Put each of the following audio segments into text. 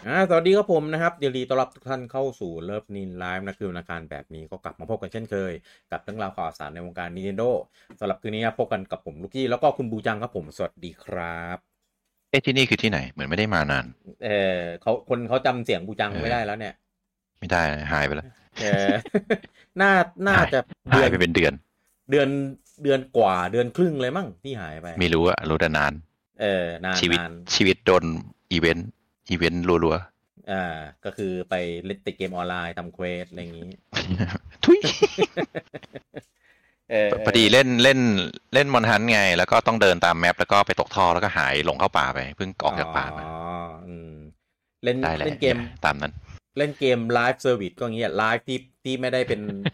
สวัสดีครับผมนะครับยินดีต้อนรับทุกท่านเข้าสู่เลิฟนินไลฟ์นะคือวันอังคารแบบนี้ก็กลับมาพบกันเช่นเคยกับเรื่องราวข่าวสารในวงการ Nintendo สำหรับคืนนี้พบกันกับผมลูกกี้แล้วก็คุณบูจังครับผมสวัสดีครับที่นี่คือที่ไหนเหมือนไม่ได้มานานเขาจำเสียงบูจังเอไม่ได้อแล้วเนี่ยไม่ได้หายไปแล้วเออน่าน่าหายจะเดืหายอนไปเป็นเดือนเดือนเดือนกว่าเดือนครึ่งเลยมั้งที่หายไปไม่รู้อะรู้แต่นานนานชีวิตนานชีวิตโดนอีเวนต์รัวก็คือไปเล่นติดเกมออนไลน์ทำเควสอะไรอย่างนี้ๆทุยเออเอพอดีอเล่นมอนฮันไงแล้วก็ต้องเดินตามแมปแล้วก็ไปตกท่อแล้วก็หายลงเข้าป่าไปเพิ่งออกอ๋อจากป่ามาอืมเล่นได้แหละเล่นเกมตามนั้นเล่นเกมไลฟ์เซอร์วิสก็อย่างเงี้ยไลฟ์ที่ไม่ได้เป็น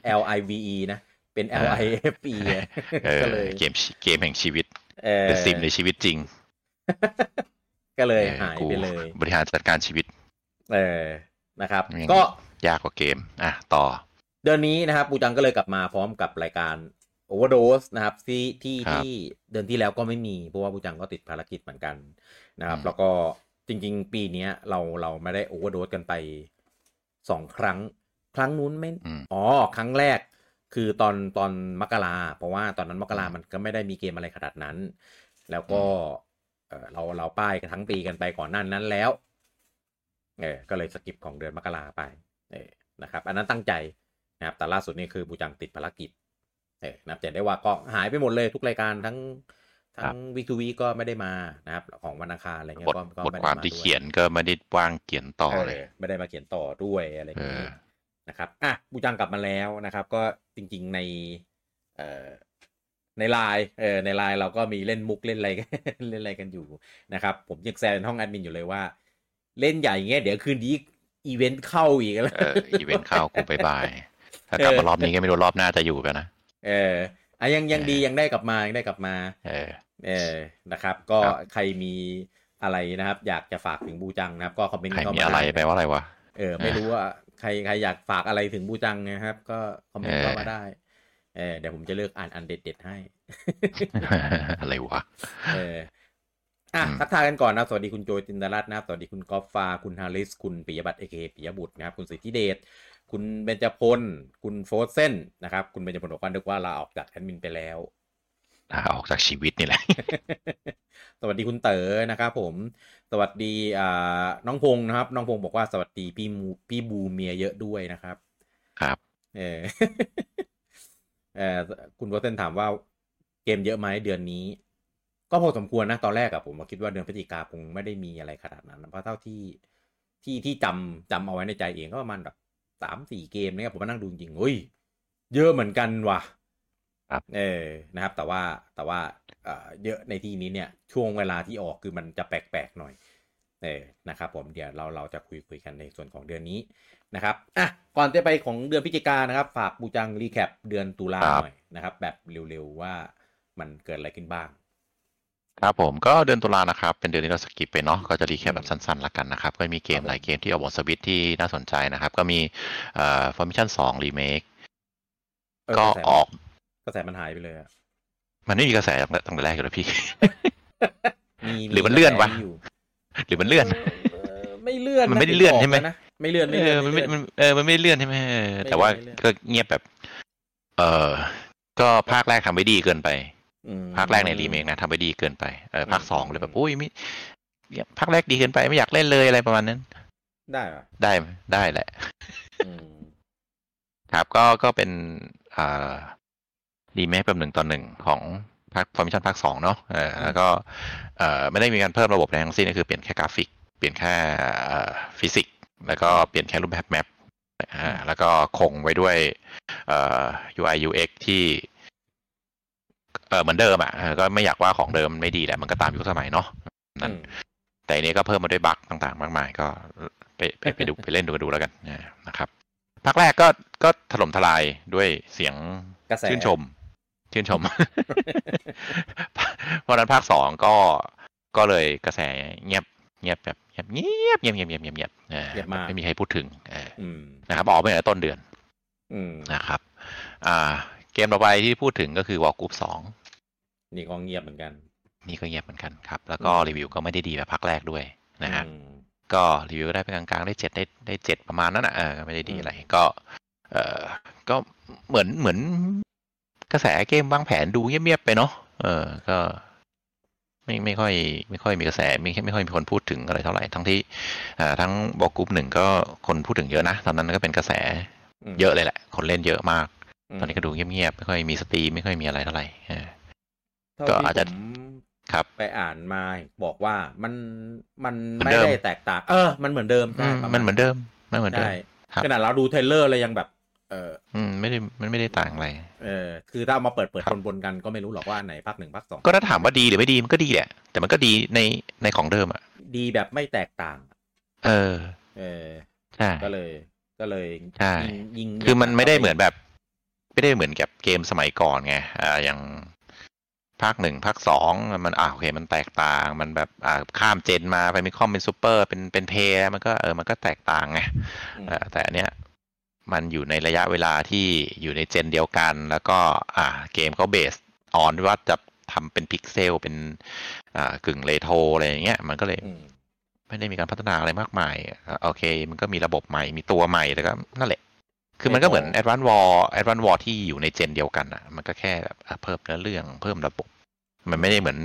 LIVE นะเป็นอ่า LIFE อะเอก็อเลยเกมแห่งชีวิตเอเป็นซิมในอชีวิตจริงก็เลยเออหายกูไปเลยบริหารจัดการชีวิตเออนะครับยังก็ยากกว่าเกมต่อเดือนนี้นะครับปูจังก็เลยกลับมาพร้อมกับรายการ Overdose นะครับที่ครับเดือนที่แล้วก็ไม่มีเพราะว่าปูจังก็ติดภารกิจเหมือนกันนะครับอืมแล้วก็จริงๆปีนี้เราไม่ได้ Overdose กันไป2 ครั้งครั้งนู้นไม่อืมครั้งแรกคือตอนมกราเพราะว่าตอนนั้นมกรามันก็ไม่ได้มีเกมอะไรขนาดนั้นแล้วก็อืมเราป้ายกันทั้งปีกันไปก่อนหน้านั้นแล้วก็เลยสกิปของเดือนมกราไปเออนะครับอันนั้นตั้งใจนะครับแต่ล่าสุดนี่คือบูจังติดภารกิจนับแต่ได้ว่าก็หายไปหมดเลยทุกรายการทั้งครับวีคทูวีก็ไม่ได้มานะครับของวันอังคารอะไรเงี้บทยก็บทไม่ความที่ได้มาด้วยเขียนก็ไม่ได้ว่างเขียนต่อเลยไม่ได้มาเขียนต่อด้วยอะไรอเอย่างนี้อนะครับบูจังกลับมาแล้วนะครับก็จริงๆเอ่อในไลน์ในไลน์เราก็มีเล่นมุกเล่นอะไร เล่นอะไรกันอยู่นะครับผมยังแซวในห้องแอดมินอยู่เลยว่าเล่นใหญ่เงี้ยเดี๋ยวคืนนี้อีเวนต์เข้าอีกแล้วอีเวนต์เข้ากูบายถ้าเอกลับมารอบอนี้ก็ไม่รู้รอบหน้าจะอยู่กันนะเออยังดียังเออได้กลับมายังได้กลับมาเออเออนะครับก็ครับใครมีอะไรนะครับอยากจะฝากถึงบูจังนะครับก็คอมเมนต์ใครเข้ามีอะไรมาได้นะแปลว่าอะไรวะไม่เออรู้ว่าใครอยากฝากอะไรถึงบูจังนะครับก็คอมเมเอนต์เข้าอมาได้เดี๋ยวผมจะเลือกอ่านอันเด็ดๆให้อะไรวะเอออืมทักทายกันก่อนนะสวัสดีคุณโจยจินดารัตน์นะครับสวัสดีคุณกอล์ฟฟ้าคุณฮาริสคุณปิยบัตรปิยบุตรนะครับคุณสิทธิเดชคุณเบญจพลคุณโฟร์เซนนะครับคุณเบญจพลบอกว่านึกว่าลาออกจากแอดมินไปแล้วออกจากชีวิตนี่แหละสวัสดีคุณเต๋อนะครับผมสวัสดีน้องพงษ์นะครับน้องพงษ์บอกว่าสวัสดีพี่บูเมียเยอะด้วยนะครับครับเออ เออคุณโรเซนถามว่าเกมเยอะไหมเดือนนี้ก็พอสมควรนะตอนแรกอะผมคิดว่าเดือนพฤศจิกาคงไม่ได้มีอะไรขนาดนั้นเพราะเท่าที่จำเอาไว้ในใจเองก็ประมาณแบบ3-4 เกมเนี่ยผมมานั่งดูจริงๆเฮ้ยเยอะเหมือนกันว่ะครับนะครับแต่ว่าเยอะในที่นี้เนี่ยช่วงเวลาที่ออกคือมันจะแปลกๆหน่อยนะครับผมเดี๋ยวเราจะคุยกันในส่วนของเดือนนี้นะครับก่อนจะไปของเดือนพฤศจิกายนนะครับฝากบูจังรีแคปเดือนตุลาหน่อยนะครับแบบเร็วๆว่ามันเกิดอะไรขึ้นบ้างครับผมก็เดือนตุลานะครับเป็นเดือนที่เราสกิปไปเนาะก็จะรีแคอืมปแบบสั้นๆละกันนะครับก็มีเกครับผมมหลายเกมที่ออกบนสวิตที่น่าสนใจนะครับก็มีFormation 2 Remake ก็กระแสมันออกหายไปเลยอะมันไม่มีกระแสตั้งแต่แรกอยู่แล้วพี่มีหรือมันกระแสเลื่อนวะนี้อยู่หรือมันเลื่อนไม่เลื่อนมันไม่ได้นะเห็นเลื่อนใช่ไหมบอกกันนะไม่เลื่อนไม่เอเลื่อนอมันไม่ไม่เลื่อนมันไม่ได้เลื่อนใช่ไหมไม่แต่ว่าเลื่อนไม่เลื่อนก็เงียบแบบเออก็ภาคแรกทำไว้ดีเกินไปอืภาคแรกในรีเมคมนะทำไว้ดีเกินไปอืภาคสองเลยแบบมอุ้ยไม่ภาคแรกดีเกินไปไม่อยากเล่นเลยอะไรประมาณนั้นได้ปะได้ได้แหละอืมครับก็เป็นอ่ารีเมคแบบ1:1ของภาคฟอร์มิชันภาค2เนาะอืมแล้วก็ไม่ได้มีการเพิ่มระบบอะไรทั้งสิ้นก็คือเปลี่ยนแค่กราฟิกเปลี่ยนแค่ฟิสิกส์แล้วก็อืมเปลี่ยนแค่รูปแบบแมปแล้วก็คงไว้ด้วยUI UX ที่เหมือนเดิมก็ไม่อยากว่าของเดิมไม่ดีแหละมันก็ตามยุคสมัยเนาะนั่นอืมแต่อันนี้ก็เพิ่มมาด้วยบั๊กต่างๆมากมายก็ไปดูไปเล่นดูแล้วกันนะครับภาคแรกก็ถล่มทลายด้วยเสียงกระแสชื่นชม เพราะนั้นภาค2ก็เลยกระแสเงียบแบบเงียบเยอะมากไม่มีใครพูดถึงอืมนะครับออกไปตั้งแต่ต้นเดือนอืมนะครับเกมต่อไปที่พูดถึงก็คือ Wargroup 2 นี่ก็เงียบเหมือนกันนี่ก็เงียบเหมือนกันครับแล้วอืก็รีวิวมก็ไม่ได้ดีแบบภาคแรกด้วยนะฮะอืมก็รีวิวได้เป็นกลางๆได้7ได้7ประมาณนั้นนะไม่ได้ดีอะไรก็เออก็เหมือนกระแสเกมวางแผนดูเงียบๆไปเนาะก็ไม่ค่อยมีกระแสไม่ค่อยมีคนพูดถึงอะไรเท่าไหร่ทั้งที่ทั้งบอกกรุ๊ป1ก็คนพูดถึงเยอะนะตอนนั้นก็เป็นกระแสเยอะเลยแหละคนเล่นเยอะมากตอนนี้ก็ดูเงียบๆไม่ค่อยมีสตรีมไม่ค่อยมีอะไรเท่าไหร่ก็อาจจะครับไปอ่านมาบอกว่ามันไม่ได้แตกต่างมันเหมือนเดิมใช่มันเหมือนเดิมขนาดเราดูเทรลเลอร์เลยยังแบบมันไม่ได้ต่างอะไรคือถ้าเอามาเปิดบนกันก็ไม่รู้หรอกว่าไหนภาค1ภาค2 ก็ถ้าถามว่าดีหรือไม่ดีมันก็ดีแหละแต่มันก็ดีในของเดิมอ่ะดีแบบไม่แตกต่างใช่ก็เลยใช่คือมันไม่ได้เหมือนแบบไม่ได้เหมือนกับเกมสมัยก่อนไงอย่างภาค1ภาค2มันโอเคมันแตกต่างมันแบบข้ามเจนมาไปมีคอมเป็นซูเปอร์เป็นเพย์มันก็แตกต่างไงแต่อันเนี้ยมันอยู่ในระยะเวลาที่อยู่ในเจนเดียวกันแล้วก็เกมเขาเบสออนว่าจะทำเป็นพิกเซลเป็นกึ่งเรโทรอะไรอย่างเงี้ยมันก็เลยไม่ได้มีการพัฒนาอะไรมากมายโอเคมันก็มีระบบใหม่มีตัวใหม่แต่ก็นั่นแหละคือมันก็เหมือน Advance War ที่อยู่ในเจนเดียวกันมันก็แค่แบบเพิ่มเนื้อเรื่องเพิ่มระบบมันไม่ได้เหมือน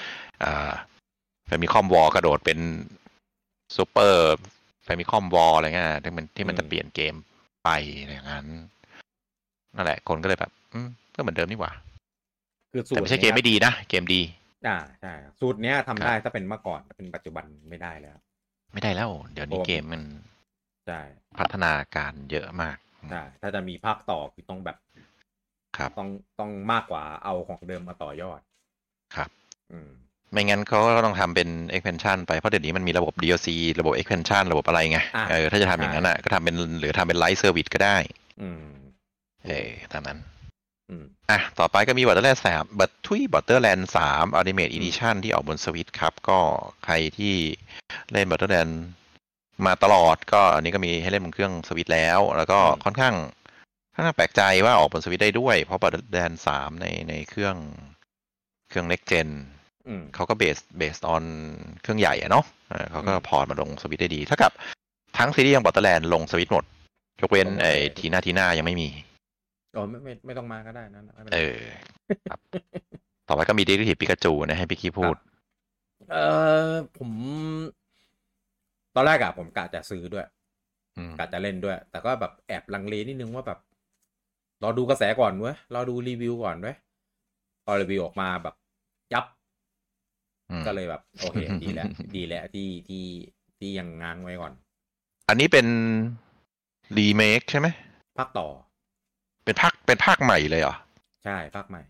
Famicom War กระโดดเป็นซูเปอร์ Famicom War อะไรเงี้ยที่มันจะเปลี่ยนเกมไปอย่างนั้นนั่นแหละคนก็เลยแบบก็เหมือนเดิมนี่หว่าคือสูตรแต่ไม่ใช่เกมไม่ดีนะเกมดีใช่สูตรเนี้ยทำได้ถ้าเป็นเมื่อก่อนเป็นปัจจุบันไม่ได้แล้วเดี๋ยวนี้เกมมันใช่พัฒนาการเยอะมากใช่ถ้าจะมีภาคต่อคือต้องแบบครับต้องมากกว่าเอาของเดิมมาต่อยอดครับไม่งั้นเขาก็ต้องทำเป็น expansion ไปเพราะเดี๋ยวนี้มันมีระบบ DLC ระบบ expansion ระบบอะไรไงถ้าจะทำอย่างนั้นก็ทำเป็นหรือทำเป็น live service ก็ได้ตามนั้นต่อไปก็มี Borderlands 3 Borderlands 3 Ultimate Edition ที่ออกบน Switch ครับก็ใครที่เล่น Borderlands มาตลอดก็อันนี้ก็มีให้เล่นบนเครื่อง Switch แล้วก็ค่อนข้างแปลกใจว่าออกบน Switch ได้ด้วยเพราะ Borderlands 3ในเครื่อง Next Gen เขาก็เบสออนเครื่องใหญ่เนาะเขาก็พอร์ตมาลง Switch ได้ดีถ้ากับทั้งซีรีส์ของ Borderlands ลง Switch หมดยกเว้นทีน่ายังไม่มีไม่ต้องมาก็ได้นะครับต่อไปก็มี Detective Pikachu นะให้พี่คีพูดผมตอนแรกผมกะจะซื้อด้วยกะจะเล่นด้วยแต่ก็แบบแอบลังเลนิดนึงว่าแบบรอดูกระแสก่อนเว้ยรอดูรีวิวก่อนเว้ยพอรีวิวออกมาแบบยับก็เลยแบบโอเคดีแล้วที่ยังง้างไว้ก่อนอันนี้เป็นรีเมคใช่ไหมภาคต่อเป็นภาคใหม่เลยเหรอใช่ภาคใหม่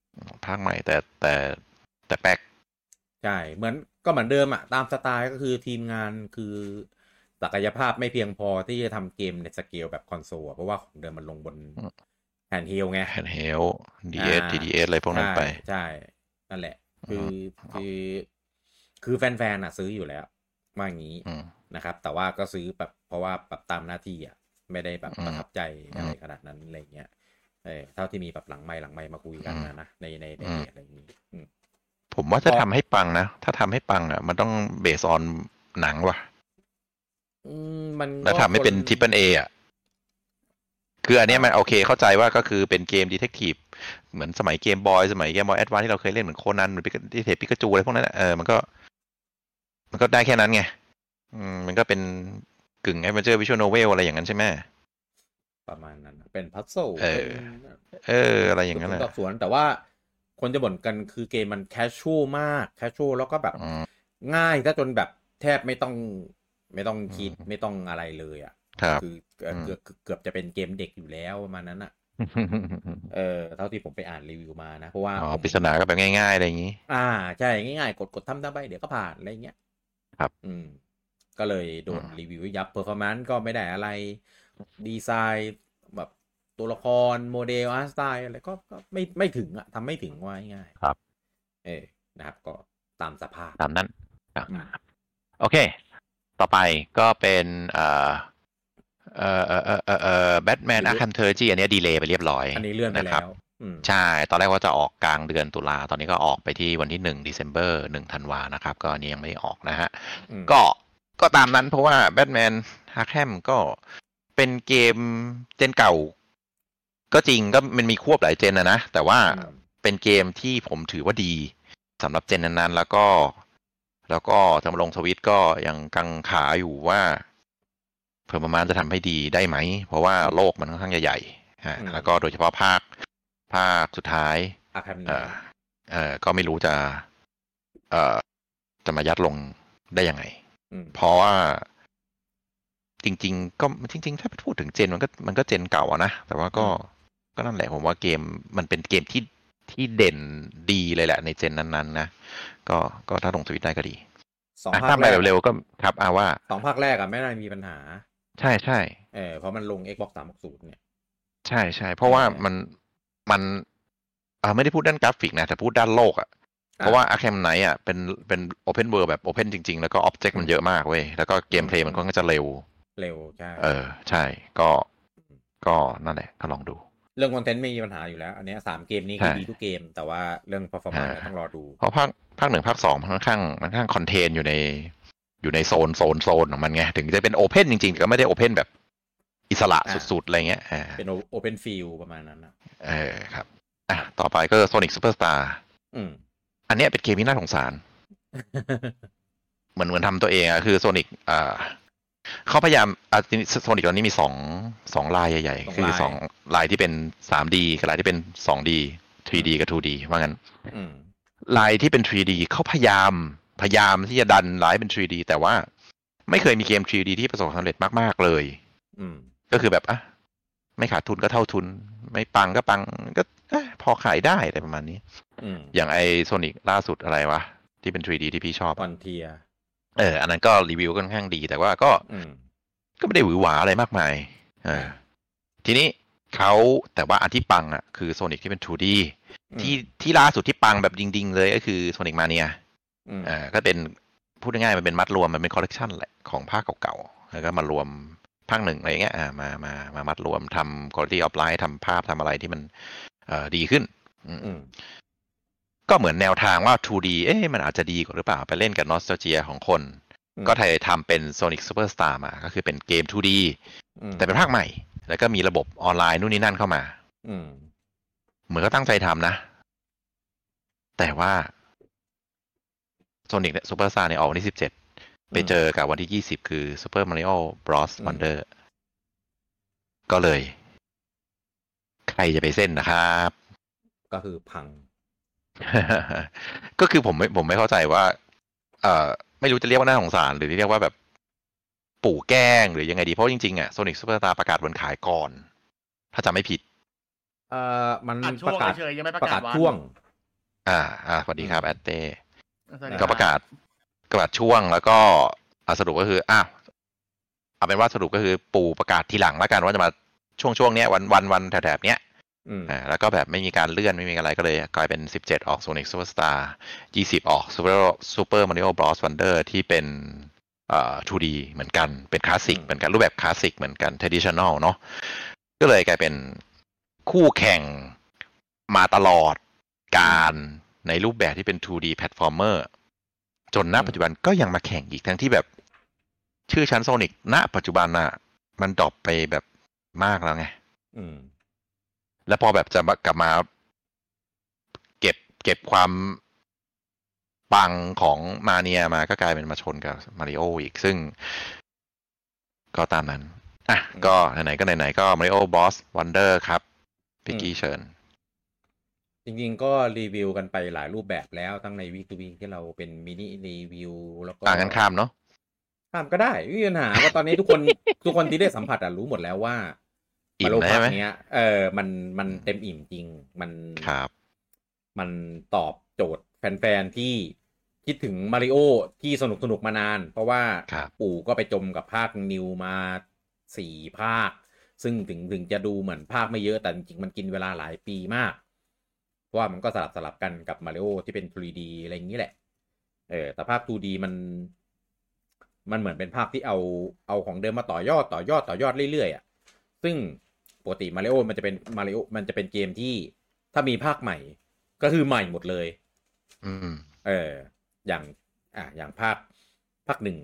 แต่แปลกใช่เหมือนเดิมตามสไตล์ก็คือทีมงานคือศักยภาพไม่เพียงพอที่จะทำเกมในสเกลแบบคอนโซลเพราะว่าของเดิมมันลงบนแฮนด์เฮลไงแฮนด์เฮล DS TDS อะไรพวกนั้นไปใช่นั่นแหละคือแฟนๆซื้ออยู่แล้วว่าอย่างนี้นะครับแต่ว่าก็ซื้อแบบเพราะว่าแบบตามหน้าที่ไม่ได้แบบประทับใจอะไรขนาดนั้นอะไรเงี้ยเท่าที่มีแบบหลังไมค์มาคุยกันนะในอะไรอย่างนี้ผมว่าจะทำให้ปังนะถ้าทำให้ปังมันต้องเบสออนหนังว่ะมันแล้วทำให้เป็น Triple A คืออันนี้มันโอเคเข้าใจว่าก็คือเป็นเกมดีเทคทีฟเหมือนสมัยเกมบอยแอดวานซ์ที่เราเคยเล่นเหมือนโคนันเหมือนดิเทคปิกาจูอะไรพวกนั้นมันก็ได้แค่นั้นไงมันก็เป็นกึ่งแอดเวนเจอร์วิชวลโนเวลอะไรอย่างนั้นใช่ไหมประมาณนั้นเป็นพัซโซอะไรอย่างนั้นแหละสวนแต่ว่าคนจะบ่นกันคือเกมมันแคชชวลมากแคชชวลแล้วก็แบบง่ายถ้าจนแบบแทบไม่ต้องคิดไม่ต้องอะไรเลยคือเกือบจะเป็นเกมเด็กอยู่แล้วประมาณนั้นเท่าที่ผมไปอ่านรีวิวมานะเพราะว่าปริศนาก็แบบง่ายๆอะไรอย่างนี้ใช่ง่ายๆกดทำไปเดี๋ยวก็ผ่านอะไรเงี้ยครับก็เลยโดนรีวิวยับเพอร์ฟอร์แมนซ์ก็ไม่ได้อะไรดีไซน์แบบตัวละครโมเดลอาร์ตสไตล์อะไรก็ไม่ถึงทำไม่ถึงว่าง่ายครับนะครับก็ตามสภาพตามนั้นโอเคต่อไปก็เป็นBatman Arkham Trilogy อันนี้ดีเลย์ไปเรียบร้อยอันนี้เลื่อนไปแล้วใช่ตอนแรกว่าจะออกกลางเดือนตุลาตอนนี้ก็ออกไปที่วันที่1 December 1 ธันวานะครับก็อันนี้ยังไม่ได้ออกนะฮะก็ก็ตามนั้นเพราะว่าแบทแมนฮาร์แฮมก็เป็นเกมเจนเก่าก็จริงก็มันมีควบหลายเจนนะแต่ว่าเป็นเกมที่ผมถือว่าดีสำหรับเจนนั้นๆแล้วก็จะมาลงสวิตก็ยังกังขาอยู่ว่าเพิ่มประมาณจะทำให้ดีได้ไหมเพราะว่าโลกมันค่อนข้างใหญ่ๆแล้วก็โดยเฉพาะภาคสุดท้ายก็ไม่รู้จะมายัดลงได้ยังไงเพราะว่าจริงๆก็จริงๆถ้าพูดถึงเจนมันก็เจนเก่านะแต่ว่าก็นั่นแหละผมว่าเกมมันเป็นเกมที่เด่นดีเลยแหละในเจนนั้นๆนะก็ถ้าลงสวิตได้ก็ดีถ้าไปเร็วๆก็ครับว่า 2 ภาคแรกไม่น่ามีปัญหาใช่เพราะมันลง Xbox 360เนี่ยใช่เพราะว่ามันไม่ได้พูดด้านกราฟิกนะแต่พูดด้านโลกเพราะว่า Arkham Knight เป็น Open World แบบ Open จริงๆแล้วก็ Object มันเยอะมากเว้ยแล้วก็เกมเพลย์มันก็จะเร็วใช่ใช่ก็นั่นแหละก็ลองดูเรื่องคอนเทนต์ไม่มีปัญหาอยู่แล้วอันนี้3เกมนี้คือดีทุกเกมแต่ว่าเรื่อง performance ต้องรอดูเพราะภาค1ภาค2ค่อนข้างคอนเทนอยู่ในโซนของมันไงถึงจะเป็น Open จริงๆก็ไม่ได้ Open แบบอิสระสุดๆอะไรเงี้ยเป็น Open Field ประมาณนั้นนะครับต่อไปก็ Sonic Superstar อันนี้เป็นเกมที่น่าสงสารเหมือนทำตัวเองคือโซนิกเขาพยายามโซนิกตอนนี้มี2ลายใหญ่ๆคือ2ลายที่เป็น 3D กับลายที่เป็น 2D 3D กับ 2D ว่างั้นลายที่เป็น 3D เขาพยายามที่จะดันลายเป็น 3D แต่ว่าไม่เคยมีเกม 3D ที่ประสบความสำเร็จมากๆเลยก็คือแบบไม่ขาดทุนก็เท่าทุนไม่ปังก็ปังก็พอขายได้อะไรประมาณนี้อย่างไอโซนิกล่าสุดอะไรวะที่เป็น 3D ที่พี่ชอบฟอนเทียอันนั้นก็รีวิวค่อนข้างดีแต่ว่าก็ไม่ได้หวือหวาอะไรมากมายทีนี้แต่ว่าอันที่ปังคือโซนิกที่เป็น 2D ที่ล่าสุดที่ปังแบบจริงๆเลยก็คือโซนิกมาเนียก็เป็นพูดง่ายๆมันเป็นมัดรวมมันเป็นคอลเลกชันแหละของภาคเก่าๆแล้วก็มารวมภาค 1อะไรเงี้ยมามัดรวมทำ quality of life ทำภาพทำอะไรที่มันดีขึ้นก็เหมือนแนวทางว่า 2D มันอาจจะดีกว่าหรือเปล่าไปเล่นกับนอสตาเจียของคนก็ทำเป็น Sonic Superstar มาก็คือเป็นเกม 2D แต่เป็นภาคใหม่แล้วก็มีระบบออนไลน์นู่นนี่นั่นเข้ามาเหมือนก็ตั้งใจทำนะแต่ว่า Sonic Superstar เนี่ยออกวันที่17ไปเจอกับวันที่20คือ Super Mario Bros Wonder ก็เลยใครจะไปเส้นนะครับก็คือพังก็คือผมไม่เข้าใจว่าไม่รู้จะเรียกว่าน่าสงสารหรือเรียกว่าแบบปู่แกล้งหรือยังไงดีเพราะจริงๆSonic Superstar ประกาศวันขายก่อนถ้าจำไม่ผิดมันประกาศช่วงสวัสดีครับแอตเต้ก็ประกาศช่วงแล้วก็สรุปก็คือเอาเป็นว่าสรุปก็คือปู่ประกาศทีหลังแล้วกันว่าจะมาช่วงเนี้ยวันแถบเนี้ยแล้วก็แบบไม่มีการเลื่อนไม่มีอะไรก็เลยกลายเป็น17ออก Sonic Superstar 20ออก Super Mario Bros Wonder ที่เป็น2D เหมือนกันเป็นคลาสสิกเหมือนกันรูปแบบคลาสสิกเหมือนกัน traditional เนาะก็เลยกลายเป็นคู่แข่งมาตลอดการในรูปแบบที่เป็น 2D platformer จนณปัจจุบันก็ยังมาแข่งอีกทั้งที่แบบชื่อชั้น Sonic ณปัจจุบันมันดรอปไปแบบมากแล้วไงแล้วพอแบบจะกลับมาเก็บความปังของมาเนียมาก็กลายเป็นมาชนกับมาริโออีกซึ่งก็ตามนั้นก็ไหนๆก็ไหนๆก็มาริโอบอสวันเดอร์ครับพิกกี้เชิญจริงๆก็รีวิวกันไปหลายรูปแบบแล้วทั้งในวีคทูวีที่เราเป็นมินิรีวิวแล้วก็กันข้ามเนาะข้ามก็ได้ไม่มีปัญหาเพราะตอนนี้ทุกคนที่ได้สัมผัสรู้หมดแล้วว่ามาโลภาคเนี้ยมันเต็มอิ่มจริงมันตอบโจทย์แฟนๆที่คิดถึงมาริโอที่สนุกมานานเพราะว่าปู่ก็ไปจมกับภาคนิวมา4 ภาคซึ่งถึงจะดูเหมือนภาคไม่เยอะแต่จริงๆมันกินเวลาหลายปีมากเพราะว่ามันก็สลับกันกับมาริโอที่เป็น 3D อะไรอย่างนี้แหละแต่ภาค 2D มันเหมือนเป็นภาคที่เอาของเดิมมาต่อยอดเรื่อยๆซึ่งปกติมาริโอมันจะเป็นเกมที่ถ้ามีภาคใหม่ก็คือใหม่หมดเลยอย่างภาค1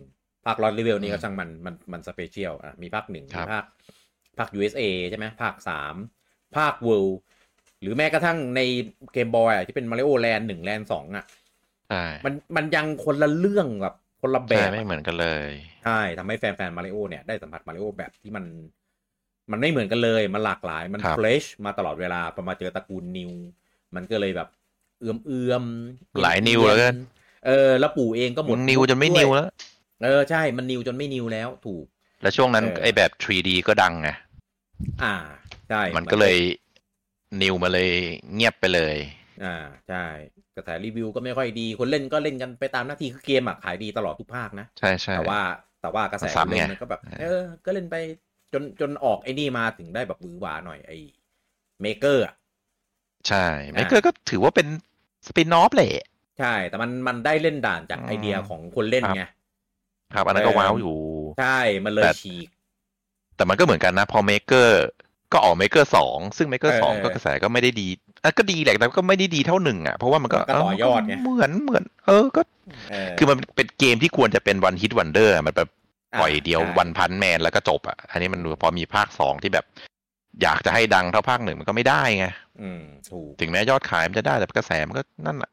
ภาค Lost Level นี่ก็ช่างมันสเปเชียลมีภาค1มีภาค USA ใช่ไหมภาค3ภาค World หรือแม้กระทั่งในเกมบอยที่เป็น Mario Land 1 Land 2มันยังคนละเรื่องแบบคนละแบบไม่เหมือนกันเลยใช่ทำให้แฟนมาริโอเนี่ยได้สัมผัสมาริโอแบบที่มันไม่เหมือนกันเลยมันหลากหลายมันเฟรชมาตลอดเวลาพอมาเจอตระกูลนิวมันก็เลยแบบเอื้อมหลายนิวแล้วกันแล้วปู่เองก็หมดนิวจนไม่นิวแล้วใช่มันนิวจนไม่นิวแล้วถูกแล้วช่วงนั้นไอ้แบบ 3D ก็ดังไงใช่มันก็เลยนิวมาเลยเงียบไปเลยใช่กระแสรีวิวก็ไม่ค่อยดีคนเล่นก็เล่นกันไปตามหน้าที่คือเกมขายดีตลอดทุกภาคนะใช่ใช่แต่ว่ากระแสเล่นมันก็แบบก็เล่นไปจนออกไอ้นี่มาถึงได้แบบหวือหวาหน่อยไอ้เมเกอร์ใช่เมเกอร์ก็ถือว่าเป็นสปินออฟแหละใช่แต่มันได้เล่นด่านจากไอเดียของคนเล่นไงครับอันนั้นก็ว้าวอยู่ใช่มันเลยฉีกแต่มันก็เหมือนกันนะพอเมเกอร์ก็ออกเมเกอร์2ซึ่งเมเกอร์2ก็กระแสก็ไม่ได้ดีก็ดีแหละแต่ก็ไม่ได้ดีเท่า1เพราะว่ามันก็ต่อยอดไงเหมือนก็คือมันเป็นเกมที่ควรจะเป็นวันฮิตวันเดอร์มันแบบปล่อยเดียววันพันแมนแล้วก็จบอันนี้มันพอมีภาค2ที่แบบอยากจะให้ดังเท่าภาค1มันก็ไม่ได้ไงถูกถึงแม้ยอดขายมันจะได้แต่กระแสมันก็นั่น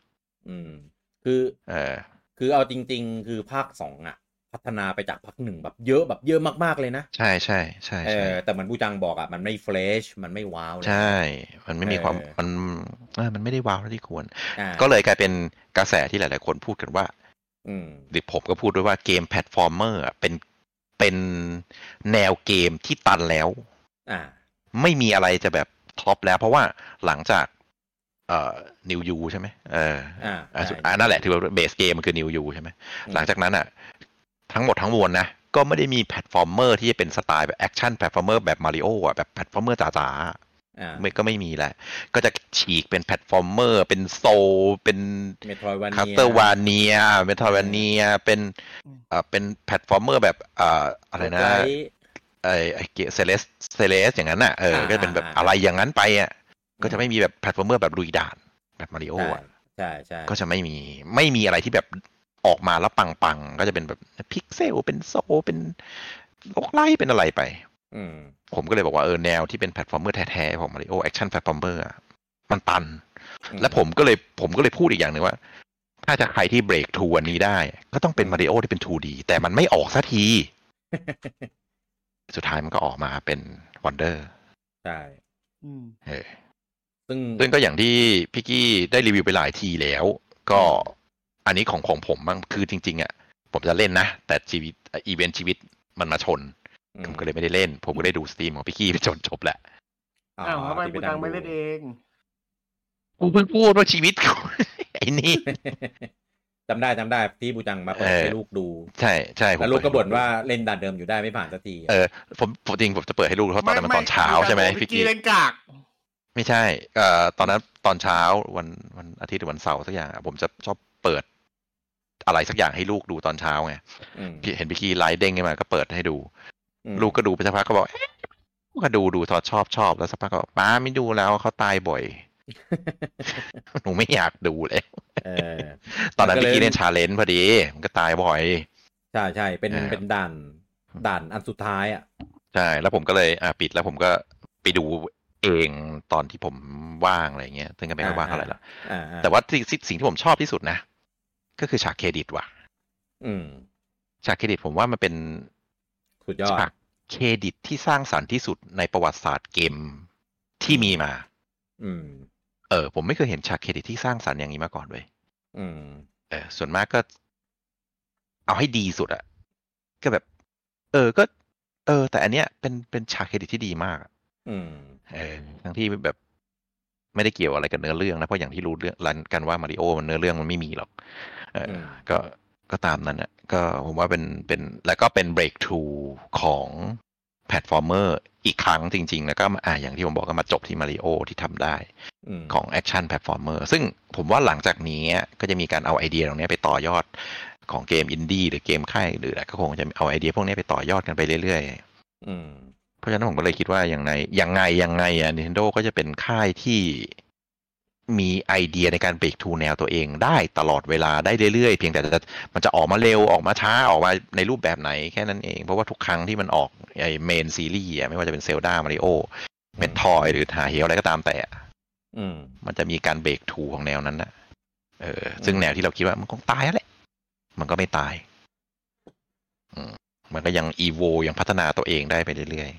คือเอาจริงๆคือภาค2พัฒนาไปจากภาค1แบบเยอะมากๆเลยนะใช่แต่มันบูจังบอกมันไม่เฟรชมันไม่ว้าวใช่มันไม่มีความมันไม่ได้ว้าวเท่าที่ควรก็เลยกลายเป็นกระแสที่หลายๆคนพูดกันว่าดิผมก็พูดด้วยว่าเกมแพลตฟอร์มเมอร์เป็นแนวเกมที่ตันแล้วไม่มีอะไรจะแบบท็อปแล้วเพราะว่าหลังจากนิวยูใช่ไหมนั่นแหละที่ว่าเบสเกมมันคือนิวยูใช่ไหมหลังจากนั้นทั้งหมดทั้งมวลนะก็ไม่ได้มีแพลตฟอร์มเมอร์ที่จะเป็นสไตล์แบบแอคชั่นแพลตฟอร์มเมอร์แบบมาริโอแบบแพลตฟอร์มเมอร์จ๋าๆก็ไม่มีแล้วก็จะฉีกเป็นแพลตฟอร์มเมอร์เป็นโซเป็นคาสเตอร์วาเนียเป็นแพลตฟอร์มเมอร์แบบอะไรนะไอเซเลสอย่างนั้นก็เป็นแบบอะไรอย่างนั้นไปก็จะไม่มีแบบแพลตฟอร์มเมอร์แบบลุยด่านแบบมาริโอใช่ก็จะไม่มีอะไรที่แบบออกมาแล้วปังก็จะเป็นแบบพิกเซลเป็นโซเป็นโลกไล่เป็นอะไรไปผมก็เลยบอกว่าแนวที่เป็นแพลตฟอร์มเมอร์แท้ๆของมาริโอแอคชั่นแพลตฟอร์มเมอร์มันตันและผมก็เลยพูดอีกอย่างหนึ่งว่าถ้าจะใครที่เบรกทูอันนี้ได้ก็ต้องเป็นมาริโอที่เป็น 2D แต่มันไม่ออกสักทีสุดท้ายมันก็ออกมาเป็นวันเดอร์ใช่ซึ่งก็อย่างที่พี่กี้ได้รีวิวไปหลายทีแล้วก็อันนี้ของผมบ้างคือจริงๆผมจะเล่นนะแต่ชีวิตอีเวนต์ชีวิตมันมาชนผมก็เลยไม่ได้เล่นผมก็ได้ดูสตรีมของพี่กี้ไปจนจบแหละทำไมกูตังไม่เล่นเองกูเพิ่งพูดว่าชีวิตกูไอ้นี่จำได้พี่บูจังมาเปิดให้ลูกดูใช่แล้วลูกก็บ่นว่าเล่นด่านเดิมอยู่ได้ไม่ผ่านสักทีผมจริงผมจะเปิดให้ลูกเพราะตอนนั้นมันตอนเช้าใช่ไหมพี่กี้เล่นกากไม่ใช่ตอนนั้นตอนเช้าวันอาทิตย์หรือวันเสาร์สักอย่างผมจะชอบเปิดอะไรสักอย่างให้ลูกดูตอนเช้าไงเห็นพี่กี้ไลฟ์เด้งขึ้นมาก็เปิดให้ดูลูกก็ดูไปสักพักก็บอกก็ดูทอดชอบแล้วสักพักก็ป้าไม่ดูแล้วเขาตายบ่อยหนูไม่อยากดูเลยตอนนั้นพี่กี้เล่นชาเลนจ์พอดีมันก็ตายบ่อยใช่เป็นด่านอันสุดท้ายใช่แล้วผมก็เลยปิดแล้วผมก็ไปดูเองตอนที่ผมว่างอะไรเงี้ยซึ่งก็ไม่ได้ว่างอะไรละแต่ว่าสิ่งที่ผมชอบที่สุดนะก็คือฉากเครดิตว่ะฉากเครดิตผมว่ามันเป็นฉากเครดิตที่สร้างสรรค์ที่สุดในประวัติศาสตร์เกมที่มีมาผมไม่เคยเห็นฉากเครดิตที่สร้างสรรค์อย่างนี้มาก่อนเลยส่วนมากก็เอาให้ดีสุดก็แบบก็แต่อันเนี้ยเป็นฉากเครดิตที่ดีมากทั้งที่แบบไม่ได้เกี่ยวอะไรกับเนื้อเรื่องนะเพราะอย่างที่รู้เรื่องกันว่ามาริโอมันเนื้อเรื่องมันไม่มีหรอกก็ตามนั้นก็ผมว่าเป็นแล้วก็เป็น breakthrough ของแพลตฟอร์มเมอร์อีกครั้งจริงๆแล้วก็อย่างที่ผมบอกก็มาจบที่มาริโอที่ทำได้ของแอคชั่นแพลตฟอร์มเมอร์ซึ่งผมว่าหลังจากนี้ก็จะมีการเอาไอเดียตรงนี้ไปต่อยอดของเกมอินดี้หรือเกมค่ายหรือก็คงจะเอาไอเดียพวกนี้ไปต่อยอดกันไปเรื่อยๆเพราะฉะนั้นผมก็เลยคิดว่าอย่างไงNintendo ก็จะเป็นค่ายที่มีไอเดียในการเบรกทูแนวตัวเองได้ตลอดเวลาได้เรื่อยๆเพียงแต่มันจะออกมาเร็วออกมาช้าออกมาในรูปแบบไหนแค่นั้นเองเพราะว่าทุกครั้งที่มันออกไอเมนซีรีส์ไม่ว่าจะเป็นเซลดามาริโอเมทรอยหรือหาเฮลอะไรก็ตามแต่มันจะมีการเบรกทูของแนวนั้นนะซึ่งแนวที่เราคิดว่ามันคงตายแล้วแหละมันก็ไม่ตายมันก็ยังอีโวยังพัฒนาตัวเองได้ไปเรื่อย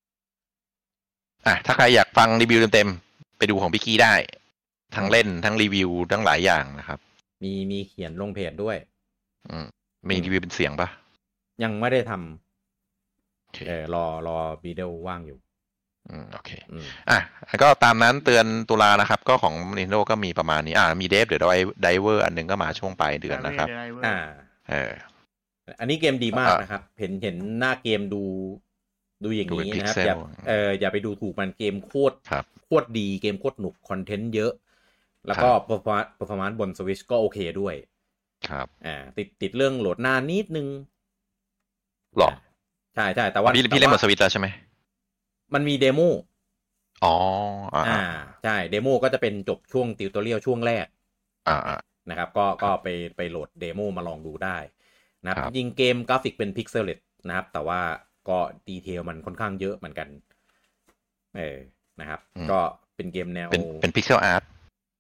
ๆถ้าใครอยากฟังรีวิวเต็มๆไปดูของพี่กี้ได้ทั้งเล่นทั้งรีวิวทั้งหลายอย่างนะครับมีเขียนลงเพจด้วยมีรีวิวเป็นเสียงปะยังไม่ได้ทำรอวิดีโอว่างอยู่โอเคก็ตามนั้นเตือนตุลานะครับก็ของ Nintendo ก็มีประมาณนี้มีเดฟเดี๋ยวไดเวอร์อันนึงก็มาช่วงปลายเดือนนะครับอันนี้เกมดีมากนะครับเห็นหน้าเกมดูอย่างนี้นะครับอย่าไปดูถูกมันเกมโคตรดีเกมโคตรหนุกคอนเทนต์เยอะแล้วก็performance บน Switch ก็โอเคด้วยครับติดเรื่องโหลดนานนิดนึงหรอใช่แต่ว่าพี่เล่นบน Switch แล้วใช่ไหมมันมีเดโมใช่เดโมก็จะเป็นจบช่วงติวตอเรียลช่วงแรกนะครับก็ไปโหลดเดโมมาลองดูได้นะครับยิงเกมกราฟิกเป็นพิกเซลเลตนะครับแต่ว่าก็ดีเทลมันค่อนข้างเยอะเหมือนกันนะครับก็เป็นเกมแนวเป็นพิกเซลอาร์ต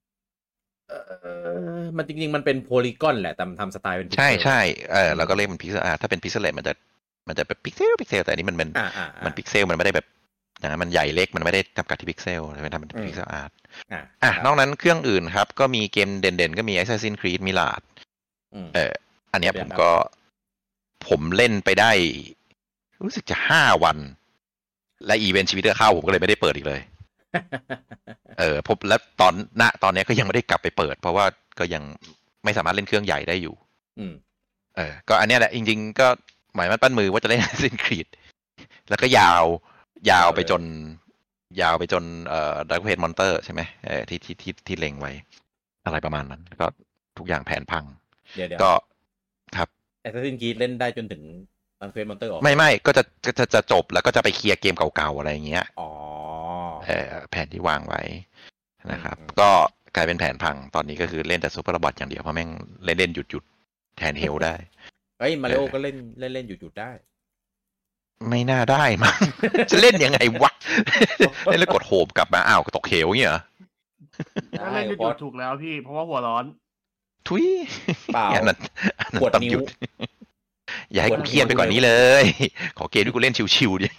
มันจริงๆมันเป็นโพลีกอนแหละแต่ทำสไตล์เป็นใช่เราก็เรียกมันพิกเซลอาร์ตถ้าเป็นพิกเซลเลตมันจะเป็นพิกเซลแต่อันนี้มันพิกเซลมันไม่ได้แบบอย่างนั้นมันใหญ่เล็กมันไม่ได้จำกัดที่พิกเซลมันทำเป็นพิกเซลอาร์ตนอกนั้นเครื่องอื่นครับก็มีเกมเด่นๆก็มี Assassin's Creed Mirage อันนี้ผมเล่นไปได้รู้สึกจะ5 วันและอีเวนต์ชีวิตเข้าผมก็เลยไม่ได้เปิดอีกเลยผมแล้วตอนนี้ก็ยังไม่ได้กลับไปเปิดเพราะว่าก็ยังไม่สามารถเล่นเครื่องใหญ่ได้อยู่ก็อันนี้แหละจริงๆก็หมายมั่นปั้นมือว่าจะเล่น Assassin's Creed แล้วก็ยาวไปจนDark Fate Monster ใช่ไหมที่เล็งไว้อะไรประมาณนั้นก็ทุกอย่างแผนพังก็ครับ Assassin's Creed เล่นได้จนถึงDark Fate Monster ออกไม่ก็จะจบแล้วก็จะไปเคลียร์เกมเก่าๆอะไรอย่างเงี้ยแผนที่วางไว้นะครับก็กลายเป็นแผนพังตอนนี้ก็คือเล่นแต่ซูเปอร์โรบอทอย่างเดียวเพราะแม่งเล่นหยุดแทนเฮลได้มาริโอก็เล่นหยุดได้ไม่น่าได้มั้งจะเล่นยังไงวะเล่นแล้วกดโฮมกลับมาก็ตกเหวเงี้ยเล่นหยุดถูกแล้วพี่เพราะว่าหัวร้อนทุยเปล่าปวดนิ้วอย่าให้กูเครียดไปกว่านี้เลยขอเกมที่กูเล่นชิวๆดิ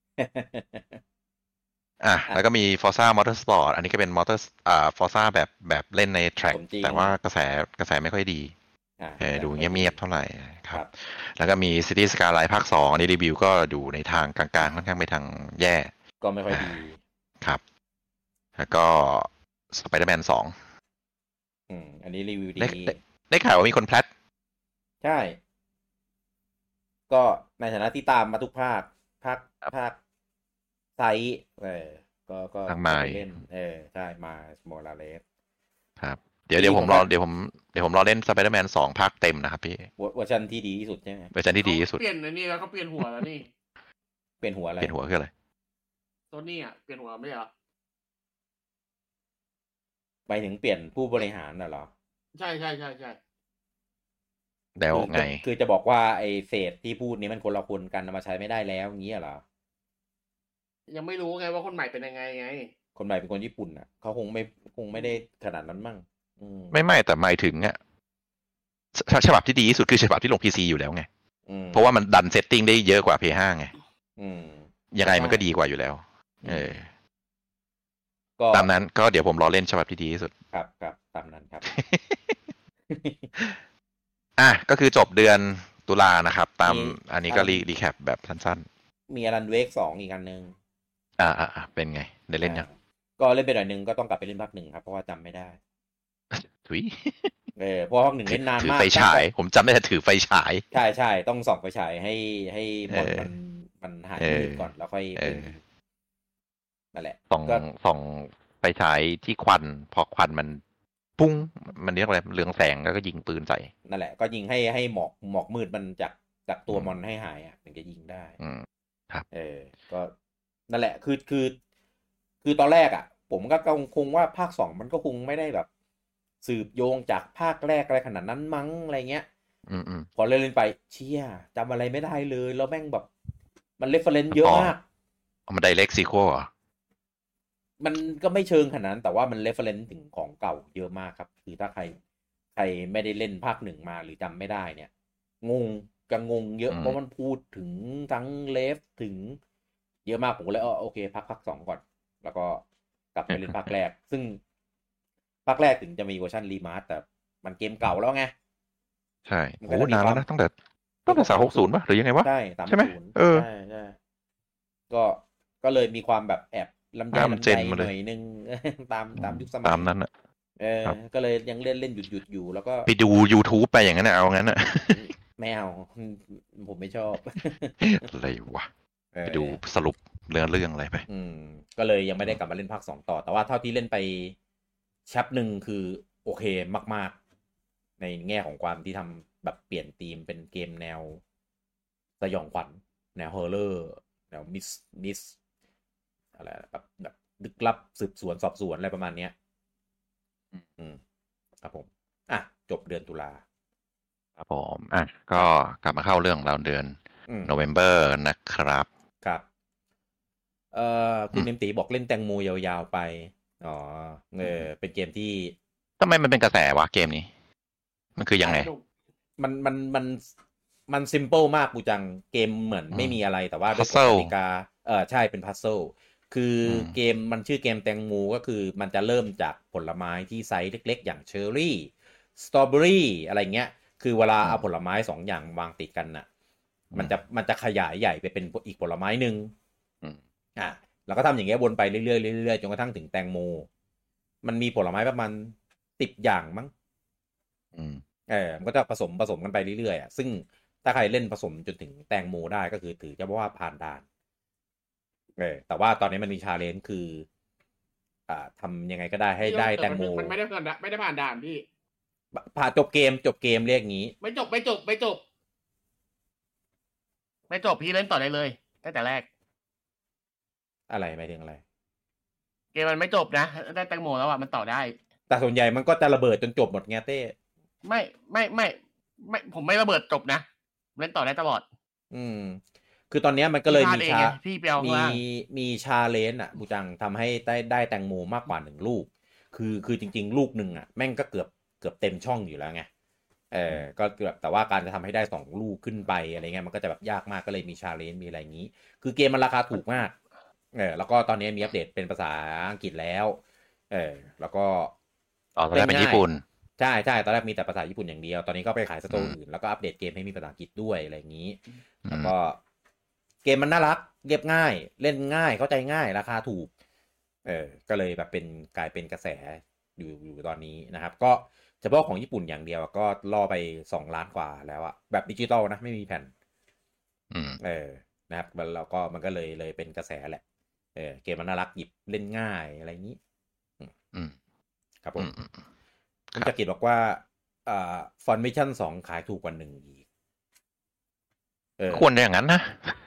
แล้วก็มี Forza Motorsport อันนี้ก็เป็นForza แบบเล่นในแทร็กแต่ว่ากระแสไม่ค่อยดีดูเงียบๆเท่าไหร่ครับแล้วก็มี City Skyline ภาค 2อันนี้รีวิวก็ดูในทางกลางๆค่อนข้างไปทางแย่ก็ไม่ค่อยดีครับแล้วก็ Spider-Man 2 อันนี้รีวิวดีได้ข่าวว่ามีคนแพลตใช่ก็ในฐานะที่ตามมาทุกภาคไซส์ก็เล่นใช่มาโมราเลสครับเดี๋ยวผมรอเล่น Spider-Man 2 ภาคเต็มนะครับพี่เวอร์ชันที่ดีที่สุดใช่ไหมเวอร์ชันที่ดีที่สุดเปลี่ยนอันนี้แล้วก็เปลี่ยนหัวแล้วนี่เปลี่ยนหัวอะไรเปลี่ยนหัวคืออะไรโซนี่เปลี่ยนหัวไม่เหรอไปถึงเปลี่ยนผู้บริหารน่ะเหรอใช่แล้วไงคือจะบอกว่าไอ้เศษที่พูดนี้มันคนละคนกันมาใช้ไม่ได้แล้วอย่างนี้เหรอยังไม่รู้ไงว่าคนใหม่เป็นยังไงคนใหม่เป็นคนญี่ปุ่นเขาคงไม่ได้ขนาดนั้นมั่งไม่แต่หมายถึงฉบับที่ดีที่สุดคือฉบับที่ลง PC อยู่แล้วไงเพราะว่ามันดันเซตติ้งได้เยอะกว่า PS5 ไงยังไงมันก็ดีกว่าอยู่แล้วตามนั้นก็เดี๋ยวผมรอเล่นฉบับที่ดีที่สุดครับตามนั้นครับก็คือจบเดือนตุลานะครับตามอันนี้ก็รีแคปแบบสั้นๆมีAlan Wake 2อีกอันนึงเป็นไงได้เล่นยังก็เล่นไปหน่อยนึงก็ต้องกลับไปเล่นภาค 1ครับเพราะว่าจำไม่ได้ถุยเพราะภาค 1เล่นนานมากถือไฟฉายผมจำได้แต่ถือไฟฉายใช่ต้องส่องไฟฉายให้หมดมันหายไปก่อนแล้วค่อยนั่นแหละส่องไฟฉายที่ควันพอควันมันปุ้งมันเรียกอะไรเรืองแสงแล้วก็ยิงปืนใส่นั่นแหละก็ยิงให้หมอกมืดมันจากตัวมอนให้หายถึงจะยิงได้ครับก็นั่นแหละคือตอนแรกผมก็คงว่าภาค2มันก็คงไม่ได้แบบสืบโยงจากภาคแรกอะไรขนาดนั้นมั้งอะไรเงี้ยพอเล่นไปเชี่ยจำอะไรไม่ได้เลยแล้วแม่งแบบมันเรฟเฟอเรนซ์เยอะมากมันไดเรกซีโควเหรอมันก็ไม่เชิงขนาดนั้นแต่ว่ามันเรฟเฟอเรนซ์ถึงของเก่าเยอะมากครับคือถ้าใครไม่ได้เล่นภาค1มาหรือจำไม่ได้เนี่ยงงจะงงเยอะเพราะมันพูดถึงทั้งเลฟถึงเยอะมากผมเลยโอเคพักภาค2ก่อนแล้วก็กลับไปเล่นภาคแรกซึ่งภาคแรกถึงจะมีเวอร์ชันรีมาสแต่มันเกมเก่าแล้วไงใช่โอ้นานแล้วนะตั้งแต่360ป่ะหรือยังไงวะใช่ไหมใช่ก็เลยมีความแบบแอบลำไยหน่อยนึงตามยุคสมัยตามนั้นอ่ะก็เลยยังเล่นหยุดอยู่แล้วก็ไปดู YouTube ไปอย่างนั้นนะเอางั้นอ่ะไม่เอาผมไม่ชอบอะไรวะไปดูสรุปเรื่องอะไรไปก็เลยยังไม่ได้กลับมาเล่นภาค2ต่อแต่ว่าเท่าที่เล่นไปแชปหนึ่งคือโอเคมากๆในแง่ของความที่ทำแบบเปลี่ยนธีมเป็นเกมแนวสยองขวัญแนวฮอร์เรอร์แนวมิสอะไรแบบลึกลับสืบสวนสอบสวนอะไรประมาณเนี้ยครับผมจบเดือนตุลาครับผมก็กลับมาเข้าเรื่องเราเดือนโนเวมเบอร์นะครับครับคุณเนมตีบอกเล่นแตงโมยาวๆไปเป็นเกมที่ทำไมมันเป็นกระแสวะเกมนี้มันคือยังไงมันซิมเปิลมากปูจังเกมเหมือนไม่มีอะไรแต่ว่าด้วยกติกาใช่เป็นพัซเซิลคือเกมมันชื่อเกมแตงโมก็คือมันจะเริ่มจากผลไม้ที่ไซส์เล็กๆอย่างเชอร์รี่สตรอเบอรี่อะไรเงี้ยคือเวลาเอาผลไม้2อย่างวางติดกันน่ะมันจะขยายใหญ่ไปเป็นอีกผลไม้นึงแล้วก็ทำอย่างเงี้ยวนไปเรื่อยๆจนกระทั่งถึงแตงโมมันมีผลไม้ประมาณ10อย่างมั้งมันก็จะผสมกันไปเรื่อยๆซึ่งถ้าใครเล่นผสมจนถึงแตงโมได้ก็คือถือจะว่าผ่านด่านแต่ว่าตอนนี้มันมีชาเลนจ์คือทำยังไงก็ได้ให้ได้แตงโมมันไม่ได้ผ่านด่านพี่ผ่านจบเกมเรียกงี้ไม่จบพี่เล่นต่อได้เลยตั้งแต่แรกอะไรหมายถึงอะไรเกมมันไม่จบนะได้แตงโมแล้วมันต่อได้แต่ส่วนใหญ่มันก็จะระเบิดจนจบหมดไงเต้ไม่ผมไม่ระเบิดจบนะเล่นต่อได้ตลอดคือตอนนี้มันก็เลยมีชาเลนจ์บูจังทำให้ได้แตงโมมากกว่า1ลูกคือจริงๆลูกหนึ่งแม่งก็เกือบเต็มช่องอยู่แล้วไงก็เกือบแต่ว่าการจะทำให้ได้2ลูกขึ้นไปอะไรเงี้ยมันก็จะแบบยากมากก็เลยมีชาเลนจ์มีอะไรอย่างนี้คือเกมมันราคาถูกมากแล้วก็ตอนนี้มีอัปเดตเป็นภาษาอังกฤษแล้วแล้วก็ตอนแรกเป็นญี่ปุ่นใช่ตอนแรกมีแต่ภาษาญี่ปุ่นอย่างเดียวตอนนี้ก็ไปขายสโตร์อื่นแล้วก็อัปเดตเกมให้มีภาษาอังกฤษด้วยอะไรอย่างนี้แล้วก็เกมมันน่ารักเรียบง่ายเล่นง่ายเข้าใจง่ายราคาถูกก็เลยแบบกลายเป็นกระแสอยู่ตอนนี้นะครับก็เฉพาะของญี่ปุ่นอย่างเดียวก็ล่อไป2 ล้านกว่าแล้วอะแบบดิจิตอลนะไม่มีแผ่นนะครับแล้วก็มันก็เลยเป็นกระแสแหละเกมมันน่ารักหยิบเล่นง่ายอะไรอย่างนี้ครับผมคุณจักริดบอกว่าฟอนมิชั่น2ขายถูกกว่า1อีกควรจะอย่างนั้นนะ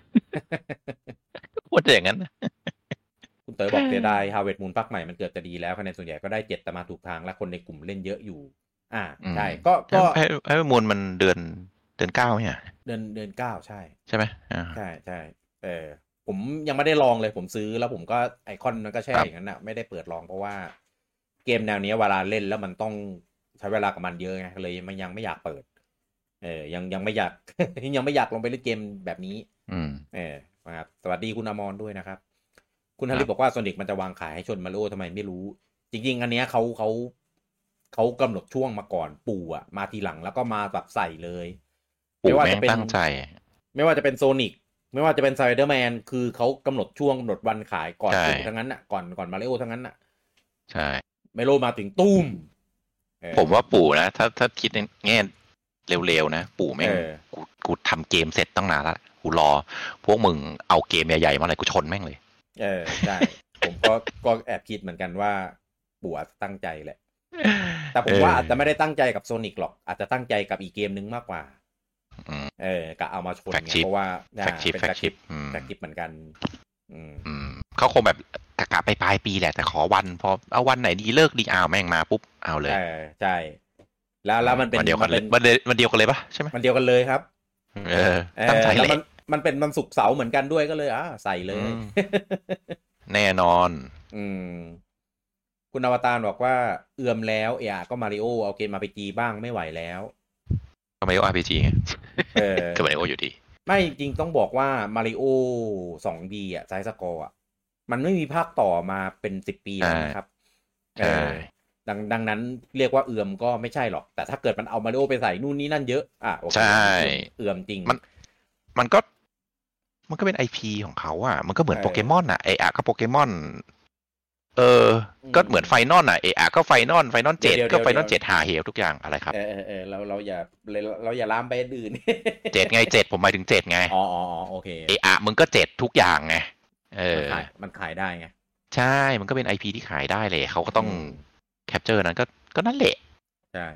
ควรจะอย่างนั้นนะคุณเต๋อบอกเสียดายฮาวเวิร์ดมูนภาคใหม่มันเกือบจะดีแล้วคะแนนส่วนใหญ่ก็ได้7แต่มาถูกทางและคนในกลุ่มเล่นเยอะอยู่ใช่ก็ให้มูลมันเดือน9เนี่ยเดือน9ใช่ไหมใช่ผมยังไม่ได้ลองเลยผมซื้อแล้วผมก็ไอคอนมันก็แช่อย่างนั้นนะไม่ได้เปิดลองเพราะว่าเกมแนวนี้เวลาเล่นแล้วมันต้องใช้เวลากับมันเยอะไงเลยมันยังไม่อยากเปิดยังไม่อยาก ยังไม่อยากลงไปเล่นเกมแบบนี้นะครับสวัสดีคุณอมรด้วยนะครับคุณฮาริบอกว่าโซนิกมันจะวางขายให้ชนมาริโอทำไมไม่รู้จริงๆอันเนี้ยเขากำหนดช่วงมาก่อนปู่มาทีหลังแล้วก็มาแบบใส่เลยไม่ว่าจะเป็นตั้งใจไม่ว่าจะเป็นโซนิกไม่ว่าจะเป็นไซเดอร์แมนคือเขากำหนดช่วงกำหนดวันขายก่อนปู่ทั้งนั้นน่ะก่อนมาริโอทั้งนั้นน่ะใช่มาริโอมาถึงตุ้มผมว่าปู่นะถ้าคิดในแง่เร็วๆนะปู่แม่งกูทำเกมเสร็จตั้งนานแล้วกูรอพวกมึงเอาเกมใหญ่ๆมาอะไรกูชนแม่งเลยใช่ผมก็แอบคิดเหมือนกันว่าปู่อาจจะตั้งใจแหละแต่ผมว่าอาจจะไม่ได้ตั้งใจกับโซนิกหรอกอาจจะตั้งใจกับอีกเกมนึงมากกว่าก็เอามาชนเพราะว่าเป็นแฟกชิปเหมือนกันเขาคงแบบกกะไปปลายปีแหละแต่ขอวันพอเอาวันไหนดีเลิกดีแม่งมาปุ๊บเอาเลยใช่แล้วมันเป็นวันเดียวกันเลยวันเดียวกันเลยปะใช่ไหมมันเดียวกันเลยครับตั้งใจเลยมันเป็นวันศุกร์เสาร์เหมือนกันด้วยก็เลยใส่เลยแน่นอนคุณอวตารบอกว่าเอื่อมแล้วก็มาริโอเอาเกมRPGบ้างไม่ไหวแล้วก็มาริโอ RPG ไงก็มาริโออยู่ดีไม่จริงต้องบอกว่ามาริโอ 2D ไซส์สกอร์มันไม่มีภาคต่อมาเป็น10 ปีแล้วนะครับดังนั้นเรียกว่าเอื่อมก็ไม่ใช่หรอกแต่ถ้าเกิดมันเอามาริโอไปใส่นู่นนี่นั่นเยอะโอเคใช่เอื่อมจริงมันก็เป็น IP ของเขามันก็เหมือนโปเกมอนก็โปเกมอนก็เหมือนไฟนอลก็ไฟนอล7ก็ไฟนอล7หาเหวทุกอย่างอะไรครับเราอย่าลามไปอื่น 7ไง7ผมหมายถึง7ไงโอเคมึงก็7ทุกอย่างไงมันขายได้ไงใช่มันก็เป็น IP ที่ขายได้เลยเขาก็ต้องแคปเจอร์นั้นก็นั่นแหละใช่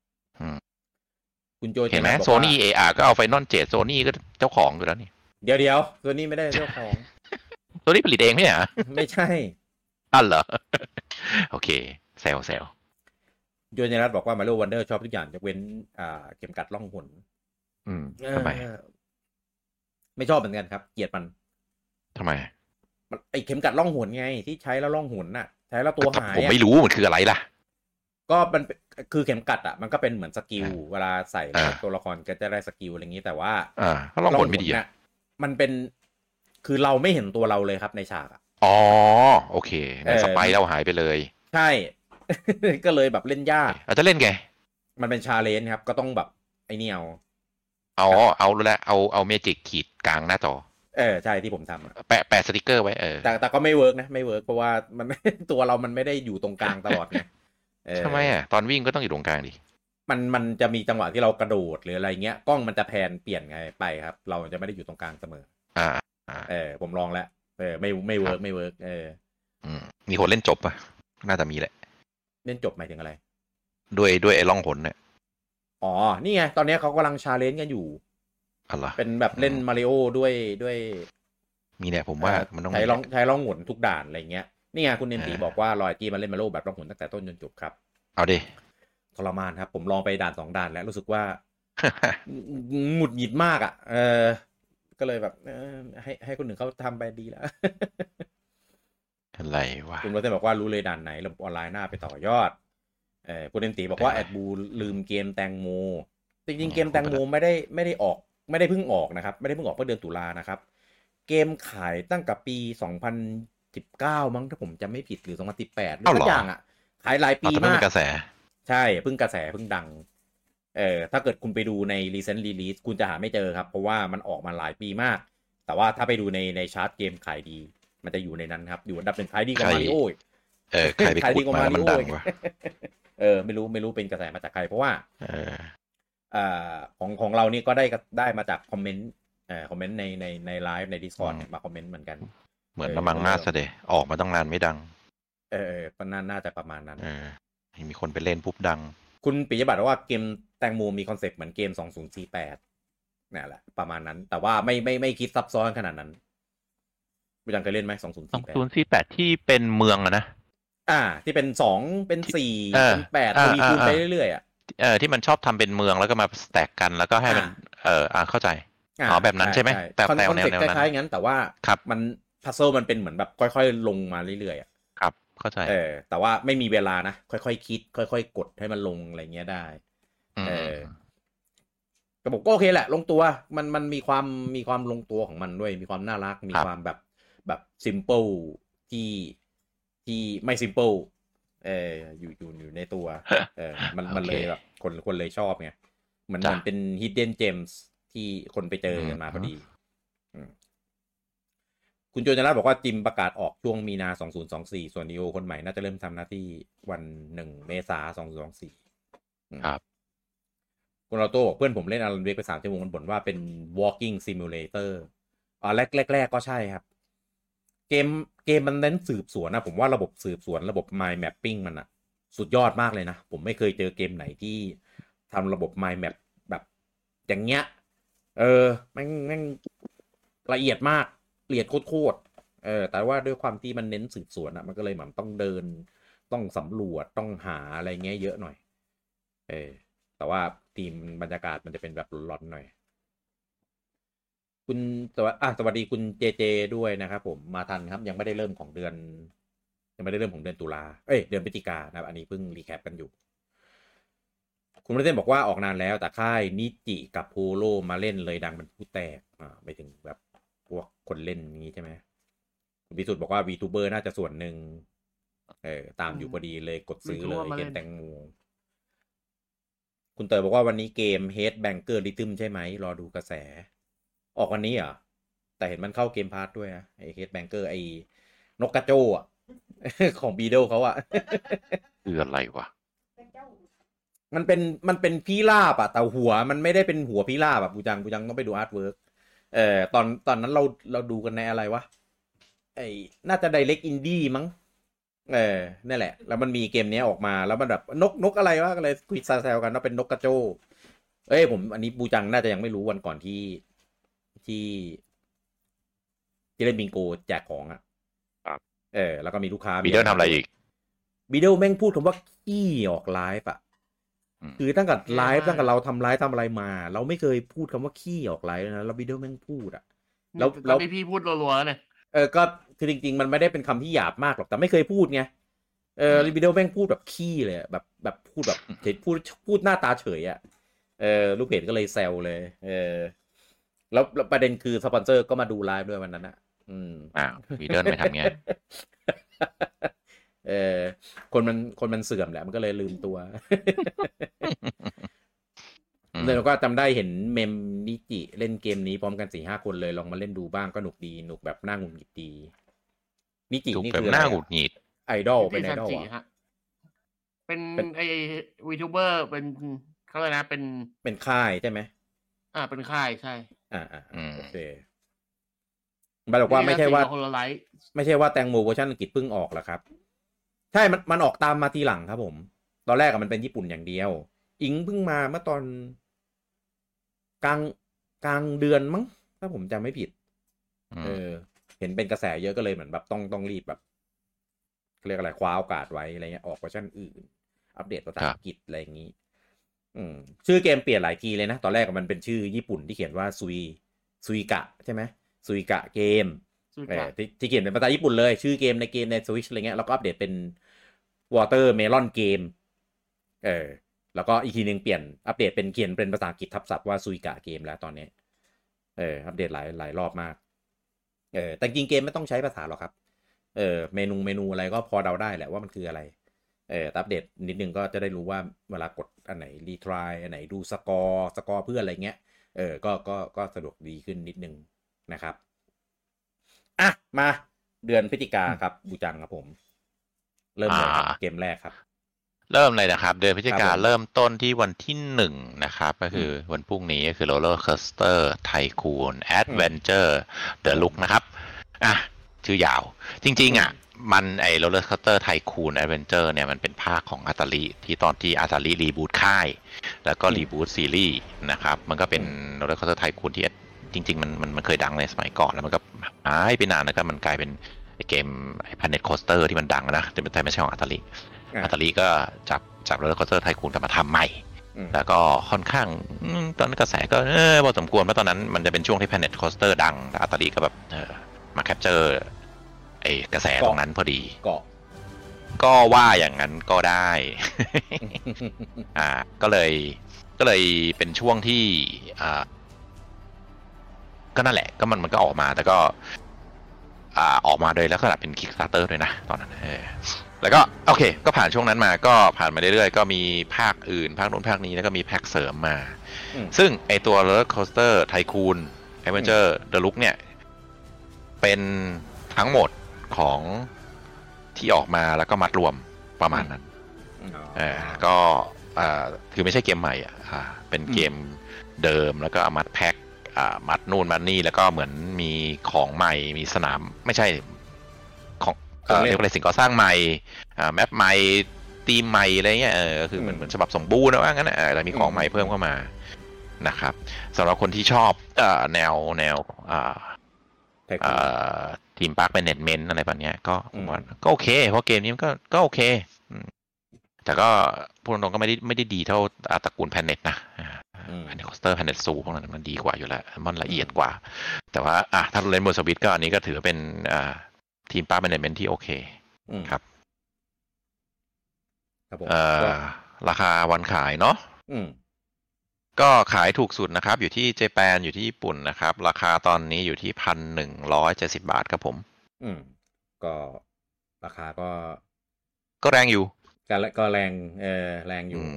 คุณโจเห็นไหมโซนี่ก็เอาไฟนอล7โซนี่ก็เจ้าของอยู่แล้วนี่เดี๋ยวโซนี่ไม่ได้เจ้าของโซนี่ผลิตเองไม่ใช่ไม่ใช่เหรอโอเคแซวโยนยรัตบอกว่ามาริโอวันเดอร์ชอบทุกอย่างยกเว้นเข็มกัดล่องหนทำไมไม่ชอบเหมือนกันครับเกลียดมันทำไมมันไอเข็มกัดล่องหนไงที่ใช้แล้วล่องหนใช้แล้วตัวหายผมไม่รู้มันคืออะไรล่ะก็มันคือเข็มกัดมันก็เป็นเหมือนสกิลเวลาใส่ตัวละครก็จะได้สกิลอะไรอย่างนี้แต่ว่าล่องหนไม่ดีมันเป็นคือเราไม่เห็นตัวเราเลยครับในฉากโอเคสไปเราหายไปเลยใช่ ก็เลยแบบเล่นยากจะเล่นไงมันเป็นชาเลนจ์ครับก็ต้องแบบไอ้นี่เอารู้แล้วเอาเมจิกขีดกลางหน้าจอใช่ที่ผมทำแปะสติกเกอร์ไว้แต่ก็ไม่เวิร์กนะไม่เวิร์กเพราะว่ามันตัวเรามันไม่ได้อยู่ตรงกลางตลอดไงทำไมตอนวิ่งก็ต้องอยู่ตรงกลางดิมันจะมีจังหวะที่เรากระโดดหรืออะไรเงี้ยกล้องมันจะแพนเปลี่ยนไงไปครับเราจะไม่ได้อยู่ตรงกลางเสมอผมลองแล้วไม่เวิร์กมีคนเล่นจบป่ะน่าจะมีแหละเล่นจบหมายถึงอะไรด้วยไอ้ล่องหนเนี่ยนี่ไงตอนนี้เขากำลังชาเลนจ์กันอยู่เป็นแบบเล่นมาริโอด้วยมีเนี่ยผมว่ามันต้องใช้ล่องหนทุกด่านอะไรเงี้ยนี่ไงคุณเนมตีบอกว่ารอยจีมาเล่นมาริโอแบบล่องหนตั้งแต่ต้นจนจบครับเอาดิทรมานครับผมลองไปด่าน2ด่านแล้วรู้สึกว่าหงุดหงิดมากก็เลยแบบให้คนหนึ่งเขาทำไปดีแล้วอะไรวะคุณวัฒน์บอกว่ารู้เลยด่านไหนระบบออนไลน์หน้าไปต่อยอดคุณเอ็มตีบอกว่าแอดบูลืมเกมแตงโมจริงๆเกมแตงโมไม่ได้ออกไม่ได้เพิ่งออกนะครับไม่ได้เพิ่งออกเมื่อเดือนตุลานะครับเกมขายตั้งแต่ปี2019มั้งถ้าผมจำไม่ผิดหรือ2018หรือสักอย่างขายหลายปีมากกระแสใช่เพิ่งกระแสเพิ่งดังถ้าเกิดคุณไปดูใน recent release คุณจะหาไม่เจอครับเพราะว่ามันออกมาหลายปีมากแต่ว่าถ้าไปดูในชาร์ตเกมขายดีมันจะอยู่ในนั้นครับอยู่อันดับ1ขายดีกว่ามาริโอขายดีกว่ามาริโอไม่รู้เป็นกระแสมาจากใครเพราะว่าของเรานี่ก็ได้มาจากคอมเมนต์ในไลฟ์ใน Discord มาคอมเมนต์เหมือนกันเหมือนละมังน่าเสดออกมาตั้งนานไม่ดังก็น่าจะประมาณนั้นมีคนไปเล่นปุ๊บดังคุณปิยบัตรว่าเกมแตงโมมีคอนเซ็ปต์เหมือนเกม2048นี่แหละประมาณนั้นแต่ว่าไม่คิดซับซ้อนขนาดนั้นพี่จังเคยเล่นไหม 2048ที่เป็นเมืองนะที่เป็น2เป็น4เป็น8ทวีคูณไปเรื่อยๆที่มันชอบทำเป็นเมืองแล้วก็มาสแต็กกันแล้วก็ให้มันเข้าใจแบบนั้นใช่ไหมแต่แนวนั้นคล้ายๆงั้นแต่ว่ามันพัซเซิลมันเป็นเหมือนแบบค่อยๆลงมาเรื่อยๆครับเข้าใจแต่ว่าไม่มีเวลานะค่อยๆคิดค่อยๆกดให้มันลงอะไรเงี้ยได้ระบบก็โอเคแหละลงตัวมันมีความลงตัวของมันด้วยมีความน่ารักมีความแบบซิมเปิลที่ไม่ซิมเปิลอยู่ในตัวมันเลยแบบคนเลยชอบไงมันเป็น hidden gems ที่คนไปเจอกันมาพอดีคุณโจนรัตน์บอกว่าจิมประกาศออกช่วงมีนา2024ส่วนนีโอคนใหม่น่าจะเริ่มทำหน้าที่วัน1 เมษายน2024 ครับคุณเราโต้บอกเพื่อนผมเล่นอารันเวกไป3 ชั่วโมงมันบ่นว่าเป็น walking simulator แรกก็ใช่ครับเกมมันเน้นสืบสวนนะผมว่าระบบสืบสวนระบบ mind mapping มันสุดยอดมากเลยนะผมไม่เคยเจอเกมไหนที่ทำระบบ mind map แบบอย่างเงี้ยแม่งละเอียดมากละเอียดโคตรแต่ว่าด้วยความที่มันเน้นสืบสวนอะมันก็เลยเหมือนต้องเดินต้องสำรวจต้องหาอะไรเงี้ยเยอะหน่อยแต่ว่าทีมบรรยากาศมันจะเป็นแบบร้อนๆหน่อยคุณสวัสดีคุณเจเจด้วยนะครับผมมาทันครับยังไม่ได้เริ่มของเดือนตุลาเดือนพฤศจิกานะครับอันนี้เพิ่งรีแคปกันอยู่คุณประเทศบอกว่าออกนานแล้วแต่ค่ายนิจิกับโพโลมาเล่นเลยดังเป็นผู้แตกไปถึงแบบพวกคนเล่นนี้ใช่ไหมคุณพิสุทธิ์บอกว่า VTuber น่าจะส่วนหนึ่งตามอยู่พอดีเลยกดซื้อเลยเกมแตงโมคุณเต๋อบอกว่าวันนี้เกม Headbanger Rhythm ใช่ไหมรอดูกระแสออกวันนี้เหรอแต่เห็นมันเข้าเกมพาร์ทด้วยนะไอ้ Headbanger ไอ้นกกระโจอ่ะ ของบีโดเขาอ่ะคืออะไรวะมันเป็นพี่ราบอะแต่หัวมันไม่ได้เป็นหัวพี่ราบแบบบูจังต้องไปดูอาร์ตเวิร์กตอนนั้นเราดูกันในอะไรวะน่าจะ Direct Indie มั้งนั่นแหละแล้วมันมีเกมนี้ออกมาแล้วมันแบบนกอะไรวะก็เลยคุยแซวกันว่าเป็นนกกระโจผมอันนี้บูจังน่าจะยังไม่รู้วันก่อนที่เล่นบิงโกแจกของอ่ะแล้วก็มีลูกค้าบีเดิลทำอะไรอีกบีเดิลแม่งพูดคำว่าขี้ออกไลฟ์อ่ะคือตั้งแต่ไลฟ์ตั้งแต่เราทำไลฟ์ทำอะไรมาเราไม่เคยพูดคำว่าขี้ออกไลฟ์นะแล้วบีเดิลแม่งพูดอ่ะแล้วพี่พูดรัวๆเนี่ยก็คือจริงๆมันไม่ได้เป็นคำที่หยาบมากหรอกแต่ไม่เคยพูดไงบีเดิลแม่งพูดแบบขี้เลยแบบพูดแบบพูดหน้าตาเฉยอ่ะลูกเพจก็เลยแซวเลยแล้วประเด็นคือสปอนเซอร์ก็มาดูไลฟ์ด้วยวันนั้นอ่ะบีเดิลไม่ทำไงคนมันเสื่อมแหละมันก็เลยลืมตัวเราก็จำได้เห็นเมมนิจิเล่นเกมนี้พร้อมกัน 4-5 คนเลยลองมาเล่นดูบ้างก็หนุกดีหนุกแบบน่าหงุดหงิดดีนิจินี่คือน่าหงุดหงิดไอดอลเป็นไอดอลเป็นไอวีทูเบอร์เป็นเขาเลยนะเป็นค่ายใช่ไหมเป็นค่ายใช่โอเคบอกว่าไม่ใช่ว่าแตงโมเวอร์ชันอังกฤษเพิ่งออกหรอครับใช่มันออกตามมาทีหลังครับผมตอนแรกมันเป็นญี่ปุ่นอย่างเดียวอิงเพิ่งมาเมื่อตอนกลางเดือนมั้งถ้าผมจำไม่ผิดเห็นเป็นกระแสเยอะก็เลยเหมือนแบบต้องรีบแบบเรียกอะไรคว้าโอกาสไว้อะไรเงี้ยออกเวอร์ชันอื่นอัปเดตภาษาอังกฤษอะไรอย่างนี้ชื่อเกมเปลี่ยนหลายทีเลยนะตอนแรกมันเป็นชื่อญี่ปุ่นที่เขียนว่าซุยกะใช่ไหมซุยกะเกมที่เขียนเป็นภาษาญี่ปุ่นเลยชื่อเกมในสวิชอะไรเงี้ยแล้วก็อัปเดตเป็น Watermelon Game แล้วก็อีกทีนึงเปลี่ยนอัปเดตเป็นเขียนเป็นภาษาอังกฤษทับศัพท์ว่าซุยกะเกมแล้วตอนนี้อัปเดตหลายรอบมากแต่จริงเกมไม่ต้องใช้ภาษาหรอกครับเมนูอะไรก็พอเดาได้แหละว่ามันคืออะไรอัปเดตนิดนึงก็จะได้รู้ว่าเวลากดอันไหนรีทรายอันไหนดูสกอร์เพื่ออะไรเงี้ยก็สะดวกดีขึ้นนิดนึงนะครับมาเดือนพฤศจิกาครับบูจังครับผมเริ่มเลยครับเกมแรกครับเริ่มเลยนะครับเดือนพฤศจิกาเริ่มต้นที่วันที่1นะครับก็คือวันพรุ่งนี้ก็คือ Roller Coaster Tycoon Adventure The Look นะครับชื่อยาวจริงๆมันRoller Coaster Tycoon Adventure เนี่ยมันเป็นภาคของ Atari ที่ตอนที่ Atari รีบูตค่ายแล้วก็รีบูตซีรีส์นะครับมันก็เป็น Roller Coaster Tycoon ที่จริงๆมันเคยดังในสมัยก่อนแล้วมันก็หายไปนานแล้วก็มันกลายเป็นเกมPlanet Coaster ที่มันดังนะแต่ไม่ใช่ของ Atari ก็จับRoller Coaster Tycoonกลับมาทำใหม่แล้วก็ค่อนข้างตอนนั้นกระแสก็พอสมควรเพราะตอนนั้นมันจะเป็นช่วงที่ Planet Coaster ดังแล้ว Atari ก็แบบมาแคปเจอร์กระแสตรงนั้นพอดีก็ว่าอย่างนั้นก็ได้ ก็เลยเป็นช่วงที่ก็นั่นแหละก็มันก็ออกมาแต่ก็ออกมาโดยลักษณะเป็น Kickstarter ด้วยนะตอนนั้นแล้วก็โอเคก็ผ่านช่วงนั้นมาก็ผ่านมาเรื่อยๆก็มีภาคอื่นภาคนู้นภาคนี้แล้วก็มีแพ็คเสริมมาซึ่งตัว Roller Coaster Tycoon Adventure The Look เนี่ยเป็นทั้งหมดของที่ออกมาแล้วก็มัดรวมประมาณนั้นก็คือไม่ใช่เกมใหม่เป็นเกมเดิมแล้วก็เอามัดแพ็คมัดนู่นมัดนี่แล้วก็เหมือนมีของใหม่มีสนามไม่ใช่ของเรียกว่าอะไรสิ่งก่อสร้างใหม่แมปใหม่ธีมใหม่อะไรเงี้ยคือเหมือนฉบับสมบูรณ์นะว่างั้นแต่มีของใหม่เพิ่มเข้ามานะครับสำหรับคนที่ชอบแนวทีมปาร์คแมเนจเมนต์อะไรแบบนี้ก็ผมว่าก็โอเคเพราะเกมนี้มันก็โอเคแต่ก็พูดตรงๆก็ไม่ได้ดีเท่าตระกูลแพนเน็ตนะแพนเน็ตคอสเตอร์แพนเน็ตซูพวกนั้นมันดีกว่าอยู่แล้วมันละเอียดกว่าแต่ว่าถ้าเล่นบนสวิตก็อันนี้ก็ถือเป็นทีมปาร์คแมเนจเมนต์ที่โอเคครับราคาวันขายเนาะก็ขายถูกสุดนะครับอยู่ที่เจแปนอยู่ที่ญี่ปุ่นนะครับราคาตอนนี้อยู่ที่1,170 บาทครับผมก็ราคาก็แรงอยู่ก็แรงแรงอยู่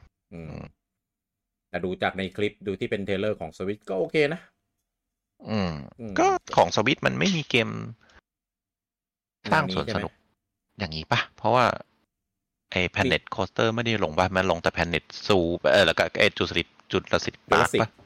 แต่ดูจากในคลิปดูที่เป็นเทเลอร์ของสวิตก็โอเคนะก็ของสวิตมันไม่มีเกมสร้างสวนสนุกอย่างนี้ปะเพราะว่าไอ้แพนเน็ตโคสเตอร์ไม่ได้ลงป่ะมันลงแต่แพนเน็ตซูแล้วก็ไอ้จุลสิทธิ์ปาร์คป่ะ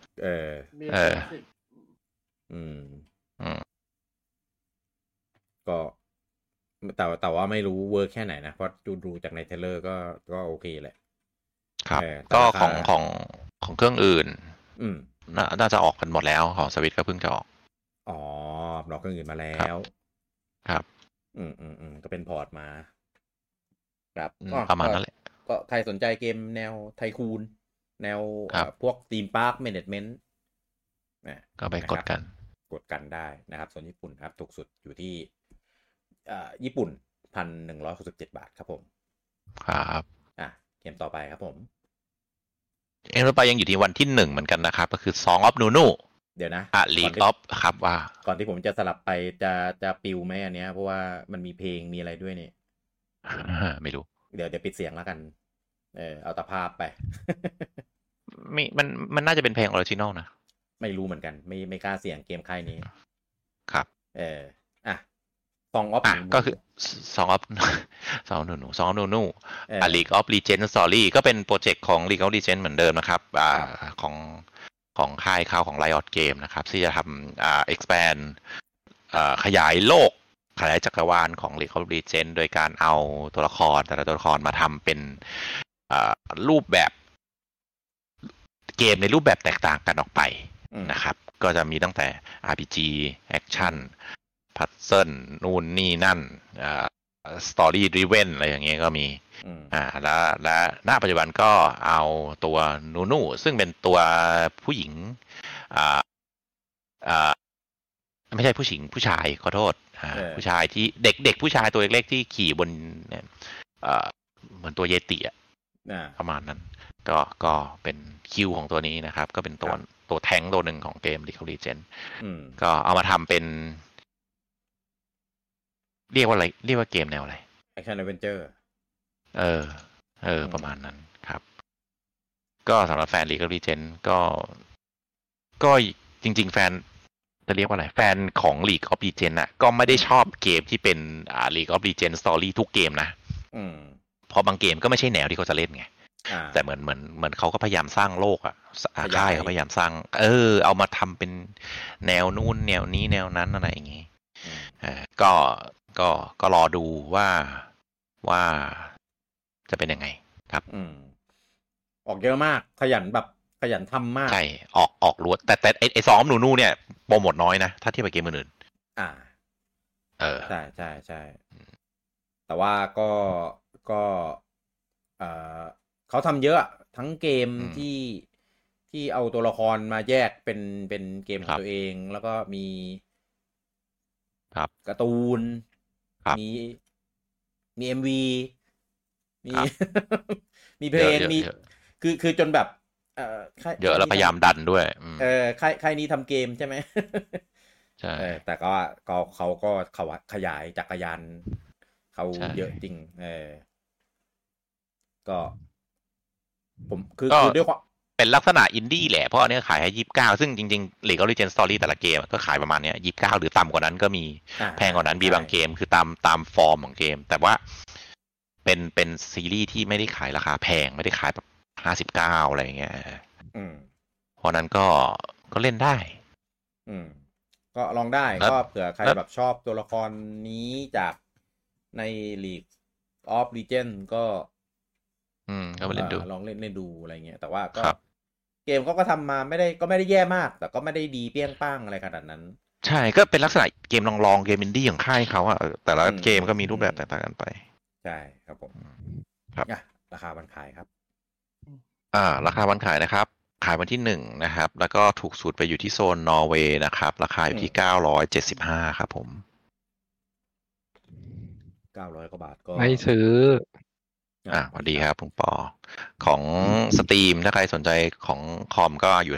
ก็แต่ว่าไม่รู้เวิร์กแค่ไหนนะเพราะดูจากในเทเลอร์ก็โอเคแหละครับก็ของเครื่องอื่นน่าจะออกกันหมดแล้วของสวิตก็เพิ่งจะออกออกเครื่องอื่นมาแล้วครับก็เป็นพอร์ตมาครับประมาณนั้นแหละก็ใครสนใจเกมแนวไทคูนแนวพวกธีมพาร์คแมเนจเมนต์ก็ไปกดกันได้นะครับส่วนญี่ปุ่นครับถูกสุดอยู่ที่ญี่ปุ่น 1,167 บาทครับผมครับเกมต่อไปครับผมเกมต่อไปยังอยู่ที่วันที่1เหมือนกันนะครับก็คือ Song of Nunu เดี๋ยวนะ League of ครับว่าก่อนที่ผมจะสลับไปจะปิวไหมอันเนี้ยเพราะว่ามันมีเพลงมีอะไรด้วยนี่ไม่รู้เดี๋ยวปิดเสียงแล้วกันเอาแต่ภาพไปมันน่าจะเป็นเพลงออริจินอลนะไม่รู้เหมือนกันไม่กล้าเสี่ยงเกมค่ายนี้ครับ Song of ก็คือ Song of Nunu League of Legends Story ก็เป็นโปรเจกต์ของ League of Legends เหมือนเดิมนะครับของค่ายข่าวของ Riot Game นะครับที่จะทำexpand ขยายโลกขยายจักรวาลของ League of Legends โดยการเอาตัวละครแต่ละตัวละครมาทำเป็นรูปแบบเกมในรูปแบบแตกต่างกันออกไปนะครับก็จะมีตั้งแต่ RPG Actionพัซเซิลนู่นนี่นั่นสตอรี่ดริเวนอะไรอย่างเงี้ยก็มีและณปัจจุบันก็เอาตัวนูซึ่งเป็นตัวผู้หญิงไม่ใช่ผู้ชายขอโทษผู้ชายที่เด็กผู้ชายตัวเล็กๆที่ขี่บนเหมือนตัวเยติประมาณนั้นก็เป็นคิวของตัวนี้นะครับก็เป็นตัวแท้งตัวหนึ่งของเกม League of Legends ก็เอามาทำเป็นเรียกว่าอะไรเรียกว่าเกมแนวอะไร Action Adventure ประมาณนั้นครับก็สำหรับแฟน League of Legends ก็จริงๆแฟนจะเรียกว่าอะไรแฟนของ League of Legends น่ะก็ไม่ได้ชอบเกมที่เป็นLeague of Legends Story ทุกเกมนะเพราะบางเกมก็ไม่ใช่แนวที่เขาจะเล่นไงแต่เหมือนเขาก็พยายามสร้างโลกค่ายเขาพยายามสร้างเอามาทำเป็นแนวนู่นแนวนี้แนวนั้นอะไรอย่างงี้ก็รอดูว่าจะเป็นยังไงครับออกเยอะมากขยันทำมากใช่ออกล้วนแต่ไอ้ซ้อมหนูเนี่ยโปรโมทน้อยนะถ้าเทียบกับเกมอื่นใช่แต่ว่าก็เขาทำเยอะทั้งเกมที่เอาตัวละครมาแยกเป็นเกมของตัวเองแล้วก็มีการ์ตูนมี MV มีเพลงมีคือจนแบบเยอะแล้วพยายามดันด้วยค่ายนี้ทำเกมใช่ไหมใช่แต่ก็เขาก็ขยายจักรยานเขาเยอะจริงก็ผมคือด้วยความเป็นลักษณะอินดี้แหละเพราะอันนี้ขายให้29ซึ่งจริงๆ League of Legends Story แต่ละเกมก็ขายประมาณนี้29หรือต่ำกว่านั้นก็มีแพงกว่านั้นมีบางเกมคือตามฟอร์มของเกมแต่ว่าเป็นซีรีส์ที่ไม่ได้ขายราคาแพงไม่ได้ขายแบบ59อะไรอย่างเงี้ยเพราะนั้นก็เล่นได้ก็ลองได้ก็เผื่อใครแบบชอบตัวละครนี้จากใน League of Legends ก็ไปเล่นดูลองเล่นดูอะไรเงี้ยแต่ว่าก็เกมเขาก็ทำมาไม่ได้แย่มากแต่ก็ไม่ได้ดีเปี้ยงป้างอะไรขนาดนั้นใช่ก็เป็นลักษณะเกมลองๆเกมอินดี้ของค่ายเขาอะแต่ละเกมก็มีรูปแบบแตกต่างกันไปใช่ครับผมครับราคาวันขายครับราคาวันขายนะครับขายวันที่1นะครับแล้วก็ถูกสุดไปอยู่ที่โซนนอร์เวย์นะครับราคาอยู่ที่975ครับผม 900กว่าบาทก็ไม่ซื้อสวัสดีครับพุงปอของสตรีมถ้าใครสนใจของคอมก็อยู่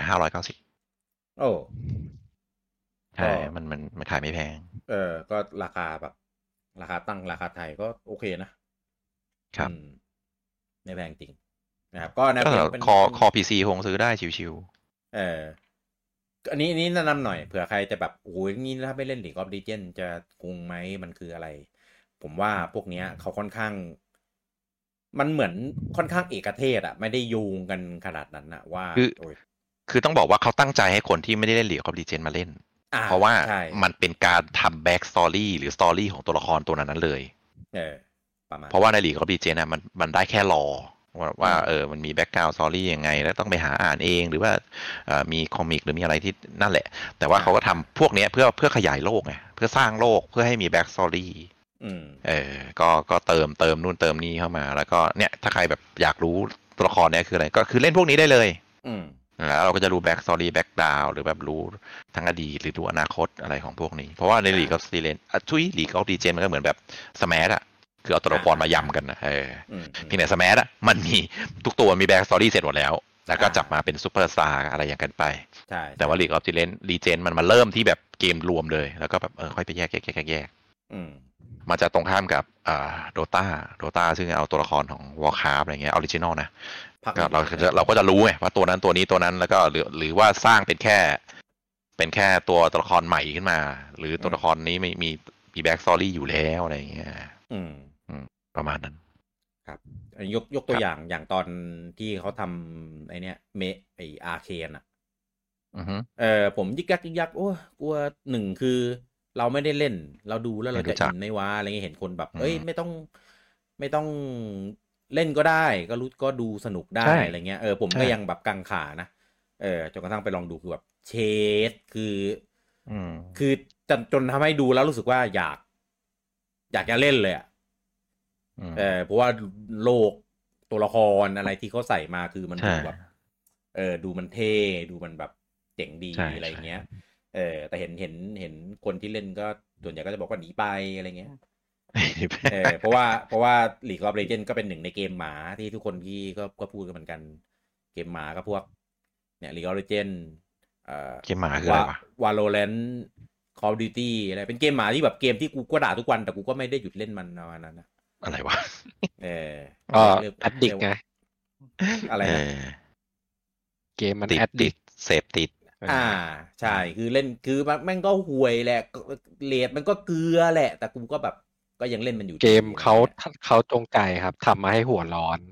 590 โอ้ใช่มันขายไม่แพงก็ราคาแบบราคาตั้งราคาไทยก็โอเคนะครับไม่แพงจริงนะครับก็แนวเกมเป็นคอ PC คงซื้อได้ชิวๆอันนี้แนะนำหน่อยเผื่อใครจะแบบโอ้ยนี่ถ้าไม่เล่น League of Legends จะงงไหมมันคืออะไรผมว่าพวกเนี้ยเขาค่อนข้างมันเหมือนค่อนข้างเอกเทศอ่ะไม่ได้โยงกันขนาดนั้นนะว่าคือต้องบอกว่าเขาตั้งใจให้คนที่ไม่ได้เล่น League of Legends มาเล่นเพราะว่ามันเป็นการทำแบ็กสตอรี่หรือสตอรี่ของตัวละครตัวนั้นเลยประมาณเพราะว่าใน League of Legends น่ะมันได้แค่รอว่ามันมีแบ็กกราวด์สตอรี่ยังไงแล้วต้องไปหาอ่านเองหรือว่ามีคอมิกหรือมีอะไรที่นั่นแหละแต่ว่าเขาก็ทำพวกนี้เพื่อขยายโลกไงเพื่อสร้างโลกเพื่อให้มีแบ็กสตอรี่ก็เติมนู่นเติมนี่เข้ามาแล้วก็เนี่ยถ้าใครแบบอยากรู้ตัวละครเนี่ยคืออะไรก็คือเล่นพวกนี้ได้เลยแล้วเราก็จะรู้แบ็กสตอรี่แบ็กดาวหรือแบบรู้ทั้งอดีตหรือดูอนาคตอะไรของพวกนี้เพราะว่าใน League of Legends League of Legends มันก็เหมือนแบบสแมชอะคือเอาตัวละครมายำกันนะเพียงแต่สแมชอะมันมีทุกตัวมีแบ็กสตอรี่เสร็จหมดแล้วก็จับมาเป็นซูเปอร์สตาร์อะไรอย่างกันไปแต่ว่า League of Legends มันมาเริ่มที่แบบเกมรวมเลยแล้วก็แบบค่อยไปแยกมันจะตรงข้ามกับโดตาซึ่งเอาตัวละครของ Warcraft อะไรเงี้ยออริจินอลนะเราก็จะรู้ไงว่าตัวนั้นตัวนี้ตัวนั้นแล้วก็หรือว่าสร้างเป็นแค่ตัวละครใหม่ขึ้นมาหรือตัวละครนี้มีแบ็กสตอรี่อยู่แล้วอะไรเงี้ยประมาณนั้นครับยกตัวอย่างตอนที่เขาทำไอเนี้ยไออาร์เคนอ่ะผมยึกยักโอ้กลัวหนึ่งคือเราไม่ได้เล่นเราดูแล้วเราจะอินในว่าอะไรเงี้ยเห็นคนแบบไม่ต้องเล่นก็ได้ก็ดูสนุกได้อะไรเงี้ยผมก็ยังแบบกังขานะจนกระทั่งไปลองดูคือแบบเชดคือจนทำให้ดูแล้วรู้สึกว่าอยากจะเล่นเลยอ่ะเพราะว่าโลกตัวละครอะไรที่เขาใส่มาคือมันดูแบบดูมันเท่ดูมันแบบเจ๋งดีอะไรเงี้ยแต่เห็นคนที่เล่นก็ส่วนใหญ่ก็จะบอกว่าหนีไปอะไรเงี้ยเพราะว่า League of Legends ก็เป็นหนึ่งในเกมหมาที่ทุกคนที่ก็พูดกันเหมือนกันเกมหมาก็พวกเนี่ย League of Legends เกมหมาคืออะไรวะ Valorant Call of Duty อะไรเป็นเกมหมาที่แบบเกมที่กูก็ด่าทุกวันแต่กูก็ไม่ได้หยุดเล่นมันประมาณนั้นนะอะไรวะแอดดิกไงอะไรเกมมันแอดดิกเสพติดใช่คือเล่นคือแม่งก็ห่วยแหละเรทมันก็เกลือแหละแต่กูก็แบบก็ยังเล่นมันอยู่เกมเขาจงใจครับทำมาให้หัวร้อน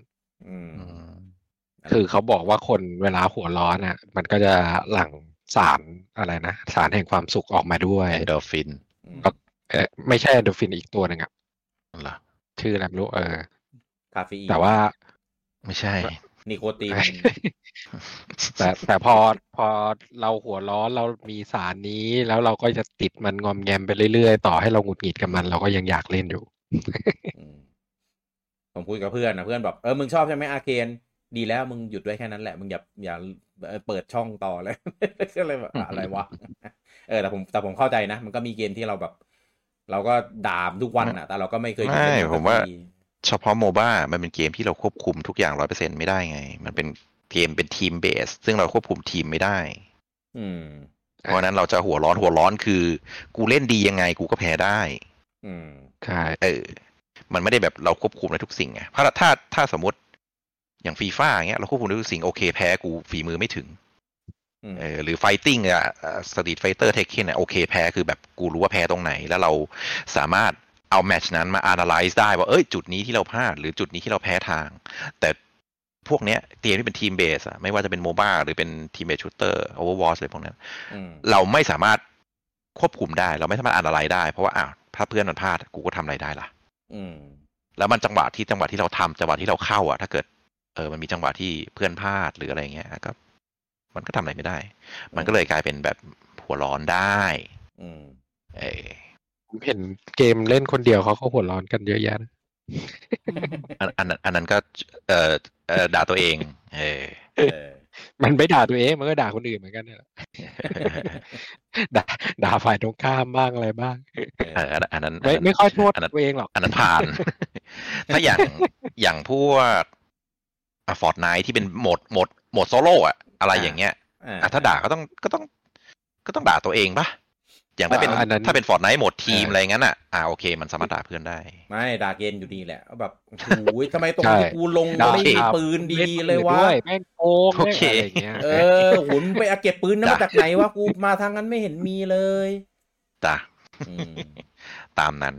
คือเขาบอกว่าคนเวลาหัวร้อนอ่ะมันก็จะหลั่งสารอะไรนะสารแห่งความสุขออกมาด้วยเอนโดรฟินไม่ใช่เอนโดรฟินอีกตัวหนึ่งอ่ะชื่ออะไรไม่รู้คาเฟอีนแต่ว่าไม่ใช่นิโคตินแต่พอเราหัวร้อนเรามีสารนี้แล้วเราก็จะติดมันงอมแงมไปเรื่อยๆต่อให้เราหงุดหงิดกับมันเราก็ยังอยากเล่นอยู่ผมคุยกับเพื่อนนะเพื่อนแบบมึงชอบใช่ไหมอาร์เคนดีแล้วมึงหยุดไว้แค่นั้นแหละมึงอย่าเปิดช่องต่อเลยก็เลยแบบอะไรวะแต่ผมเข้าใจนะมันก็มีเกมที่เราแบบเราก็ด่าทุกวันอ่ะแต่เราก็ไม่เคยผมว่าเฉพาะโมบ้ามันเป็นเกมที่เราควบคุมทุกอย่าง 100% ไม่ได้ไงมันเป็นเกมเป็นทีมเบสซึ่งเราควบคุมทีมไม่ได้เพราะนั้นเราจะหัวร้อนคือกูเล่นดียังไงกูก็แพ้ได้ใช่มันไม่ได้แบบเราควบคุมในทุกสิ่งไงเพราะถ้าสมมติอย่างฟีฟ่าอย่างเงี้ยเราควบคุมในทุกสิ่งโอเคแพ้กูฝีมือไม่ถึงหรือไฟติ้งสตรีทไฟเตอร์เทคเคนโอเคแพ้คือแบบกูรู้ว่าแพ้ตรงไหนแล้วเราสามารถเอาแมตช์นั้นมา analyze ได้ว่าจุดนี้ที่เราพลาดหรือจุดนี้ที่เราแพ้ทางแต่พวกเนี้ยเกมที่เป็นทีมเบสไม่ว่าจะเป็นโมบ้าหรือเป็นทีมเบสชูตเตอร์โอเวอร์วอชอะไรพวกนั้นเราไม่สามารถควบคุมได้เราไม่สามารถ analyze ได้เพราะว่าถ้าเพื่อนมันพลาดกูก็ทำอะไรได้ล่ะแล้วมันจังหวะที่เราทำจังหวะที่เราเข้าถ้าเกิดมันมีจังหวะที่เพื่อนพลาดหรืออะไรเงี้ยก็มันก็ทำอะไรไม่ได้มันก็เลยกลายเป็นแบบหัวร้อนได้ผมเห็นเกมเล่นคนเดียวเขาก็หัวร้อนกันเยอะแยะอันนั้นก็ด่าตัวเองมันไม่ด่าตัวเองมันก็ด่าคนอื่นเหมือนกันเนี่ยด่าฝ่ายตรงข้ามบ้างอะไรบ้างอันนั้นไม่ค่อยโทษตัวเองหรอกอันนั้นผ่านถ้าอย่างพวกFortnite ที่เป็นโหมดโซโล่อะอะไรอย่างเงี้ยถ้าด่าก็ต้องด่าตัวเองปะอย่างถ้าเป็นFortniteโหมดทีมอะไรงั้นโอเคมันสามารถด่าเพื่อนได้ไม่ด่าเกมอยู่ดีแหละแบบโอ้ยทำไมตรงที่กูลงไม่มีปืนดีเลยวะแม่งโกงอะไรอย่างเงี้ยหุ่นไปเก็บปืนนั้นมาจากไหนวะกูมาทางนั้นไม่เห็นมีเลยจ้ะตามนั้น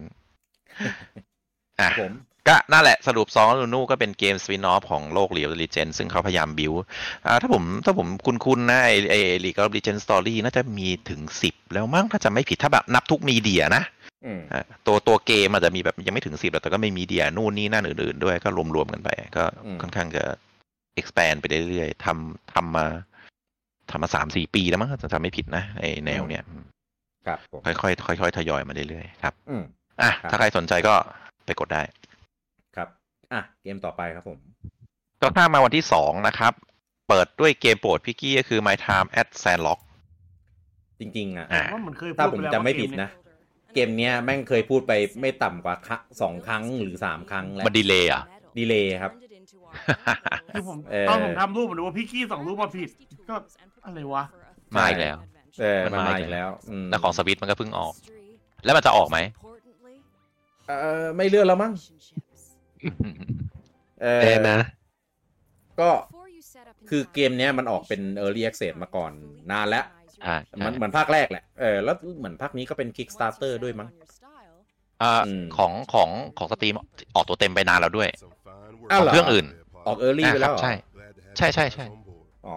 ผมก็นั่นแหละสรุป2ลูนูก็เป็นเกมสปินออฟของโลก League of Legends ซึ่งเขาพยายามบิวถ้าผมคุ้นๆนะไอ้ League of Legends Story น่าจะมีถึง10แล้วมั้งถ้าจะไม่ผิดถ้าแบบนับทุกมีเดียนะตัวเกมอาจจะมีแบบยังไม่ถึง10แต่ก็ไม่มีเดียนู่นนี่นั่นอื่นๆด้วยก็รวมๆกันไปก็ค่อนข้างจะ expand ไปเรื่อยๆทำมา 3-4 ปีแล้วมั้งถ้าจะไม่ผิดนะไอ้แนวเนี้ยครับค่อยๆทยอยมาเรื่อยๆครับถ้าใครสนใจก็ไปกดได้ครับเกมต่อไปครับผมก็ถ้ามาวันที่2นะครับเปิดด้วยเกมโปรดพี่กี้ก็คือ My Time at Sandlock จริงๆถ้าผมจำไม่ผิดนะเกมเนี้ยแม่งเคยพูดไปไม่ต่ำกว่า2 ครั้งหรือ3 ครั้งแล้วมันดีเลย์ดีเลย์ครับคือผมตอนผมทำรูปผมดูว่าพี่กี้2 รูปมาผิดก็อะไรวะมาอีกแล้วมันมาอีกแล้วแล้วของสวิตมันก็เพิ่งออกแล้วมันจะออกไหมไม่เลื่อนแล้วมั้งนะก็คือเกมเนี้ยมันออกเป็น Early Access มาก่อนนานแล้วมันเหมือนภาคแรกแหละแล้วเหมือนภาคนี้ก็เป็น Kickstarter ด้วยมั้งของสตรีมออกตัวเต็มไปนานแล้วด้วยของเครื่องอื่นออก Early ไปแล้วใช่อ๋อ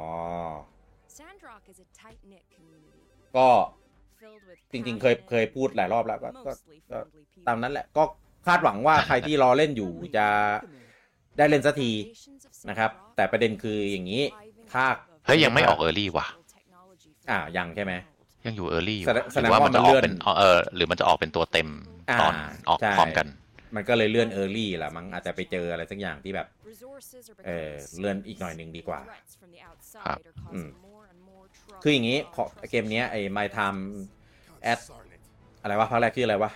ก็จริงๆเคยพูดหลายรอบแล้วก็ตามนั้นแหละก็คาดหวังว่าใครที่รอเล่นอยู่จะได้เล่นสักทีนะครับแต่ประเด็นคืออย่างนี้ภาคยังไม่ออก Early ว่ะยังใช่ไหมยังอยู่ Early อยู่หรือว่ามันจะออกเป็นหรือมันจะออกเป็นตัวเต็มตอนออกพร้อมกันมันก็เลยเลื่อน Early ละมั้งอาจจะไปเจออะไรสักอย่างที่แบบเลื่อนอีกหน่อยนึงดีกว่าครับคืออย่างนี้เกมนี้ไอ้ My Time at อะไรวะภาคแรกชื่ออะไรวะ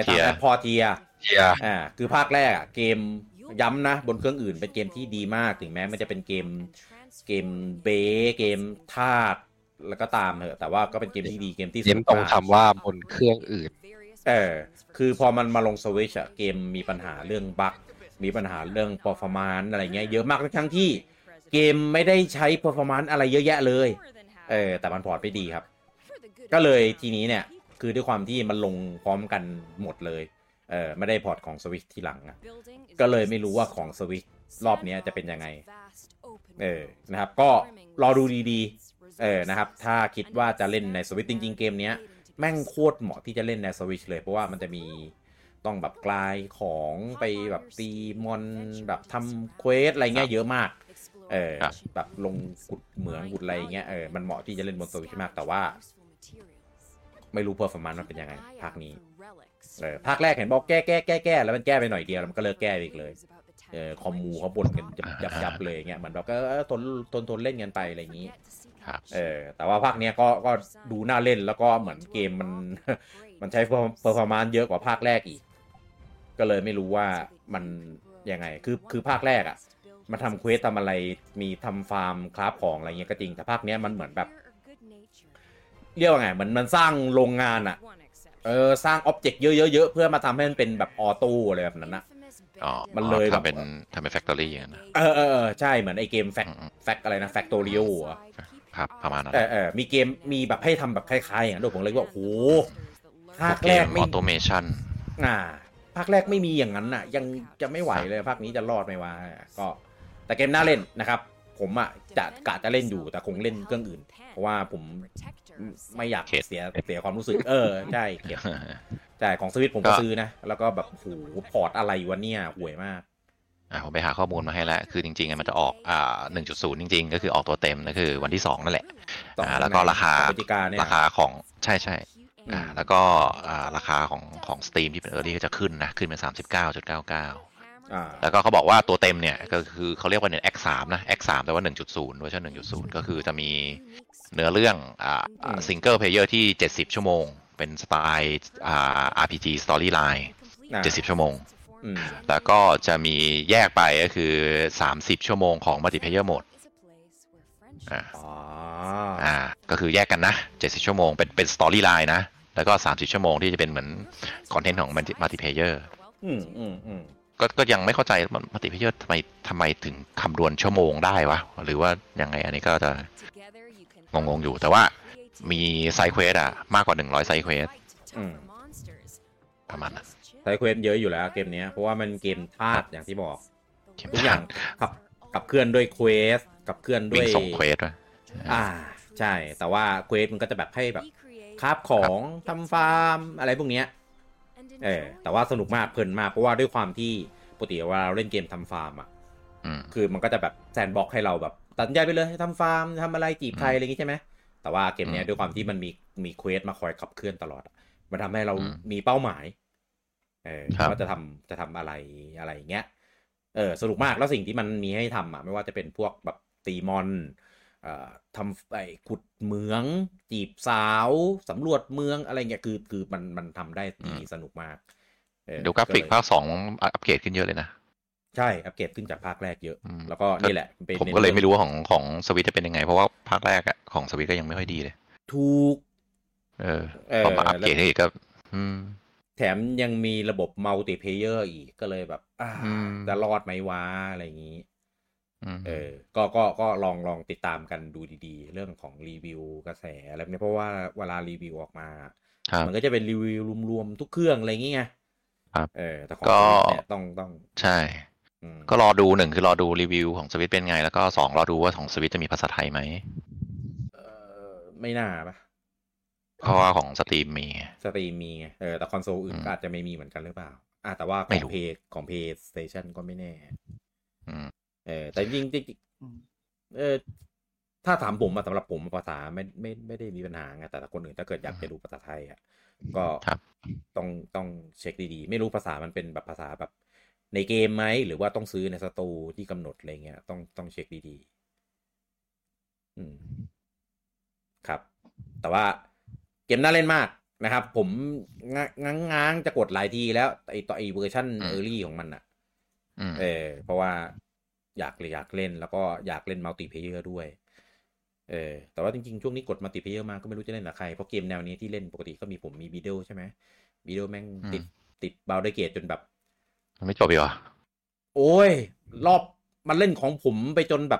Portia คือภาคแรกเกมย้ำนะบนเครื่องอื่นเป็นเกมที่ดีมากถึงแม้มันจะเป็นเกมเบสเกมธาตุแล้วก็ตามเถอะแต่ว่าก็เป็นเกมที่ดีเกมที่เน้นตรงคำว่าบนเครื่องอื่นคือพอมันมาลงสวิตช์เกมมีปัญหาเรื่องบั๊กมีปัญหาเรื่อง performance อะไรเงี้ยเยอะมากทั้งที่เกมไม่ได้ใช้ performance อะไรเยอะแยะเลยแต่มันพอร์ตไปดีครับก็เลยทีนี้เนี่ยคือด้วยความที่มันลงพร้อมกันหมดเลยไม่ได้พอร์ตของ Switch ทีหลังก็เลยไม่รู้ว่าของ Switch รอบนี้จะเป็นยังไงนะครับก็รอดูดีๆนะครับถ้าคิดว่าจะเล่นใน Switch จริงๆเกมนี้แม่งโคตรเหมาะที่จะเล่นใน Switch เลยเพราะว่ามันจะมีต้องแบบกลายของไปแบบตีมอนแบบทำเควสอะไรเงี้ยเยอะมากแบบลงขุดเหมืองขุดอะไรเงี้ยมันเหมาะที่จะเล่นบน Switch มากแต่ว่าไม่รู้ performance มันเป็นยังไงภาคนี้ภาคแรกเห็นบอกแก้แล้วมันแก้ไปหน่อยเดียวแล้วมันก็เลิกแก้อีกเลยคอมมูเขาบ่นกันยับเลยเงี้ยเหมือนแบบก็ทนเล่นกันไปอะไรอย่างนี้แต่ว่าภาคเนี้ยก็ดูน่าเล่นแล้วก็เหมือนเกมมันใช้ performance เยอะกว่าภาคแรกอีกก็เลยไม่รู้ว่ามันยังไงคือภาคแรกมาทำเควสทำอะไรมีทำฟาร์มคราฟของอะไรเงี้ยก็จริงแต่ภาคเนี้ยมันเหมือนแบบเรียกว่าไงเหมือนมันสร้างโรงงานสร้างอ็อบเจกต์เยอะๆเพื่อมาทำให้มันเป็นแบบออโต้อะไรแบบนั้นมันเลยทำเป็นแฟคทอรี่อย่างนั้นใช่เหมือนไอเกมแฟกอะไรนะแฟคทอริโอครับประมาณนั้นมีเกมมีแบบให้ทำแบบคล้ายๆอย่างนั้นด้วยผมเลยว่าโอ้โหภาคแรกไม่ออโตเมชั่นภาคแรกไม่มีอย่างนั้นยังจะไม่ไหวเลยภาคนี้จะรอดไหมวะก็แต่เกมน่าเล่นนะครับผมจะเล่นอยู่แต่คงเล่นเครื่องอื่นเพราะว่าผมไม่อยากเสียความรู้สึกใช่เกียดใช่ของสวิตผมก็ซื้อนะแล้วก็แบบโหพอร์ตอะไรวะเนี่ยห่วยมากผมไปหาข้อมูลมาให้แล้วคือจริงๆมันจะออก1.0 จริงๆก็คือออกตัวเต็มก็คือวันที่2นั่นแหละแล้วก็ราคาของใช่แล้วก็ราคาของ Steam ที่เป็น Early ก็จะขึ้นเป็น 39.99 แล้วก็เขาบอกว่าตัวเต็มเนี่ยก็คือเขาเรียกว่าเนี่ย X3 นะ X3 แปลว่า 1.0 เวอร์ชัน 1.0 ก็คือจะมีเนื้อเรื่องSingle Player ที่70ชั่วโมงเป็นสไตล์RPG Storyline 70ชั่วโมงแล้วก็จะมีแยกไปก็คือ30ชั่วโมงของ Multiplayer Mode ก็คือแยกกันนะ70ชั่วโมงเป็นสตอรี่ไลน์นะแล้วก็30ชั่วโมงที่จะเป็นเหมือนคอนเทนต์ของมัลติเพลเยอร์ก็ยังไม่เข้าใจมัลติเพลเยอร์ทำไมถึงคำนวณชั่วโมงได้วะหรือว่ายังไงอันนี้ก็จะงงอยู่แต่ว่ามีไซด์เควสมากกว่า100ไซด์เควสประมาณนั้นไซด์เควสเยอะอยู่แล้วเกมนี้เพราะว่ามันเกมธาตุอย่างที่บอกทุกอย่างขับเคลื่อนด้วยเควสกับเคลื่อนด้วยส่งเควสใช่แต่ว่าเควสมันก็จะแบบให้แบบคราฟของทำฟาร์มอะไรพวกเนี้ยแต่ว่าสนุกมากเพลินมากเพราะว่าด้วยความที่ปกติเวลาเราเล่นเกมทำฟาร์มคือมันก็จะแบบแซนด์บ็อกซ์ให้เราแบบตัดใจไปเลยทำฟาร์มทำอะไรจีบใครอะไรอย่างงี้ใช่ไหมแต่ว่าเกมนี้ด้วยความที่มันมีเควสมาคอยขับเคลื่อนตลอดมันทำให้เรามีเป้าหมายว่าจะทำอะไรอย่างเงี้ยสนุกมากแล้วสิ่งที่มันมีให้ทำไม่ว่าจะเป็นพวกแบบตีมอนทำขุดเหมืองจีบสาวสำรวจเมืองอะไรเงี้ยคือมันทำได้ดีสนุกมากเดี๋ยวกราฟิกภาค2อัปเกรดขึ้นเยอะเลยนะใช่อัปเกรดขึ้นจากภาคแรกเยอะแล้วก็นี่แหละผมก็เลยไม่รู้ว่าของสวิตจะเป็นยังไงเพราะว่าภาคแรกของสวิตก็ยังไม่ค่อยดีเลยถูกพอมาอัปเกรดอีกก็แถมยังมีระบบมัลติเพลเยอร์อีกก็เลยแบบจะรอดไหมวะอะไรอย่างนี้ก็ลองติดตามกันดูดีๆเรื่องของรีวิวกระแสอะไรเนี่ยเพราะว่าเวลารีวิวออกมามันก็จะเป็นรีวิวรวมๆทุกเครื่องอะไรอย่างเงี้ยแต่ของสวิตเนี่ยต้องใช่ก็รอดู1คือรอดูรีวิวของสวิตเป็นไงแล้วก็2รอดูว่าของสวิตจะมีภาษาไทยไหมไม่น่าปะเพราะว่าของสตรีมมีไงแต่คอนโซลอื่นก็อาจจะไม่มีเหมือนกันหรือเปล่าแต่ว่าของเพย์สเตชันก็ไม่แน่แต่จริงถ้าถามผมสำหรับผมภาษาไม่ได้มีปัญหาไงแต่คนอื่นถ้าเกิดอยากจะดูภาษาไทยก็ต้องเช็คดีๆไม่รู้ภาษามันเป็นแบบภาษาแบบในเกมไหมหรือว่าต้องซื้อในสโตร์ที่กำหนดอะไรเงี้ยต้องเช็คดีๆครับแต่ว่าเกมน่าเล่นมากนะครับผมง้างจะกดหลายทีแล้วไอเวอร์ชั่นearly ของมันเพราะว่าอยากเล่นแล้วก็อยากเล่นมัลติเพลเยอร์ด้วยแต่ว่าจริงๆช่วงนี้กดมัลติเพลเยอร์มาก็ไม่รู้จะเล่นกับใครเพราะเกมแนวนี้ที่เล่นปกติก็มีผมมีบีเดลใช่ไหมบีเดลแม่งติดบาวเดอร์เกตจนแบบไม่จบอีกเหรอโอ้ยรอบมันเล่นของผมไปจนแบบ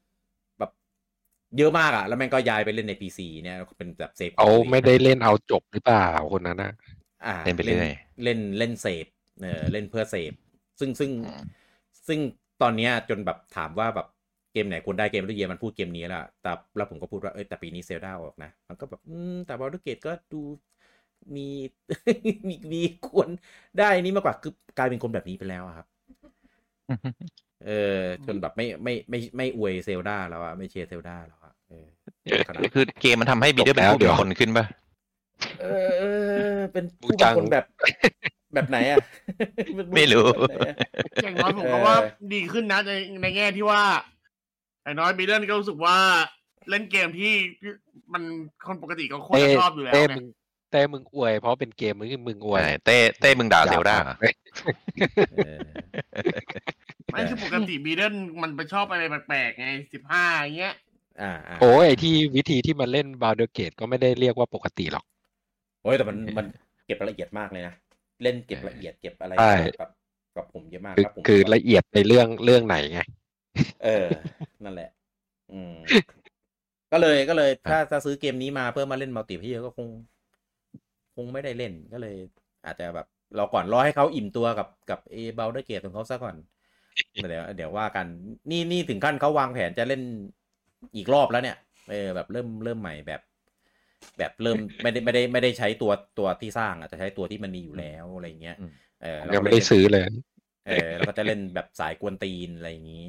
เยอะมากแล้วแม่งก็ย้ายไปเล่นใน PC เนี่ยเป็นแบบเซฟไม่ได้เล่นเอาจบหรือเปล่าคนนั้นเล่นไปเรื่อยเล่นเซฟเล่นเพื่อเซฟซึ่งตอนนี้จนแบบถามว่าแบบเกมไหนควรได้เกมรุ่นเยียมันพูดเกมนี้แหละแต่แล้วผมก็พูดว่าแต่ปีนี้เซลดาออกนะมันก็แบบแต่บอลลูเกตก็ดูมีควรได้นี่มากกว่าคือกลายเป็นคนแบบนี้ไปแล้วครับจนแบบไม่อวยเซลดาแล้วไม่เชียร์เซลดาแล้วคือเกมมันทำให้บีเดอร์เป็นผู้เป็นคนขึ้นป่ะเป็นผู้เป็นคนแบบไหนไม่รู้อย่างน้อยผมก็ว่าดีขึ้นนะในแง่ที่ว่าไอ้น้อยบีเดอร์ก็รู้สึกว่าเล่นเกมที่มันคนปกติก็ควรจะชอบอยู่แล้วไงแต่มึงอวยเพราะเป็นเกมมึงอวยเต้มึงด่าเซลดาไม่คือปกติบีเดอร์มันไปชอบอะไรแปลกๆไง15อย่างเงี้ยโอ้ยไอ้ที่วิธีที่มันเล่นบาวเดอร์เกตก็ไม่ได้เรียกว่าปกติหรอกโอ้ยแต่มันเก็บละเอียดมากเลยนะเล่นเก็บละเอียดเก็บอะไรกับผมเยอะมากครับผมคือละเอียดในเรื่องไหนไงนั่นแหละก็เลยถ้าซื้อเกมนี้มาเพื่อมาเล่นมัลติเพลเยอร์ก็คงไม่ได้เล่นก็เลยอาจจะแบบรอก่อนรอให้เขาอิ่มตัวกับบาวเดอร์เกตของเขาซะก่อนเดี๋ยวว่ากันนี่ถึงขั้นเขาวางแผนจะเล่นอีกรอบแล้วเนี่ยแบบเริ่มใหม่แบบเริ่มไม่ได้ใช้ตัวที่สร้างจะใช้ตัวที่มันมีอยู่แล้วอะไรเงี้ยยังไม่ได้ซื้อเลยแล้วก็จะเล่นแบบสายกวนตีนอะไรอย่างนี้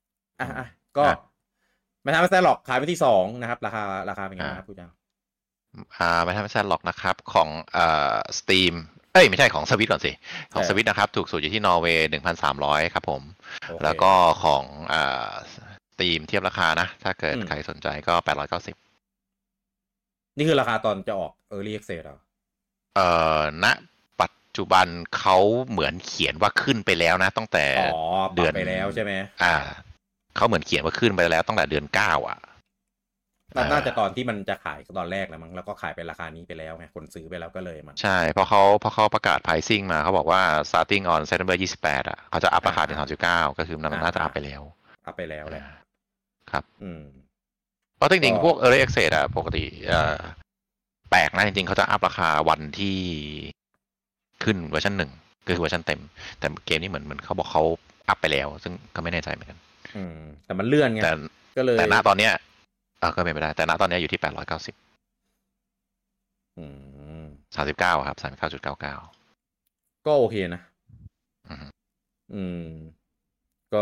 ก็ไม่ทำไม่ได้หรอกขายไปที่2นะครับราคาเป็นไงครับคุณเจ้าไม่ใช่หรอกนะครับของSteam ไม่ใช่ของสวิตก่อนสิของสวิตนะครับถูกสุดอยู่ที่นอร์เวย์ 1,300 ครับผมแล้วก็ของSteam เทียบราคานะถ้าเกิดใครสนใจก็890 นี่คือราคาตอนจะออก Early Access เหรอณปัจจุบันเขาเหมือนเขียนว่าขึ้นไปแล้วนะตั้งแต่เดือนไปแล้วใช่ไหมเขาเหมือนเขียนว่าขึ้นไปแล้วตั้งแต่เดือน9 น่าจะตอนที่มันจะขายตอนแรกแล้วมั้งแล้วก็ขายไปราคานี้ไปแล้วไงคนซื้อไปแล้วก็เลยมันใช่เพราะเขาประกาศ pricing มาเขาบอกว่า starting on September 28เขาจะอัพราคาเป็น 3.9 ก็คือมันน่าจะอัพไปแล้วแหละครับเพราะจริงๆพวก early access ปกติแปลกนะจริงๆเขาจะอัพราคาวันที่ขึ้นเวอร์ชัน1ก็คือเวอร์ชันเต็มแต่เกมนี้เหมือนเขาบอกเขาอัพไปแล้วซึ่งก็ไม่แน่ใจเหมือนกันแต่มันเลื่อนไงก็เลยแต่ณตอนเนี้ยก็เป็นไปได้แต่ณตอนนี้อยู่ที่890 39ครับ 39.99 ก็โอเคนะก็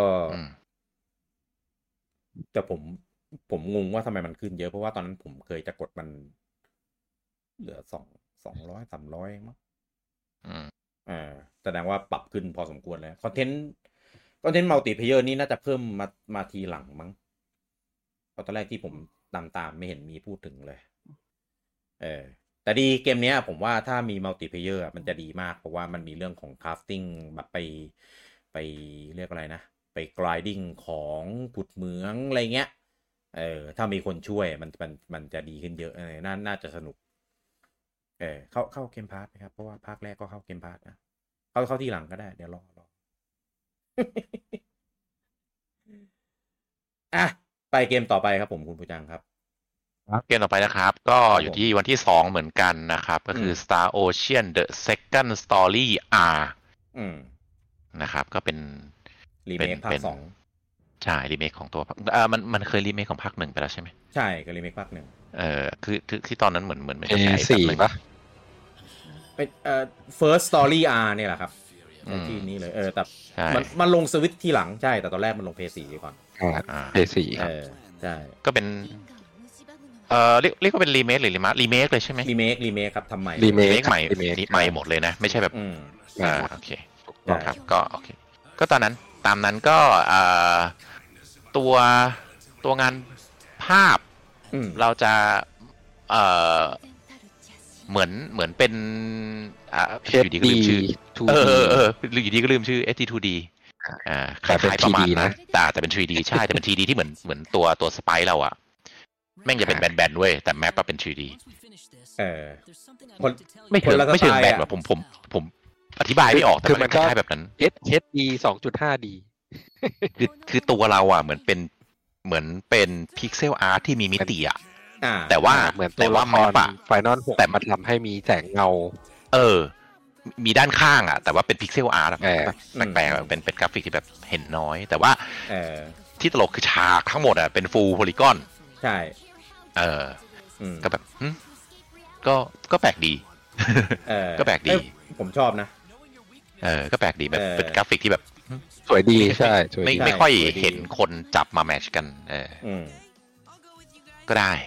แต่ผมงงว่าทำไมมันขึ้นเยอะเพราะว่าตอนนั้นผมเคยจะกดมันเหลือ200 300มั้งแสดงว่าปรับขึ้นพอสมควรแล้วคอนเทนต์มัลติเพลเยอร์นี่น่าจะเพิ่มมาทีหลังมั้งเพราะตอนแรกที่ผมตามไม่เห็นมีพูดถึงเลยแต่ดีเกมนี้ผมว่าถ้ามีมัลติเพลเยอร์มันจะดีมากเพราะว่ามันมีเรื่องของคราฟติ้งแบบไปเรียกอะไรนะไปกรายดิ้งของขุดเหมืองอะไรเงี้ยถ้ามีคนช่วยมันจะดีขึ้นเยอะน่าจะสนุกเข้าเกมพาสนะครับเพราะว่าภาคแรกก็เข้าเกมพาสนะเข้าที่หลังก็ได้เดี๋ยวรอไปเกมต่อไปครับผมคุณผู้จังครับเกมต่อไปนะครับก็อยู่ที่วันที่2เหมือนกันนะครับก็คือ Star Ocean The Second Story R นะครับก็เป็นรีเมคภาค2 ใช่รีเมคของตัวมันเคยรีเมคของภาค1ไปแล้วใช่ไหมใช่ก็รีเมคภาค 1คือที่ตตอนนั้นเหมือนไม่ใช่4ป่ะเป็นFirst Story R เนี่ยแหละครับที่นี้เลยแต่มันลงสวิตช์ทีหลังใช่แต่ตอนแรกมันลง PS4 ก่อน PS4 ครับใช่ก็เป็นเรียกว่าเป็นรีเมคหรือรีเมคเลยใช่ไหมรีเมคครับทำใหม่รีเมคใหม่หมดเลยนะไม่ใช่แบบโอเคครับก็โอเคก็ตามนั้นก็ตัวงานภาพเราจะเหมือนเป็นอยู่ดีก็ลืมชื่ออยู่ดีก็ลืมชื่อ SD2D คล้ายๆประมาณนั้นแต่เป็น 3D ใช่แต่เป็น 3D ที่เหมือนตัวสไปร์เราแม่งจะเป็นแบนๆเว้ยแต่แมปก็เป็น 3D ไม่เชิงแบนแบบผมอธิบายไม่ออกแต่มันคล้ายๆแบบนั้น HD 2.5D คือตัวเราเหมือนเป็นพิกเซลอาร์ตที่มีมิติแต่ว่าเหมือนตัวละครไฟนอล6แต่มันทำให้มีแสงเงามีด้านข้างแต่ว่าเป็นพิกเซลอาร์ตแปลกๆเป็นกราฟิกที่แบบเห็นน้อยแต่ว่าที่ตลกคือฉากทั้งหมดเป็นฟูลโพลีกอนใช่ก็แบบก็แปลกดีก็แปลกดีผมชอบนะก็แปลกดีแบบเป็นกราฟิกที่แบบสวยดีใช่ไม่ค่อยเห็นคนจับมาแมทช์กันก็ได้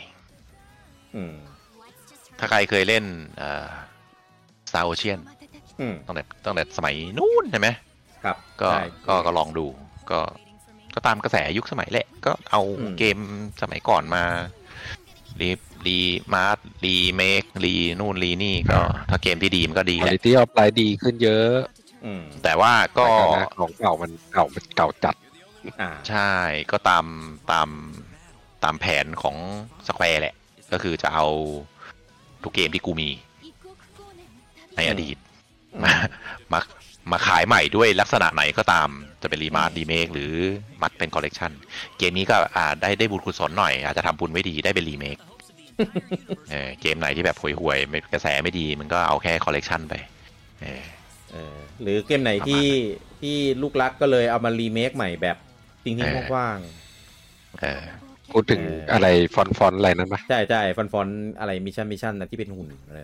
ถ้าใครเคยเล่นStar Ocean ตั้งแต่สมัยนู้นใช่ไหมครับก็ลองดูก็ตามกระแสยุคสมัยแหละก็เอาเกมสมัยก่อนมารีมาร์รีเมครีนู่นรีนี่ก็ถ้าเกมที่ดีมันก็ดีแหละ Quality of Life ดีขึ้นเยอะแต่ว่าก็ของเก่ามันเก่าจัดใช่ก็ตามแผนของ Square แหละก็คือจะเอาทุกเกมที่กูมีในอดีตมาขายใหม่ด้วยลักษณะไหนก็ตามจะเป็นรีมาร์รีเมคหรือมัดเป็นคอลเลกชันเกมนี้ก็ได้บุญกุศลหน่อยอาจจะทำบุญไม่ดีได้เป็นรีเมคเกมไหนที่แบบห่วยๆกระแสไม่ดีมันก็เอาแค่คอลเลกชันไปหรือเกมไหนที่ลูกรักก็เลยเอามารีเมคใหม่แบบทิ้งๆว่างๆพูดถึงอะไรฟอนอะไรนั้นปะใช่ฟอนอะไรมิชชั่นนะที่เป็นหุ่นอะไร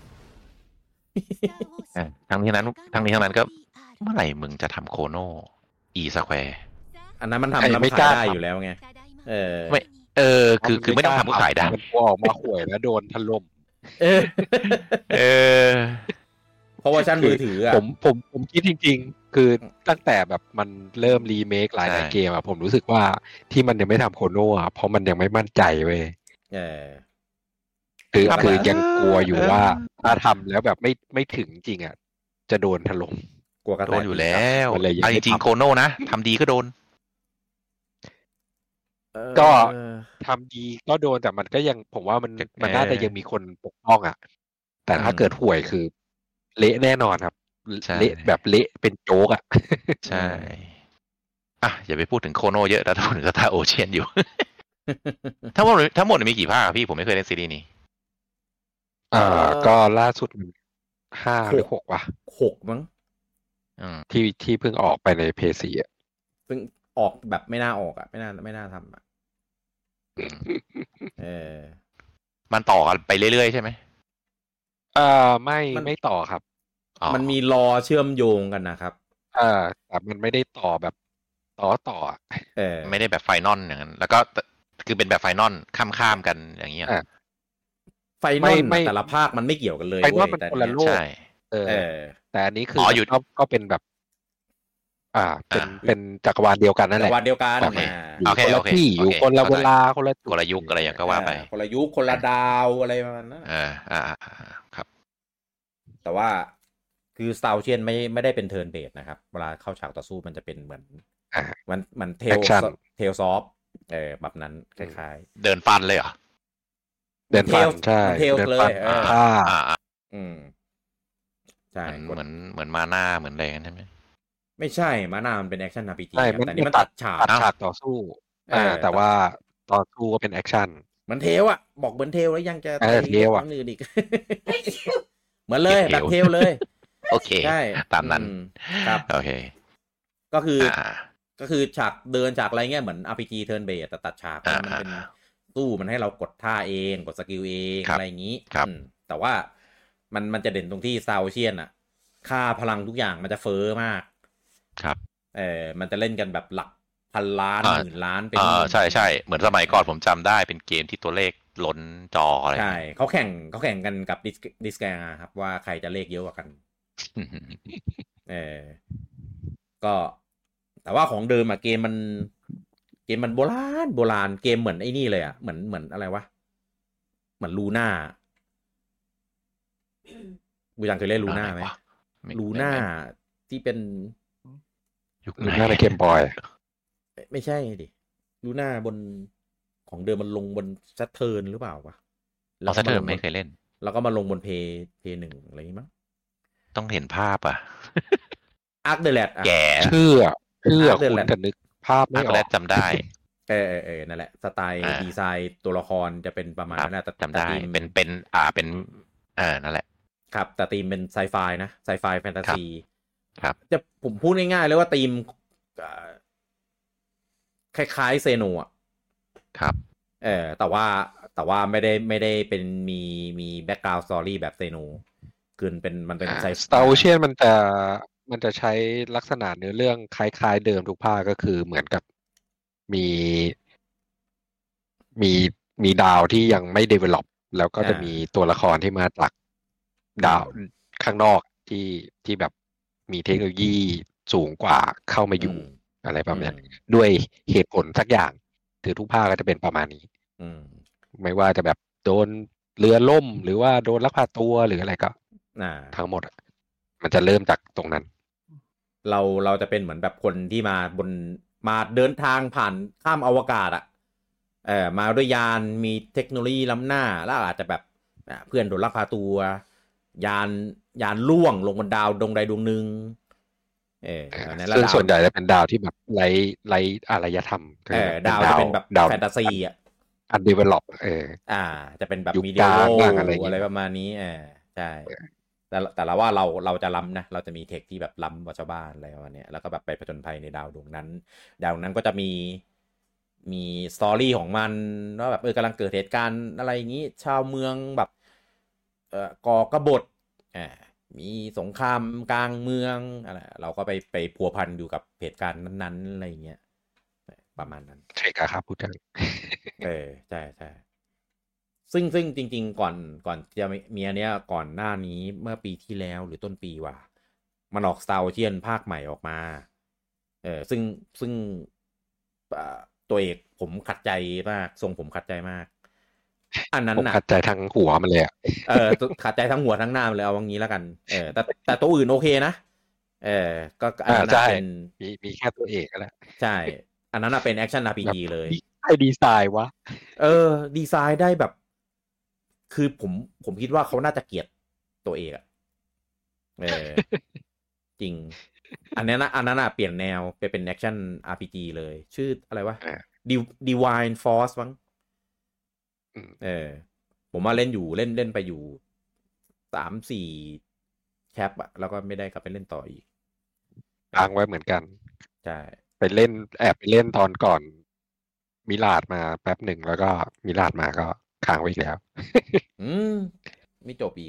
ทั้งนี้ทั้งนั้นก็เมื่อไหร่มึงจะทำโคโน่สแควร์อันนั้นมันทำแล้วไม่ได้อยู่แล้วไงไม่คือไม่ต้องทำก็ขายได้มันออกมาข่วยแล้วโดนถล่มเออเพราะว่าชั้นมือถืออ่ะผมคิดจริงๆคือตั้งแต่แบบมันเริ่มรีเมคหลายเกมอ่ะผมรู้สึกว่าที่มันยังไม่ทำโคโน่อ่ะเพราะมันยังไม่มั่นใจเว้ยคือยังกลัวอยู่ว่าถ้าทำแล้วแบบไม่ถึงจริงอ่ะจะโดนถล่มกลัวกระแสโดนอยู่แล้วจริงๆโคโน่นะทำดีก็โดนก็ทำดีก็โดนแต่มันก็ยังผมว่ามันน่าจะยังมีคนปกป้องอ่ะแต่ถ้าเกิดห่วยคือเละแน่นอนครับเละแบบเละเป็นโจ๊กอ่ะใช่อ่ะอย่าไปพูดถึงโคโน่เยอะแต่พูดถึงสตาร์โอเชียนอยู่ทั้งหมดมีกี่ภาคพี่ผมไม่เคยเล่นซีรีส์นี้ก็ล่าสุด5 หรือ 6ว่ะ 6มั้งที่เพิ่งออกไปในเพย์ซีอ่ะเพิ่งออกแบบไม่น่าออกอ่ะไม่น่าทำอ่ะมันต่อกันไปเรื่อยๆใช่ไหมไม่ต่อครับมันมีรอเชื่อมโยงกันนะครับแต่มันไม่ได้ต่อแบบต่อไม่ได้แบบไฟนอลอย่างนั้นแล้วก็คือเป็นแบบไฟนอลข้ามกันอย่างเงี้ยไฟนอลแต่ละภาคมันไม่เกี่ยวกันเลยไฟนอลมันคนละโลกแต่อันนี้คือก็เป็นแบบเป็นจักรวาลเดียวกันนั่นแหละจักรวาลเดียวกันโอเคที่อยู่คนละเวลาคนละยุคอะไรอย่างก็ว่าไปคนละยุคคนละดาวอะไรประมาณนั้นครับแต่ว่าคือสตาร์เชียนไม่ได้เป็นเทิร์นเบสนะครับเวลาเข้าฉากต่อสู้มันจะเป็นเหมือนเทลซอฟแบบนั้นคล้ายๆเดินฟันเลยเหรอเดินฟันใช่เทลเลยใช่เหมือนมาหน้าเหมือนอะไรกันใช่ไหมไม่ใช่มานามันเป็นแอคชั่น RPG แต่นี่มันตัดฉากต่อสู้แต่ว่าต่อสู้ก็เป็นแอคชั่นเหมือนเทลอ่ะบอกเหมือนเทลแล้วยังจะเทลอ่ะอื่นอีกเหมือนเลยแบบเทลเลยโอเคใช่ตามนั้นครับโอเคก็คือฉากเดินฉากอะไรเงี้ยเหมือน RPG Turn Based แต่ตัดฉากมันเป็นตู้มันให้เรากดท่าเองกดสกิลเองอะไรอย่างนี้แต่ว่ามันจะเด่นตรงที่ซาวเชียนอ่ะค่าพลังทุกอย่างมันจะเฟ้อมากครับมันจะเล่นกันแบบหลักพันล้านหมื่นล้านเป็นใช่เหมือนสมัยก่อนผมจำได้เป็นเกมที่ตัวเลขล้นจออะไรใช่เขาแข่งกันกับดิสแกนครับว่าใครจะเลขเยอะกว่ากันก็แต่ว่าของเดิมอะเกมมันโบราณเกมเหมือนไอ้นี่เลยอะเหมือนอะไรวะเหมือนลูน่าบูยังเคยเล่นลูน่าไหมลูน่าที่เป็นลูน่าในเกมบอยไม่ใช่ดิลูน่าบนของเดิมมันลงบนซัตเทิร์นหรือเปล่าวะแล้วซัตเทิร์นไม่เคยเล่นแล้วก็มาลงบนเพย์1อะไรอย่างงี้มั้งต้องเห็นภาพอะอาร์คเดอะแลดแก่ชื่อคุณกันนึกภาพไม่ออกจำได้นั่นแหละสไตล์ดีไซน์ตัวละครจะเป็นประมาณนั้นแหละจำได้เป็นนั่นแหละครับแต่ธีมเป็นไซไฟนะไซไฟแฟนตาซีครับจะผมพูดง่ายๆเลยว่าธีมคล้ายๆเซโนอ่ะครับแต่ว่าไม่ได้เป็นมีแบ็คกราวด์สตอรี่แบบเซโนคือมันเป็นไซไฟสตาร์เชียนมันจะใช้ลักษณะเนื้อเรื่องคล้ายๆเดิมทุกภาคก็คือเหมือนกับมีดาวที่ยังไม่ develop แล้วก็จะมีตัวละครที่มาจากดาวข้างนอกที่แบบมีเทคโนโลยีสูงกว่าเข้ามาอยู่อะไรประมาณนี้ด้วยเหตุผลสักอย่างคือทุกภาคก็จะเป็นประมาณนี้ไม่ว่าจะแบบโดนเรือล่มหรือว่าโดนลักพาตัวหรืออะไรก็ทั้งหมดมันจะเริ่มจากตรงนั้นเราจะเป็นเหมือนแบบคนที่มาเดินทางผ่านข้ามอวกาศอ่ะมาด้วยยานมีเทคโนโลยีล้ำหน้าแล้วอาจจะแบบเพื่อนโดนลักพาตัวยานล่วงลงบนดาวดวงใดดวงหนึ่งซึ่งส่วนใหญ่จะเป็นดาวที่แบบไร้อารยธรรมดาวจะเป็นแบบแฟนตาซีอ่ะอันเดเวลลอปจะเป็นแบบมีเดียโลอะไรประมาณนี้ใช่แต่ละว่าเราจะล้ำนะเราจะมีเทคที่แบบล้ำกว่าชาวบ้านอะไรประมาณนี้แล้วก็แบบไปผจญภัยในดาวดวงนั้นก็จะมีสตอรี่ของมันว่าแบบกำลังเกิดเหตุการณ์อะไรอย่างนี้ชาวเมืองแบบก่อกบฏมีสงครามกลางเมืองอะไรเราก็ไปพัวพันอยู่กับเหตุการณ์นั้นๆอะไรอย่างเงี้ยประมาณนั้นใช่ครับพูดถึงใช่ซึ่งจริงๆก่อนจะมีอันเนี้ยก่อนหน้านี้เมื่อปีที่แล้วหรือต้นปีว่ะมันออก Star Ocean ภาคใหม่ออกมาซึ่งตัวเอกผมขัดใจมากทรงผมขัดใจมากอันนั้นน่ะผมขัดใจทั้งหัวมันเลยขัดใจทั้งหัวทั้งหน้ามันเลยเอาอย่างนี้แล้วกันแต่ตัวอื่นโอเคนะก็อันนั้นเป็นมีแค่ตัวเอกแล้วใช่อันนั้นเป็นแอคชั่น RPG เลยไอ้ดีไซน์วะดีไซน์ได้แบบคือผมคิดว่าเขาน่าจะเกลียดตัวเอกอะจริงอันนั้นเปลี่ยนแนวไปเป็นแอคชั่น RPG เลยชื่ออะไรวะ Divine Force มั้งผมมาเล่นไปอยู่3-4แคปอะแล้วก็ไม่ได้กลับไปเล่นต่ออีกค้างไว้เหมือนกันใช่ไปเล่นแอบไปเล่นตอนก่อนมิลาดมาแป๊บหนึ่งแล้วก็มิลาดมาก็ค้างไว้อีกแล้วไม่จบอีก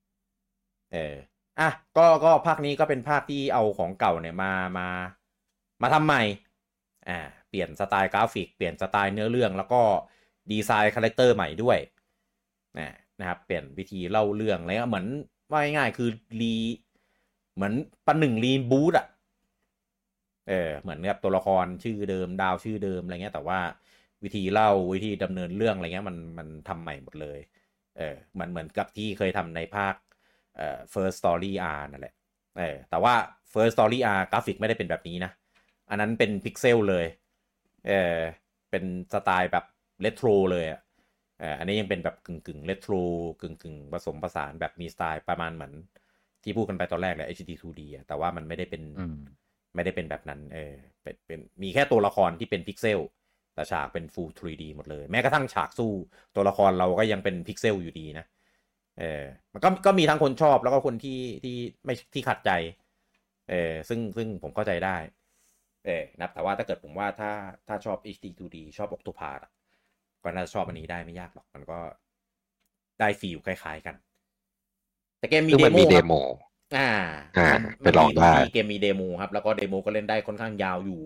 ก็ภาคนี้ก็เป็นภาคที่เอาของเก่าเนี่ยมาทำใหม่เปลี่ยนสไตล์กราฟิกเปลี่ยนสไตล์เนื้อเรื่องแล้วก็ดีไซน์คาแรคเตอร์ใหม่ด้วยนะครับเปลี่ยนวิธีเล่าเรื่องอะไรเหมือนว่าง่ายๆคือเหมือนประหนึ่งรีบูทเหมือนกับตัวละครชื่อเดิมดาวชื่อเดิมอะไรเงี้ยแต่ว่าวิธีเล่าวิธีดำเนินเรื่องอะไรเงี้ยมันทำใหม่หมดเลยเหมือนกับที่เคยทำในภาคFirst Story R นั่นแหละแต่ว่า First Story R กราฟิกไม่ได้เป็นแบบนี้นะอันนั้นเป็นพิกเซลเลยเป็นสไตล์แบบเรโทรเลยอันนี้ยังเป็นแบบกึ่งเรโทรกึ่งผสมผสานแบบมีสไตล์ประมาณเหมือนที่พูดกันไปตอนแรกเลย HD 2D แต่ว่ามันไม่ได้เป็นแบบนั้นเป็นมีแค่ตัวละครที่เป็นพิกเซลแต่ฉากเป็น Full 3D หมดเลยแม้กระทั่งฉากสู้ตัวละครเราก็ยังเป็นพิกเซลอยู่ดีนะมันก็มีทั้งคนชอบแล้วก็คนที่ไม่ที่ขัดใจซึ่งผมเข้าใจได้นะแต่ว่าถ้าเกิดผมว่าถ้าชอบ HD 2D ชอบ Octopath ก็น่าจะชอบอันนี้ได้ไม่ยากหรอกมันก็ได้ฟีลคล้ายๆกันแต่เกมมีเดโมไปลองได้เกมมีเดโมครับแล้วก็เดโมก็เล่นได้ค่อนข้างยาวอยู่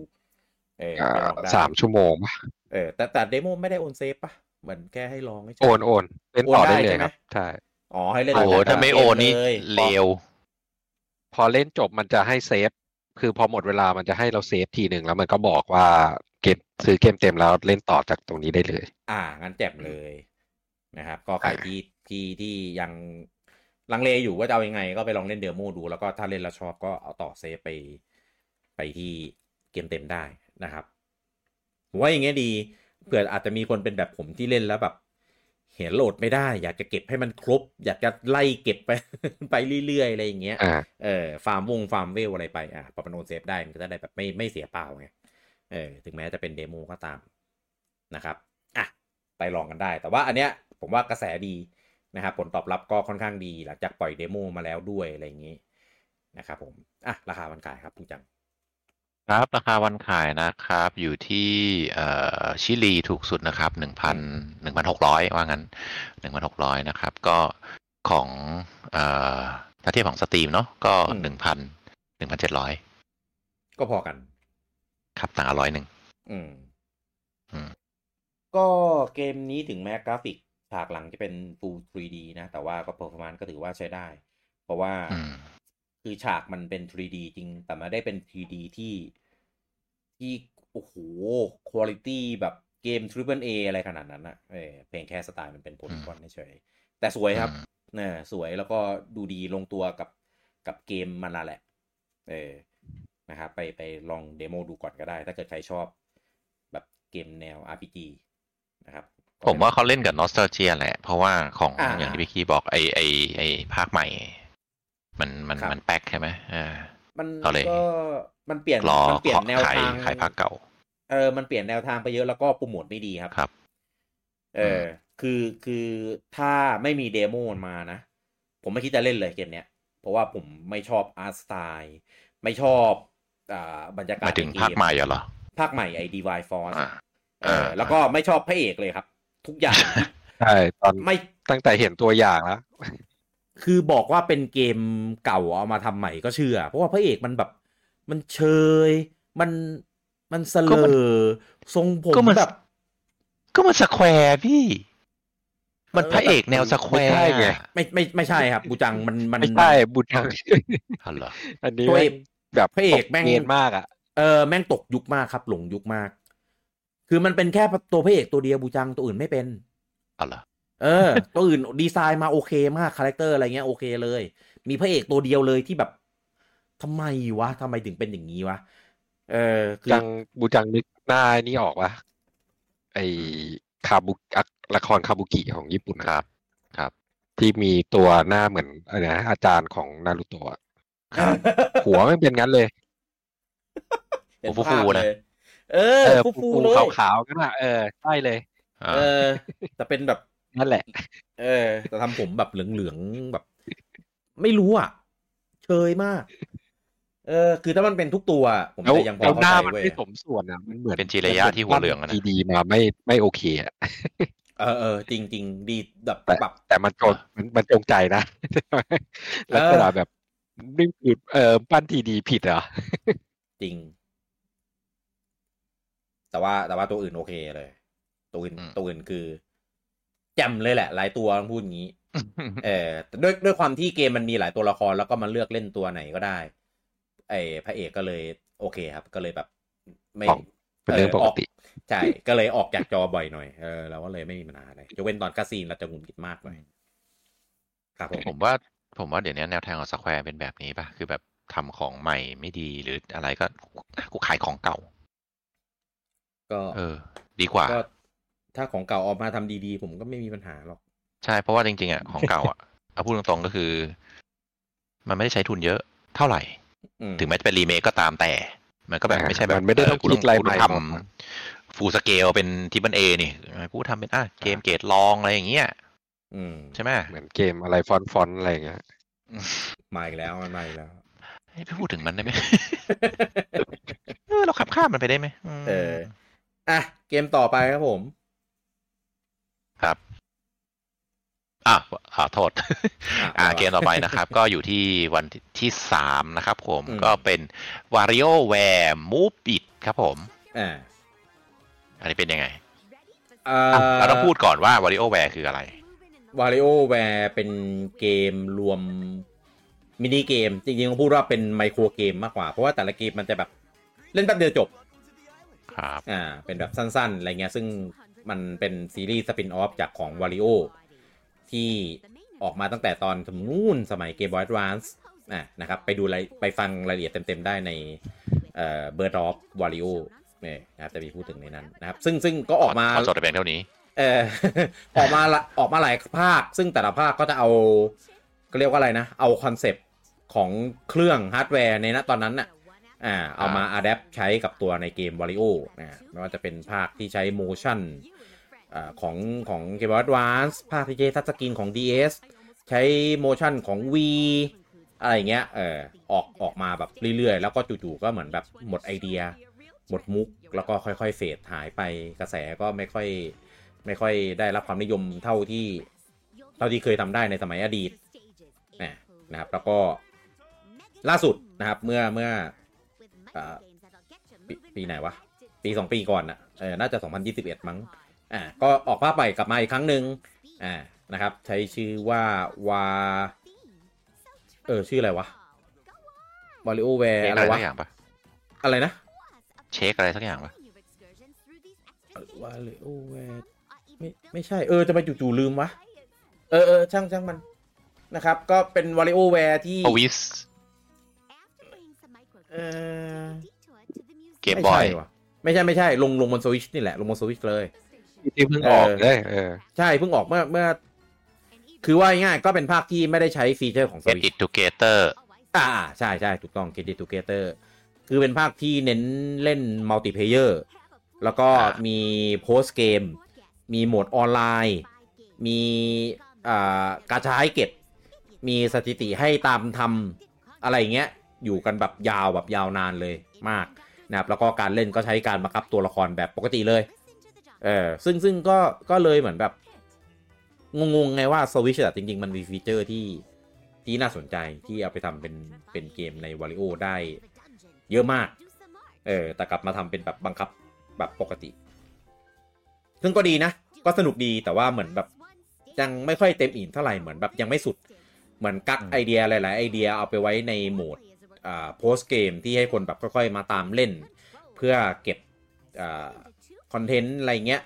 3 ชั่วโมงแต่เดโมไม่ได้โอนเซฟป่ะเหมือนแค่ให้ลองโอนเล่นต่อได้เลยครับใช่ให้เล่นถ้าไม่โอนนี่เลวพอเล่นจบมันจะให้เซฟคือพอหมดเวลามันจะให้เราเซฟทีหนึ่งแล้วมันก็บอกว่าเกมซื้อเกมเต็มแล้วเล่นต่อจากตรงนี้ได้เลยงั้นแจ่มเลยนะครับก็ใครที่ยังลังเลอยู่ว่าจะเอายังไงก็ไปลองเล่นเดโมดูแล้วก็ถ้าเล่นแล้วชอบก็เอาต่อเซฟไปที่เกมเต็มได้นะครับผมว่าอย่างเงี้ยดีเผื่ออาจจะมีคนเป็นแบบผมที่เล่นแล้วแบบเห็นโหลดไม่ได้อยากจะเก็บให้มันครบอยากจะไล่เก็บไปเรื่อยๆอะไรอย่างเงี้ยฟาร์มเวลอะไรไปพอมันโอนเซฟได้มันก็จะได้แบบไม่เสียเปล่าไงถึงแม้จะเป็นเดโมก็ตามนะครับไปลองกันได้แต่ว่าอันเนี้ยผมว่ากระแสดีนะครับผลตอบรับก็ค่อนข้างดีหลังจากปล่อยเดโมมาแล้วด้วยอะไรอย่างงี้นะครับผมราคาวันขายครับคุณจังครับราคาวันขายนะครับอยู่ที่ชิลีถูกสุดนะครับ1,600ว่างั้น1,600นะครับก็ของถ้าเทียบของสตรีมเนาะก็1,700 ก็พอกันครับต่างกัน100 ก็เกมนี้ถึงแม้กราฟิกฉากหลังจะเป็น Full 3D นะแต่ว่าก็ performance ก็ถือว่าใช้ได้เพราะว่าคือฉากมันเป็น 3D จริงแต่ไม่ได้เป็น 3D ที่โอ้โห quality แบบเกม Triple A อะไรขนาดนั้นนะเพียงแค่สไตล์มันเป็นโพลีกอนเฉยแต่สวยครับสวยแล้วก็ดูดีลงตัวกับเกมมันแหละนะครับไปลองเดโมดูก่อนก็ได้ถ้าเกิดใครชอบแบบเกมแนว RPG นะครับผมว่าเขาเล่นกับ Nostalgia แหละเพราะว่าของอย่างที่พี่คีบอกไอภาคใหม่มันแป๊กใช่ไหมมันก็มันเปลี่ยนแนวทางขายภาคเก่ามันเปลี่ยนแนวทางไปเยอะแล้วก็โปรโมทไม่ดีครับคือถ้าไม่มีเดโมมานะผมไม่คิดจะเล่นเลยเกมเนี้ยเพราะว่าผมไม่ชอบอาร์ตสไตล์ไม่ชอบบรรยากาศถึงภาคใหม่เหรอภาคใหม่ไอ้ Divine Force แล้วก็ไม่ชอบพระเอกเลยครับทุกอย่างใช่ตอนไม่ตั้งแต่เห็นตัวอย่างแล้วคือบอกว่าเป็นเกมเก่าเอามาทำใหม่ก็เชื่อเพราะว่าพระเอกมันแบบมันเชยมันเสลอทรงผมแบบก็มันสแควร์พี่มันพระเอกแนวสแควร์ไงไม่ใช่ครับบูจังมันไม่ใช่บูจังเหรออันนี้แบบพระเอกแม่งมากอ่ะแม่งตกยุคมากครับหลงยุคมากคือมันเป็นแค่ตัวพระเอกตัวเดียวบูจังตัวอื่นไม่เป็นอ๋อเหรอตัวอื่นดีไซน์มาโอเคมากคาแรคเตอร์อะไรเงี้ยโอเคเลยมีพระเอกตัวเดียวเลยที่แบบทำไมถึงเป็นอย่างนี้วะคือบูจังนึกหน้านี่ออกวะไอคาบุละครคาบุกิของญี่ปุ่นครับที่มีตัวหน้าเหมือนอะไรนะอาจารย์ของนารูโตะหัวไม่เป็นงั้นเลยฟูๆนะฟูๆเลยขาวๆกันอ่ะใช่เลยแต่เป็นแบบนั่นแหละแต่ทำผมแบบเหลืองๆแบบไม่รู้อ่ะเชยมากคือถ้ามันเป็นทุกตัวผมจะยังพอเข้าใจเว้ยมันไม่สมส่วนอ่ะมันเหมือนเป็นจิระยะที่หัวเหลืองนะดีมาไม่โอเคอ่ะจริงๆดีแบบแต่มันจงใจนะแล้วก็แบบนี่คือปั้นทีดีผิดเหรอจริงแต่ว่าตัวอื่นโอเคเลยตัวอื่นคือแจ่มเลยแหละหลายตัวต้องพูดอย่างนี้ด้วยความที่เกมมันมีหลายตัวละครแล้วก็มันเลือกเล่นตัวไหนก็ได้พระเอกก็เลยโอเคครับก็เลยแบบไม่เป็นเรื่องปกติใช่ก็เลยออกจากจอบ่อยหน่อยเราก็เลยไม่มีปัญหาอะไรยกเว้นตอนคาซีนเราจะหงุดหงิดมากเลยครับผมว่าเดี๋ยวนี้แนวทางของสแควร์เป็นแบบนี้ป่ะคือแบบทำของใหม่ไม่ดีหรืออะไรก็กูขายของเก่าก็ดีกว่าก็ถ้าของเก่าออกมาทำดีๆผมก็ไม่มีปัญหาหรอกใช่เพราะว่าจริงๆอ่ะของเก่าอ่ะเอาพูดตรงๆก็คือมันไม่ได้ใช้ทุนเยอะเท่าไหร่ถึงแม้จะเป็นรีเมคก็ตามแต่มันก็แบบไม่ใช่แบบไม่ได้ต้องคิดอะไรใหม่ทำฟูลสเกลเป็นทิปเปิลเอนี่กูทำเป็นเกมเกรดลองอะไรอย่างเงี้ยใช่ไหมเหมือนเกมอะไรฟอนอะไรอย่างเงี้ยมาอีกแล้วมันมาอีกแล้วให้พูดถึงมันได้ไหม เราขับข้ามมันไปได้ไหมเกมต่อไปครับผมครับโทษเกมต่อไปนะครับ ก็อยู่ที่วันที่3นะครับผมก็เป็น WarioWare Move It ครับผมอันนี้เป็นยังไงเราต้องพูดก่อนว่า WarioWare คืออะไร WarioWare เป็นเกมรวมมินิเกมจริงๆต้องพูดว่าเป็นไมโครเกมมากกว่าเพราะว่าแต่ละเกมมันจะแบบเล่นแป๊บเดียวจบครับเป็นแบบสั้นๆอะไรเงี้ยซึ่งมันเป็นซีรีส์สปินออฟจากของ Wario ที่ออกมาตั้งแต่ตอนนู้นสมัย Game Boy Advance นะครับไปฟังรายละเอียดเต็มๆได้ในBird of Wario เนี่ยนะครับจะมีพูดถึงในนั้นนะครับซึ่งก็ออกมาสดแต่เพียงเท่านี้ออกมาหลายภาคซึ่งแต่ละภาคก็จะเอาก็เรียกว่าอะไรนะเอาคอนเซปต์ของเครื่องฮาร์ดแวร์ในณตอนนั้นน่ะเอามาอะแดปใช้กับตัวในเกม Wario ไม่ว่าจะเป็นภาคที่ใช้ motion ของ Game Boy Advance ภาคที่ใช้ทัชสกรีนของ DS ใช้ motion ของ Wii อะไรเงี้ยออกมาแบบเรื่อยๆแล้วก็จู่ๆก็เหมือนแบบหมดไอเดียหมดมุกแล้วก็ค่อยๆเฟดหายไปกระแสก็ไม่ค่อยได้รับความนิยมเท่าที่เคยทำได้ในสมัยอดีตนะครับแล้วก็ล่าสุดนะครับเมื่อปีไหนวะปี2ปีก่อนน่าจะ2021มั้งก็ออกภาคใหม่กลับมาอีกครั้งหนึ่งนะครับใช้ชื่อว่าชื่ออะไรวะ WarioWare อะไรวะอะไรนะเช็คอะไรสักอย่างปะ WarioWare ไม่ใช่จะไปจู่ๆลืมวะช่างมันนะครับก็เป็น WarioWare ที่ Always เกมบอยไม่ใช่ลงบนสวิชนี่แหละลงบนสวิชเลยที่เพิ่งออกเลยใช่เพิ่งออกเมื่อคือว่าง่ายก็เป็นภาคที่ไม่ได้ใช้ฟีเจอร์ของ Get It Together ใช่ถูกต้อง Get It Together คือเป็นภาคที่เน้นเล่นมัลติเพลเยอร์แล้วก็มีโพสเกมมีโหมดออนไลน์มีกาชาให้เก็บมีสถิติให้ตามทำอะไรเงี้ยอยู่กันแบบยาวนานเลยมากนะครับแล้วก็การเล่นก็ใช้การบังคับตัวละครแบบปกติเลยซึ่งก็เลยเหมือนแบบงงไงว่า Switch จริงๆมันมีฟีเจอร์ที่น่าสนใจที่เอาไปทำเป็นเกมใน Wario ได้เยอะมากแต่กลับมาทำเป็นแบบบังคับแบบปกติซึ่งก็ดีนะก็สนุกดีแต่ว่าเหมือนแบบยังไม่ค่อยเต็มอิ่มเท่าไหร่เหมือนแบบยังไม่สุดเหมือนกักไอเดียหลายๆไอเดียเอาไปไว้ในโหมดโพสเกมที่ให้คนแบบค่อยๆมาตามเล่นเพื่อเก็บคอนเทนต์อะไรเงี้ย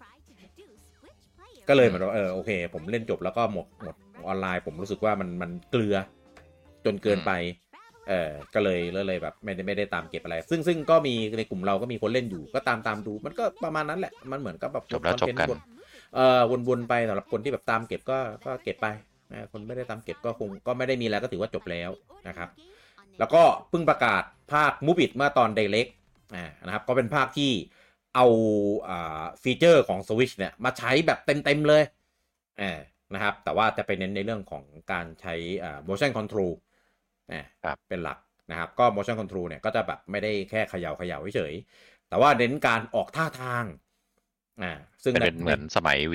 ก็เลยเหมือนว่าโอเคผมเล่นจบแล้วก็หมดออนไลน์ผมรู้สึกว่ามันเกลือจนเกินไปก็เลยแบบไม่ได้ตามเก็บอะไรซึ่งก็มีในกลุ่มเราก็มีคนเล่นอยู่ก็ตามดูมันก็ประมาณนั้นแหละมันเหมือนกับแบบจบแล้วจบกันวนๆไปสำหรับคนที่แบบตามเก็บก็เก็บไปคนไม่ได้ตามเก็บก็คงก็ไม่ได้มีแล้วก็ถือว่าจบแล้วนะครับแล้วก็เพิ่งประกาศภาคมูบิดเมื่อตอน Direct นะครับก็เป็นภาคที่เอาฟีเจอร์ของ Switch เนี่ยมาใช้แบบเต็มเลยนะครับแต่ว่าจะไปเน้นในเรื่องของการใช้ motion control เป็นหลักนะครับก็ motion control เนี่ยก็จะแบบไม่ได้แค่เขย่าเฉยแต่ว่าเน้นการออกท่าทางซึ่งเป็นเหมือนสมัย V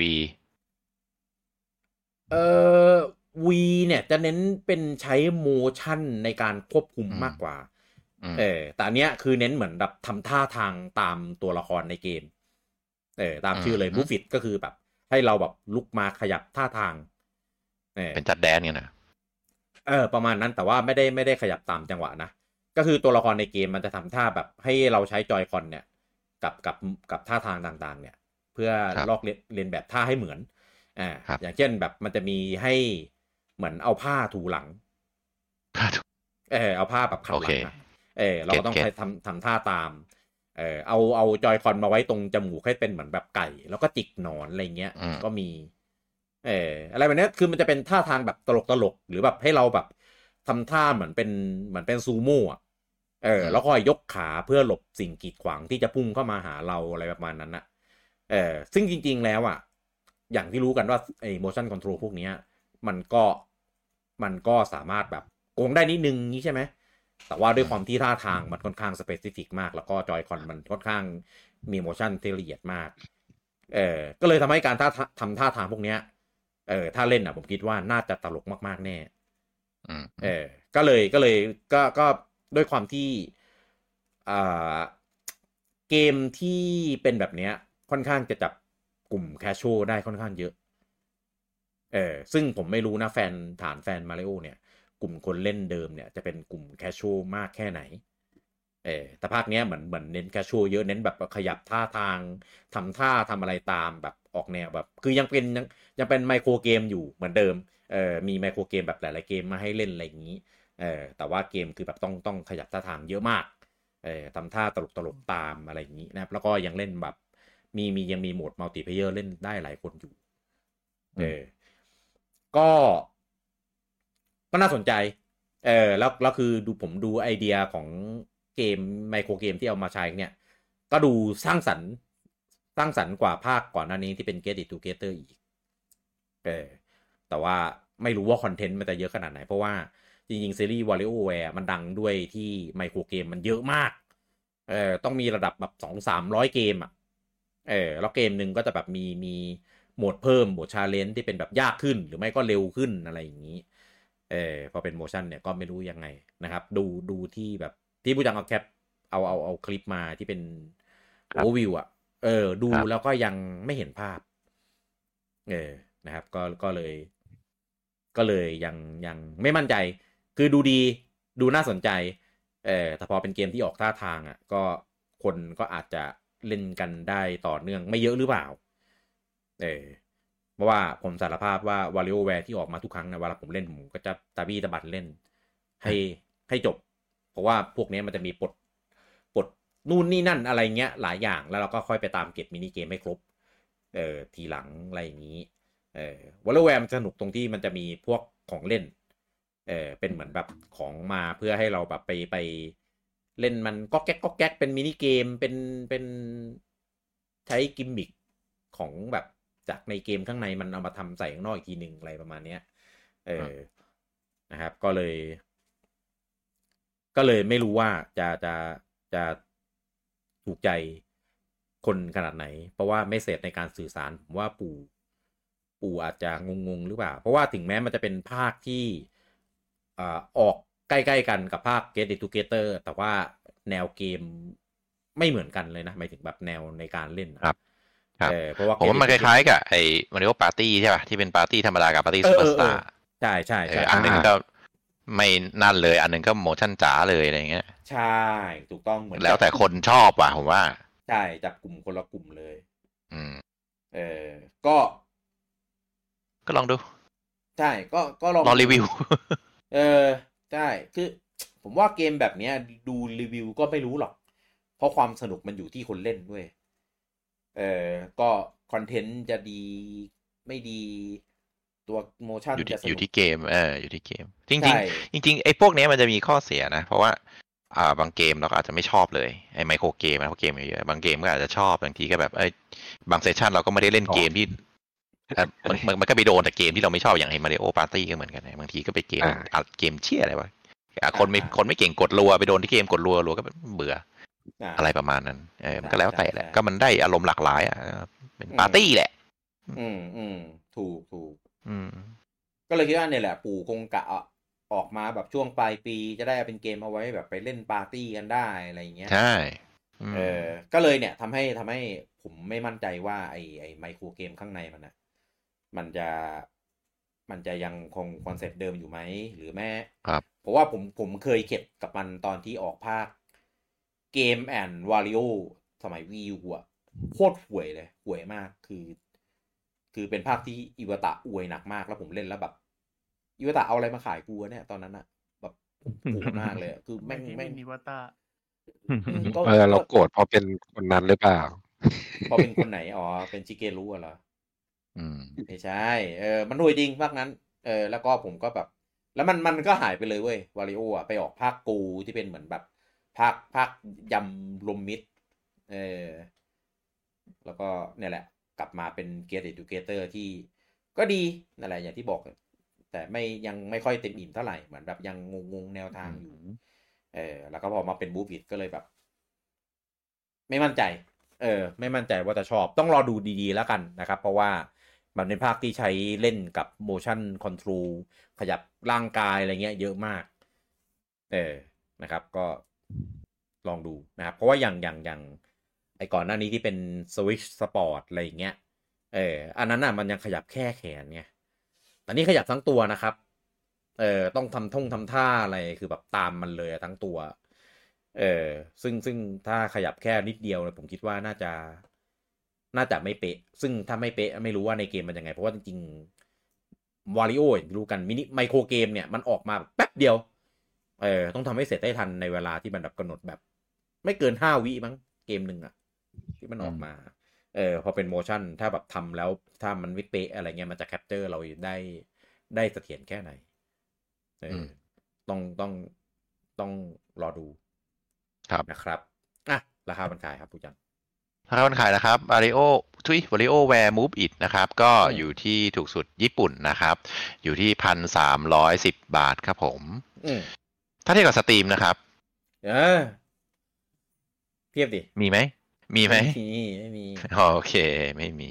V เนี่ยจะเน้นเป็นใช้ motion ในการควบคุมมากกว่าแต่อันเนี้ยคือเน้นเหมือนแบบทำท่าทางตามตัวละครในเกมตามชื่อเลย move it ก็คือแบบให้เราแบบลุกมาขยับท่าทางเป็นจัดแดนเนี่ยนะประมาณนั้นแต่ว่าไม่ได้ขยับตามจังหวะนะก็คือตัวละครในเกมมันจะทำท่าแบบให้เราใช้จอยคอนเนี่ยกับท่าทางต่างๆเนี่ยเพื่อลอกเลียนแบบท่าให้เหมือนอย่างเช่นแบบมันจะมีให้เหมือนเอาผ้าถูหลังเอาผ้าแบบขัดหลังเราก็ต้องทำท่าตามเอาจอยคอนมาไว้ตรงจมูกให้เป็นเหมือนแบบไก่แล้วก็จิกหนอนอะไรเงี้ยก็มีอะไรแบบนี้คือมันจะเป็นท่าทางแบบตลกหรือแบบให้เราแบบทำท่าเหมือนเป็นซูโม่แล้วก็ยกขาเพื่อหลบสิ่งกีดขวางที่จะพุ่งเข้ามาหาเราอะไรประมาณนั้นนะซึ่งจริงๆแล้วอ่ะอย่างที่รู้กันว่าไอ้ motion control พวกนี้มันก็สามารถแบบโกงได้นิดนึงนี้ใช่ไหมแต่ว่าด้วยความที่ท่าทางมันค่อนข้าง specific มากแล้วก็จอยคอนมันค่อนข้างมี motion ที่ละเอียดมากก็เลยทำให้การทำท่าทางพวกนี้ถ้าเล่นอ่ะผมคิดว่าน่าจะตลกมากๆแน่ก็เลยด้วยความที่เกมที่เป็นแบบเนี้ยค่อนข้างจะจับกลุ่มแคชชวลได้ค่อนข้างเยอะซึ่งผมไม่รู้นะฐานแฟนมาริโอเนี่ยกลุ่มคนเล่นเดิมเนี่ยจะเป็นกลุ่มแคชชวลมากแค่ไหนแต่ภาคเนี้ยเหมือนเน้นแคชชวลเยอะเน้นแบบขยับท่าทางทำท่าทำอะไรตามแบบออกแนวแบบคือยังเป็นไมโครเกมอยู่เหมือนเดิมมีไมโครเกมแบบหลายๆเกมมาให้เล่นอะไรอย่างนี้แต่ว่าเกมคือแบบต้องขยับท่าทางเยอะมากทำท่าตลกตามอะไรอย่างนี้นะครับแล้วก็ยังเล่นแบบยังมีโหมดมัลติเพลเยอร์เล่นได้หลายคนอยู่ก็น่าสนใจแล้วคือผมดูไอเดียของเกมไมโครเกมที่เอามาใช้เนี่ยก็ดูสร้างสรรค์กว่าภาคก่อนหน้านี้ที่เป็น Get It Together อีกแต่ว่าไม่รู้ว่าคอนเทนต์มันจะเยอะขนาดไหนเพราะว่าจริงๆซีรีส์ WarioWare มันดังด้วยที่ไมโครเกมมันเยอะมากต้องมีระดับแบบ 200-300 เกมอ่ะแล้วเกมหนึ่งก็จะแบบมีโหมดเพิ่มโหมดชาเลนจ์ที่เป็นแบบยากขึ้นหรือไม่ก็เร็วขึ้นอะไรอย่างนี้พอเป็นโมชั่นเนี่ยก็ไม่รู้ยังไงนะครับดูที่แบบที่ผู้จัดเอาแคปเอาคลิปมาที่เป็นโอเวอร์วิวอ่ะดูแล้วก็ยังไม่เห็นภาพนะครับก็เลยยังไม่มั่นใจคือดูดีดูน่าสนใจแต่พอเป็นเกมที่ออกท่าทางอ่ะก็คนก็อาจจะเล่นกันได้ต่อเนื่องไม่เยอะหรือเปล่าเพราะว่าผมสารภาพว่า WarioWare ที่ออกมาทุกครั้งนะเวลาผมเล่นผมก็จะตะบี้ตะบัดเล่นให้จบเพราะว่าพวกนี้มันจะมีปลดนู่นนี่นั่นอะไรเงี้ยหลายอย่างแล้วเราก็ค่อยไปตามเก็บมินิเกมให้ครบทีหลังอะไรอย่างนี้WarioWare มันสนุกตรงที่มันจะมีพวกของเล่นเป็นเหมือนแบบของมาเพื่อให้เราแบบไปเล่นมันก็แก๊กเป็นมินิเกมเป็นใช้กิมมิคของแบบจากในเกมข้างในมันเอามาทำใส่ข้างนอกอีกทีหนึ่งอะไรประมาณเนี้ยนะครับก็เลยไม่รู้ว่าจะถูกใจคนขนาดไหนเพราะว่าเมสเสจในการสื่อสารผมว่าปู่อาจจะงงหรือเปล่าเพราะว่าถึงแม้มันจะเป็นภาคที่ออกใกล้ๆกันกับภาค Get It Together แต่ว่าแนวเกมไม่เหมือนกันเลยนะหมายถึงแบบแนวในการเล่นครับเพราะว่าผมว่ามันคล้ายๆกับไอ้ Mario Party ใช่ป่ะที่เป็นปาร์ตี้ธรรมดากับปาร์ตี้ซูเปอร์สตาร์ใช่ใช่ใช่อันนึงก็ไม่นั่นเลยอันนึงก็โมชั่นจ๋าเลยอะไรเงี้ยใช่ถูกต้องเหมือนแล้วแต่คนชอบว่ะผมว่าใช่จับกลุ่มคนละกลุ่มเลยก็ลองดูใช่ก็ลองรีวิวใช่คือผมว่าเกมแบบเนี้ยดูรีวิวก็ไม่รู้หรอกเพราะความสนุกมันอยู่ที่คนเล่นด้วยก็คอนเทนต์จะดีไม่ดีตัวโมชั่นจะอยู่ที่เกมอยู่ที่เกมจริงๆจริงๆไอ้พวกนี้มันจะมีข้อเสียนะเพราะว่าบางเกมเราก็อาจจะไม่ชอบเลยไอ้ไมโครเกมนะเพราะเกมเยอะบางเกมก็อาจจะชอบบางทีก็แบบบางเซสชันเราก็ไม่ได้เล่นเกมที่มันก็ไปโดนแต่เกมที่เราไม่ชอบอย่างไอ้ Mario Party ก็เหมือนกันนะบางทีก็ไปเกมเชี่ยอะไรวะคนไม่เก่งกดรัวไปโดนที่เกมกดรัวก็เบื่ออะไรประมาณนั้นมันก็แล้วแต่แหละก็มันได้อารมณ์หลากหลายเป็นปาร์ตี้แหละถูกก็เลยคิดว่าเนี่ยแหละปู่คงกะออกมาแบบช่วงปลายปีจะได้เป็นเกมเอาไว้แบบไปเล่นปาร์ตี้กันได้อะไรอย่างเงี้ยใช่ก็เลยเนี่ยทำให้ผมไม่มั่นใจว่าไอ้ไมโครเกมข้างในมันนะมันจะยังคงคอนเซ็ปต์เดิมอยู่ไหมหรือแม้เพราะว่าผมเคยเก็บกับมันตอนที่ออกภาคเกมแอนด์วาริโอสมัยวีอูอ่ะโคตรห่วยเลยห่วยมากคือเป็นภาคที่อิวตะอวยหนักมากแล้วผมเล่นแล้วแบบอิวตะเอาอะไรมาขายกูเนี่ยตอนนั้นอะแบบโกรธมากเลยคือแม่งอิวตะเราโกรธเพราะเป็นคนนั้นหรือเปล่าเพราะเป็นคนไหนเป็นชิเกรุเหรอไม่ใช่มันห่วยจริงภาคนั้นแล้วก็ผมก็แบบแล้วมันก็หายไปเลยเว้ยวาริโออะไปออกภาคกูที่เป็นเหมือนแบบภาคยำรวมมิตรแล้วก็เนี่ยแหละกลับมาเป็นเกียร์ Educator ที่ก็ดีนั่นแหละอย่างที่บอกแต่ยังไม่ค่อยเต็มอิ่มเท่าไหร่เหมือนแบบยังงงแนวทางอยู่แล้วก็พอมาเป็นบูฟิตก็เลยแบบไม่มั่นใจไม่มั่นใจว่าจะชอบต้องรอดูดีๆแล้วกันนะครับเพราะว่ามันเป็นภาคที่ใช้เล่นกับ motion control ขยับร่างกายอะไรเงี้ยเยอะมากนะครับก็ลองดูนะครับเพราะว่าอย่างไอ้ก่อนหน้านี้ที่เป็น Switch Sport อะไรอย่างเงี้ยอันนั้นน่ะมันยังขยับแค่แขนไงแต่นี่ขยับทั้งตัวนะครับต้องทำท่าอะไรคือแบบตามมันเลยทั้งตัวซึ่งถ้าขยับแค่นิดเดียวเนี่ยผมคิดว่าน่าจะไม่เป๊ะซึ่งถ้าไม่เป๊ะไม่รู้ว่าในเกมมันยังไงเพราะว่าจริงๆวาริโอรู้กันมินิไมโครเกมเนี่ยมันออกมาแป๊บเดียวต้องทำให้เสร็จได้ทันในเวลาที่มันแบบกำหนดแบบไม่เกิน5 วิมั้งเกมหนึ่งอะที่มันออกมาพอเป็นโมชั่นถ้าแบบทำแล้วถ้ามันไม่เป๊ะอะไรเงี้ยมันจะแคปเจอร์เราได้เสถียรแค่ไหนต้องรอดูนะครับราคาบันขายครับผู้จังราคาบันขายนะครับWarioWare Move It นะครับก็อยู่ที่ถูกสุดญี่ปุ่นนะครับอยู่ที่ 1,310 บาทครับผมถ้าเทียบกับสตรีมนะครับเทียบดิมีไหมไม่มีโอเคไม่มี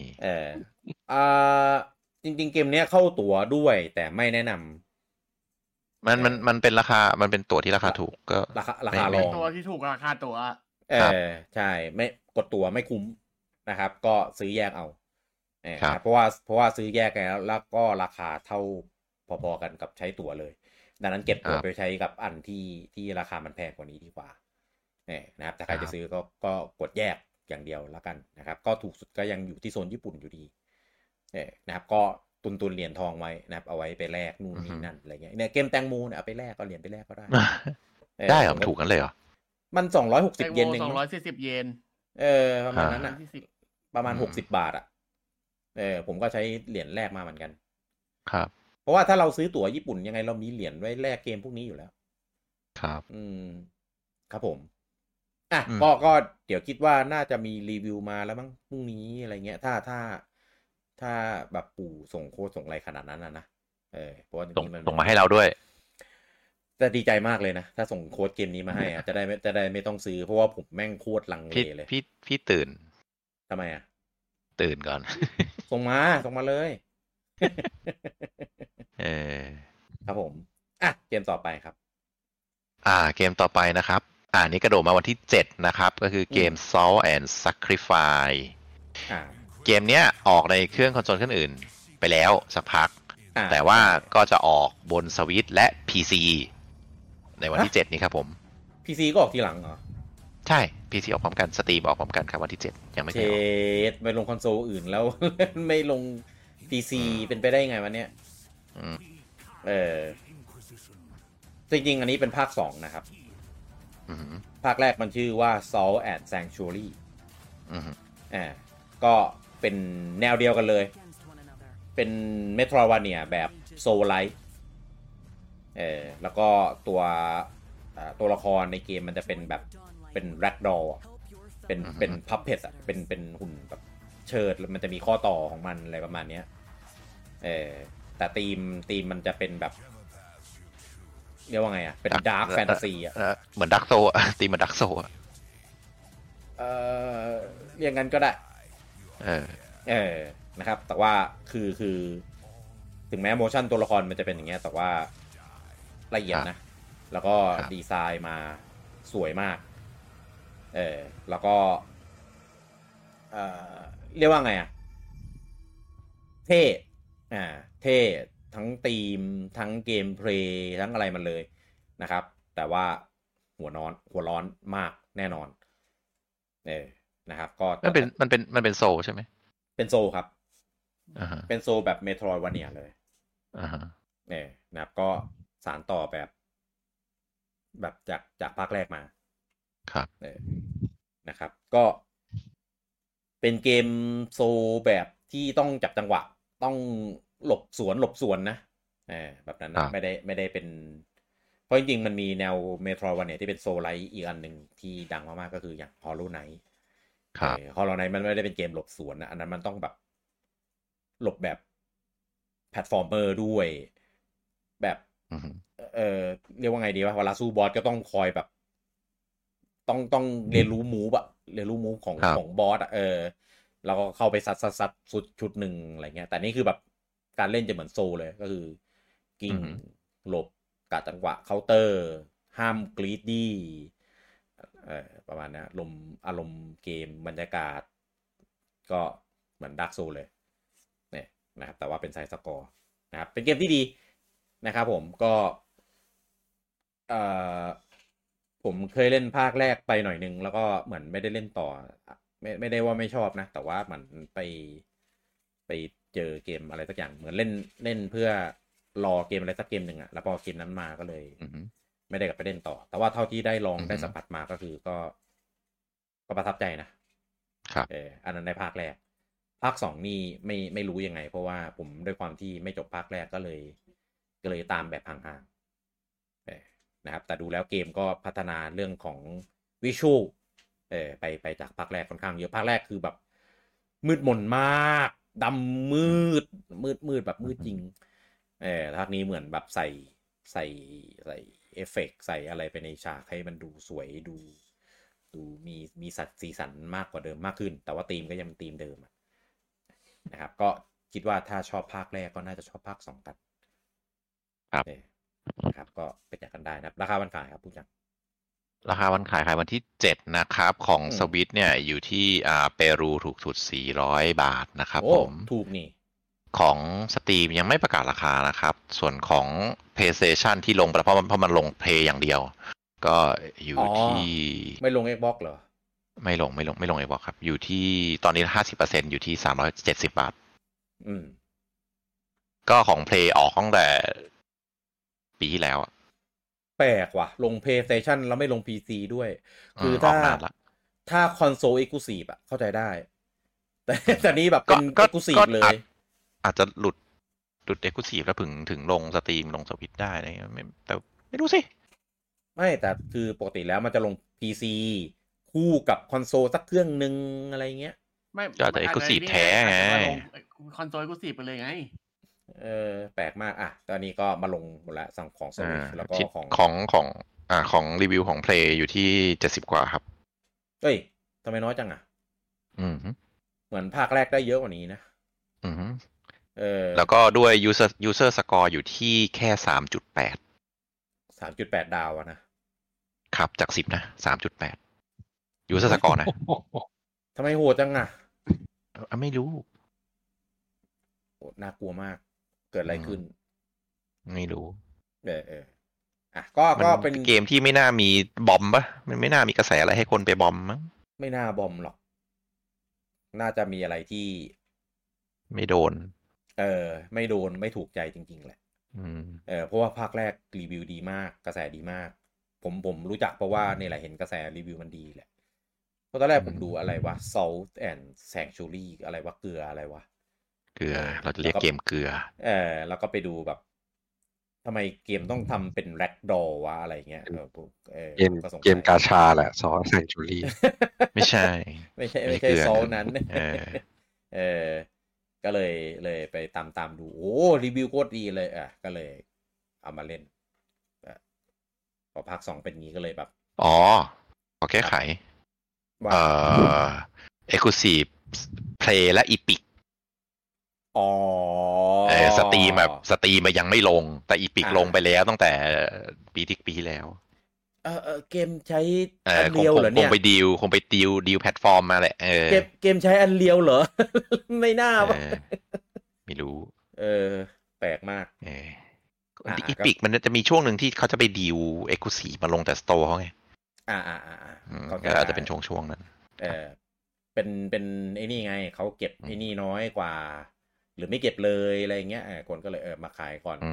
จริงๆเกมเนี้ยเข้าตั๋วด้วยแต่ไม่แนะนำมันเป็นราคามันเป็นตั๋วที่ราคาถูกก็ราคาลงตัวที่ถูกราคาตั๋วใช่ไม่กดตั๋วไม่คุ้มนะครับก็ซื้อแยกเอาเพราะว่าซื้อแยกแล้วก็ราคาเท่าพอๆกันกับใช้ตั๋วเลยดังนั้นเก็บตั๋วไปใช้กับอันที่ราคามันแพงกว่านี้ดีกว่านะครับแต่ใครจะซื้อก็กดแยกอย่างเดียวแล้วกันนะครับก็ถูกสุดก็ยังอยู่ที่โซนญี่ปุ่นอยู่ดีนะครับก็ตุนเหรียญทองไว้นะครับเอาไว้ไปแลกนู่นนี่นั่นอะไรเงี้ยเนี่ยเกมแตงโมเนี่ยเอาไปแลกก็เหรียญไปแลกก็ได้ได้เหรอถูกกันเลยเหรอมัน260 เยนเอง 240 เยนประมาณนั้นนะประมาณ60 บาทอ่ะผมก็ใช้เหรียญแลกมาเหมือนกันครับเพราะว่าถ้าเราซื้อตั๋วญี่ปุ่นยังไงเรามีเหรียญไว้แลกเกมพวกนี้อยู่แล้วครับครับผมก็เดี๋ยวคิดว่าน่าจะมีรีวิวมาแล้วมั้งพรุ่งนี้อะไรเงี้ยถ้าแบบปู่ส่งโค้ดส่งอะไรขนาดนั้นนะเพราะว่าส่งมาให้เราด้วยจะดีใจมากเลยนะถ้าส่งโค้ดเกมนี้มาให้จะได้ไม่ต้องซื้อเพราะว่าผมแม่งโคตรลังเลเลยพี่ตื่นทำไมตื่นก่อนส่งมาเลยครับผมเกมต่อไปครับเกมต่อไปนะครับนี่กระโดดมาวันที่7นะครับก็คือเกม Salt and Sacrifice เกมเนี้ยออกในเครื่องคอนโซลเครื่องอื่นไปแล้วสักพักแต่ว่าก็จะออกบนสวิตช์และ PC ในวันที่7นี้ครับผม PC ก็ออกทีหลังเหรอใช่ PC ออกพร้อมกัน Steam ออกพร้อมกันครับวันที่7ยังไม่เคยออกไม่ลงคอนโซลอื่นแล้ว ไม่ลง PC เป็นไปได้ไงวะเนี่ยจริงๆอันนี้เป็นภาค2นะครับภาคแรกมันชื่อว่า Salt and Sanctuary ก็เป็นแนวเดียวกันเลยเป็น Metroidvania แบบ Soul-like แล้วก็ตัวละครในเกมมันจะเป็นแบบเป็น Ragdoll เป็น Puppet อ่ะเป็นหุ่นแบบเชิดแล้วมันจะมีข้อต่อของมันอะไรประมาณนี้แต่ธีมมันจะเป็นแบบเรียกว่าไงอ่ะเป็น Dark Fantasy อ่ะเหมือน Dark Soul อ่ะธีมเหมือน Dark Soul อ่ะเรียกงั้นก็ได้นะครับแต่ว่าคือถึงแม้โมชั่นตัวละครมันจะเป็นอย่างเงี้ยแต่ว่าละเอียดนะแล้วก็ดีไซน์มาสวยมากแล้วก็เรียกว่าไงอ่ะเท่ทั้งธีมทั้งเกมเพลย์ทั้งอะไรมันเลยนะครับแต่ว่าหัวร้อนมากแน่นอนนะครับก็มันเป็นโซลใช่ไหมเป็นโซลครับเป็นโซลแบบเมโทรวาเนียเลยนะครับก็สานต่อแบบจากภาคแรกมาครับนะครับก็เป็นเกมโซลแบบที่ต้องจับจังหวะต้องหลบสวนนะแบบนั้นนะไม่ได้เป็นเพราะจริงๆมันมีแนวเมโทรวาเนียที่เป็นโซลไลท์อีกอันหนึ่งที่ดังมากๆก็คืออย่าง Hollow Knight Hollow Knight มันไม่ได้เป็นเกมหลบสวนนะอันนั้นมันต้องแบบหลบแบบแพลตฟอร์มเมอร์ด้วยแบบเรียกว่าไงดีวะเวลาสู้บอสก็ต้องคอยแบบต้องเรียนรู้มูฟของบอสแล้วก็เข้าไปซัดสุดชุดหนึ่งอะไรเงี้ยแต่นี่คือแบบการเล่นจะเหมือนโซเลยก็คือกิ้งหลบกะจังหวะเคาน์เตอร์ห้ามกรีดดี้ประมาณนี้อารมณ์เกมบรรยากาศก็เหมือนดาร์กโซเลยเนี่ยนะครับแต่ว่าเป็นไซส์สกอร์นะครับเป็นเกมที่ดีนะครับผมก็ผมเคยเล่นภาคแรกไปหน่อยนึงแล้วก็เหมือนไม่ได้เล่นต่อไม่ได้ว่าไม่ชอบนะแต่ว่ามันไปเจอเกมอะไรสักอย่างเหมือนเล่นเพื่อรอเกมอะไรสักเกมหนึ่งอะแล้วพอเกมนั้นมาก็เลยไม่ได้กลับไปเล่นต่อแต่ว่าเท่าที่ได้ลองได้สัมผัสมาก็คือก็ประทับใจนะครับอันนั้นในภาคแรกภาค2นี่ไม่รู้ยังไงเพราะว่าผมด้วยความที่ไม่จบภาคแรกก็เลยตามแบบห่างๆนะครับแต่ดูแล้วเกมก็พัฒนาเรื่องของวิชวลไปจากภาคแรกค่อนข้างเยอะภาคแรกคือแบบมืดมนมากดำมืดแบบมืดจริงภาคนี้เหมือนแบบใส่เอฟเฟกต์ใส่อะไรไปในฉากให้มันดูสวยดูมีสีสันมากกว่าเดิมมากขึ้นแต่ว่าธีมก็ยังเป็นธีมเดิมนะครับก็คิดว่าถ้าชอบภาคแรกก็น่าจะชอบภาค2กันครับก็ไปจัดกันได้นะครับราคาวันขายครับผู้จัดราคาวันขายวันที่7นะครับของสวิตเนี่ยอยู่ที่เปรูถูกสุด400 บาทนะครับผมถูกนี่ของ Steam ยังไม่ประกาศราคานะครับส่วนของ PlayStation ที่ลงไปเพราะมันลง Play อย่างเดียวก็อยู่ที่ไม่ลง Xbox เหรอไม่ลง Xbox ครับอยู่ที่ตอนนี้ 50% อยู่ที่370 บาทก็ของ Play ออกตั้งแต่ปีที่แล้วแปลกว่ะลง PlayStation แล้วไม่ลง PC ด้วยคือถ้าคอนโซล Exclusive อ่ะเข้าใจได้แต่นี่แบบเป็น Exclusive เลยอาจจะหลุด Exclusive แล้วถึงลงสตรีมลงสวิตช์ได้อะไรแต่ไม่รู้สิไม่แต่คือปกติแล้วมันจะลง PC คู่กับคอนโซลสักเครื่องนึงอะไรเงี้ยไม่ก็จะ Exclusive แท้ไงคอนโซล Exclusive ไปเลยไงแปลกมากตอนนี้ก็มาลงหมดแล้วสั่งของสวิตช์แล้วก็ของรีวิวของ Play อยู่ที่70 กว่าครับเอ้ยทำไมน้อยจังเหมือนภาคแรกได้เยอะกว่านี้นะแล้วก็ด้วย user score อยู่ที่แค่ 3.8 ดาวนะครับจาก10นะ3.8 user score นะทำไมโหดจังไม่รู้โอ้น่ากลัวมากเกิดอะไรขึ้นไม่รู้ก็เป็นเกมที่ไม่น่ามีบอมปะมันไม่น่ามีกระแสอะไรให้คนไปบอมมั้งไม่น่าบอมหรอกน่าจะมีอะไรที่ไม่โดนไม่โดนไม่ถูกใจจริงๆแหละเพราะว่าภาคแรกรีวิวดีมากกระแสดีมากผมรู้จักเพราะว่านี่แหละเห็นกระแสรีวิวมันดีแหละเพราะตอนแรกผมดูอะไรวะ Salt and Sanctuary อะไรวะเกลืออะไรวะเกลือเราจะเรียกเกมเกลือแล้วก็ไปดูแบบทำไมเกมต้องทำเป็นแร็กดอลวะอะไรเงี้ยเกมกาชาแหละซอสแซงจูรี่ไม่ใช่ไม่ใช่ซอสนั้นก็เลยไปตามดูโอ้รีวิวโคตรดีเลยก็เลยเอามาเล่นพอภาค2เป็นงี้ก็เลยแบบขอแก้ไขExclusive Play และ Epic สตรีมยังไม่ลงแต่อีพิกลงไปแล้วตั้งแต่ปีที่แล้วเกมใช้อันเรียวเหรอเนี่ยคงไปดีลแพลตฟอร์มมาแหละเกมใช้อันเรียวเหรอ ไม่น่าไม่รู้แปลกมากอีพิกมันจะมีช่วงหนึ่งที่เขาจะไปดีลเอ็กซ์คลูซีฟมาลงแต่สโตร์เขาไงก็อาจจะเป็นช่วงนั้นเป็นไอ้นี่ไงเขาเก็บไอ้นี่น้อยกว่าหรือไม่เก็บเลยอะไรเงี้ยคนก็เลยมาขายก่อน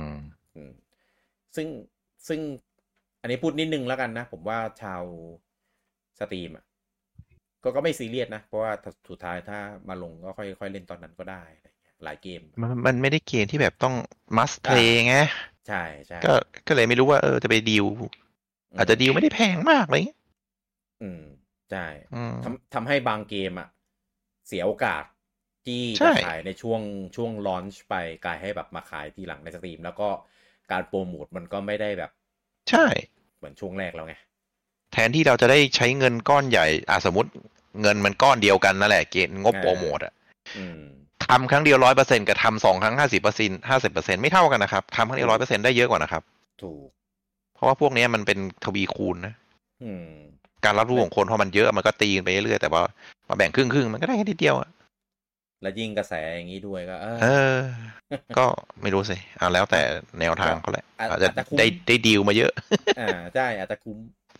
ซึ่งอันนี้พูดนิดนึงแล้วกันนะผมว่าชาวสตรีมก็ไม่ซีเรียสนะเพราะว่าสุดท้ายถ้ามาลงก็ค่อยเล่นตอนนั้นก็ได้อะไรเงี้ยหลายเกมมันไม่ได้เกมที่แบบต้อง must play ไงใช่ก็เลยไม่รู้ว่าจะไปดีลอาจจะดีลไม่ได้แพงมากอะไรเงี้ยใช่ทำให้บางเกมเสียโอกาสที่จะขายในช่วงลอนช์ไปกลายให้แบบมาขายทีหลังในสตรีมแล้วก็การโปรโมทมันก็ไม่ได้แบบใช่เหมือนช่วงแรกแล้วไงแทนที่เราจะได้ใช้เงินก้อนใหญ่สมมติเงินมันก้อนเดียวกันนั่นแหละเกณฑ์งบโปรโมททำครั้งเดียว 100% กับทำ2 ครั้ง 50% ไม่เท่ากันนะครับทำครั้งเดียว 100% ได้เยอะกว่านะครับถูกเพราะว่าพวกนี้มันเป็นทวีคูณนะการรับรู้ของคนพอมันเยอะมันก็ตีกันไปเรื่อยๆแต่ว่ามาแบ่งครึ่งมันก็ได้แค่นิดเดียวแล้วยิ่งกระแสอย่างนี้ด้วยก็ก็ไม่รู้สิแล้วแต่แนวทางเขาแหละอาจจะได้ดีลมาเยอะใช่อาจจะคุ้ม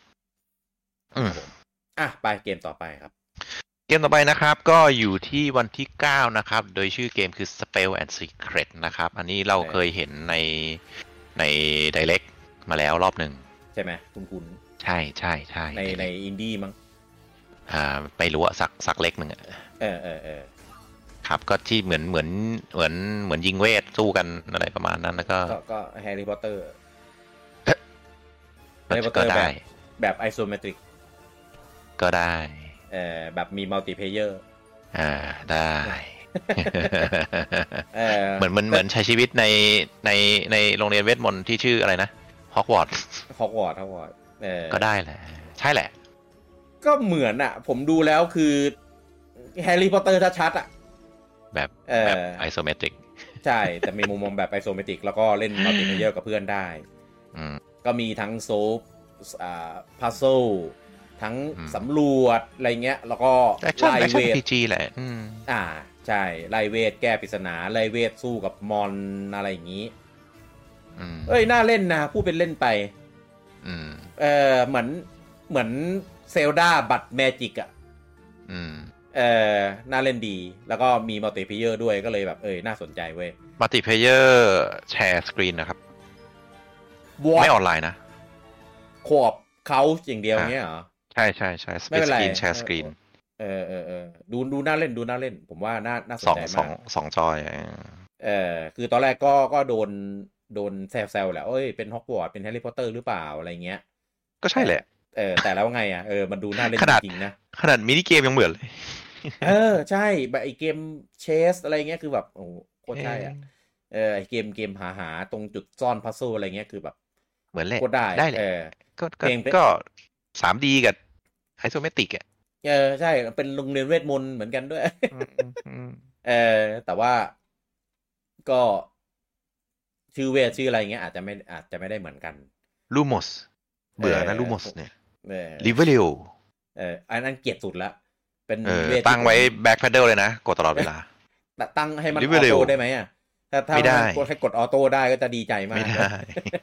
ไปเกมต่อไปครับเกมต่อไปนะครับก็อยู่ที่วันที่9นะครับโดยชื่อเกมคือ Spell and Secret นะครับอันนี้เราเคยเห็นใน Direct มาแล้วรอบหนึ่งใช่ไหมคุณใช่ในอินดี้มั้งไม่รู้สักเล็กหนึ่งครับก็ที่เหมือนยิงเวทสู้กันอะไรประมาณนั้นแล้วก็แฮร์รี่พอตเตอร์ก็ได้แบบไอโซเมตริกก็ได้แบบมีมัลติเพลเยอร์ได้เหมือนใช้ชีวิตในโรงเรียนเวทมนต์ที่ชื่ออะไรนะฮอกวอตส์ก็ได้แหละใช่แหละก็เหมือนผมดูแล้วคือแฮร์รี่พอตเตอร์ชัดแบบไอโซเมตริกใช่แต่มีมุมมองแบบไอโซเมตริกแล้วก็เล่นมัลติเพลเยอร์กับเพื่อนได้ก็มีทั้งโซฟพัซเซิลทั้งสำรวจอะไรเงี้ยแล้วก็ไล่เวท RPG แหละใช่ไล่เวทแก้ปริศนาไล่เวทสู้กับมอนอะไรอย่างงี้น่าเล่นนะพูดเป็นเล่นไปเหมือนเซลดาบัตรแมจิกน่าเล่นดีแล้วก็มีมัลติเพลเยอร์ด้วยก็เลยแบบน่าสนใจเว้ยมัลติเพลเยอร์แชร์สกรีนนะครับไม่ออนไลน์นะโคออปเขาอย่างเดียวเงี้ยเหรอใช่สเปซสกรีนแชร์สกรีนดูน่าเล่นผมว่าน่าสนใจมากสองจอยคือตอนแรกก็โดนแซวแหละเป็นฮอกวอตส์เป็นแฮร์รี่พอตเตอร์หรือเปล่าอะไรเงี้ยก็ใช่แหละแต่แล้วไงมันดูน่าเล่นจริงๆนะขนาดมินิเกมยังเหมือนเลยใช่แบบไอเกมเชสอะไรเงี้ยคือแบบโอ้โคตรใช่ไอเกมหาตรงจุดซ่อนพัซเซิลอะไรเงี้ยคือแบบเหมือนเลยโคตรได้เลยก็ 3D กับไอโซเมตริกใช่เป็นโรงเรียนเวทมนต์เหมือนกันด้วยแต่ว่าก็ชื่อเวทชื่ออะไรเงี้ยอาจจะไม่ได้เหมือนกันลูมอสเบื่อนะลูมอสเนี่ยลิเวอริโออันนั้นเกลียดสุดละเป็นตั้งไว้แบ็คแพดเดิลเลยนะกดตลอดเวลาตั้งให้มันออโต้ได้ไหมอ่ะถ้าไม่ได้กดให้กดออโต้ได้ก็จะดีใจมากไม่ได้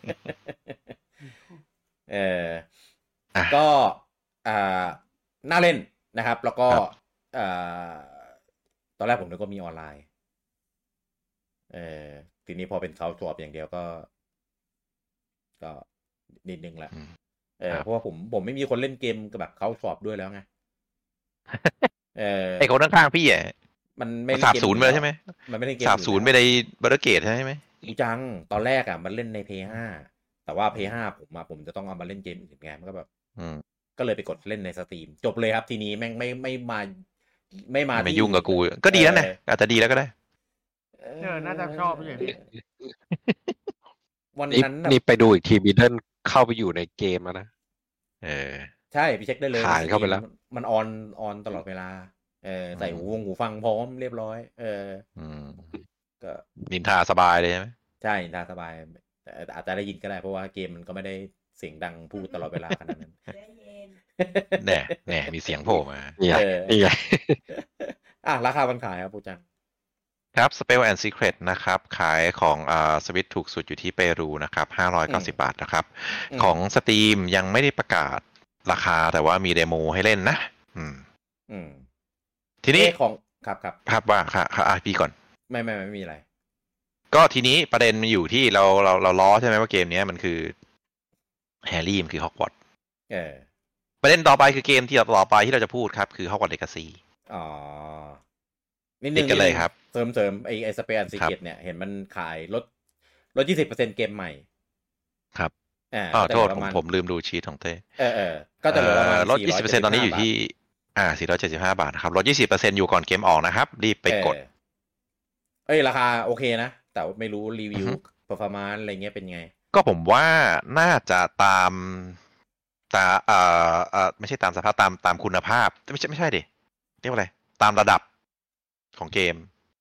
ก็น่าเล่นนะครับแล้วก็ตอนแรกผมนึกว่ามีออนไลน์ทีนี้พอเป็นเขาจวบอย่างเดียวก็นิดนึงแหละเพราะว่าผมไม่มีคนเล่นเกมกับแบบเขาชอบด้วยแล้วไงไอ้คนข้างๆพี่อ่ะมันไม่สาบศูนย์ไปแล้วใช่ไหมมันไม่ได้เกมสาบศูนย์ไปในบัตเตอร์เกตใช่ไหมกูจังตอนแรกอ่ะมันเล่นใน PS5 แต่ว่า PS5 ผมจะต้องเอามาเล่นเกมอื่นไงมันก็แบบก็เลยไปกดเล่นในสตรีมจบเลยครับทีนี้แม่งไม่ยุ่งกับกูก็ดีแล้วนะอาจจะดีแล้วก็ได้น่าจะชอบอย่างนี้วันนั้นนี่ไปดูอีกทีบิดเดิลเข้าไปอยู่ในเกมแล้วนะใช่ไปเช็คได้เลยหายเข้าไปแล้วมันออนตลอดเวลาใส่หูฟังพร้อมเรียบร้อยก็นินทาสบายเลยใช่ไหมใช่นินทาสบายแต่อาจจะได้ยินก็ได้เพราะว่าเกมมันก็ไม่ได้เสียงดังพูดตลอดเวลาขนาดนั้นแน่มีเสียงโผล่มานี่ไงราคาบันขายครับปูจังครับ Spell and Secret นะครับขายของSwitch ถูกสุดอยู่ที่เปรูนะครับ590 บาทนะครับของ Steam ยังไม่ได้ประกาศราคาแต่ว่ามีเดโมให้เล่นนะทีนี้ของครับว่าพี่ก่อนไม่มีอะไรก็ทีนี้ประเด็นมันอยู่ที่เราล้อใช่ไหมว่าเกมนี้มันคือแฮร์รี่มันคือฮอกวอตส์ประเด็นต่อไปคือเกมที่ต่อไปที่เราจะพูดครับคือฮอกวอตส์เลกาซีนิดนึงกันเลยครับเสริมไอ้สเปนซีเกตเนี่ยเห็นมันขายลด 20% เกมใหม่ครับโทษผมลืมดูชีทของเต้ก็จะเหลือประมาณลด 20% ตอนนี้อยู่ที่475 บาทครับลด 20% อยู่ก่อนเกมออกนะครับรีบไปกดราคาโอเคนะแต่ไม่รู้รีวิวเพอร์ฟอร์มานซ์อะไรเงี้ยเป็นไงก็ผมว่าน่าจะตามไม่ใช่ตามสภาพตามคุณภาพไม่ใช่ดิเรียกว่าอะไรตามระดับของเกม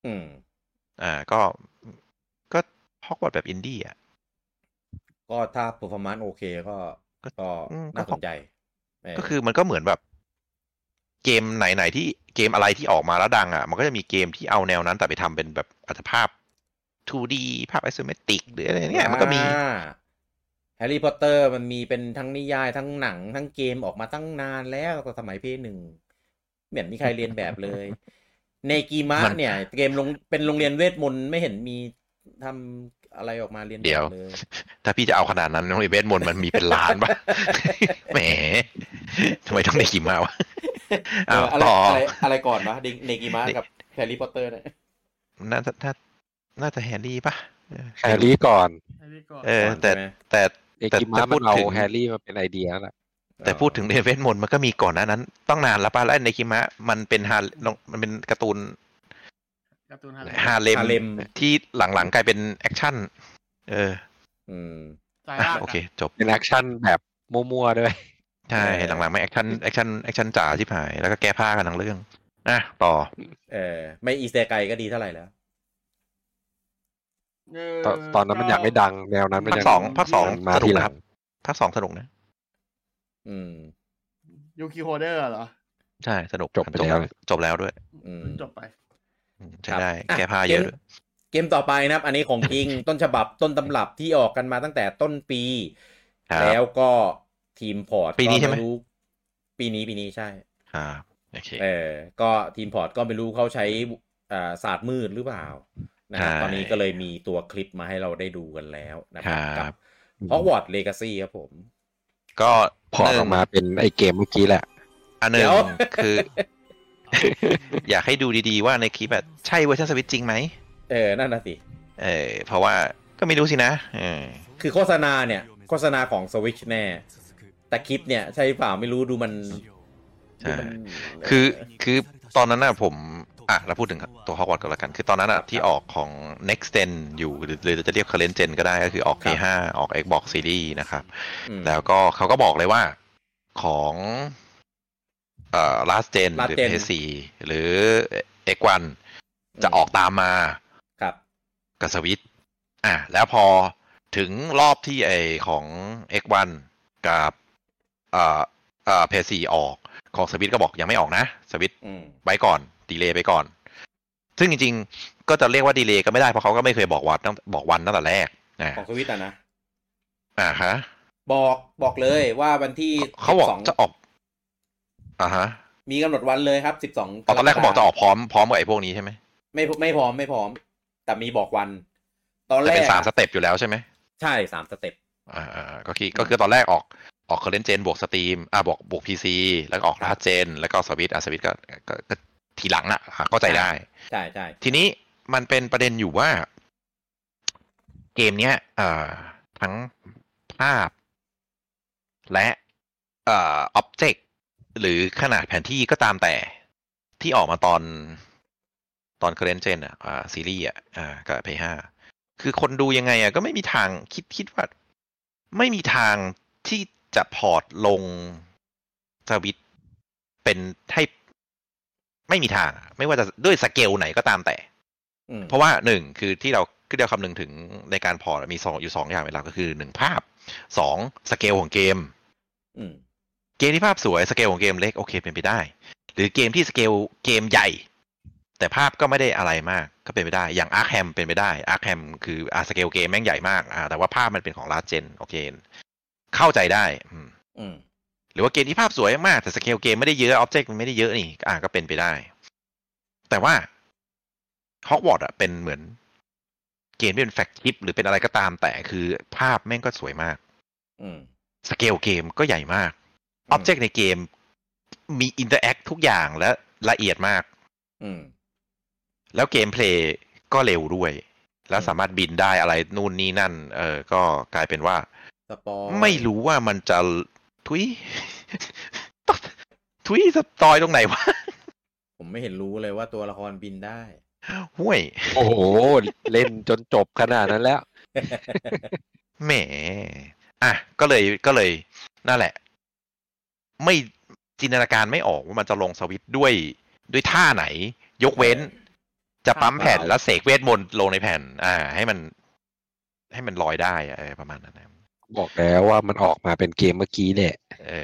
ก็ฮอกวอตส์แบบอินดี้อ่ะก็ถ้าเพอร์ฟอร์มานซ์โอเคก็น่าสนใจก็คือมันก็เหมือนแบบเกมไหนที่เกมอะไรที่ออกมาแล้วดังอ่ะมันก็จะมีเกมที่เอาแนวนั้นแต่ไปทำเป็นแบบอัตภาพ 2D ภาพไอโซเมตริกหรืออะไรเนี่ยมันก็มีแฮร์รี่พอตเตอร์มันมีเป็นทั้งนิยายทั้งหนังทั้งเกมออกมาตั้งนานแล้วตอนสมัย PS1 เหมือนมีใครเรียนแบบเลยเนกิมะเนี่ยเกมเป็นโรงเรียนเวทมนต์ไม่เห็นมีทำอะไรออกมาเรียนแบบเลยถ้าพี่จะเอาขนาดนั้นโรงเรียนเวทมนต์มันมีเป็นล้านป่ะแหมทำไมต้องเนกิมะวะอะไรก่อนวะเนกิมะกับแฮร์รี่พอตเตอร์เนี่ยน่าจะแฮร์รี่ป่ะแฮร์รี่ก่อนแต่เนกิมะมันเอาแฮร์รี่มาเป็นไอเดียแหละแต่พูดถึงเวทมนต์มันก็มีก่อนหน้านั้นต้องนานแล้วป่ะแล้วเนกิมะมันเป็นมันเป็นการ์ตูนฮาเลมที่หลังๆกลายเป็นแอคชั่นโอเคจบเป็นแอคชั่นแบบมั่วๆด้วยใช่หลังๆไม่แอคชั่นจ๋าชิบหายแล้วก็แก้ผ้ากันทั้งเรื่องต่อไม่อีเซไกก็ดีเท่าไหร่แล้วตอนนั้นมันยังไม่ดังแนวนั้นภาคสองมาทีหลังภาค2สนุกนะยูคิโฮเดอร์เหรอใช่สนุกจบแล้วด้วยจบไปใช่ได้แก้ผ้าเยอะด้วยเกมต่อไปนะครับอันนี้ของจริง ต้นฉบับต้นตำรับที่ออกกันมาตั้งแต่ต้นปีแล้วก็ทีมพอร์ตปีนี้ใช่ไหมปีนี้ใช่โอเคก็ทีมพอร์ตก็ไม่รู้เขาใช้ศาสตร์มืดหรือเปล่านะครับตอนนี้ก็เลยมีตัวคลิปมาให้เราได้ดูกันแล้วนะครับกับHogwarts Legacy ครับผมก็พอออกมาเป็นไอเกมเมื่อกี้แหละอันนึงคืออยากให้ดูดีๆว่าในคลิปแบบใช่เวอร์ชันสวิตช์จริงไหมนั่นน่ะสิเพราะว่าก็ไม่รู้สินะคือโฆษณาเนี่ยโฆษณาของ Switch แน่แต่คลิปเนี่ยใช่เปล่าไม่รู้ดูมันคือตอนนั้นน่ะผมเราพูดถึงตัว Hogwarts กันละกันคือตอนนั้นน่ะที่ออกของ Next Gen อยู่หรือจะเรียก Current Gen ก็ได้ก็คือออก PS5 ออก Xbox Series นะครับแล้วก็เขาก็บอกเลยว่าของlast gen หรือ PS4 หรือ X1 จะออกตามมากับสวิตช์แล้วพอถึงรอบที่ของ X1 กับPS4 ออกของสวิตก็บอกยังไม่ออกนะสวิตไว้ก่อนดีเลย์ไปก่อนซึ่งจริงๆก็จะเรียกว่าดีเลย์ก็ไม่ได้เพราะเขาก็ไม่เคยบอกวันตั้งแต่แรกของสวิตนะฮะบอกเลยว่าวันที่เขาบอกจะออกมีกำหนดวันเลยครับ12 ตอนแรกเขาบอกจะออกพร้อมกับไอ้พวกนี้ใช่ไหมไม่พร้อมแต่มีบอกวันตอนแรกเป็น3สเต็ปอยู่แล้วใช่ไหมใช่3สเต็ปก็คือตอนแรกออกเคอร์เรนต์เจนบวกสตรีมบวก PC แล้วก็ออกลาสเจนแล้วก็สวิตสวิตก็ทีหลังอ่ะเข้าใจได้ใช่ทีนี้มันเป็นประเด็นอยู่ว่าเกมเนี้ยทั้งภาพและobject หรือขนาดแผนที่ก็ตามแต่ที่ออกมาตอนcurrent gen ซีรีส์กับ PS5 คือคนดูยังไงก็ไม่มีทางคิดว่าไม่มีทางที่จะพอร์ตลงสวิตเป็นให้ไม่มีทางไม่ว่าจะด้วยสเกลไหนก็ตามแต่เพราะว่า1คือที่เราคำนึงถึงในการพอร์ตมีอยู่2อย่างเป็นหลักก็คือ1ภาพ2สเกลของเกมที่ภาพสวยสเกลของเกมเล็กโอเคเป็นไปได้หรือเกมที่สเกลเกมใหญ่แต่ภาพก็ไม่ได้อะไรมากก็เป็นไปได้อย่าง Arkham เป็นไปได้ Arkham คือสเกลเกมแม่งใหญ่มากแต่ว่าภาพมันเป็นของ Last Gen โอเคเข้าใจได้หรือว่าเกมที่ภาพสวยมากแต่สเกลเกมไม่ได้เยอะ Object มันไม่ได้เยอะนี่ก็เป็นไปได้แต่ว่า Hogwarts เป็นเหมือนเกมที่เป็นแฟลกชิปหรือเป็นอะไรก็ตามแต่คือภาพแม่งก็สวยมากสเกลเกมก็ใหญ่มากObject ในเกมมีอินเตอร์แอคทุกอย่างและละเอียดมากแล้วเกมเพลย์ก็เร็วด้วยแล้วสามารถบินได้อะไรนู่นนี่นั่นก็กลายเป็นว่าไม่รู้ว่ามันจะทุยสปอยตรงไหนวะผมไม่เห็นรู้เลยว่าตัวละครบินได้ห่วยโอ้โหเล่นจนจบขนาดนั้นแล้วแหมก็เลยนั่นแหละไม่จินตนาการไม่ออกว่ามันจะลงสวิตช์ด้วยท่าไหนยกเว้นจะปั๊มแผ่นแล้วเสกเวทมนต์ลงในแผ่นให้มันลอยได้ประมาณนั้นนะบอกแล้วว่ามันออกมาเป็นเกมเมื่อกี้เนี่ย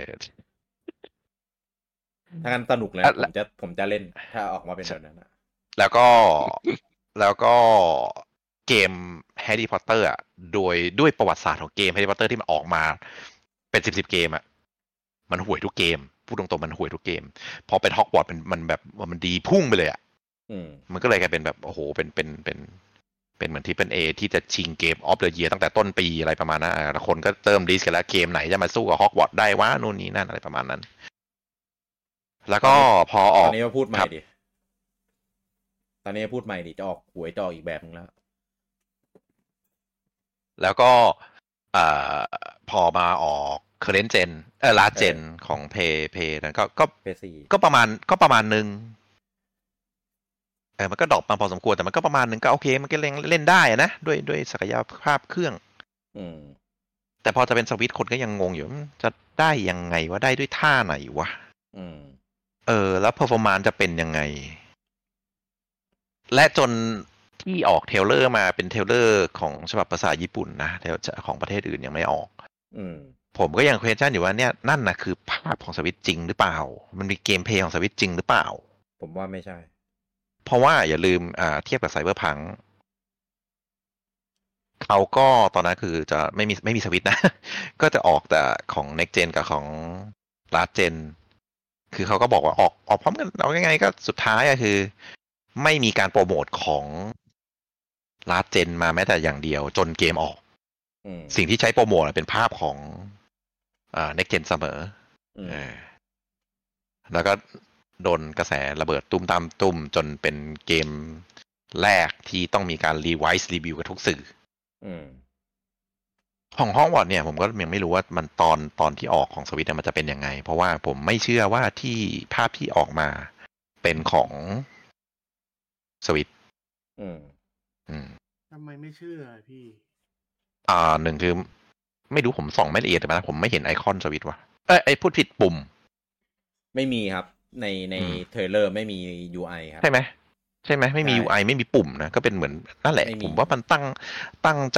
ถ้างั้นสนุกเลยผมจะเล่นถ้าออกมาเป็นแบบนั้นนะแล้วก็เกมแฮร์รี่พอตเตอร์ด้วยประวัติศาสตร์ของเกมแฮร์รี่พอตเตอร์ที่มันออกมาเป็น10เกมมันห่วยทุกเกมพูดตรงๆมันห่วยทุกเกมพอเป็นฮอกวอตส์มันแบบมันดีพุ่งไปเลยมันก็เลยกลายเป็นแบบโอ้โหเป็นเหมือนที่เป็น A ที่จะชิงเกมออฟเดอะเยียร์ตั้งแต่ต้นปีอะไรประมาณนั้นแล้วคนก็เติมลิสต์กันแล้วเกมไหนจะมาสู้กับฮอกวอตส์ได้วะนู่นนี่นั่นอะไรประมาณนั้นแล้วก็พอออกตอนนี้มาพูดใหม่ดิจะออกหวยจออีกแบบนึงแล้วก็พอมาออก current gen last gen ของ Play นั้นก็ประมาณนึงมันก็ดรอปมาพอสมควรแต่มันก็ประมาณนึงก็โอเคมันก็เล่นได้นะด้วยศักยภาพเครื่องแต่พอจะเป็นสวิตช์คนก็ยังงงอยู่จะได้ยังไงวะได้ด้วยท่าไหนวะแล้ว performance จะเป็นยังไงและจนที่ออกเทรลเลอร์มาเป็นเทรลเลอร์ของฉบับภาษาญี่ปุ่นนะของประเทศอื่นยังไม่ออกผมก็ยัง question อยู่ว่าเนี่ยนั่นนะคือภาพของสวิตช์จริงหรือเปล่ามันมีเกมเพลย์ของสวิตช์จริงหรือเปล่าผมว่าไม่ใช่เพราะว่าอย่าลืมเทียบกับไซเบอร์พังเขาก็ตอนนั้นคือจะไม่มีสวิตช์นะก็จะออกแต่ของ next gen กับของ last gen คือเขาก็บอกว่าออกพร้อมกันเอาง่ายๆก็สุดท้ายก็คือไม่มีการโปรโมทของ last gen มาแม้แต่อย่างเดียวจนเกมออกสิ่งที่ใช้โปรโมทเป็นภาพของnext gen เสมอแล้วก็โดนกระแสระเบิดตุ้มตามตุ้มจนเป็นเกมแรกที่ต้องมีการรีไวซ์รีวิวกับทุกสื่อของห้องวอร์ดเนี่ยผมก็ยังไม่รู้ว่ามันตอนที่ออกของสวิตมันจะเป็นยังไงเพราะว่าผมไม่เชื่อว่าที่ภาพที่ออกมาเป็นของสวิตทำไมไม่เชื่อพี่หนึ่งคือไม่รู้ผมส่องไม่ละเอียดแต่นะผมไม่เห็นไอคอนสวิตว่ะพูดผิดปุ่มไม่มีครับในเทรลเลอร์ไม่มี UI ครับใช่ไหมไม่มี UI ไม่มีปุ่มนะก็เป็นเหมือนนั่นแหละผมว่ามันตั้งใจ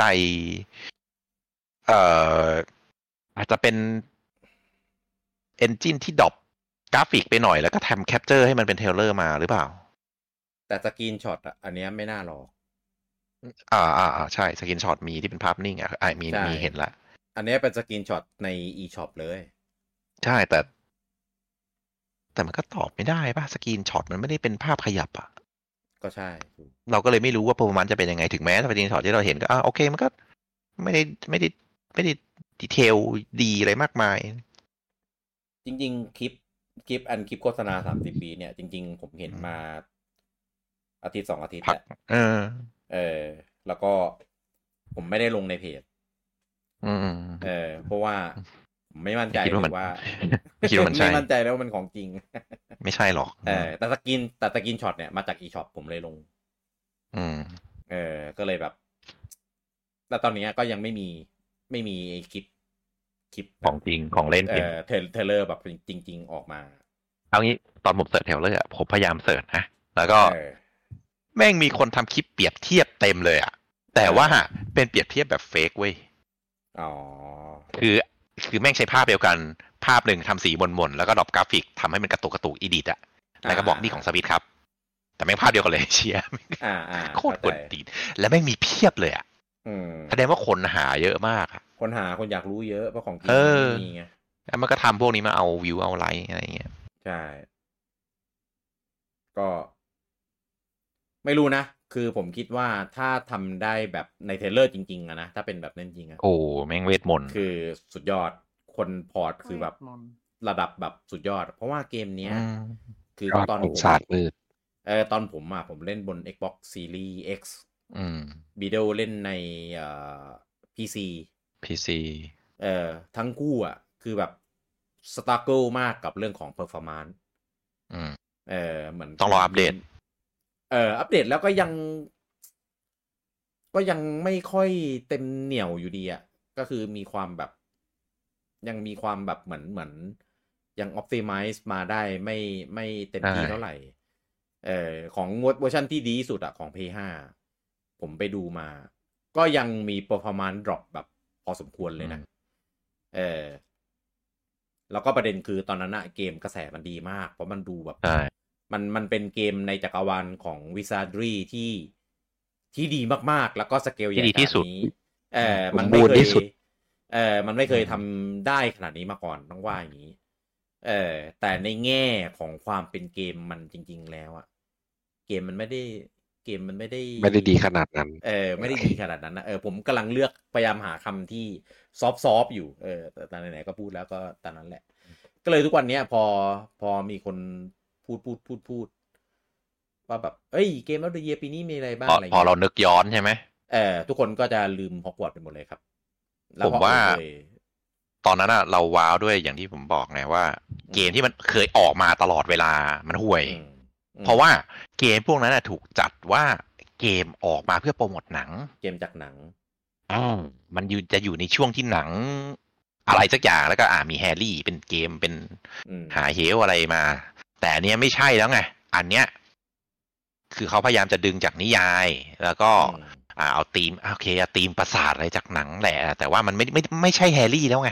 อาจจะเป็นเอนจินที่ดรอปกราฟิกไปหน่อยแล้วก็ทำแคปเจอร์ให้มันเป็นเทรลเลอร์มาหรือเปล่าแต่สกรีนช็อตอันนี้ไม่น่าหรอกใช่สกรีนช็อตมีที่เป็นภาพนิ่งมีเห็นละอันนี้เป็นสกรีนช็อตใน eShop เลยใช่แต่มันก็ตอบไม่ได้ป่ะสกรีนช็อตมันไม่ได้เป็นภาพขยับอ่ะก็ใช่เราก็เลยไม่รู้ว่า performance จะเป็นยังไงถึงแม้สกรีนช็อตที่เราเห็นก็โอเคมันก็ไม่ได้ดีเทลดีอะไรมากมายจริงๆคลิปโฆษณา30 ปีเนี่ยจริงๆผมเห็นมาอาทิตย์2 อาทิตย์แล้วแล้วก็ผมไม่ได้ลงในเพจเพราะว่าผมไม่มั่นใจว่าไม่มั่นใจแล้วว่ามันของจริงไม่ใช่หรอกแต่สกินช็อตเนี่ยมาจาก eShop ผมเลยลงก็เลยแบบแต่ตอนนี้ก็ยังไม่มีคลิปของจริงของเล่นเทเลอร์แบบจริงๆออกมาเอางี้ตอนผมเสิร์ชเทเลอร์ผมพยายามเสิร์ชนะแล้วก็แม่งมีคนทำคลิปเปรียบเทียบเต็มเลยแต่ว่าเป็นเปรียบเทียบแบบเฟกเว้ยคือแม่งใช้ภาพเดียวกันภาพหนึ่งทำสีมนๆแล้วก็ดรอปกราฟิกทำให้มันกระตุกอีดิทแล้วก็บอกนี่ของสวิตครับแต่แม่งภาพเดียวกันเลยเชียโคตรกดตีนแล้วแม่งมีเพียบเลยแสดงว่าคนหาเยอะมากคนอยากรู้เยอะเพราะของจริงมีไงแล้วมันก็ทำพวกนี้มาเอาวิวเอาไลค์อะไรเงี้ยใช่ก็ไม่รู้นะคือผมคิดว่าถ้าทำได้แบบในเทเลอร์จริงๆนะถ้าเป็นแบบนั้นจริงโอ้แม่งเวทมนต์คือสุดยอดคนพอร์ตคือแบบระดับแบบสุดยอดเพราะว่าเกมเนี้ยคือตอนผมตอนผมเล่นบน Xbox Series Xบีโดเล่นในPC ทั้งคู่คือแบบสตรักเกิลมากกับเรื่องของ performance เหมือนต้องรออัปเดตอัปเดตแล้วก็ยังไม่ค่อยเต็มเหนี่ยวอยู่ดีก็คือมีความแบบยังมีความแบบเหมือนยัง optimize มาได้ไม่เต็มที่เท่าไหร่ของเวอร์ชันที่ดีสุดของ PS5 ผมไปดูมาก็ยังมี performance drop แบบพอสมควรเลยนะแล้วก็ประเด็นคือตอนนั้นเกมกระแสมันดีมากเพราะมันดูแบบมันเป็นเกมในจักรวาลของ Wizardry ที่ดีมากๆแล้วก็สเกลใหญ่ขนาดนี้มันไม่เคยทำได้ขนาดนี้มาก่อนต้องว่าอย่างนี้แต่ในแง่ของความเป็นเกมมันจริงๆแล้วเกมมันไม่ได้ดีขนาดนั้นไม่ได้ดีขนาดนั้นนะผมกำลังเลือกพยายามหาคำที่ซอฟอยู่แต่ไหนๆก็พูดแล้วก็ตอนนั้นแหละก็เลยทุกวันนี้พอมีคนพูดว่าแบบเกมออฟเดอะเยียร์ปีนี้มีอะไรบ้างอะไรพอเรานึกย้อนใช่ไหมทุกคนก็จะลืมฮอกวอตส์ไปหมดเลยครับผมว่าตอนนั้นเราว้าวด้วยอย่างที่ผมบอกไงว่าเกมที่มันเคยออกมาตลอดเวลามันห่วยเพราะว่าเกมพวกนั้นถูกจัดว่าเกมออกมาเพื่อโปรโมทหนังเกมจากหนังมันจะอยู่ในช่วงที่หนังอะไรสักอย่างแล้วก็มีแฮร์รี่เป็นเกมเป็นหาเฮลอะไรมาแต่อันเนี้ยไม่ใช่แล้วไงอันเนี้ยคือเขาพยายามจะดึงจากนิยายแล้วก็เอาธีมโอเคธีมประสาทอะไรจากหนังแหละแต่ว่ามันไม่ใช่แฮร์รี่แล้วไง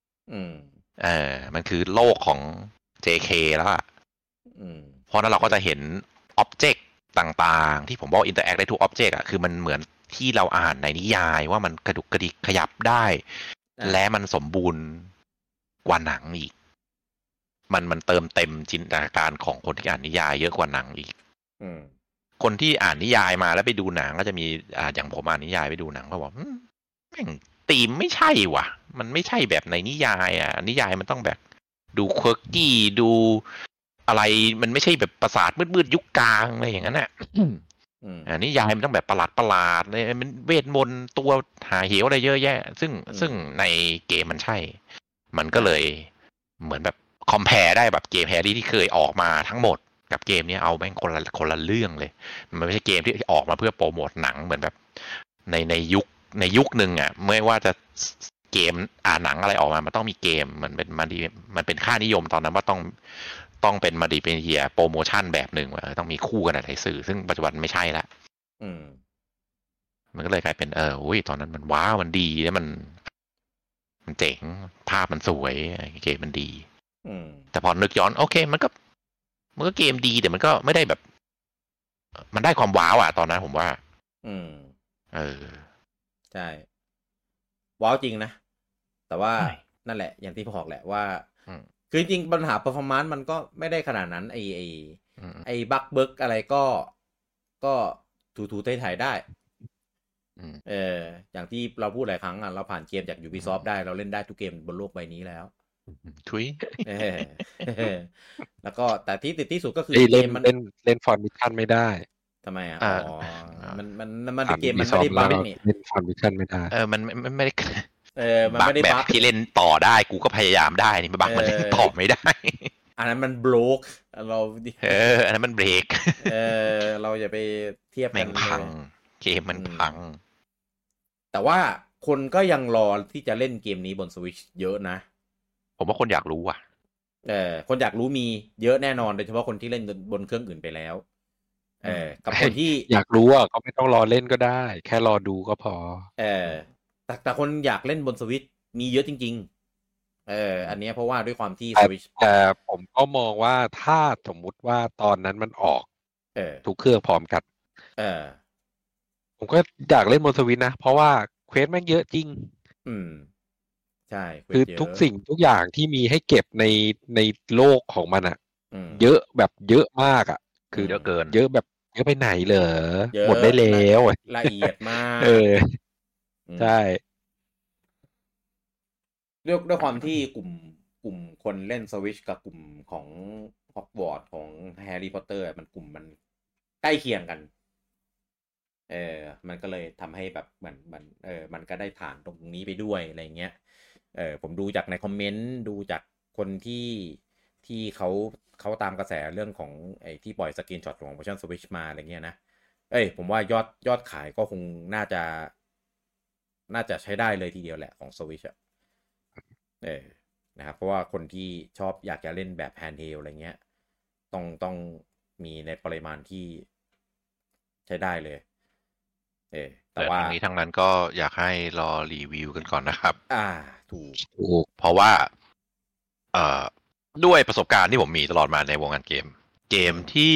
มันคือโลกของ JK แล้วเพราะนั้นเราก็จะเห็นอ็อบเจกต์ต่างๆที่ผมบอกอินเตอร์แอคได้ทุกอ็อบเจกต์คือมันเหมือนที่เราอ่านในนิยายว่ามันกระดุกกระดิกขยับได้และมันสมบูรณ์กว่าหนังอีกมันเติมเต็มจินตนาการของคนที่อ่านนิยายเยอะกว่าหนังอีกคนที่อ่านนิยายมาแล้วไปดูหนังก็จะมีอย่างผมอ่านนิยายไปดูหนังเขาบอกแม่งธีมไม่ใช่ว่ะมันไม่ใช่แบบในนิยายนิยายมันต้องแบบดูเควร์กกี้ดูอะไรมันไม่ใช่แบบประสาทมืดยุคกลางอะไรอย่างนั้นนิยายมันต้องแบบประหลาดเลยมันเวทมนต์ตัวหาเหวอะไรเยอะแยะซึ่งในเกมมันใช่มันก็เลยเหมือนแบบคอมแพร์ได้แบบเกมแฮร์รี่ที่เคยออกมาทั้งหมดกับเกมนี้เอาแม่งคนละเรื่องเลยมันไม่ใช่เกมที่ออกมาเพื่อโปรโมทหนังเหมือนแบบในยุคนึงไม่ว่าจะเกมหนังอะไรออกมามันต้องมีเกมมันเป็นค่านิยมตอนนั้นว่าต้องเป็นมัลติมีเดียโปรโมชั่นแบบหนึ่งต้องมีคู่กันในสื่อซึ่งปัจจุบันไม่ใช่ละมันก็เลยกลายเป็นตอนนั้นมันว้าวมันดีแล้วมันเจ๋งภาพมันสวยเกมมันดีแต่พอนึกย้อนโอเคมันก็เกมดีแต่มันก็ไม่ได้แบบมันได้ความว้าวตอนนั้นผมว่าใช่ว้าวจริงนะแต่ว่านั่นแหละอย่างที่บอกแหละว่าคือจริงปัญหา performance มันก็ไม่ได้ขนาดนั้นไอ้บั๊กเบิร์กอะไรก็ถูๆไถๆได้อย่างที่เราพูดหลายครั้งเราผ่านเกมจาก Ubisoft ได้เราเล่นได้ทุกเกมบนโลกใบนี้แล้วทุยแล้วก็แต่ที่ติดที่สุดก็คือเกมมันเล่นฟอนต์มิชชั่นไม่ได้ทำไมมันเกมมันไม่ได้บั๊กนี่เล่นฟอนต์มิชชั่นไม่ได้มันไม่ได้มันไม่ได้บั๊กที่เล่นต่อได้กูก็พยายามได้นี่บั๊กมันเล่นต่อไม่ได้อันนั้นมันโบรกเราอันนั้นมันเบรกเราอย่าไปเทียบกันพังเกมมันพังแต่ว่าคนก็ยังรอที่จะเล่นเกมนี้บน Switch เยอะนะผมว่าคนอยากรู้คนอยากรู้มีเยอะแน่นอนโดยเฉพาะคนที่เล่นบนเครื่องอื่นไปแล้วกับคนที่อยากรู้ก็ไม่ต้องรอเล่นก็ได้แค่รอดูก็พอแต่คนอยากเล่นบน Switch มีเยอะจริงๆอันนี้เพราะว่าด้วยความที่ Switch แต่ผมก็มองว่าถ้าสมมุติว่าตอนนั้นมันออกทุกเครื่องพร้อมกันผมก็อยากเล่นบนสวิตช์นะเพราะว่าเควสแม่งเยอะจริงใช่คือทุกสิ่งทุกอย่างที่มีให้เก็บในโลกของมันเยอะแบบเยอะมากคือเยอะเกินเยอะแบบเยอะไปไหนเหรอหมดได้แล้วละเอียดมากใช่ด้วยความที่กลุ่มคนเล่นสวิตช์กับกลุ่มของฮอกวอตส์ของแฮร์รี่พอตเตอร์มันกลุ่มมันใกล้เคียงกันมันก็เลยทำให้แบบมันก็ได้ฐานตรงนี้ไปด้วยอะไรเงี้ยผมดูจากในคอมเมนต์ดูจากคนที่เขาตามกระแสเรื่องของไอ้ที่ปล่อยสกรีนช็อตของเวอร์ชัน Switch มาอะไรเงี้ยนะผมว่ายอดขายก็คงน่าจะใช้ได้เลยทีเดียวแหละของ Switch นะครับเพราะว่าคนที่ชอบอยากจะเล่นแบบแฮนด์เฮลอะไรเงี้ยต้องมีในปริมาณที่ใช้ได้เลยแต่ว่าทั้งนี้ทั้งนั้นก็อยากให้รอรีวิวกันก่อนนะครับถูกเพราะว่าด้วยประสบการณ์ที่ผมมีตลอดมาในวงการเกมที่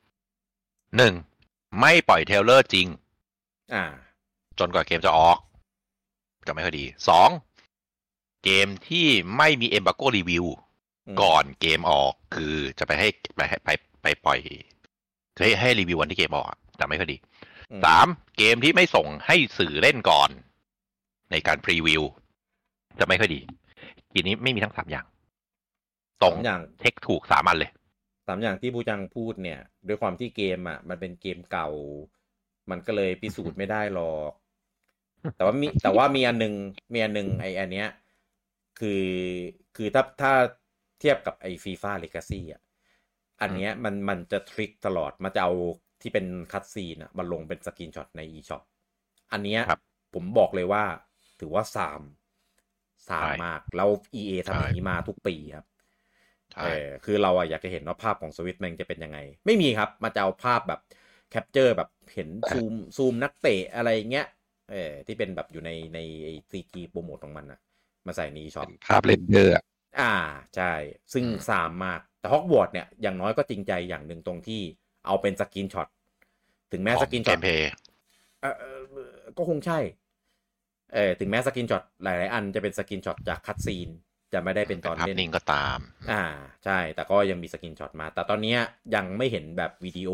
1ไม่ปล่อยเทรลเลอร์จริงจนกว่าเกมจะออกจะไม่ค่อยดี2เกมที่ไม่มีเอมบาโกรีวิวก่อนเกมออกคือจะไปปล่อยให้รีวิววันที่เกมออกจะไม่ค่อยดี3เกมที่ไม่ส่งให้สื่อเล่นก่อนในการพรีวิวจะไม่ค่อยดีทีนี้ไม่มีทั้ง3อย่างตรงอย่างเทคถูก3อันเลย 3อย่างที่บูจังพูดเนี่ยด้วยความที่เกมมันเป็นเกมเก่ามันก็เลยพิสูจน์ไม่ได้หรอกแต่ว่ามีอันนึงไอ้อันเนี้ยคือถ้าเทียบกับไอ้ FIFA Legacy อันเนี้ยมันจะทริคตลอดมันจะเอาที่เป็นคัตซีนมาลงเป็นสกรีนช็อตใน eShop อันเนี้ยผมบอกเลยว่าถือว่าสามมากแล้ว EA ทำอย่างนี้มาทุกปีครับคือเราอยากจะเห็นว่าภาพของสวิตมันจะเป็นยังไงไม่มีครับมันจะเอาภาพแบบแคปเจอร์แบบเห็นซูมนักเตะอะไรเงี้ยที่เป็นแบบอยู่ในCG โปรโมทของมันมาใส่ใน eShop ภาพเรนเดอร์ใช่ซึ่งมากแต่ฮอกวอตส์เนี่ยอย่างน้อยก็จริงใจอย่างหนึ่งตรงที่เอาเป็นสกรีนช็อตถึงแม้สกรีนช็อตก็คงใช่ถึงแม้สกรีนช็อตหลายๆอันจะเป็นสกรีนช็อตจากคัตซีนจะไม่ได้เป็นตอนเล่นนิ่งก็ตามใช่แต่ก็ยังมีสกรีนช็อตมาแต่ตอนนี้ยังไม่เห็นแบบวิดีโอ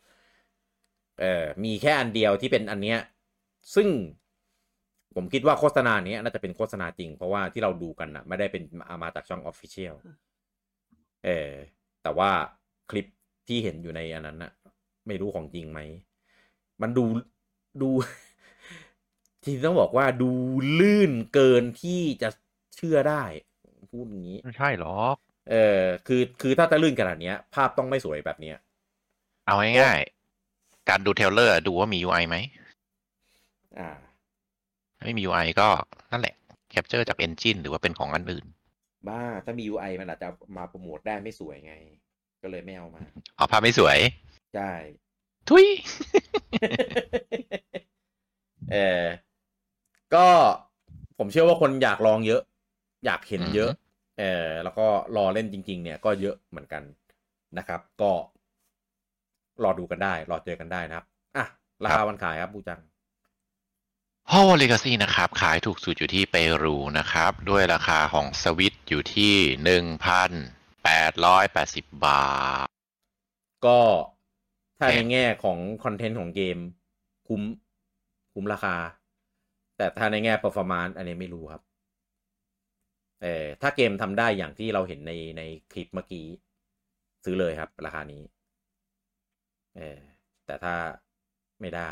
มีแค่อันเดียวที่เป็นอันเนี้ยซึ่งผมคิดว่าโฆษณาเนี้ยน่าจะเป็นโฆษณาจริงเพราะว่าที่เราดูกันไม่ได้เป็นมาจากช่อง Official แต่ว่าคลิปที่เห็นอยู่ในอันนั้นไม่รู้ของจริงไหมมันดูที่ต้องบอกว่าดูลื่นเกินที่จะเชื่อได้พูดอย่างนี้ไม่ใช่หรอกคือถ้าจะลื่นขนาดนี้ภาพต้องไม่สวยแบบนี้เอาง่ายๆการดูเทรลเลอร์ดูว่ามี UI ไหมไม่มี UI ก็นั่นแหละแคปเจอร์จาก Engine หรือว่าเป็นของอันอื่นบ้าถ้ามี UI มันอาจจะมาโปรโมทได้ไม่สวยไงก็เลยไม่เอามาภาพไม่สวยใช่ทุยก็ผมเชื่อว่าคนอยากลองเยอะอยากเห็นเยอะแล้วก็รอเล่นจริงๆเนี่ยก็เยอะเหมือนกันนะครับก็รอดูกันได้รอเจอกันได้นะครับอ่ะราคาวันขายครับบูจัง Hogwarts Legacy นะครับขายถูกสุดอยู่ที่เปรูนะครับด้วยราคาของสวิตอยู่ที่ 1,880 บาทก็ถ้าในแง่ของคอนเทนต์ของเกมคุ้มราคาแต่ถ้าในแง่ performance อันนี้ไม่รู้ครับถ้าเกมทำได้อย่างที่เราเห็นในคลิปเมื่อกี้ซื้อเลยครับราคานี้แต่ถ้าไม่ได้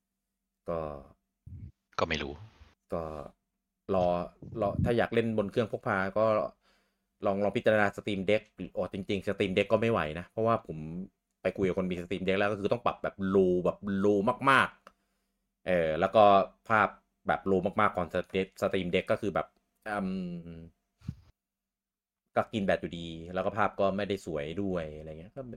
ก็ไม่รู้ก็รอถ้าอยากเล่นบนเครื่องพกพาก็ลองพิจารณา Steam Deck หรือจริงๆ Steam Deck ก็ไม่ไหวนะเพราะว่าผมไปคุยกับคนมี Steam Deck แล้วก็คือต้องปรับแบบโลมากๆแล้วก็ภาพแบบโลมากๆของ Steam Deck ก็คือแบบก็กินแบตอยู่ดีแล้วก็ภาพก็ไม่ได้สวยด้วยอะไรเงี้ยก็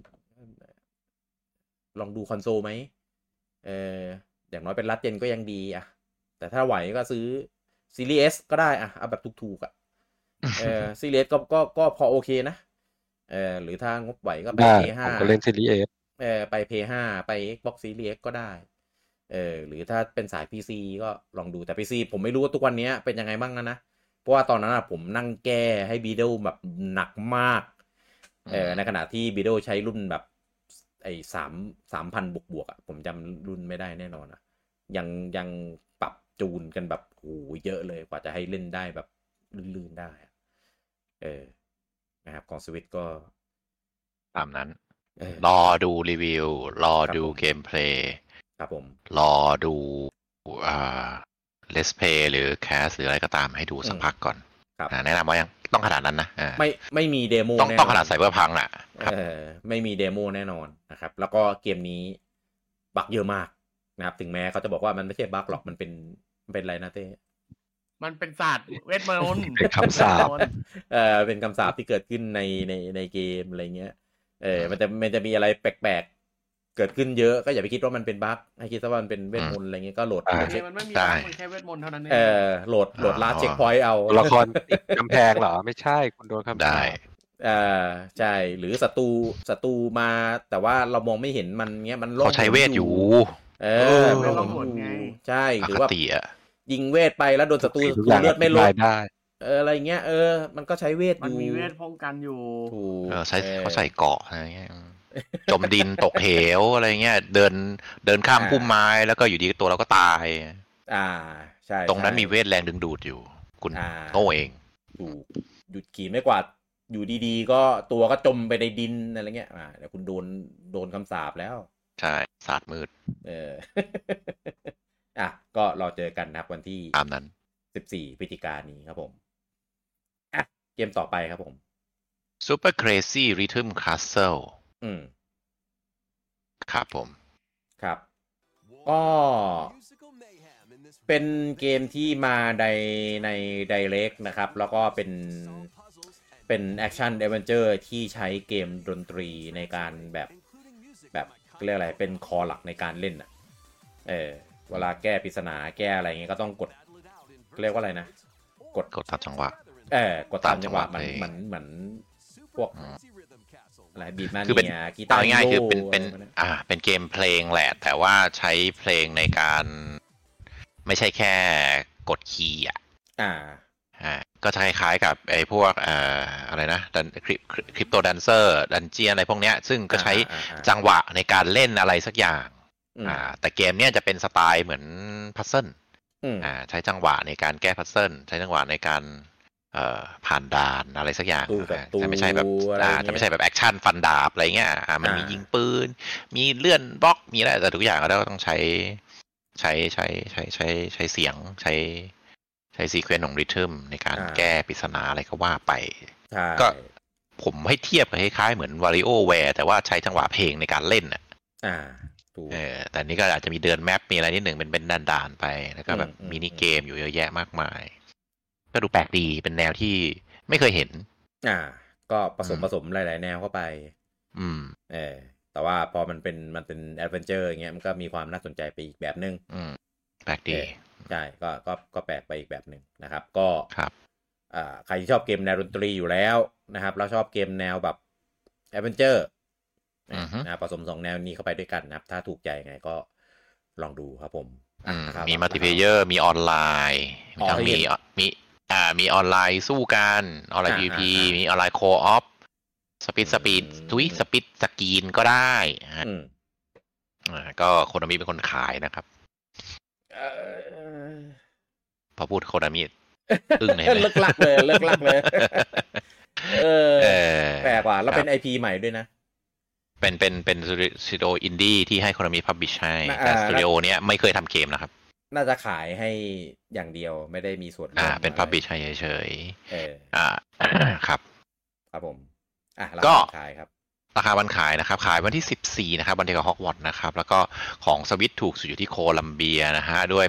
ลองดูคอนโซลไหมอย่างน้อยเป็นลัดเจนก็ยังดีอะแต่ถ้าไหวก็ซื้อซีรีส์ S ก็ได้อะเอาแบบถูกๆอะซีรีส์ S ก็พอโอเคนะหรือถ้างบไหวก็ไป P5 ผมก็เล่นซีรีส์ S ไป P5 ไป Xbox Series X ก็ได้หรือถ้าเป็นสาย PC ก็ลองดูแต่ PC ผมไม่รู้ว่าทุกวันนี้เป็นยังไงบ้างนะเพราะว่าตอนนั้นผมนั่งแก้ให้ Beetle แบบหนักมากในขณะที่ Beetle ใช้รุ่นแบบไอ้3,000 บวกผมจำรุ่นไม่ได้แน่นอนนะยังปรับจูนกันแบบโหเยอะเลยกว่าจะให้เล่นได้แบบลื่นๆได้นะครับของ Switch ก็ตามนั้นรอดูรีวิวรอดูเกมเพลย์ครับผมรอดูLet's Play หรือ Cast หรืออะไรก็ตามให้ดูสักพักก่อนแนะนำว่ายังต้องขนาดนั้นนะไม่มีเดโมต้องขนาดไซเบอร์พังอ่ะไม่มีเดโมแน่นอนนะครับแล้วก็เกมนี้บั๊กเยอะมากนะครับถึงแม้เขาจะบอกว่ามันไม่ใช่บั๊กหรอกมันเป็นอะไรนะเต้มันเป็นศาสตร์เวทมนต์เป็นคำสาปเป็นคำสาปที่เกิดขึ้นในเกมอะไรเงี้ยมันจะมีอะไรแปลกๆเกิดขึ้นเยอะก็อย่าไปคิดว่ามันเป็นบั๊กให้คิดว่ามันเป็นเวทมนต์อะไรเงี้ยก็โหลดมันไม่มีบั๊กมันแค่เวทมนต์เท่านั้นเองโหลดลาดเช็คพอยต์เอาละครติดกำแพงเหรอไม่ใช่คุณโดนคำสาปใช่หรือศัตรูมาแต่ว่าเรามองไม่เห็นมันเงี้ยมันเขาใช้เวทอยู่มันล่องหนไงใช่หรือว่ายิงเวทไปแล้วโดนศัตรูเลือดไม่ลดอะไรเงี้ยมันก็ใช้เวทอยู่มันมีเวทป้องกันอยู่ใช้เขาใส่เกาะอะไรเงี้ยจมดินตกเหวอะไรเงี้ยเดินข้ามพุ่มไม้แล้วก็อยู่ดีตัวเราก็ตายใช่ตรงนั้นมีเวทแรงดึงดูดอยู่คุณโง่เองหยุดขี่ไม่กวาดอยู่ดีๆก็ตัวก็จมไปในดินอะไรเงี้ยเดี๋ยวคุณโดนคำสาปแล้วใช่ศาสตร์มืดก็รอเจอกันนะครับวันที่ตามนั้น 14 พฤศจิกายนนี้ครับผมเกมต่อไปครับผม Super Crazy Rhythm Castle ครับผมครับก็เป็นเกมที่มาใน Direct นะครับแล้วก็เป็นแอคชั่นแอดเวนเจอร์ที่ใช้เกมดนตรีในการแบบเรียกอะไรเป็นคอหลักในการเล่นเวลาแก้ปริศนาแก้อะไรเงี้ยก็ต้องกดเรียกว่าอะไรนะกดตามจังหวะกดตามจังหวะมันเหมือนพวกอะไรบีทมาเนียกีตาร์ง่ายคือเป็นเกมเพลงแหละแต่ว่าใช้เพลงในการไม่ใช่แค่กดคีย์ก็จะคล้ายๆกับไอ้พวกอะไรนะคริปโตแดนเซอร์ดันเจียนอะไรพวกเนี้ยซึ่งก็ใช้จังหวะในการเล่นอะไรสักอย่างแต่เกมเนี้ยจะเป็นสไตล์เหมือนพัซเซิลใช้จังหวะในการแก้พัซเซิลใช้จังหวะในการผ่านด่านอะไรสักอย่างแต่ไม่ใช่แบบแอคชั่นฟันดาบอะไรเงี้ยมันมียิงปืนมีเลื่อนบล็อกมีอะไรแต่ทุกอย่างก็ต้องใช้เสียงใช้ซีเควนซ์ของริทึมในการแก้ปริศนาอะไรก็ว่าไปก็ผมให้เทียบกับคล้ายๆเหมือน WarioWare แต่ว่าใช้จังหวะเพลงในการเล่นแต่นี้ก็อาจจะมีเดินแมปมีอะไรนิดหนึ่งเป็นด่านๆไปแล้วก็แบบมินิเกมอยู่เยอะแยะมากมายก็ดูแปลกดีเป็นแนวที่ไม่เคยเห็นก็ผสมหลายๆแนวเข้าไปแต่ว่าพอมันเป็นแอดเวนเจอร์อย่างเงี้ยมันก็มีความน่าสนใจไปอีกแบบนึงแปลกดีใช่ก็แปลกไปอีกแบบนึงนะครับก็ครับใครที่ชอบเกมแนวดนตรีอยู่แล้วนะครับแล้วชอบเกมแนวแบบแอดเวนเจอร์นะผสม2แนวนี้เข้าไปด้วยกันนะครับถ้าถูกใจไงก็ลองดูครับผมมีมัลติเพลเยอร์มีออนไลน์มีออนไลน์สู้กันออนไลน์ PVP มีออนไลน์โคออฟสปีดสกรีนก็ได้ก็โคนามิเป็นคนขายนะครับพอพูดโคนามิตึ้งเลยเลิกลักเลยแปลกว่าแล้วเป็น IP ใหม่ด้วยนะเป็นสตูดิโออินดี้ที่ให้โคนามิพับบิชให้แต่สตูดิโอเนี้ยไม่เคยทำเกมนะครับน่าจะขายให้อย่างเดียวไม่ได้มีส่วนเป็นพับบิชให้เฉยครับครับผมก็ขายครับราคาวันขายนะครับขายวันที่14นะครับวันเดียวกับฮอกวอตส์นะครับแล้วก็ของสวิตถูกสุดอยู่ที่โคลัมเบียนะฮะด้วย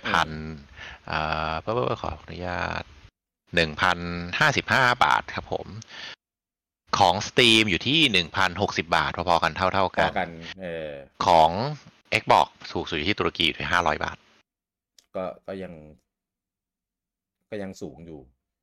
ขออนุญาต 1,055 บาทครับผมของ Steam อยู่ที่ 1,060 บาทพอๆกันเท่ากันของ Xbox ถูกสุดอยู่ที่ตุรกีอยู่ที่500 บาทก็ยังสูงอยู่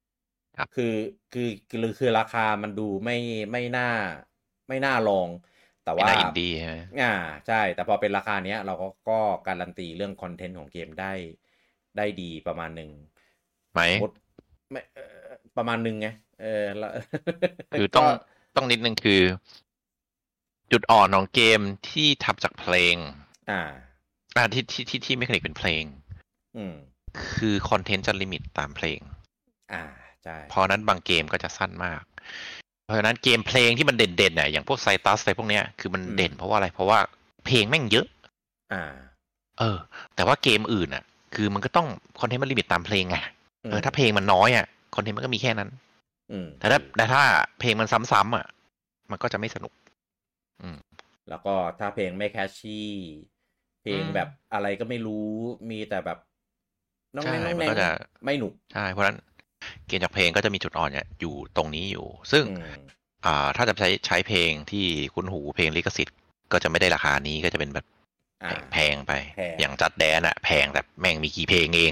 คือราคามันดูไม่น่าลองแต่ว่าอินดี้ใช่ไหมใช่แต่พอเป็นราคาเนี้ยเราก็การันตีเรื่องคอนเทนต์ของเกมได้ดีประมาณนึงไหมไม่ประมาณนึงไงคือต้องนิดนึงคือจุดอ่อนของเกมที่ทำจากเพลงที่เมคานิกเป็นเพลงคือคอนเทนต์จะลิมิตตามเพลงใช่เพราะนั้นบางเกมก็จะสั้นมากเพราะฉะนั้นเกมเพลงที่มันเด่นๆเนี่ยอย่างพวกไซตัสอะไรพวกเนี้ยคือมันเด่นเพราะว่าอะไรเพราะว่าเพลงแม่งเยอะแต่ว่าเกมอื่นอ่ะคือมันก็ต้องคอนเทนต์มันลิมิตตามเพลงไงถ้าเพลงมันน้อยอ่ะคอนเทนต์มันก็มีแค่นั้นแต่ถ้าเพลงมันซ้ำๆอ่ะมันก็จะไม่สนุกแล้วก็ถ้าเพลงไม่แคชชี่เพลงแบบอะไรก็ไม่รู้มีแต่แบบน้องแน่งมันก็จะไม่หนุกใช่เพราะฉะนั้นเกมจากเพลงก็จะมีจุดอ่อนเนี่ยอยู่ตรงนี้อยู่ซึ่งถ้าจะใช้เพลงที่คุ้นหูเพลงลิขสิทธิ์ก็จะไม่ได้ราคานี้ก็จะเป็นแบบแพงไปอย่างจัดแดนอะแพงแต่แม่งมีกี่เพลงเอง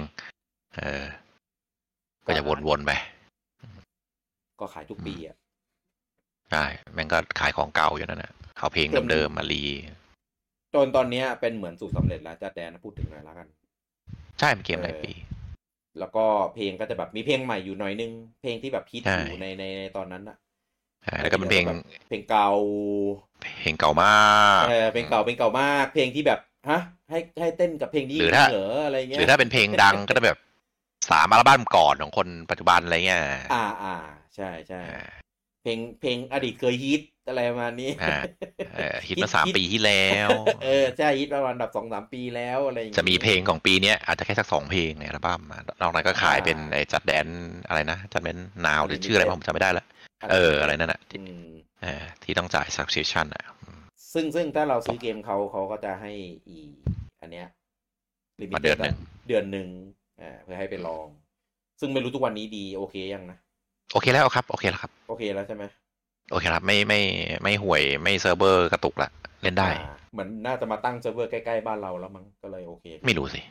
ก็จะวนๆไปก็ขายทุกปีอ่ะใช่แม่งก็ขายของเก่าอยู่นั่นแหละเอาเพลงเดิมๆมารีจนตอนนี้เป็นเหมือนสูตรสำเร็จแล้วจัดแดนพูดถึงหน่อยละกันใช่เป็นเกมหลายปีแล้วก็เพลงก็จะแบบมีเพลงใหม่อยู่หน่อยนึงเพลงที่แบบฮิตอยู่ในตอนนั้นอะแล้วก็เป็นเพลงเก่าเพลงเก่ามากเพลงเก่ามากเพลงที่แบบฮะให้เต้นกับเพลงนี้เหรออะไรเงี้ยหรือถ้าเป็นเพลงดังก็จะแบบ3 อัลบั้มก่อนของคนปัจจุบันอะไรเงี้ยใช่เพลงอดีตเคยฮิตอะไรประมาณนี้ฮิตมา3 ปีที่แล้วใช่ฮิตประมาณแบบ 2-3 ปีแล้วอะไรอย่างเงี้ยจะมีเพลงของปีนี้อาจจะแค่สัก2 เพลงในอัลบั้มนอกนั้นก็ขายเป็นไอ้จัดแดนอะไรนะจัดแดนนาวหรือชื่ออะไรผมจำไม่ได้แล้วอะไรนั่นน่ะที่ต้องจ่าย subscription อ่ะซึ่งถ้าเราซื้อเกมเขาก็จะให้อันเนี้ยลิมิตเดือนนึงเพื่อให้ไปลองซึ่งไม่รู้ทุกวันนี้ดีโอเคยังนะโอเคแล้วครับโอเคแล้วครับโอเคแล้วใช่ไหมโอเคครับไม่ห่วยไม่เซิร์ฟเวอร์กระตุกละเล่นได้เหมือนน่าจะมาตั้งเซิร์ฟเวอร์ใกล้ๆบ้านเราแล้วมั้งก็เลยโอเคไม่รู้สิ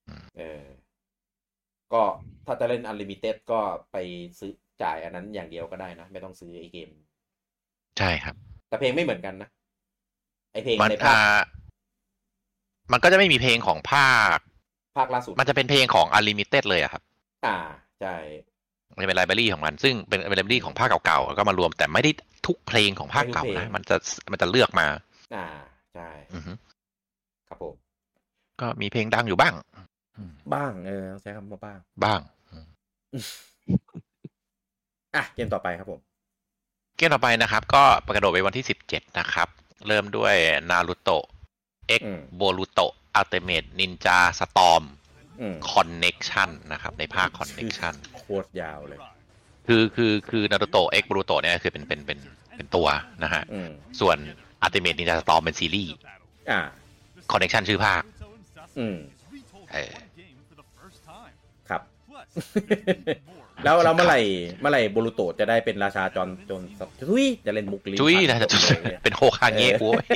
ก็ถ้าจะเล่น Unlimited ก็ไปซื้อจ่ายอันนั้นอย่างเดียวก็ได้นะไม่ต้องซื้อไอ้เกมใช่ครับแต่เพลงไม่เหมือนกันนะไอ้เพลงในภาคมันก็จะไม่มีเพลงของภาคล่าสุดมันจะเป็นเพลงของ Unlimited เลยอะครับใช่มันจะเป็นไลบรารีของมันซึ่งเป็นไลบรารีของภาคเก่าๆแล้วก็มารวมแต่ไม่ได้ทุกเพลงของภาคเก่านะมันจะเลือกมาใช่ครับผมก็มีเพลงดังอยู่บ้างใช้คำว่าบ้างเกมต่อไปครับผมเกมต่อไปนะครับก็ประกาศไปวันที่17นะครับเริ่มด้วย Naruto X Boruto Ultimate Ninja Storm Connection นะครับในภาค Connection โคตรยาวเลยคือ Naruto X Boruto เนี่ยคือเป็นตัวนะฮะส่วน Ultimate Ninja Storm เป็นซีรีส์Connection ชื่อภาคครับแล้วเมื่อไหร่โบรูโตะจะได้เป็นราชาจนจะเล่นมุกลิ้นเป็นโฮคาเงะโว้ย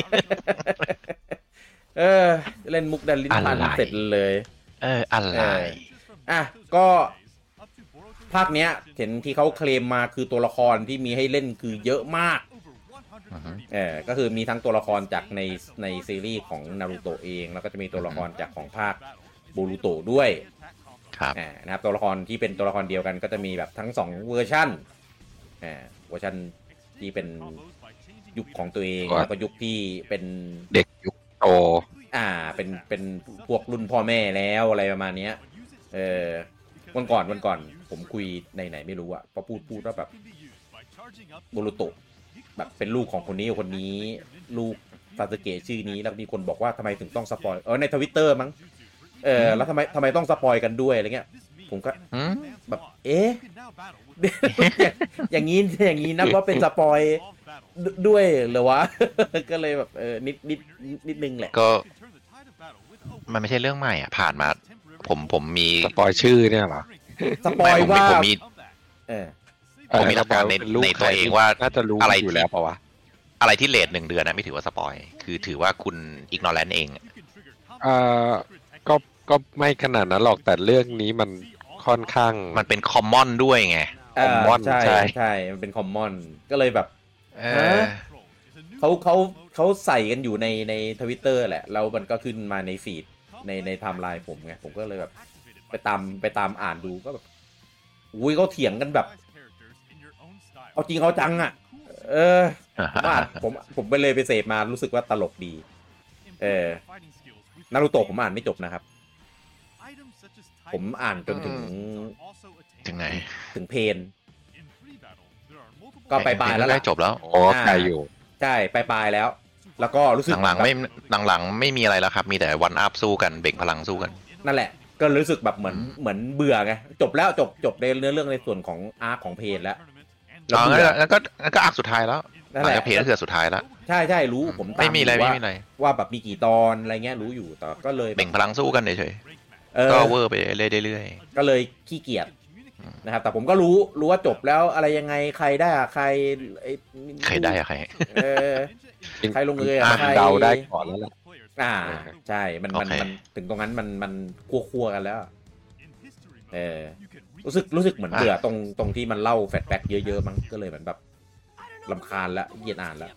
เล่นมุกดันลิ้นพันเสร็จเลยอะไรก็ภาคเนี้ยเห็นที่เขาเคลมมาคือตัวละครที่มีให้เล่นคือเยอะมากก็คือมีทั้งตัวละครจากในซีรีส์ของนารูโตะเองแล้วก็จะมีตัวละครจากของภาคบูรูโตะด้วยครับนะครับตัวละครที่เป็นตัวละครเดียวกันก็จะมีแบบทั้ง2เวอร์ชันเวอร์ชันที่เป็นยุคของตัวเองแล้วก็ยุคที่เป็นเด็กยุคโตเป็นพวกรุ่นพ่อแม่แล้วอะไรประมาณนี้วันก่อนผมคุยในไหนไม่รู้อะพอพูดว่าแบบบูรูโตะแบบเป็นลูกของคนนี้ลูกซาสึเกะชื่อนี้แล้วมีคนบอกว่าทำไมถึงต้องสปอยใน Twitter มั้งแล้วทำไมต้องสปอยกันด้วยอะไรเงี้ยผมก็แบบอย่างนี้นับว่าเป็นสปอยด้วยเหรอวะ ก็เลยแบบนิดนึงแหละก็มันไม่ใช่เรื่องใหม่อ่ะผ่านมาผมมีสปอยชื่อเนี่ยเหรอสปอยว่าผมมีหลักการในตัวเองว่าน่าจะรู้อะไรอยู่แล้วเปล่าวะอะไรที่เลท1 เดือนนะไม่ถือว่าสปอยคือถือว่าคุณอิกนอแลนซ์เองก็ไม่ขนาดนั้นหรอกแต่เรื่องนี้มันค่อนข้างมันเป็นคอมมอนด้วยไงคอมมอนใช่มันเป็นคอมมอนก็เลยแบบเขาใส่กันอยู่ใน Twitter แหละแล้วมันก็ขึ้นมาในฟีดในไทม์ไลน์ผมไงผมก็เลยแบบไปตามอ่านดูก็แบบอุ้ยเขาเถียงกันแบบเอาจริงเอาจังอ่ะผมไปเลยไปเสพมารู้สึกว่าตลกดีนารูโตะผมอ่านไม่จบนะครับผมอ่านจนถึงไหนถึงเพนก็ปลายแล้วได้จบแล้วใช่อยู่ใช่ปลายแล้วแล้วก็รู้สึกหลังไม่มีอะไรแล้วครับมีแต่วันอัพสู้กันเบ่งพลังสู้กันนั่นแหละก็รู้สึกแบบเหมือนเบื่อไงจบแล้วจบในเรื่องในส่วนของอาร์คของเพนแล้วแล้วก็อาร์คสุดท้ายแล้วนั่นแหละเพนก็คือสุดท้ายแล้วใช่รู้ผมไม่มีอะไรว่าแบบมีกี่ตอนอะไรเงี้ยรู้อยู่แต่ก็เลยเบ่งพลังสู้กันเฉยก็เวอร์ไปเรื่อยๆก็เลยขี้เกียจนะครับแต่ผมก็รู้ว่าจบแล้วอะไรยังไงใครได้อะใครได้อะใครใครลงเอยอะใครเดาได้ก่อนแล้วล่ะใช่มันถึงตรงนั้นมันคั่วกันแล้วรู้สึกเหมือนเบื่อตรงที่มันเล่าแฟลชแบ็กเยอะๆมั้งก็เลยเหมือนแบบรำคาญแล้วเย็นอ่านแล้ว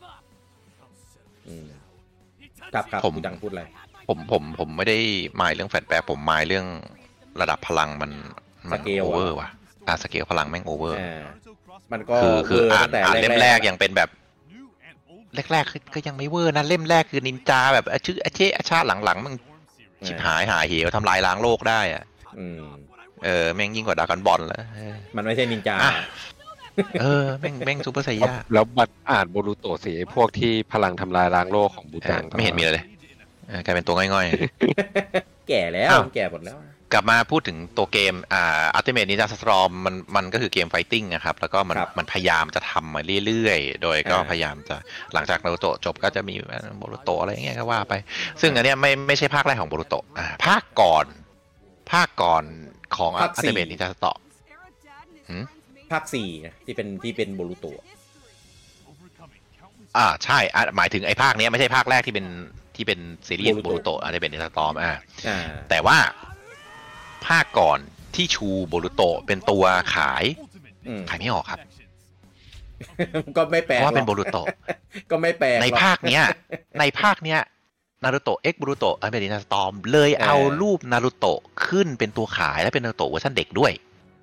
ครับผมดังพูดอะไรผมไม่ได้หมายเรื่องแฟลชแบ็กผมหมายเรื่องระดับพลังมันโอเวอร์ว่ะสเกลพลังแม่งโอเวอร์มันก็คืออ่านเล่มแรกยังเป็นแบบแรกก็ยังไม่เวอร์นะเล่มแรกคือนินจาแบบชื่ออาชาหลังๆมึงชิบหายเหวทำลายล้างโลกได้อ่ะแม่งยิ่งกว่าดราก้อนบอลแล้วมันไม่ใช่นินจาแม่งซูเปอร์ไซย่าแล้วบัดอ่านโบรูโตะสิพวกที่พลังทำลายล้างโลกของบูจังไม่เห็นมีเลยกลายเป็นตัวง่อยๆแก่แล้วแก่หมดแล้วกลับมาพูดถึงตัวเกมUltimate Ninja Storm มันก็คือเกมไฟติ้งนะครับแล้วก็มันพยายามจะทำมาเรื่อยๆโดยก็พยายามจะหลังจากนารูโตะจบก็จะมีโบรูโตะอะไรอย่างเงี้ยก็ว่าไปซึ่งอันเนี้ยไม่ใช่ภาคแรกของโบรูโตะภาคก่อนของ Ultimate Ninja Storm ภาค4ที่เป็นโบรูโตะใช่หมายถึงไอ้ภาคนี้ไม่ใช่ภาคแรกที่เป็นซีรีส์โบรูโตะอาจจะเป็นNinja Stormแต่ว่าภาคก่อนที่ชูโบรูโตะเป็นตัวขายไม่ออกครับก็ไม่แปลกเพราะว่าเป็นโบรูโตะก็ไม่แปลกในภาคเนี้ยนารูโตะโบรูโตะเป็นNinja Stormเลยเอารูปนารูโตะขึ้นเป็นตัวขายและเป็นนารูโตะเวอร์ชันเด็กด้วย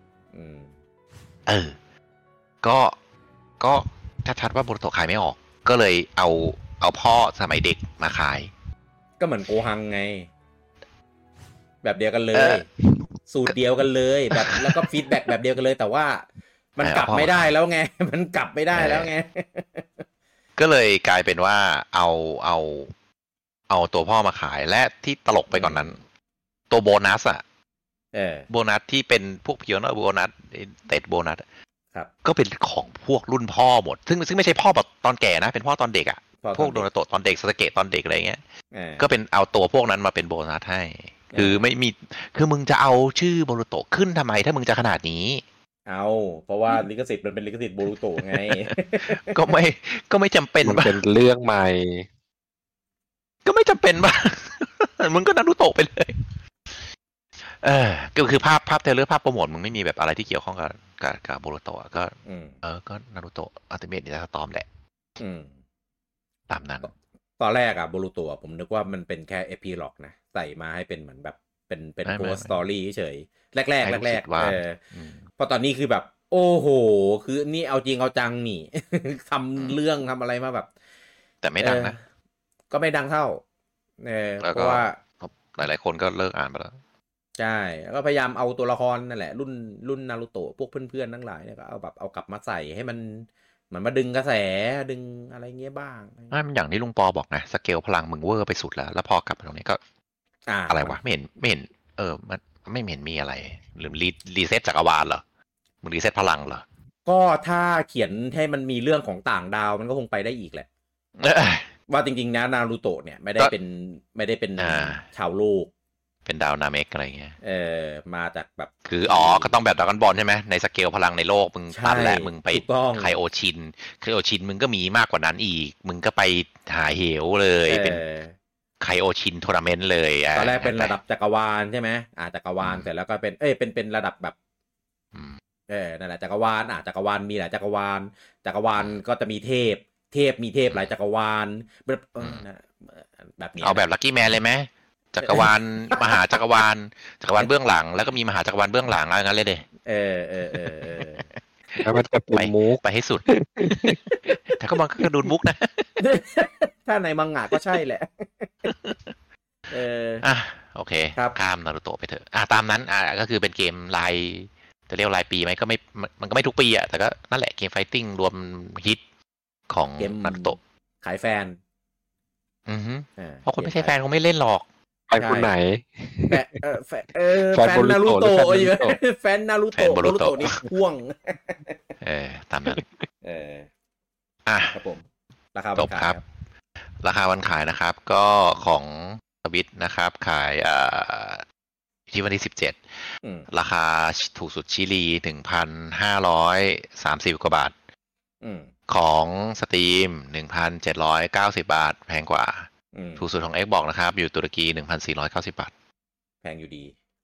ก็ชัดๆว่าโบรูโตะขายไม่ออกก็เลยเอาพ่อสมัยเด็กมาขายก็เหมือนโกฮังไงแบบเดียวกันเลยสูตรเดียวกันเลยแบบแล้วก็ฟีดแบ็กแบบเดียวกันเลยแต่ว่ามันกลับไม่ได้แล้วไงมันกลับไม่ได้แล้วไงก็เลยกลายเป็นว่าเอาตัวพ่อมาขายและที่ตลกไปก่อนนั้นตัวโบนัสโบนัสที่เป็นพวกพิโอนาโบนัสเต็ดโบนัสก็เป็นของพวกรุ่นพ่อหมดซึ่งไม่ใช่พ่อแบบตอนแก่นะเป็นพ่อตอนเด็กพวกโดนาโตะตอนเด็กซาสึเกะตอนเด็กอะไรเงี้ยก็เป็นเอาตัวพวกนั้นมาเป็นโบนัสให้คือไม่มีคือมึงจะเอาชื่อโบรูโตะขึ้นทำไมถ้ามึงจะขนาดนี้เพราะว่าลิขสิทธิ์มันเป็นลิขสิทธิ์โบรูโตะไงก็ไม่จำเป็นมันเป็นเรื่องใหม่ก็ไม่จำเป็นป่ะมึงก็นารูโตะไปเลยก็คือภาพเทรลเลอร์ภาพโปรโมทมึงไม่มีแบบอะไรที่เกี่ยวข้องกับโบโรโตะก็ก็นารูโตะอัลติเมทนินจาสตอร์มแหละตามนั้นตอนแรกอะโบโรโตะผมนึกว่ามันเป็นแค่เอพิล็อกนะใส่มาให้เป็นเหมือนแบบเป็นโพสต์สตอรี่เฉยแรกพอตอนนี้คือแบบโอ้โหคือนี่เอาจริงเอาจังนี่ ทำเรื่องทำอะไรมาแบบแต่ไม่ดังนะก็ไม่ดังเท่าเพราะว่าหลายๆคนก็เลิกอ่านไปแล้วใช่แล้วก็พยายามเอาตัวละครนั่นแหละรุ่นนารูโตะพวกเพื่อนๆทั้งหลายเนี่ยก็เอากลับมาใส่ให้มันเหมือนมาดึงกระแสดึงอะไรเงี้ยบ้างมันอย่างที่ลุงปอบอกนะสเกลพลังมึงเวอร์ไปสุดแล้วพอกลับมาตรงนี้ก็อะไรวะไม่เห็นมันไม่เห็นมีอะไรหรือรีเซ็ตจักรวาลเหรอมึงรีเซ็ตพลังเหรอก็ถ้าเขียนให้มันมีเรื่องของต่างดาวมันก็คงไปได้อีกแหละว่าจริงๆนะนารูโตะเนี่ยไม่ได้เป็นชาวโลกเป็นดาวนาเมกอะไรเงี้ยมาจากแบบคือก็ต้องแบบดราก้อนบอลใช่ไหมในสเกลพลังในโลกมึงตัดแหละมึงไปไคโอชินมึงก็มีมากกว่านั้นอีกมึงก็ไปหาเหวเลยเป็นไคโอชินทัวร์นาเมนต์เลยตอนแรกเป็นระดับจักรวาลใช่ไหมจักรวาลเสร็จแล้วก็เป็นระดับแบบนั่นแหละจักรวาลจักรวาลมีหลายจักรวาลก็จะมีเทพมีเทพหลายจักรวาลแบบนี้เอาแบบลัคกี้แมนเลยไหมจักรวาลมหาจักรวาลเบื้องหลังแล้วก็มีมหาจักรวาลเบื้องหลังอะไรงั้นเลยเด้แล้วมันจะเป็นมุกไปให้สุดแต่ก็มันก็ดูมุกนะถ้าในมังงะก็ใช่แหละโอเคข้ามนารูโตะไปเถอะตามนั้นก็คือเป็นเกมรายจะเรียกรายปีไหมก็ไม่มันก็ไม่ทุกปีแต่ก็นั่นแหละเกมไฟติ้งรวมฮิตของนารูโตะขายแฟนเพราะคนไม่ใช่แฟนคงไม่เล่นหรอกแฟนคนไหนแฟนนารูโตะอยู่แฟนนารูโตะนี่พ่วงตามนั้นครับผมราคาจบครับราคาวันขายนะครับก็ของสวิตนะครับขายที่วันที่17ราคาถูกสุดชิลี 1,530 กว่าบาทของสตรีม 1,790 บาทแพงกว่าถูกสุดของ Xbox นะครับอยู่ตุรกี 1,490 บาทแพงอยู่ดี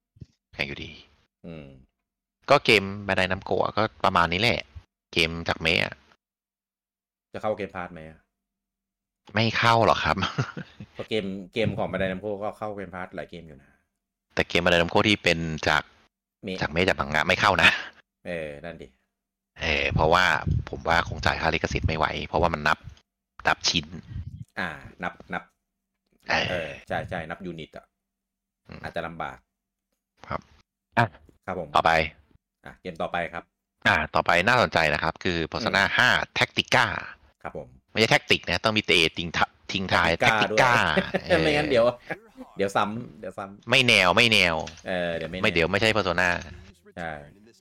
ก็เกมแบนไดนัมโกะก็ประมาณนี้แหละเกมจากเมะจะเข้าเกมพาร์ทไหมไม่เข้าหรอกครับเพราะเกมของแบนไดนัมโกะก็เข้าเกมพาร์ทหลายเกมอยู่นะแต่เกมแบนไดนัมโกะที่เป็นจากเมะจากมังงะไม่เข้านะนั่นดิเพราะว่าผมว่าคงจ่ายค่าลิขสิทธิ์ไม่ไหวเพราะว่ามันนับชิ้นนับใช่นับยูนิตอาจจะลำบากครับครับผมต่อไปเกมต่อไปครับต่อไปน่าสนใจนะครับคือ Persona 5 Tactica ครับผมไม่ใช่แท็กติกนะต้องมีเตะทิ้งท้าย Tactica ไม่งั้นเดี๋ยวซ้ำไม่แนวเดี๋ยวไม่ใช่ Persona ใช่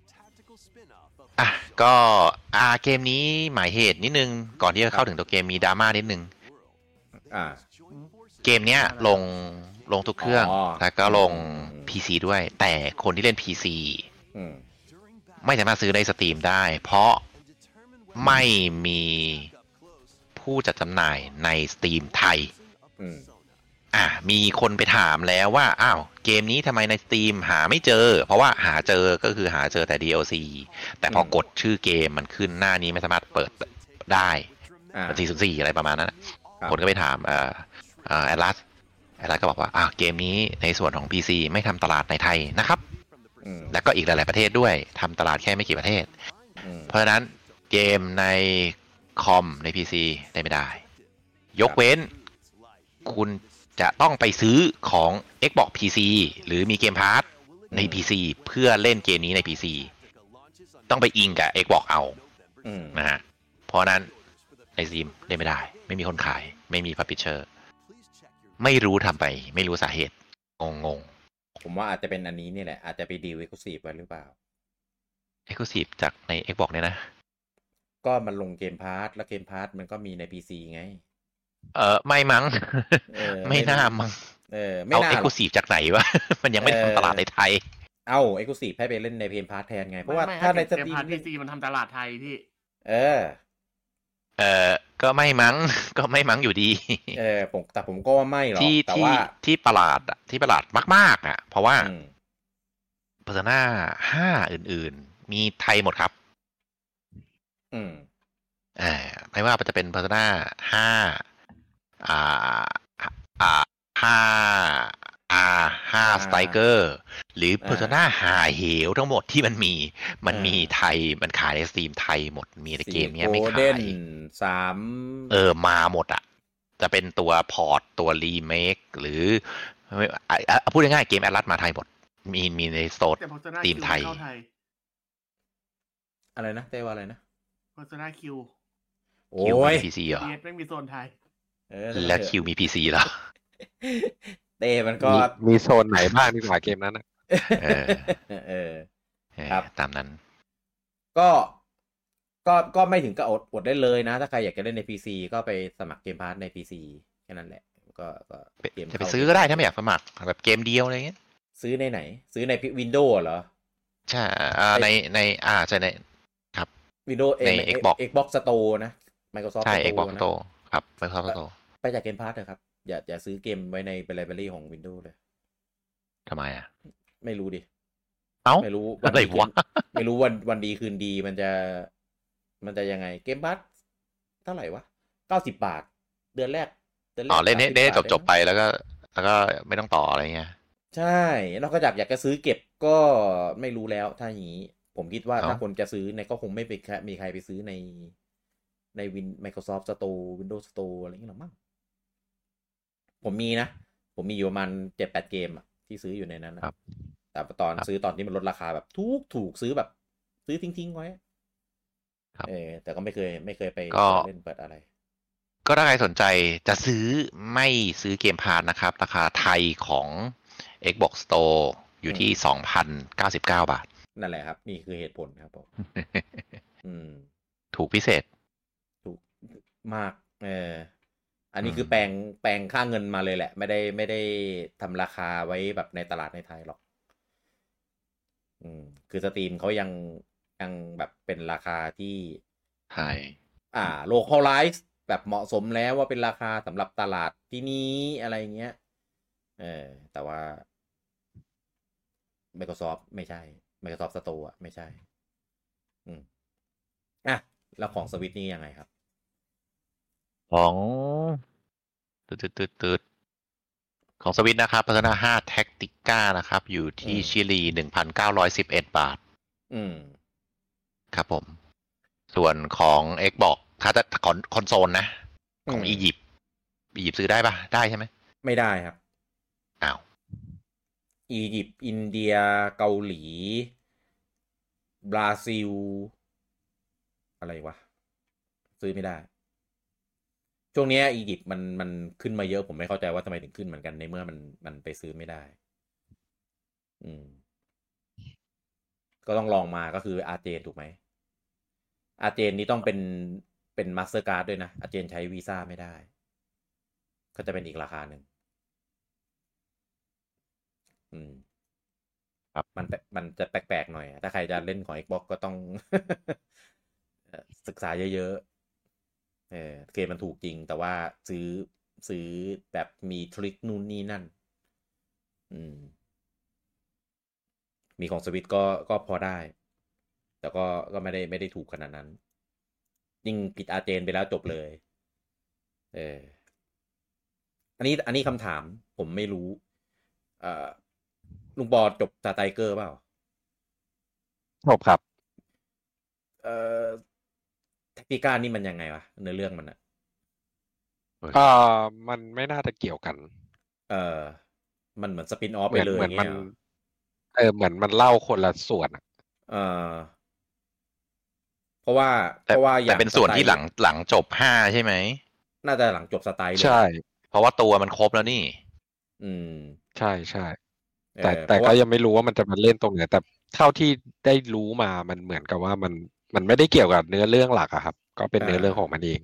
ก็เกมนี้หมายเหตุนิดนึงก่อนที่จะเข้าถึงตัวเกมมีดราม่านิดนึงเกมเนี้ยลงทุกเครื่องแล้วก็ลง PC ด้วยแต่คนที่เล่น PC ไม่สามารถซื้อใน Steam ได้เพราะไม่มีผู้จัดจำหน่ายใน Steam ไทยมีคนไปถามแล้วว่าเกมนี้ทำไมใน Steam หาไม่เจอเพราะว่าหาเจอก็คือหาเจอแต่ DLC แต่พอกดชื่อเกมมันขึ้นหน้านี้ไม่สามารถเปิดได้404อะไรประมาณนั้นคนก็ไปถามแอดลัสก็บอกว่าเกมนี้ในส่วนของ PC ไม่ทำตลาดในไทยนะครับแล้วก็อีกหลายๆประเทศด้วยทำตลาดแค่ไม่กี่ประเทศเพราะฉะนั้นเกมในคอมใน PC ได้ไม่ได้ยกเว้นคุณจะต้องไปซื้อของ Xbox PC หรือมีเกมพาสใน PC เพื่อเล่นเกมนี้ใน PC ต้องไปอิงกับ Xbox เอานะฮะเพราะนั้นใน Steam เล่นไม่ได้ไม่มีคนขายไม่มี Publisher ไม่รู้ทำไปไม่รู้สาเหตุงงผมว่าอาจจะเป็นอันนี้นี่แหละอาจจะไปดีล Exclusive ไว้หรือเปล่า Exclusive จากใน Xbox เนี่ยนะก็มันลงเกมพาสแล้วเกมพาสมันก็มีใน PC ไงไม่มั้งไม่น่ามั้งเอา Exclusive จากไหนวะมันยังไม่ทำตลาดในไทย Exclusive ให้ไปเล่นในเกมพาสแทนไงเพราะว่าถ้าใน Steam PC มันทำตลาดไทยพี่ก็ไม่มั้งอยู่ดีแต่ผมก็ว่าไม่หรอกแต่ว่าที่ประหลาดมากๆเพราะว่า Persona 5อื่นๆมีไทยหมดครับไม่ว่าจะเป็น Persona 55 Striker หรือ Persona 5 เหวทั้งหมดที่มันมีไทยมันขายใน Steam ไทยหมดมีแต่เกมเนี้ยไม่ขาย3มาหมดอ่ะจะเป็นตัวพอร์ตตัวรีเมคหรือพูดง่ายๆเกมแอตลัสมาไทยหมดมีในสโตร์ทีมไทยอะไรนะเต้ว่าอะไรนะ Persona Q โอ้ย PC เหรอไม่มีโซนไทยและ Q มี PC เหรอเต้มันก็มีโซนไหนบ้างดีกว่าเกมนั้นนะครับตามนั้นก็ไม่ถึงกับอดได้เลยนะถ้าใครอยากจะเล่นใน PC ก็ไปสมัครเกมพาสใน PC แค่นั้นแหละก็เกมจะไปซื้อก็ได้ถ้าไม่อยากสมัครแบบเกมเดียวอะไรเงี้ยซื้อในไหนซื้อใน Windows เหรอใช่ในใช่ในครับ Windows ใน Xbox Store นะ Microsoft ใช่ Xbox Store ครับ Microsoft Store ไปจากเกมพาสเถอะครับอย่าซื้อเกมไว้ในไลบรารีของ Windows เลยทำไมอ่ะไม่รู้ดิไม่รู้อะไรวะไม่รู้วันดีคืนดีมันจะยังไงเกมพาสเท่าไหร่วะ90 บาทเดือนแรกเล่นได้จบไปแล้วก็ไม่ต้องต่ออะไรเงี้ยใช่นอกจากอยากจะซื้อเก็บก็ไม่รู้แล้วถ้าอย่างนี้ผมคิดว่าถ้าคนจะซื้อเนี่ยก็คงไม่มีใครไปซื้อในMicrosoft Store Windows Store อะไรอย่างเงี้ยหรอกมั้งผมมีอยู่ประมาณ 7-8 เกมอ่ะที่ซื้ออยู่ในนั้นนะครับแต่ตอนซื้อตอนที่มันลดราคาแบบถูกซื้อแบบซื้อทิ้งไว้แต่ก็ไม่เคยไปเล่นเปิดอะไรก็ถ้าใครสนใจจะซื้อไม่ซื้อเกมพาสนะครับราคาไทยของ Xbox Store อยู่ที่ 2,099 บาทนั่นแหละครับนี่คือเหตุผลครับผมถูกพิเศษถูกมากอันนี้คือแปลงค่าเงินมาเลยแหละไม่ได้ทำราคาไว้แบบในตลาดในไทยหรอกคือสตรีมเขายังแบบเป็นราคาที่ไทยโลคอลไลซ์แบบเหมาะสมแล้วว่าเป็นราคาสำหรับตลาดที่นี้อะไรเงี้ยแต่ว่า Microsoft ไม่ใช่ Microsoft Store อ่ะไม่ใช่แล้วของสวิตนี่ยังไงครับของของสวิตนะครับ Persona 5 Tactica นะครับอยู่ที่ชิลี 1,911 บาทครับผมส่วนของ Xbox ถ้าจะคอนโซลนะของอียิปต์ซื้อได้ปะได้ใช่ไหมไม่ได้ครับอ้าวอียิปต์อินเดียเกาหลีบราซิลอะไรวะซื้อไม่ได้ช่วงนี้อียิปต์มันขึ้นมาเยอะผมไม่เข้าใจว่าทำไมถึงขึ้นเหมือนกันในเมื่อมันไปซื้อไม่ได้ก็ต้องลองมาก็คืออาร์เจนถูกไหมอาร์เจนนี่ต้องเป็นมาสเตอร์การ์ดด้วยนะอาร์เจนใช้วีซ่าไม่ได้ก็จะเป็นอีกราคาหนึ่งครับมันจะแปลกๆหน่อยถ้าใครจะเล่นของ Xbox ก็ต้อง ศึกษาเยอะๆเกมมันถูกจริงแต่ว่าซื้อแบบมีทริคนู่นนี่นั่นมีของสวิตก็พอได้แต่ก็ไม่ได้ถูกขนาดนั้นยิ่งปิดอาร์เจนไปแล้วจบเลยอันนี้คำถามผมไม่รู้ลุงบอลจบสไตรเกอร์เปล่าจบครับแท็กติก้านี่มันยังไงวะในเรื่องมันอะมันไม่น่าจะเกี่ยวกันมันเหมือนสปินออฟไปเลยเหมือนมันเล่าคนละส่วนเพราะว่าแต่เป็นส่วนที่หลังจบ5ใช่ไหมน่าจะหลังจบสไตล์เลยใช่เพราะว่าตัวมันครบแล้วนี่ใช่แต่ก็ยังไม่รู้ว่ามันจะมาเล่นตรงไหนแต่เท่าที่ได้รู้มามันเหมือนกับว่ามันไม่ได้เกี่ยวกับเนื้อเรื่องหลักอะครับก็เป็นเนื้อเรื่องของมันเอง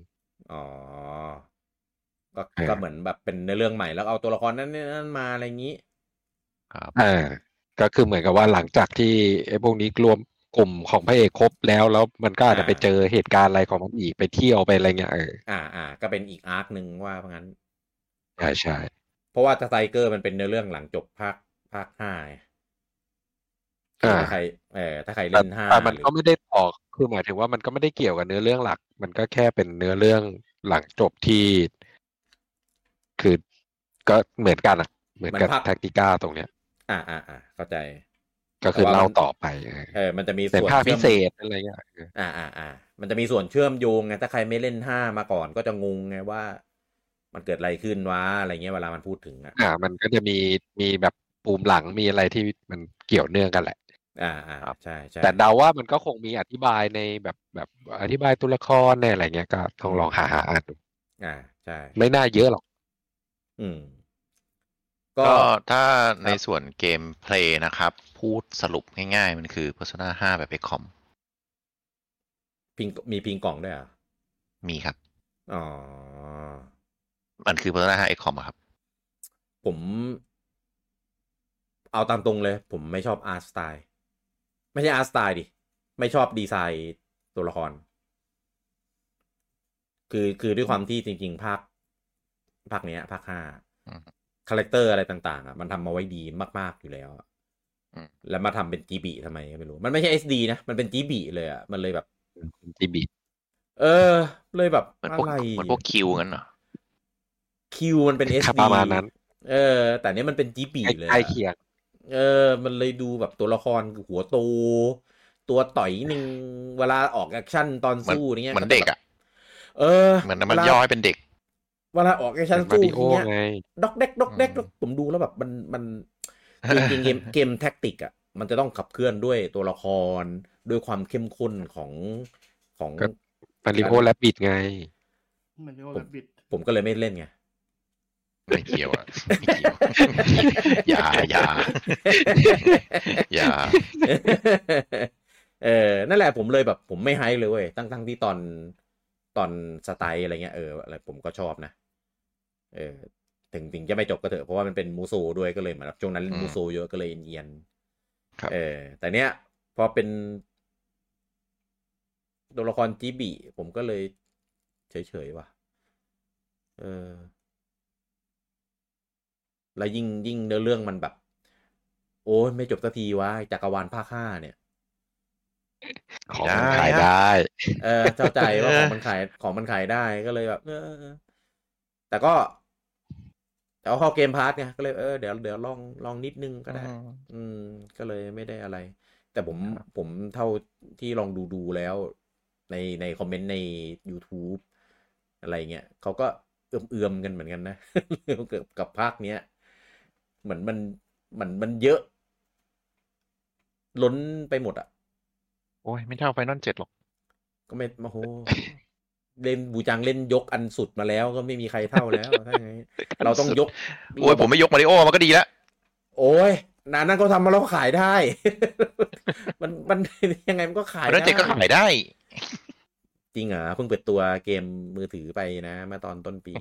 ก็เหมือนแบบเป็นเนื้อเรื่องใหม่แล้วเอาตัวละครนั้นมาอะไรอย่างนี้ครับก็คือเหมือนกับว่าหลังจากที่ไอ้พวกนี้รวมกลุ่มของพระเอกครบแล้วมันก็อาจจะไปเจอเหตุการณ์อะไรของมันอีกไปเที่ยวไปอะไรเงี้ยก็เป็นอีกอาร์คหนึ่งว่าเพราะงั้นใช่เพราะว่าสไตรเกอร์มันเป็นเนื้อเรื่องหลังจบภาค5 ถ้าใครถ้าใครเล่น5 แต่มันก็ไม่ได้ต่อคือหมายถึงว่ามันก็ไม่ได้เกี่ยวกับเนื้อเรื่องหลักมันก็แค่เป็นเนื้อเรื่องหลังจบที่คือก็เหมือนกันเหมือนกับแท็กติก้าตรงเนี้ยเข้าใจก็คือเล่าต่อไปมันจะมีส่วนภาคพิเศษอะไรเงี้ยมันจะมีส่วนเชื่อมโยงไงถ้าใครไม่เล่น5มาก่อนก็จะงงไงว่ามันเกิดอะไรขึ้นวะอะไรเงี้ยเวลามันพูดถึงมันก็จะมีแบบปูมหลังมีอะไรที่มันเกี่ยวเนื่องกันแหละใช่แต่เดาว่ามันก็คงมีอธิบายในแบบอธิบายตัวละครในอะไรเงี้ยก็ต้องลองหาอ่านดูใช่ไม่น่าเยอะหรอกก็ถ้าในส่วนเกมเพลย์นะครับพูดสรุปง่ายๆมันคือ Persona 5 แบบ XCOM มีพิงกล่องด้วยมีครับอ๋อมันคือ Persona 5 XCOM ครับผมเอาตามตรงเลยผมไม่ชอบอาร์ตสไตล์ไม่ใช่อาร์ตสไตล์ดิไม่ชอบดีไซน์ตัวละครคือด้วยความที่จริงๆภาคนี้ภาค5คาแรคเตอร์อะไรต่างๆมันทำมาไว้ดีมากๆอยู่แล้วแล้วมาทำเป็นจีบีทำไมไม่รู้มันไม่ใช่ SD นะมันเป็นจีบีเลยมันเลยแบบจีบีเลยแบบอะไรมันพวกคิวงั้นเหรอคิวมันเป็น SD ประมาณนั้นแต่นี้มันเป็นจีบีเลยใกล้เคียงมันเลยดูแบบตัวละครหัวโตตัวต่อยนึงเวลาออกแอคชั่นตอนสู้นี่เงี้ยเหมือนเด็กเหมือนมันย่อให้เป็นเด็กเวลาออกแอคชั่นสู้อย่างเงี้ยด็อกเด็กผมดูแล้วแบบมันจริงๆเกมแท็กติกมันจะต้องขับเคลื่อนด้วยตัวละครด้วยความเข้มข้นของมาริโอแรบบิทไงผมก็เลยไม่เล่นไงไม่เกี่ยวไม่เกี่ยวอย่านั่นแหละผมเลยแบบผมไม่ไฮเลยเว้ยตั้งที่ตอนสไตล์อะไรเงี้ยอะไรผมก็ชอบนะถึงจะไม่จบก็เถอะเพราะว่ามันเป็นมูโซด้วยก็เลยเหมือนช่วงนั้นเล่นมูโซเยอะก็เลยเอียนแต่เนี้ยพอเป็นตัวละครจีบีผมก็เลยเฉยๆว่ะแล้วยิ่งเนื้อเรื่องมันแบบโอ้ยไม่จบสักทีวะจักรวาลภาค5เนี่ยของมันขายได้เข้าใจว่าของมันขายได้ก็เลยแบบแต่ก็เอาเข้าเกมพาร์ทไงก็เลยเดี๋ยวลองนิดนึงก็ได้ก็เลยไม่ได้อะไรแต่ผมเท่าที่ลองดูแล้วในคอมเมนต์ใน YouTube อะไรเงี้ยเขาก็เอื้อมกันเหมือนกันนะเกี่ยวกับภาคเนี้ยเหมือนมันเยอะล้นไปหมดโอ้ยไม่เท่าไฟนอล7หรอกก็ไม่โอ้โหเล่นบูจังเล่นยกอันสุดมาแล้วก็ไม่มีใครเท่าแล้วถ้าไงเราต้องยกโอ้ยผมไม่ยกมาริโอมันก็ดีแล้วโอ้ยนั้นก็ทำมาแล้วขายได้มันยังไงมันก็ขายได้ก็ขายได้จริงเหรอเพิ่งเปิดตัวเกมมือถือไปนะเมื่อตอนต้นปี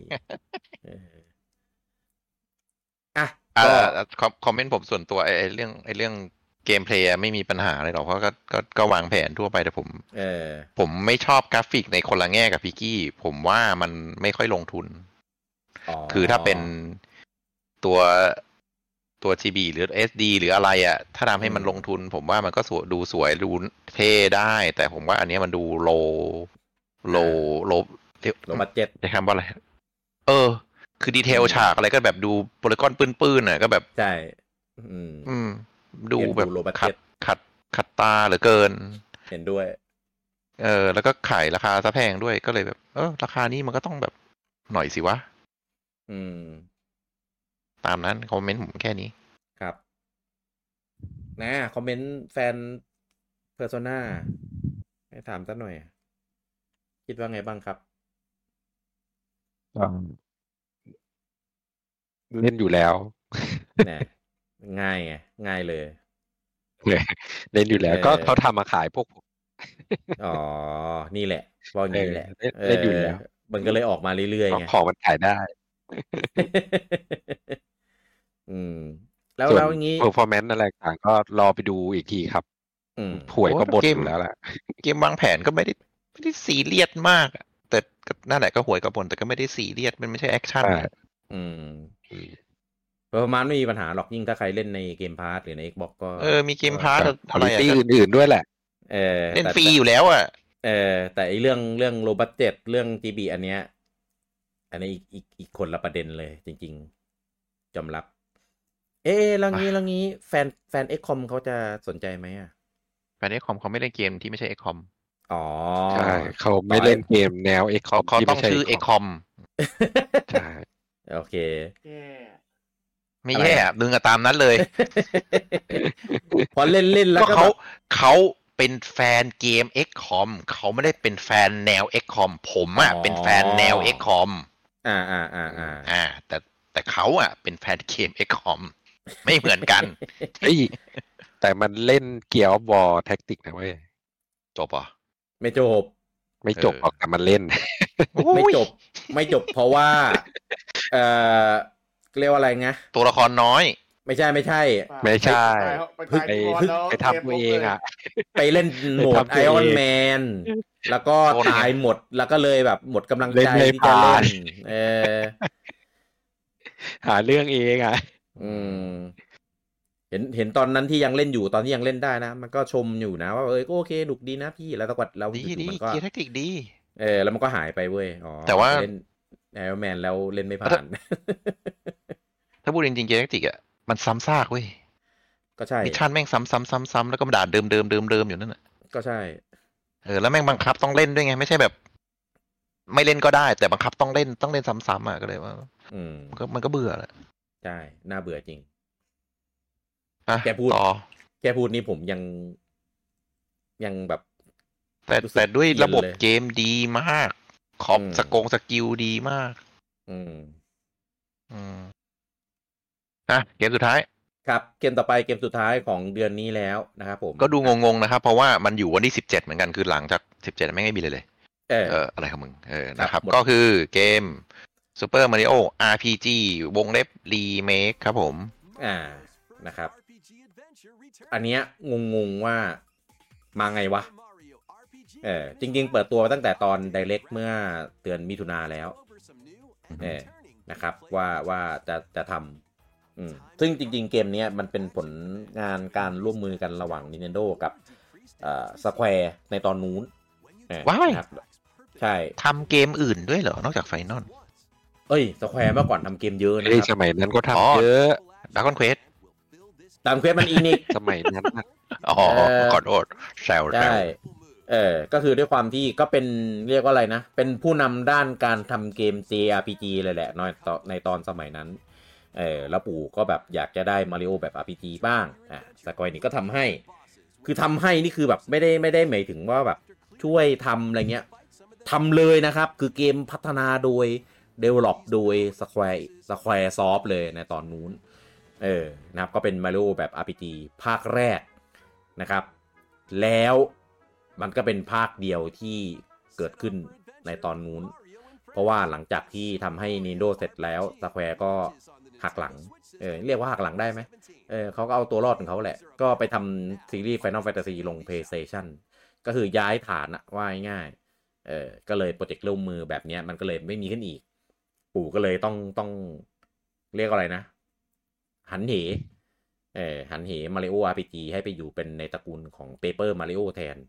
คอมเมนต์ผมส่วนตัวไอ้เรื่องเกมเพลย์ไม่มีปัญหาอะไรหรอกเพราะก็วางแผนทั่วไปแต่ผมไม่ชอบกราฟิกในคนละแง่กับพี่กี้ผมว่ามันไม่ค่อยลงทุนคือถ้าเป็นตัว GB หรือ SD หรืออะไรถ้าทำให้มันลงทุนผมว่ามันก็ดูสวยดูเท่ได้แต่ผมว่าอันนี้มันดูโลบัดเจ็ตจะคำว่าอะไรคือดีเทลฉากอะไรก็แบบดูโพลีกอนปื้นๆก็แบบใช่ดูแบบขัดตาเหลือเกินเห็นด้วยแล้วก็ขายราคาซะแพงด้วยก็เลยแบบราคานี้มันก็ต้องแบบหน่อยสิวะตามนั้นคอมเมนต์ผมแค่นี้ครับนะคอมเมนต์แฟน Persona ให้ถามซะหน่อยคิดว่าไงบ้างครับเล่นอยู่แล้วเนี่ยง่ายเลยเล่นอยู่แล้วก็เขาทำมาขายพวกผมนี่แหละเพราะงี้แหละเล่นอยู่แล้วมันก็เลยออกมาเรื่อยๆไงของมันขายได้แล้วอย่างนี้ performance อะไรต่างก็รอไปดูอีกทีครับห่วยก็บดอยู่แล้วแหละเกมวางแผนก็ไม่ได้ซีเรียสมากแต่นั่นแหละก็ห่วยกับบนแต่ก็ไม่ได้ซีเรียสมันไม่ใช่แอคชั่น performance ไม่มีปัญหาหรอกยิ่งถ้าใครเล่นในเกมพาสหรือใน Xbox ก็มีเกมพาสอะไรอื่นๆด้วยแหละเล่นฟรีอยู่แล้วอ่ะแต่ไอเรื่องโลบัดเจ็ตเรื่อง GB อันนี้อีกคนละประเด็นเลยจริงๆจำรับแล้วงี้แฟน XCOM เขาจะสนใจไหมอ่ะแฟน XCOM เขาไม่เล่นเกมที่ไม่ใช่ XCOM อ๋อใช่เขาไม่เล่นเกมแนว XCOM เขาต้องชื่อ XCOM ใช่โอเคไม่แย่มึงก็ตามนั้นเลยพอเล่นแล้วก็เขาเป็นแฟนเกม XCOM เขาไม่ได้เป็นแฟนแนว XCOM ผมอ่ะเป็นแฟนแนว XCOM แต่เขาอ่ะเป็นแฟนเกม XCOM ไม่เหมือนกันแต่มันเล่นเกียร์ออฟวอร์แท็กติกนะเว้ยจบอ่ะไม่จบหรอกแต่มันเล่นไม่จบเพราะว่าเรียกว่าอะไรไงตัวละครน้อยไม่ใช่ไปทำตัวเองอ่ะไปเล่นโหมดไอออนแมนแล้วก็ตายหมดแล้วก็เลยแบบหมดกำลังใจที่จะเล่นหาเรื่องเองอ่ะเห็นตอนนั้นที่ยังเล่นอยู่ตอนที่ยังเล่นได้นะมันก็ชมอยู่นะว่าก็โอเคดุกดีนะพี่แล้วตะกัดเรามันก็เกียร์แท็กติกดีแล้วมันก็หายไปเว้ยแต่ว่าเล่นไอออนแมนแล้วเล่นไม่ผ่านถ้าพูดจริงๆเกียร์แท็กติกอ่ะมันซ้ำซากเว้ยก็ใช่มิชชั่นแม่งซ้ำแล้วก็มาด่าเดิมอยู่นั่นแหละก็ใช่แล้วแม่งบังคับต้องเล่นด้วยไงไม่ใช่แบบไม่เล่นก็ได้แต่บังคับต้องเล่นซ้ำอ่ะก็เลยว่ามันก็เบื่อแหละใช่น่าเบื่อจริงแกพูดนี่ผมยังแบบแต่ด้วยระบบเกมดีมากขอบสกิลดีมากเกมสุดท้ายครับเกมต่อไปเกมสุดท้ายของเดือนนี้แล้วนะครับผมก็ดูงงๆนะครับเพราะว่ามันอยู่วันที่17เหมือนกันคือหลังจาก17ไม่มีเลยอะไรของมึงนะครับก็คือเกม Super Mario RPG วงเล็บรีเมคครับผมนะครับอันเนี้ยงงว่ามาไงวะจริงๆเปิดตัวตั้งแต่ตอน Direct เมื่อเดือนมิถุนาแล้วนะครับว่าจะทำซึ่งจริงๆเกมนี้มันเป็นผลงานการร่วมมือกันระหว่าง Nintendo กับSquare ในตอนนู้นว้าวใช่ทำเกมอื่นด้วยเหรอนอกจาก Final Square เมื่อก่อนทำเกมเยอะนะครับสมัยนั้นก็ทำเยอะ Dragon Quest ตามเควสมันอีนิกสมัยนั้นขอโทษแซวใช่ก็คือด้วยความที่ก็เป็นเรียกว่าอะไรนะเป็นผู้นำด้านการทำเกม JRPG เลยแหละในตอนสมัยนั้นแล้วปู่ก็แบบอยากจะได้ Mario แบบ RPG บ้างSquareนี่ก็ทำให้นี่คือแบบไม่ได้หมายถึงว่าแบบช่วยทำอะไรเงี้ยทำเลยนะครับคือเกมพัฒนาโดย develop โดย Square Soft เลยในตอนนู้นนะครับก็เป็น Mario แบบ RPG ภาคแรกนะครับแล้วมันก็เป็นภาคเดียวที่เกิดขึ้นในตอนนู้นเพราะว่าหลังจากที่ทำให้ Nintendo เสร็จแล้ว Square ก็หักหลังเรียกว่าหักหลังได้ไหมเขาก็เอาตัวรอดของเขาแหละก็ไปทำซีรีส์ Final Fantasy ลง PlayStation ก็คือย้ายฐานอะว่าง่ายก็เลยโปรเจกต์ร่วมมือแบบนี้มันก็เลยไม่มีขึ้นอีกปู่ก็เลยต้องเรียกอะไรนะหันเหMario RPG ให้ไปอยู่เป็นในตระกูลของ Paper Mario แทน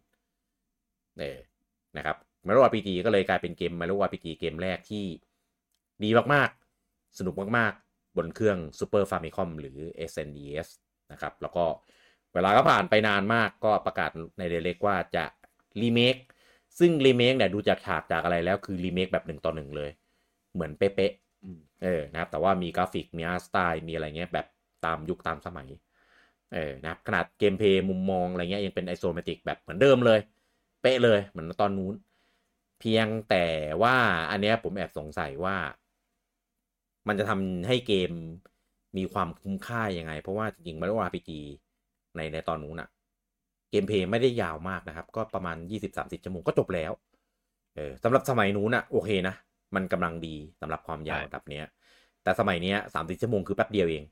นะครับ Mario RPG ก็เลยกลายเป็นเกม Mario RPG เกมแรกที่ดีมากๆสนุกมากๆบนเครื่อง Super Famicom หรือ SNES นะครับแล้วก็เวลาก็ผ่านไปนานมากก็ประกาศในDirectว่าจะรีเมคซึ่งรีเมคเนี่ยดูจากฉากจากอะไรแล้วคือรีเมคแบบ1:1เลยเหมือนเป๊ะๆนะครับแต่ว่ามีกราฟิกมีอาร์ตสไตล์มีอะไรเงี้ยแบบตามยุคตามสมัยนะครับขนาดเกมเพลย์มุมมองอะไรเงี้ยยังเป็นไอโซเมตริกแบบเหมือนเดิมเลยเป๊ะเลยเหมือนตอนนู้นเพียงแต่ว่าอันเนี้ยผมแอบสงสัยว่ามันจะทำให้เกมมีความคุ้มค่ายังไงเพราะว่าจริงๆMario RPGในตอนนู้นอะเกมเพลย์ไม่ได้ยาวมากนะครับก็ประมาณ 20-30 ชั่วโมงก็จบแล้วสำหรับสมัยนู้นอะโอเคนะมันกำลังดีสำหรับความยาวแบบเนี้ยแต่สมัยเนี้ย30 ชั่วโมงคือแป๊บเดียวเอง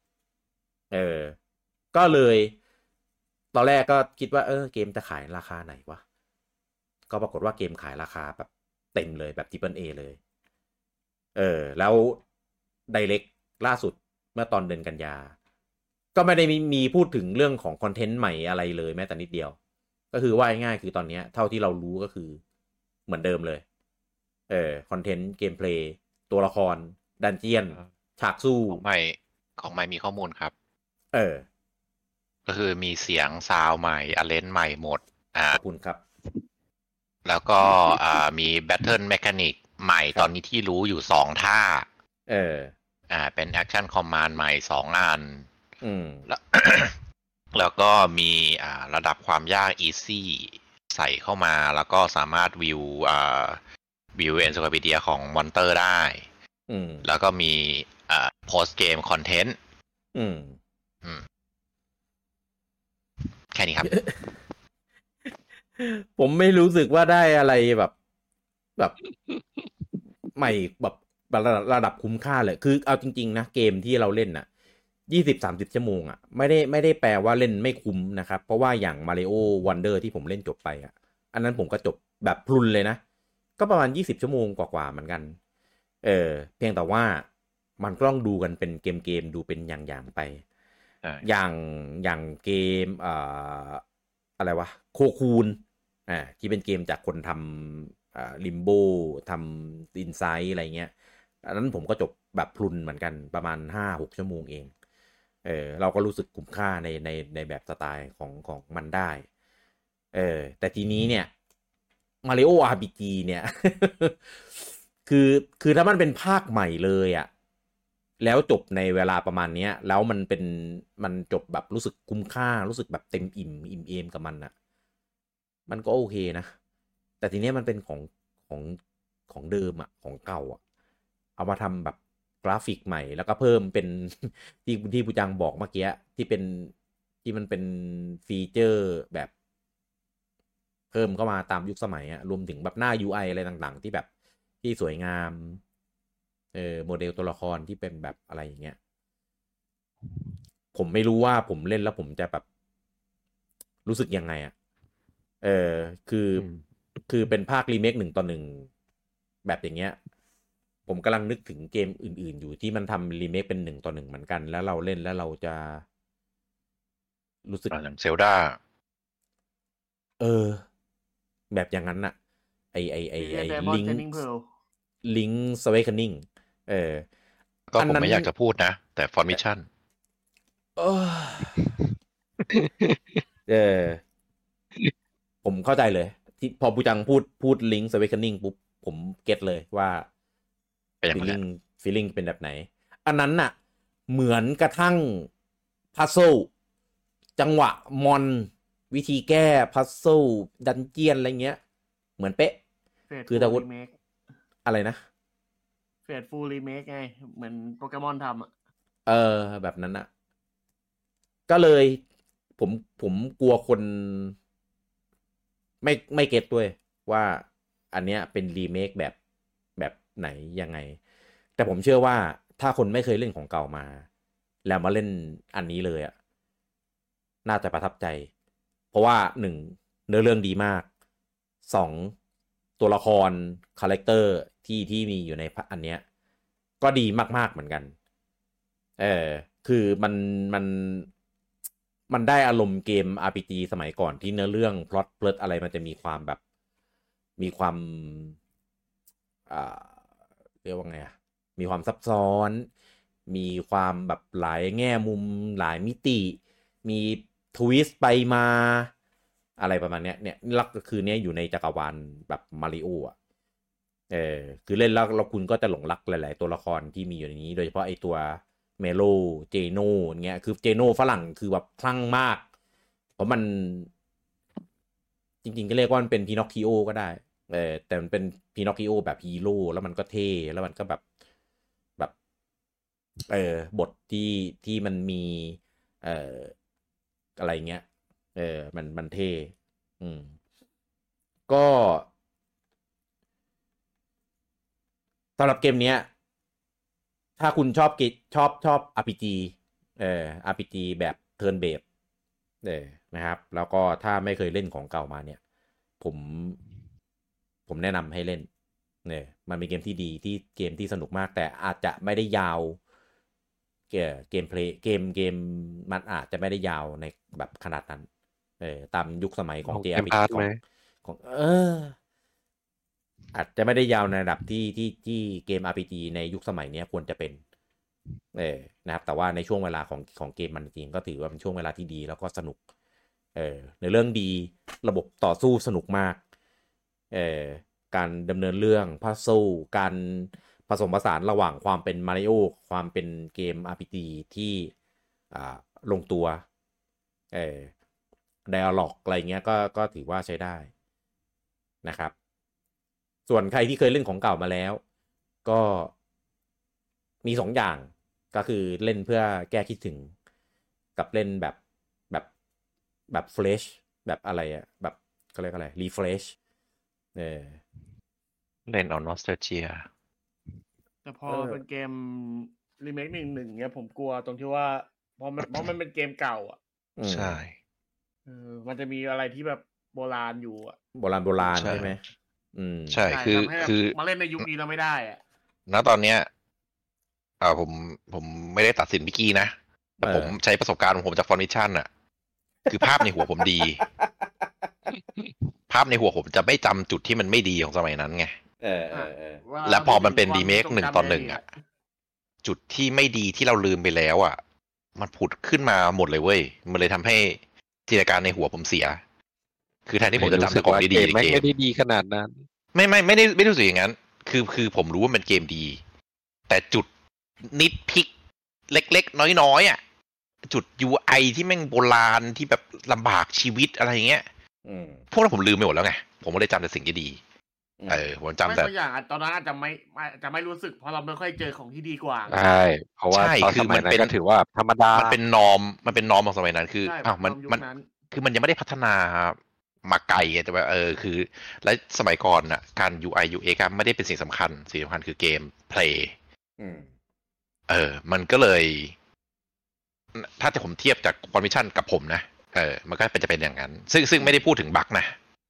ก็เลยตอนแรกก็คิดว่าเกมจะขายราคาไหนวะก็ปรากฏว่าเกมขายราคาแบบเต็มเลยแบบ Triple A เลยแล้ว Direct ล่าสุดเมื่อตอนเดือนกันยาก็ไม่ได้มีพูดถึงเรื่องของคอนเทนต์ใหม่อะไรเลยแม้แต่นิดเดียวก็คือว่าง่ายๆคือตอนนี้เท่าที่เรารู้ก็คือเหมือนเดิมเลยคอนเทนต์เกมเพลย์ตัวละครดันเจียนฉากสู้ของใหม่มีข้อมูลครับก็คือมีเสียงซาวใหม่อาเลนใหม่หมดขอบคุณครับแล้วก็มีแบทเทิลแมคานิกใหม่ตอนนี้ที่รู้อยู่2ท่าเป็นแอคชั่นคอมมานด์ใหม่2อันแล้วก็มีระดับความยาก easy ใส่เข้ามาแล้วก็สามารถวิวเอนไซโคลพีเดียของมอนเตอร์ได้แล้วก็มีpost game content แค่นี้ครับผมไม่รู้สึกว่าได้อะไรแบบใหม่แบบระดับคุ้มค่าเลยคือเอาจริงๆนะเกมที่เราเล่นน่ะ20-30 ชั่วโมงอ่ะไม่ได้แปลว่าเล่นไม่คุ้มนะครับเพราะว่าอย่าง Mario Wonder ที่ผมเล่นจบไปอ่ะอันนั้นผมก็จบแบบพลุนเลยนะก็ประมาณ20ชั่วโมงกว่าๆเหมือนกันเพียงแต่ว่ามันก็ต้องดูกันเป็นเกมดูเป็นอย่างๆไปอย่างเกมอะไรวะโคคูนที่เป็นเกมจากคนทำลิมโบทำอินไซด์อะไรเงี้ยอันนั้นผมก็จบแบบพลุนเหมือนกันประมาณ 5-6 ชั่วโมงเองเราก็รู้สึกคุ้มค่าในแบบสไตล์ของมันได้แต่ทีนี้เนี่ย Mario RPG เนี่ย คือถ้ามันเป็นภาคใหม่เลยอะแล้วจบในเวลาประมาณนี้แล้วมันจบแบบรู้สึกคุ้มค่ารู้สึกแบบเต็มอิ่มเอมกับมันอะมันก็โอเคนะแต่ทีนี้มันเป็นของเดิมอะของเก่าอะเอามาทำแบบกราฟิกใหม่แล้วก็เพิ่มเป็น ที่ผู้จังบอกเมื่อกี้ที่มันเป็นฟีเจอร์แบบเพิ่มเข้ามาตามยุคสมัยอะรวมถึงแบบหน้า UI อะไรต่างๆที่แบบที่สวยงามโมเดลตัวละครที่เป็นแบบอะไรอย่างเงี้ยผมไม่รู้ว่าผมเล่นแล้วผมจะแบบรู้สึกยังไงอ่ะคือเป็นภาครีเมค1:1แบบอย่างเงี้ยผมกำลังนึกถึงเกมอื่นๆอยู่ที่มันทำรีเมคเป็น1:1เหมือนกันแล้วเราเล่นแล้วเราจะรู้สึกอย่างเซลดาแบบอย่างนั้นน่ะไอลิงสเวคเนนิ่งก็ผมไม่อยากจะพูดนะแต่ฟอร์มิชั่นผมเข้าใจเลยที่พอปูจังพูดลิงสเวคเนนิ่งปุ๊บผมเก็ตเลยว่าฟีลลิ่งเป็นแบบไหนอันนั้นน่ะเหมือนกระทั่งพัซโซจังหวะมอนวิธีแก้พัซโซดันเจียนอะไรเงี้ยเหมือนเป๊ะคือแต่ว่าอะไรนะเฟดฟูลรีเมคไงเหมือนโปเกมอนทำแบบนั้นอะก็เลยผมกลัวคนไม่เก็ตด้วยว่าอันเนี้ยเป็นรีเมคแบบไหนยังไงแต่ผมเชื่อว่าถ้าคนไม่เคยเล่นของเก่ามาแล้วมาเล่นอันนี้เลยอะน่าจะประทับใจเพราะว่า1เนื้อเรื่องดีมาก2ตัวละครคาแรคเตอร์ที่มีอยู่ในอันเนี้ยก็ดีมากๆเหมือนกันคือมันได้อารมณ์เกม RPG สมัยก่อนที่เนื้อเรื่องพล็อตอะไรมันจะมีความแบบมีความเรียกว่าไงมีความซับซ้อนมีความแบบหลายแง่มุมหลายมิติมีทวิสต์ไปมาอะไรประมาณเนี้ยเนี่ยลักก็คือเนี้ยอยู่ในจักรวาลแบบมาริโออ่ะคือเล่นแล้วคุณก็จะหลงรักหลายๆตัวละครที่มีอยู่ในนี้โดยเฉพาะไอตัวเมโลเจโนเงี้ยคือเจโนฝรั่งคือแบบคลั่งมากเพราะมันจริงๆก็เรียกว่ามันเป็นพีนอคคิโอก็ได้แต่มันเป็นพีนอคคิโอแบบฮีโร่แล้วมันก็เท่แล้วมันก็แบบบทที่มันมีอะไรเงี้ยมันเท่ก็สำหรับเกมเนี้ยถ้าคุณชอบ RPG RPG แบบเทิร์นเบสนะครับแล้วก็ถ้าไม่เคยเล่นของเก่ามาเนี่ยผมแนะนำให้เล่นเนี่ยมันเป็นเกมที่ดีที่เกมที่สนุกมากแต่อาจจะไม่ได้ยาวเกมเพลย์เกมมันอาจจะไม่ได้ยาวในแบบขนาดนั้นตามยุคสมัยของ JRPG ของอาจจะไม่ได้ยาวในระดับที่เกม RPG ในยุคสมัยนี้ควรจะเป็นนะครับแต่ว่าในช่วงเวลาของเกมมันจริงก็ถือว่าเป็นช่วงเวลาที่ดีแล้วก็สนุกในเรื่องดีระบบต่อสู้สนุกมากการดำเนินเรื่องพัซเซิลการผสมผสานระหว่างความเป็นมาริโอความเป็นเกม RPG ที่ลงตัวdialog อะไรเงี้ยก็ถือว่าใช้ได้นะครับส่วนใครที่เคยเล่นของเก่ามาแล้วก็มี2 อย่างก็คือเล่นเพื่อแก้คิดถึงกับเล่นแบบเฟรชแบบอะไรอ่ะแบบเขาเรียกอะไรรีเฟรชเล่นเอานอสเตอร์เจียแต่พอเป็นเกมรีเมค1เงี้ยผมกลัวตรงที่ว่าเพราะมันเป็นเกมเก่าอ่ะใช่มันจะมีอะไรที่แบบโบราณอยู่อ่ะโบราณใช่ไหมใช่คือมาเล่นในยุคนี้เราไม่ได้อ่ะณตอนเนี้ยผมไม่ได้ตัดสินพี่กี้นะแต่ผมใช้ประสบการณ์ของผมจากฟอร์มิชั่นอ่ะคือภาพในหัวผมดีภาพในหัวผมจะไม่จำจุดที่มันไม่ดีของสมัยนั้นไงแล้วพอมันเป็นรีเมค1:1อ่ะจุดที่ไม่ดีที่เราลืมไปแล้วอ่ะมันผุดขึ้นมาหมดเลยเว้ยมันเลยทำให้จินตนาการในหัวผมเสียคือแทนที่ผมจะจำแต่ของดีๆในเกมไม่ได้ดีขนาดนั้นไม่รู้สึกอย่างนั้นคือผมรู้ว่ามันเกมดีแต่จุดนิดพิกเล็กๆน้อยๆอ่ะจุด UI ที่แม่งโบราณที่แบบลำบากชีวิตอะไรอย่างเงี้ยพวกนั้นผมลืมไปหมดแล้วไงผมก็เลยจำแต่สิ่งที่ดีผมจำแต่ตัวอย่างตอนนั้นอาจจะไม่รู้สึกเพราะเราไม่ค่อยเจอของที่ดีกว่าใช่เพราะว่าตอนสมัยนั้นก็ถือว่าธรรมดามันเป็นนอมของสมัยนั้นคือมันคือมันยังไม่ได้พัฒนามาไกลแต่ว่าคือและสมัยก่อนน่ะการ UI UX ไม่ได้เป็นสิ่งสำคัญคือเกมเพลย์มันก็เลยถ้าผมเทียบจากคอนมิชชั่นกับผมนะมันก็จะเป็นอย่างนั้นซึ่งไม่ได้พูดถึงบั๊กนะ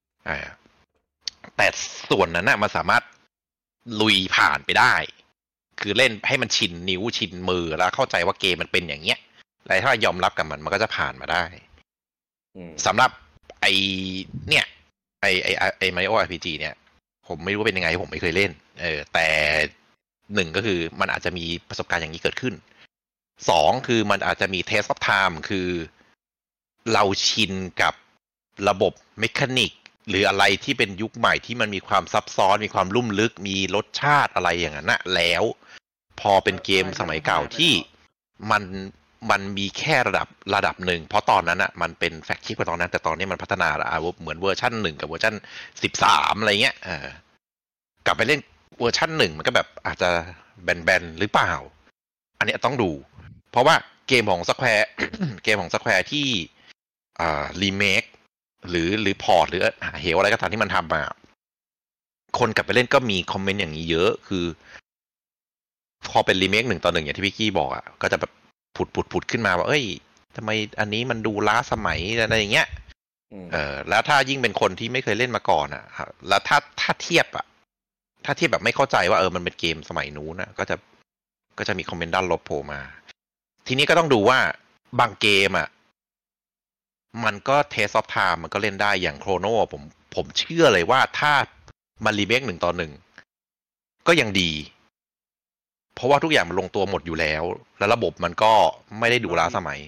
แต่ส่วนนั้นน่ะมันสามารถลุยผ่านไปได้คือเล่นให้มันชินนิ้วชินมือแล้วเข้าใจว่าเกมมันเป็นอย่างเงี้ยแล้วถ้ายอมรับกับมันก็จะผ่านมาได้สำหรับไอเนี่ยไอMario RPG เนี่ยผมไม่รู้ว่าเป็นยังไงผมไม่เคยเล่นแต่1ก็คือมันอาจจะมีประสบการณ์อย่างนี้เกิดขึ้น2คือมันอาจจะมี Test of Time คือเราชินกับระบบเมคานิกหรืออะไรที่เป็นยุคใหม่ที่มันมีความซับซ้อนมีความลุ่มลึกมีรสชาติอะไรอย่างนั้นนะแล้วพอเป็นเกมสมัยเก่าที่มันมีแค่ระดับหนึ่งเพราะตอนนั้นอ่ะมันเป็นแฟกชิปกว่าตอนนั้นแต่ตอนนี้มันพัฒนาเหมือนเวอร์ชัน1กับเวอร์ชัน13อะไรเงี้ยกลับไปเล่นเวอร์ชัน1มันก็แบบอาจจะแบนๆหรือเปล่าอันนี้ต้องดูเพราะว่าเกมของ Square ที่รีเมคหรือพอร์ตหรือเหวอะไรก็ตามที่มันทำมาคนกลับไปเล่นก็มีคอมเมนต์อย่างนี้เยอะคือพอเป็นรีเมค1:1อย่างที่พี่กี้บอกอ่ะก็จะแบบผุดขึ้นมาว่าเอ้ยทำไมอันนี้มันดูล้าสมัยอะไรอย่างเงี้ยแล้วถ้ายิ่งเป็นคนที่ไม่เคยเล่นมาก่อนอ่ะแล้วถ้าเทียบแบบไม่เข้าใจว่ามันเป็นเกมสมัยนู้นนะก็จะมีคอมเมนต์ด้านลบโผล่มาทีนี้ก็ต้องดูว่าบางเกมอ่ะมันก็เทสออฟไทม์มันก็เล่นได้อย่างโครโนผมเชื่อเลยว่าถ้ามันรีเมค1:1ก็ยังดีเพราะว่าทุกอย่างมันลงตัวหมดอยู่แล้วแล้วระบบมันก็ไม่ได้ดูล้าสมัย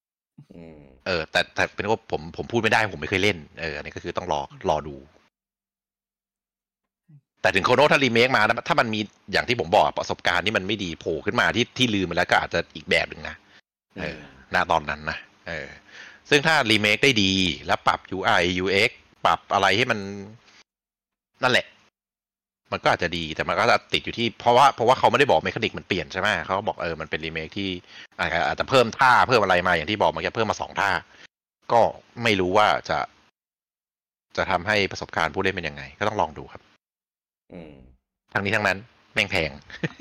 แต่เป็นว่าผมพูดไม่ได้ผมไม่เคยเล่นอันนี้ก็คือต้องรอดูแต่ถึงโคโนถ้ารีเมคมาถ้ามันมีอย่างที่ผมบอกประสบการณ์ที่มันไม่ดีโผล่ขึ้นมาที่ลืมไปแล้วก็อาจจะอีกแบบหนึ่งนะณตอนนั้นนะซึ่งถ้ารีเมคได้ดีแล้วปรับ UI UX ปรับอะไรให้มันนั่นแหละมันก็อาจจะดีแต่มันก็จะติดอยู่ที่เพราะว่าเขาไม่ได้บอกเมคานิกมันเปลี่ยนใช่ไหมเขาบอกมันเป็นรีเมคที่อาจจะเพิ่มท่าเพิ่มอะไรมาอย่างที่บอกมันจะเพิ่มมา2ท่าก็ไม่รู้ว่าจะทำให้ประสบการณ์ผู้เล่นเป็นยังไงก็ต้องลองดูครับทั้งนี้ทั้งนั้นแม่งแพง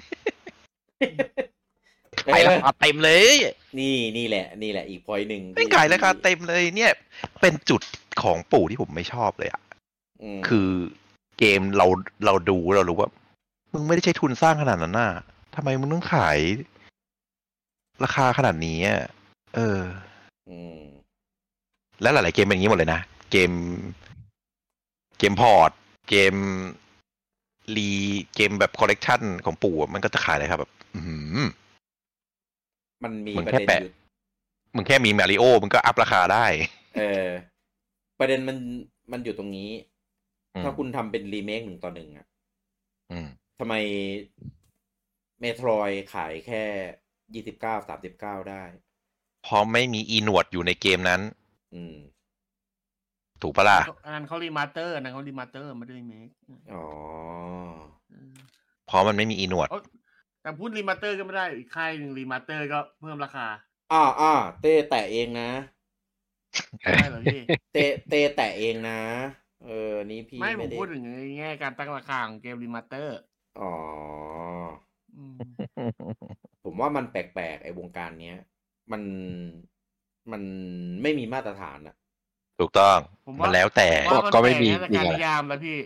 ขายราคาเต็มเลยนี่แหละอีกพอยต์นึงไม่ขายราคาเต็มเลยเนี่ยเป็นจุดของปู่ที่ผมไม่ชอบเลยอ่ะคือเกมเราดูเรารู้ว่ามึงไม่ได้ใช้ทุนสร้างขนาดนั้นน่ะทำไมมึงต้องขายราคาขนาดนี้อืมแล้วหลายๆเกมเป็นอย่างนี้หมดเลยนะเกมพอร์ตเกมเกมแบบคอลเลกชันของปู่มันก็จะขายเลยครับแบบมันมีมึงประแค่เด็นแปะอยู่มึงแค่มีมาริโอมึงก็อัพราคาได้ประเด็นมันอยู่ตรงนี้ถ้าคุณทำเป็นรีเมค1:1อ่ะทำไมเมโทรยขายแค่29-39ได้เพราะไม่มีอีหนวดอยู่ในเกมนั้นถูกปะล่ะอันนั้นเขารีมาสเตอร์ไม่ได้รีเมคเพราะมันไม่มีอีหนวดแต่พูดรีมาสเตอร์ก็ไม่ได้อีกค่ายหนึ่งรีมาสเตอร์ก็เพิ่มราคาเต้แตะเองนะใช่เหรอพี่เต้แตะเองนะนี่พี่ไม่ผมพูดถึงแง่การตั้งราคาของเกมรีมาสเตอร์ผมว่ามันแปลกๆไอ้วงการเนี้ยมันไม่มีมาตรฐานอะถูกต้องมันแล้วแต่ก็ไม่มีการนิยามแล้วพี่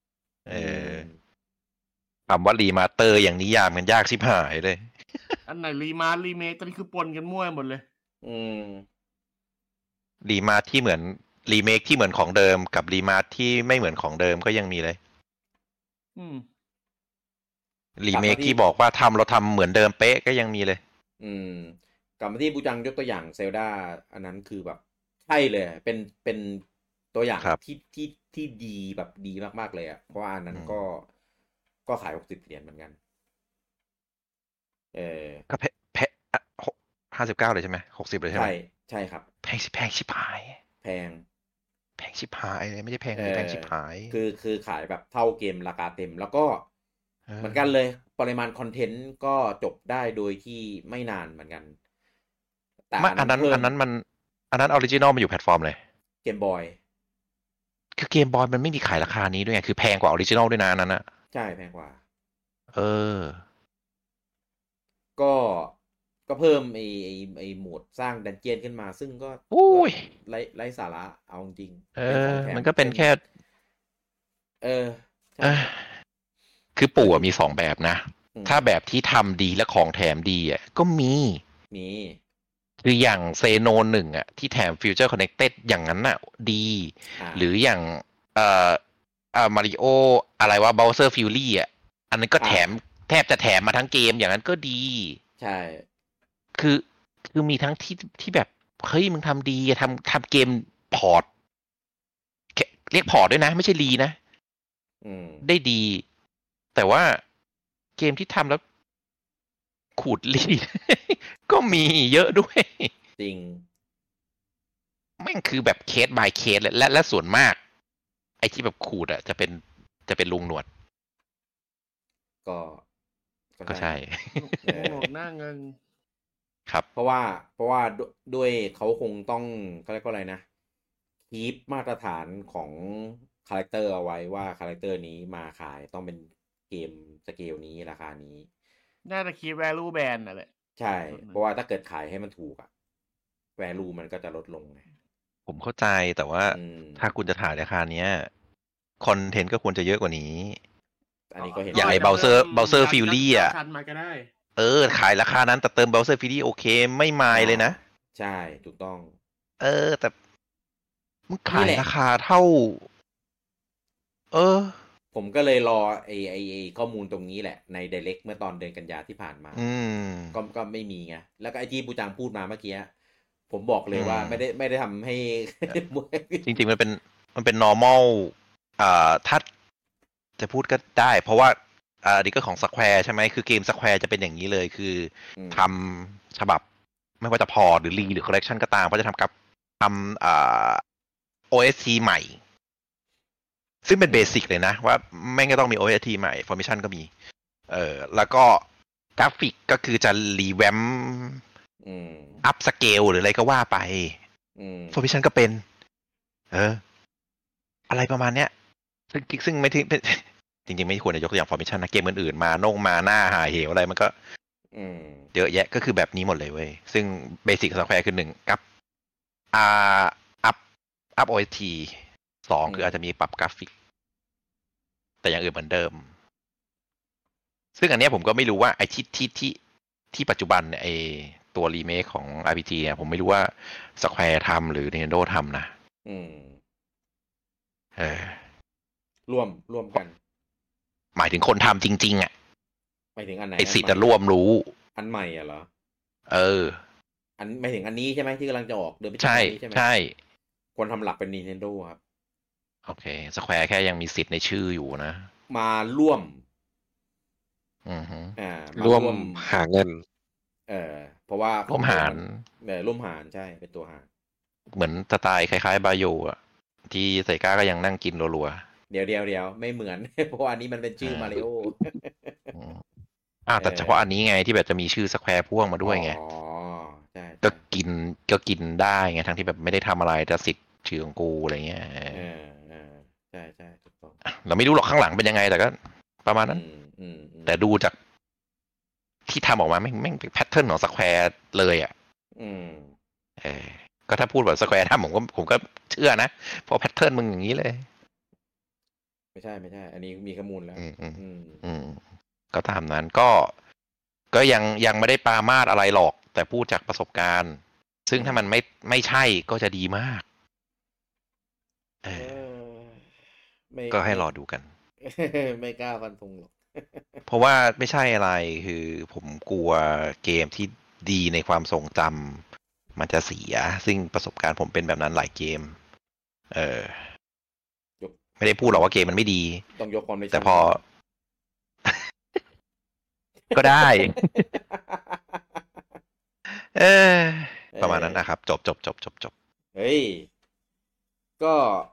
คำว่ารีมาสเตอร์อย่างนิยามมันยากชิบหายเลยอันไหนรีมาสรีเมคตอนนี้คือปนกันมั่วหมดเลยรีมาสที่เหมือนรีเมคที่เหมือนของเดิมกับรีมาสที่ไม่เหมือนของเดิมก็ยังมีเลยรีเมคที่บอกว่าเราทำเหมือนเดิมเป๊ะก็ยังมีเลยกลับมาที่บูจังยกตัวอย่างเซลดาอันนั้นคือแบบใช่เลยเป็นตัวอย่างที่ดีแบบดีมากๆเลยอ่ะเพราะว่าอันนั้นก็ขาย$60เหมือนกันก็แพ59เลยใช่ไหม60เลยใช่ไหมใช่ครับแพงชิบหายแพงชิบหายเลยไม่ใช่แพงชิบหายคือขายแบบเท่าเกมราคาเต็มแล้วก็เหมือนกันเลยปริมาณคอนเทนต์ก็จบได้โดยที่ไม่นานเหมือนกันแต่อันนั้นออริจินอลมันอยู่แพลตฟอร์มเลยเกมบอยคือเกมบอยมันไม่มีขายราคานี้ด้วยไงคือแพงกว่าออริจินอลด้วยนะนั้นอ่ะใช่แพงกว่าก็เพิ่มไอโหมดสร้างดันเจียนขึ้นมาซึ่งก็ไร้สาระเอาจริงมันก็เป็นแค่คือปู่มี2แบบนะถ้าแบบที่ทำดีและของแถมดีอ่ะก็มีคืออย่างเซโน1อ่ะที่แถมฟิวเจอร์คอนเนคเต็ดอย่างนั้นน่ะดีหรืออย่างมาริโออะไรวะบัลเซอร์ฟิวรี่อ่ะอันนั้นก็แทบจะแถมมาทั้งเกมอย่างนั้นก็ดีใช่คือมีทั้งที่แบบเฮ้ยมึงทำดีทำเกมพอร์ตเรียกพอร์ตด้วยนะไม่ใช่รีนะได้ดีแต่ว่าเกมที่ทำแล้วขูดรีก็มีเยอะด้วยจริงแม่งคือแบบเคส by เคสและส่วนมากไอ้ที่แบบขูดอ่ะจะเป็นลุงหนวดก็ใช่หน้าเงินครับเพราะว่าด้วยเขาคงต้องเขาเรียกว่าอะไรนะคีปมาตรฐานของคาแรคเตอร์เอาไว้ว่าคาแรคเตอร์นี้มาขายต้องเป็นเกมสเกลนี้ราคานี้น่าจะคีป value band นั่นแหละใช่เพราะว่าถ้าเกิดขายให้มันถูกอะ value มันก็จะลดลงไงผมเข้าใจแต่ว่าถ้าคุณจะถ่ายราคาเนี้ยคอนเทนต์ก็ควรจะเยอะกว่านี้อันนี้ก็เห็นอย่างไอ้เบลเซอร์ฟิลลี่อ่ะขายราคานั้นแต่เติมเบลเซอร์ฟิลลี่โอเคไม่มายเลยนะใช่ถูกต้องแต่มึงขายราคาเท่าผมก็เลยรอไอ้ข้อมูลตรงนี้แหละใน Direct เมื่อตอนเดือนกันยาที่ผ่านมาก็ไม่มีไงแล้วก็ไอ้ที่ปูจังพูดมาเมื่อกี้ผมบอกเลยว่าไม่ได้ทำให้จริงๆมันเป็น normal ถ้าจะพูดก็ได้เพราะว่านี่ก็ของ Square ใช่ไหมคือเกม Square จะเป็นอย่างนี้เลยคือทำฉบับไม่ว่าจะพอหรือรีหรือ collection ก็ตามก็จะทำOST ใหม่ซึ่งเป็นเบสิกเลยนะว่าแม่งก็ต้องมี OST ใหม่ Formation ก็มีแล้วก็กราฟิกก็คือจะรีแวมอัพสเกลหรืออะไรก็ว่าไปFormation ก็เป็นอะไรประมาณเนี้ยซึ่งไม่ที่จริงๆไม่ควรจะยกตัวอย่าง Formation นะเกมอื่นๆมาหน้าหาเหวอะไรมันก็เยอะแยะก็คือแบบนี้หมดเลยเว้ยซึ่งเบสิกของ Square คือ1กับอัพ OST 2คืออาจจะมีปรับกราฟิกแต่อย่างอื่นเหมือนเดิมซึ่งอันนี้ผมก็ไม่รู้ว่าไอ้ที่ปัจจุบันเนี่ยไอ้ตัวรีเมคของ RPG เนี่ยผมไม่รู้ว่า Square ทำหรือ Nintendo ทำนะร่วมกันหมายถึงคนทำจริงๆอ่ะหมายถึงอันไหนไอสิทธิ์จะร่วมรู้อันใหม่อ่ะเหรออันหมายถึงอันนี้ใช่ไหมที่กำลังจะออกเดือนพฤษภาคมนี้ใช่ไหมใช่คนทำหลักเป็น Nintendo ครับโอเค Square แค่ยังมีสิทธิ์ในชื่ออยู่นะมาร่วมร่วมหาเงินเพราะว่าร่วมหารร่วมหารใช่เป็นตัวหารเหมือนสไตล์คล้ายๆบาโยอ่ะที่ไซก้าก็ยังนั่งกินรัวๆเดี๋ยวไม่เหมือน เพราะว่าอันนี้มันเป็นชื่อมาริโอแต่เฉพาะอันนี้ไงที่แบบจะมีชื่อ Square พ่วงมาด้วยไงใช่ก็กินได้ไงทั้งที่แบบไม่ได้ทำอะไรแต่สิทธิ์ชื่อของกูอะไรเงี้ยใช่ถูกต้องเราไม่รู้หรอกข้างหลังเป็นยังไงแต่ก็ประมาณนั้นแต่ดูจากที่ทำออกมาไม่เป็นแพทเทิร์นของสแควร์เลยอ่ะก็ถ้าพูดแบบสแควร์ทำผมก็เชื่อนะเพราะแพทเทิร์นมึงอย่างนี้เลยไม่ใช่อันนี้มีข้อมูลแล้วก็ตามนั้นก็ยังไม่ได้ปรามาสอะไรหรอกแต่พูดจากประสบการณ์ซึ่งถ้ามันไม่ใช่ก็จะดีมากก็ให้รอดูกันไม่กล้าฟันธงหรอกเพราะว่าไม่ใช่อะไรคือผมกลัวเกมที่ดีในความทรงจำมันจะเสียซึ่งประสบการณ์ผมเป็นแบบนั้นหลายเกมไม่ได้พูดหรอกว่าเกมมันไม่ดีต้องยกความแต่พอ ก็ได้ประมาณนั้นนะครับจบเฮ้ยก็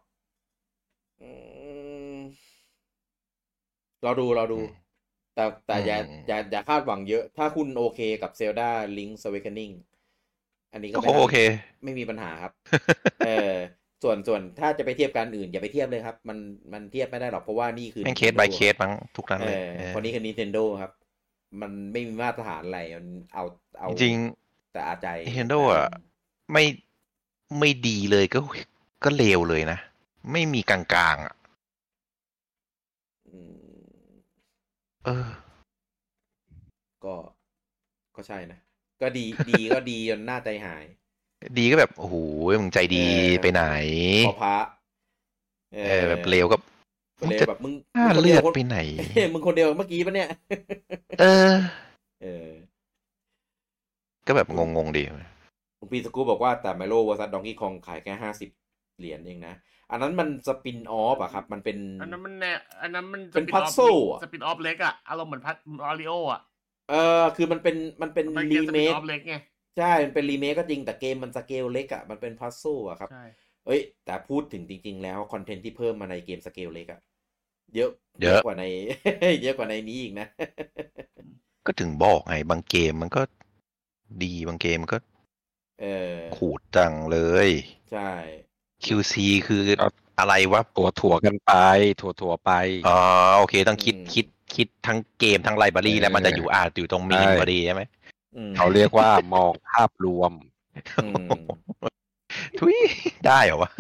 เราดูแต่อย่าคาดหวังเยอะถ้าคุณโอเคกับ Zelda Link's Awakening อันนี้ก็โอเคไม่มีปัญหาครับส่วนถ้าจะไปเทียบกันอื่นอย่าไปเทียบเลยครับมันเทียบไม่ได้หรอกเพราะว่านี่คือเคส by เคสมั้งทุกครั้งเลยคนนี้คือ Nintendo ครับมันไม่มีมาตรฐานอะไรมันเอาจริงแต่อาใจ Nintendo อ่ะไม่ดีเลยก็เลวเลยนะไม่มีกลางๆอ่ะก็ใช่นะก็ดีก็ดีจนหน้าใจหายดีก็แบบโอ้โหมึงใจดีไปไหนพอพระแบบเลวก็แบบมึงเลือดไปไหนมึงคนเดียวเมื่อกี้ปะเนี่ยก็แบบงงดีคุณปีสกูบอกว่าแต่ไมโลวอซัสดองกี้คองขายแค่50 เหรียญเองนะอันนั้นมันสปินออฟอะครับมันเป็นอันนั้นมันเป็นพัซเซิลสปินออฟเล็กอะอารมณ์เหมือนพัซมาริโออะคือมันเป็นรีเมคใช่มันเป็นรีเมคก็จริงแต่เกมมันสเกลเล็กอ่ะมันเป็นพัซเซิลอ่ะครับแต่พูดถึงจริงๆแล้วคอนเทนต์ที่เพิ่มมาในเกมสเกลเล็กอ่ะเยอะกว่าใน เยอะกว่าในนี้อีกนะก็ถึงบอกไงบางเกมมันก็ดีบางเกมมันก็ขูดจังเลยใช่ QC คืออะไรวะถั่วกันไปถั่วไปโอเคต้องคิดทั้งเกมทั้งไลบรารีแล้วมันจะอยู่ตรงมีนพอดีใช่ไหมเขาเรียกว่ามองภาพรวมทุยได้เหรอวะ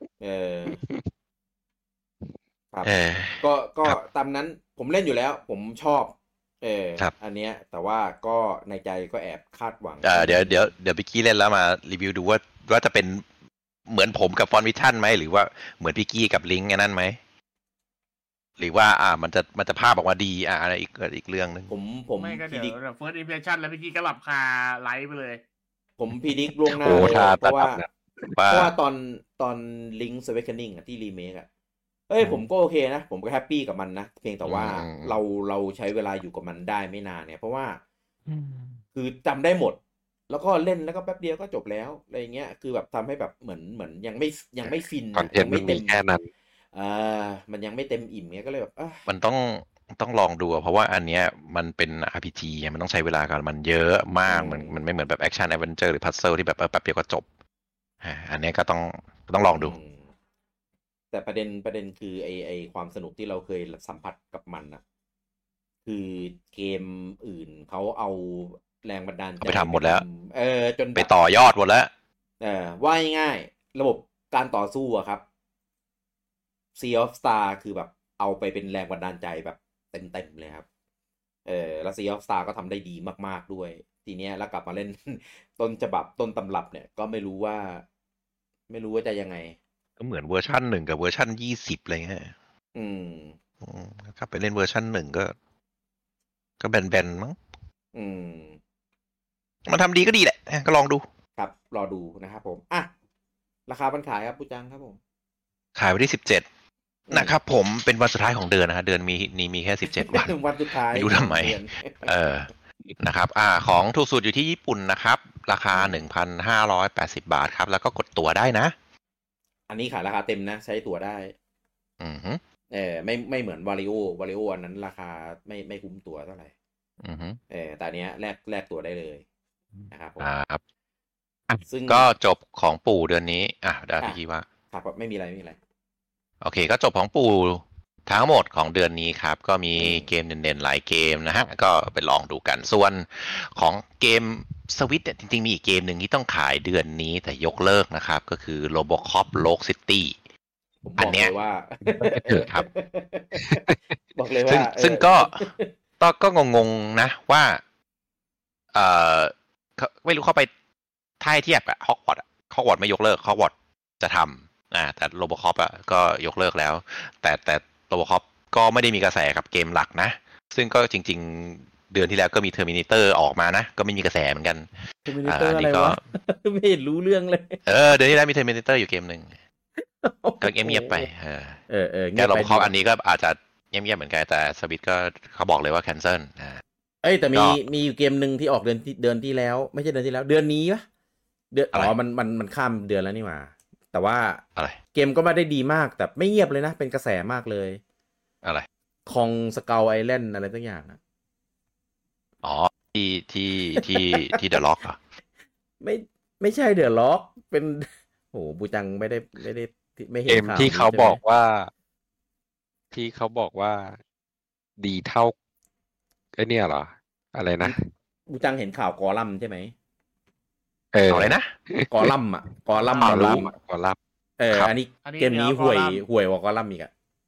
ก็ตามนั้นผมเล่นอยู่แล้วผมชอบอันเนี้ยแต่ว่าก็ในใจก็แอบคาดหวังเดี๋ยวพี่กี้เล่นแล้วมารีวิวดูว่าจะเป็นเหมือนผมกับฟอนวิชั่นไหมหรือว่าเหมือนพี่กี้กับลิงก์นั่นไหมหรือว่ามันจะภาพออกมาดีอะไรอีกเรื่องนึงผมไม่ก็เดี๋ยวเฟิร์สอิมเพรสชั่นแล้วพี่กี้ก็หลับคาไลฟ์ไปเลยผมพิจิกล่วงหน้าเพราะว่าตอน Link's Awakening อ่ะที่รีเมคอ่ะผมก็โอเคนะผมก็แฮปปี้กับมันนะเพียงแต่ว่าเราใช้เวลาอยู่กับมันได้ไม่นานเนี่ยเพราะว่าคือจำได้หมดแล้วก็เล่นแล้วก็แป๊บเดียวก็จบแล้วอะไรเงี้ยคือแบบทำให้แบบเหมือนยังไม่ฟินยังไม่เต็มแค่นั้นมันยังไม่เต็มอิ่มเงี้ยก็เลยแบบมันต้องลองดูเพราะว่าอันเนี้ยมันเป็น RPG มันต้องใช้เวลากับมันเยอะมากมันไม่เหมือนแบบแอคชั่นแอดเวนเจอร์หรือพัซเซิลที่แบบแป๊บเดียวก็จบอันนี้ก็ต้องลองดูแต่ประเด็นคือไอความสนุกที่เราเคยสัมผัสกับมันนะคือเกมอื่นเขาเอาแรงบันดาลใจไปทำหมดแล้วจนไปต่อยอดหมดแล้วว่าง่ายๆระบบการต่อสู้อะครับ Sea of Star คือแบบเอาไปเป็นแรงบันดาลใจแบบเต็มเลยครับแล้ว Sea of Star ก็ทำได้ดีมากๆด้วยทีเนี้ยแล้วกลับมาเล่น ต้นฉบับต้นตำรับเนี่ยก็ไม่รู้ว่าจะยังไงก็เหมือนเวอร์ชัน1กับเวอร์ชัน20อะไรเงี้ยถ้าไปเล่นเวอร์ชัน1ก็แบนๆมั้งมันทำดีก็ดีแหละก็ลองดูครับรอดูนะครับผมอ่ะราคาบันขายครับปูจังครับผมขายวันที่17นะครับผมเป็นวันสุดท้ายของเดือนนะฮะเดือนมีแค่17วันวันสุดท้ายไม่รู้ทำไมนะครับของถูกสุดอยู่ที่ญี่ปุ่นนะครับราคา 1,580 บาทครับแล้วก็กดตั๋วได้นะอันนี้ขายราคาเต็มนะใช้ตั๋วได้ไม่เหมือนวาริโออันนั้นราคาไม่คุ้มตั๋วเท่าไหร่แต่อันเนี้ยแลกตั๋วได้เลยนะครับครับซึ่งก็จบของปู่เดือนนี้เดี๋ยวพี่คิดว่าครับไม่มีอะไรโอเคก็จบของปู่ทั้งหมดของเดือนนี้ครับก็มีเกมเด่นๆหลายเกมนะฮะก็ไปลองดูกันส่วนของเกมสวิตช์เนี่ยจริงๆมีอีกเกมหนึ่งที่ต้องขายเดือนนี้แต่ยกเลิกนะครับก็คือ Robocop Rogue City อันเนี้ยว่าครับบอกเลยว่าซึ่งก็งงๆนะว่าไม่รู้เข้าไปท้ายเทียบฮอกวอตส์ไม่ยกเลิกฮอกวอตส์จะทำแต่ Robocop ก็ยกเลิกแล้วแต่ Robocop ก็ไม่ได้มีกระแสกับเกมหลักนะซึ่งก็จริงๆเดือนที่แล้วก็มี Terminator ออกมานะก็ไม่มีกระแสเหมือนกัน Terminator อะไรวะไม่เห็นรู้เรื่องเลยเดือนที่แล้วมี Terminator อยู่เกมนึงก็เงียบๆไปแต่ Robocop อันนี้ก็อาจจะเงียบๆเหมือนกันแต่สวิตก็เขาบอกเลยว่า cancel แต่มีอยู่เกมนึงที่ออกเดือนที่แล้วไม่ใช่เดือนที่แล้วเดือนนี้ปะมันข้ามเดือนแล้วนี่หว่าแต่ว่าเกมก็ไม่ได้ดีมากแต่ไม่เงียบเลยนะเป็นกระแสมากเลยอะไรคองสเกลไอแลนด์อะไรสักอย่างนะที่เดอะล็อกไม่ใช่เดอะล็อกเป็นโหบูจังไม่ได้ไม่เห็นข่าวที่เขาบอกว่าดีเท่าไอ้เนี่ยเหรออะไรนะบูจังเห็นข่าวกอลัมใช่ไหมอะไรนะกอลัมกอลัมอันนี้เกมนี้ห่วยกว่ากอลัมอีก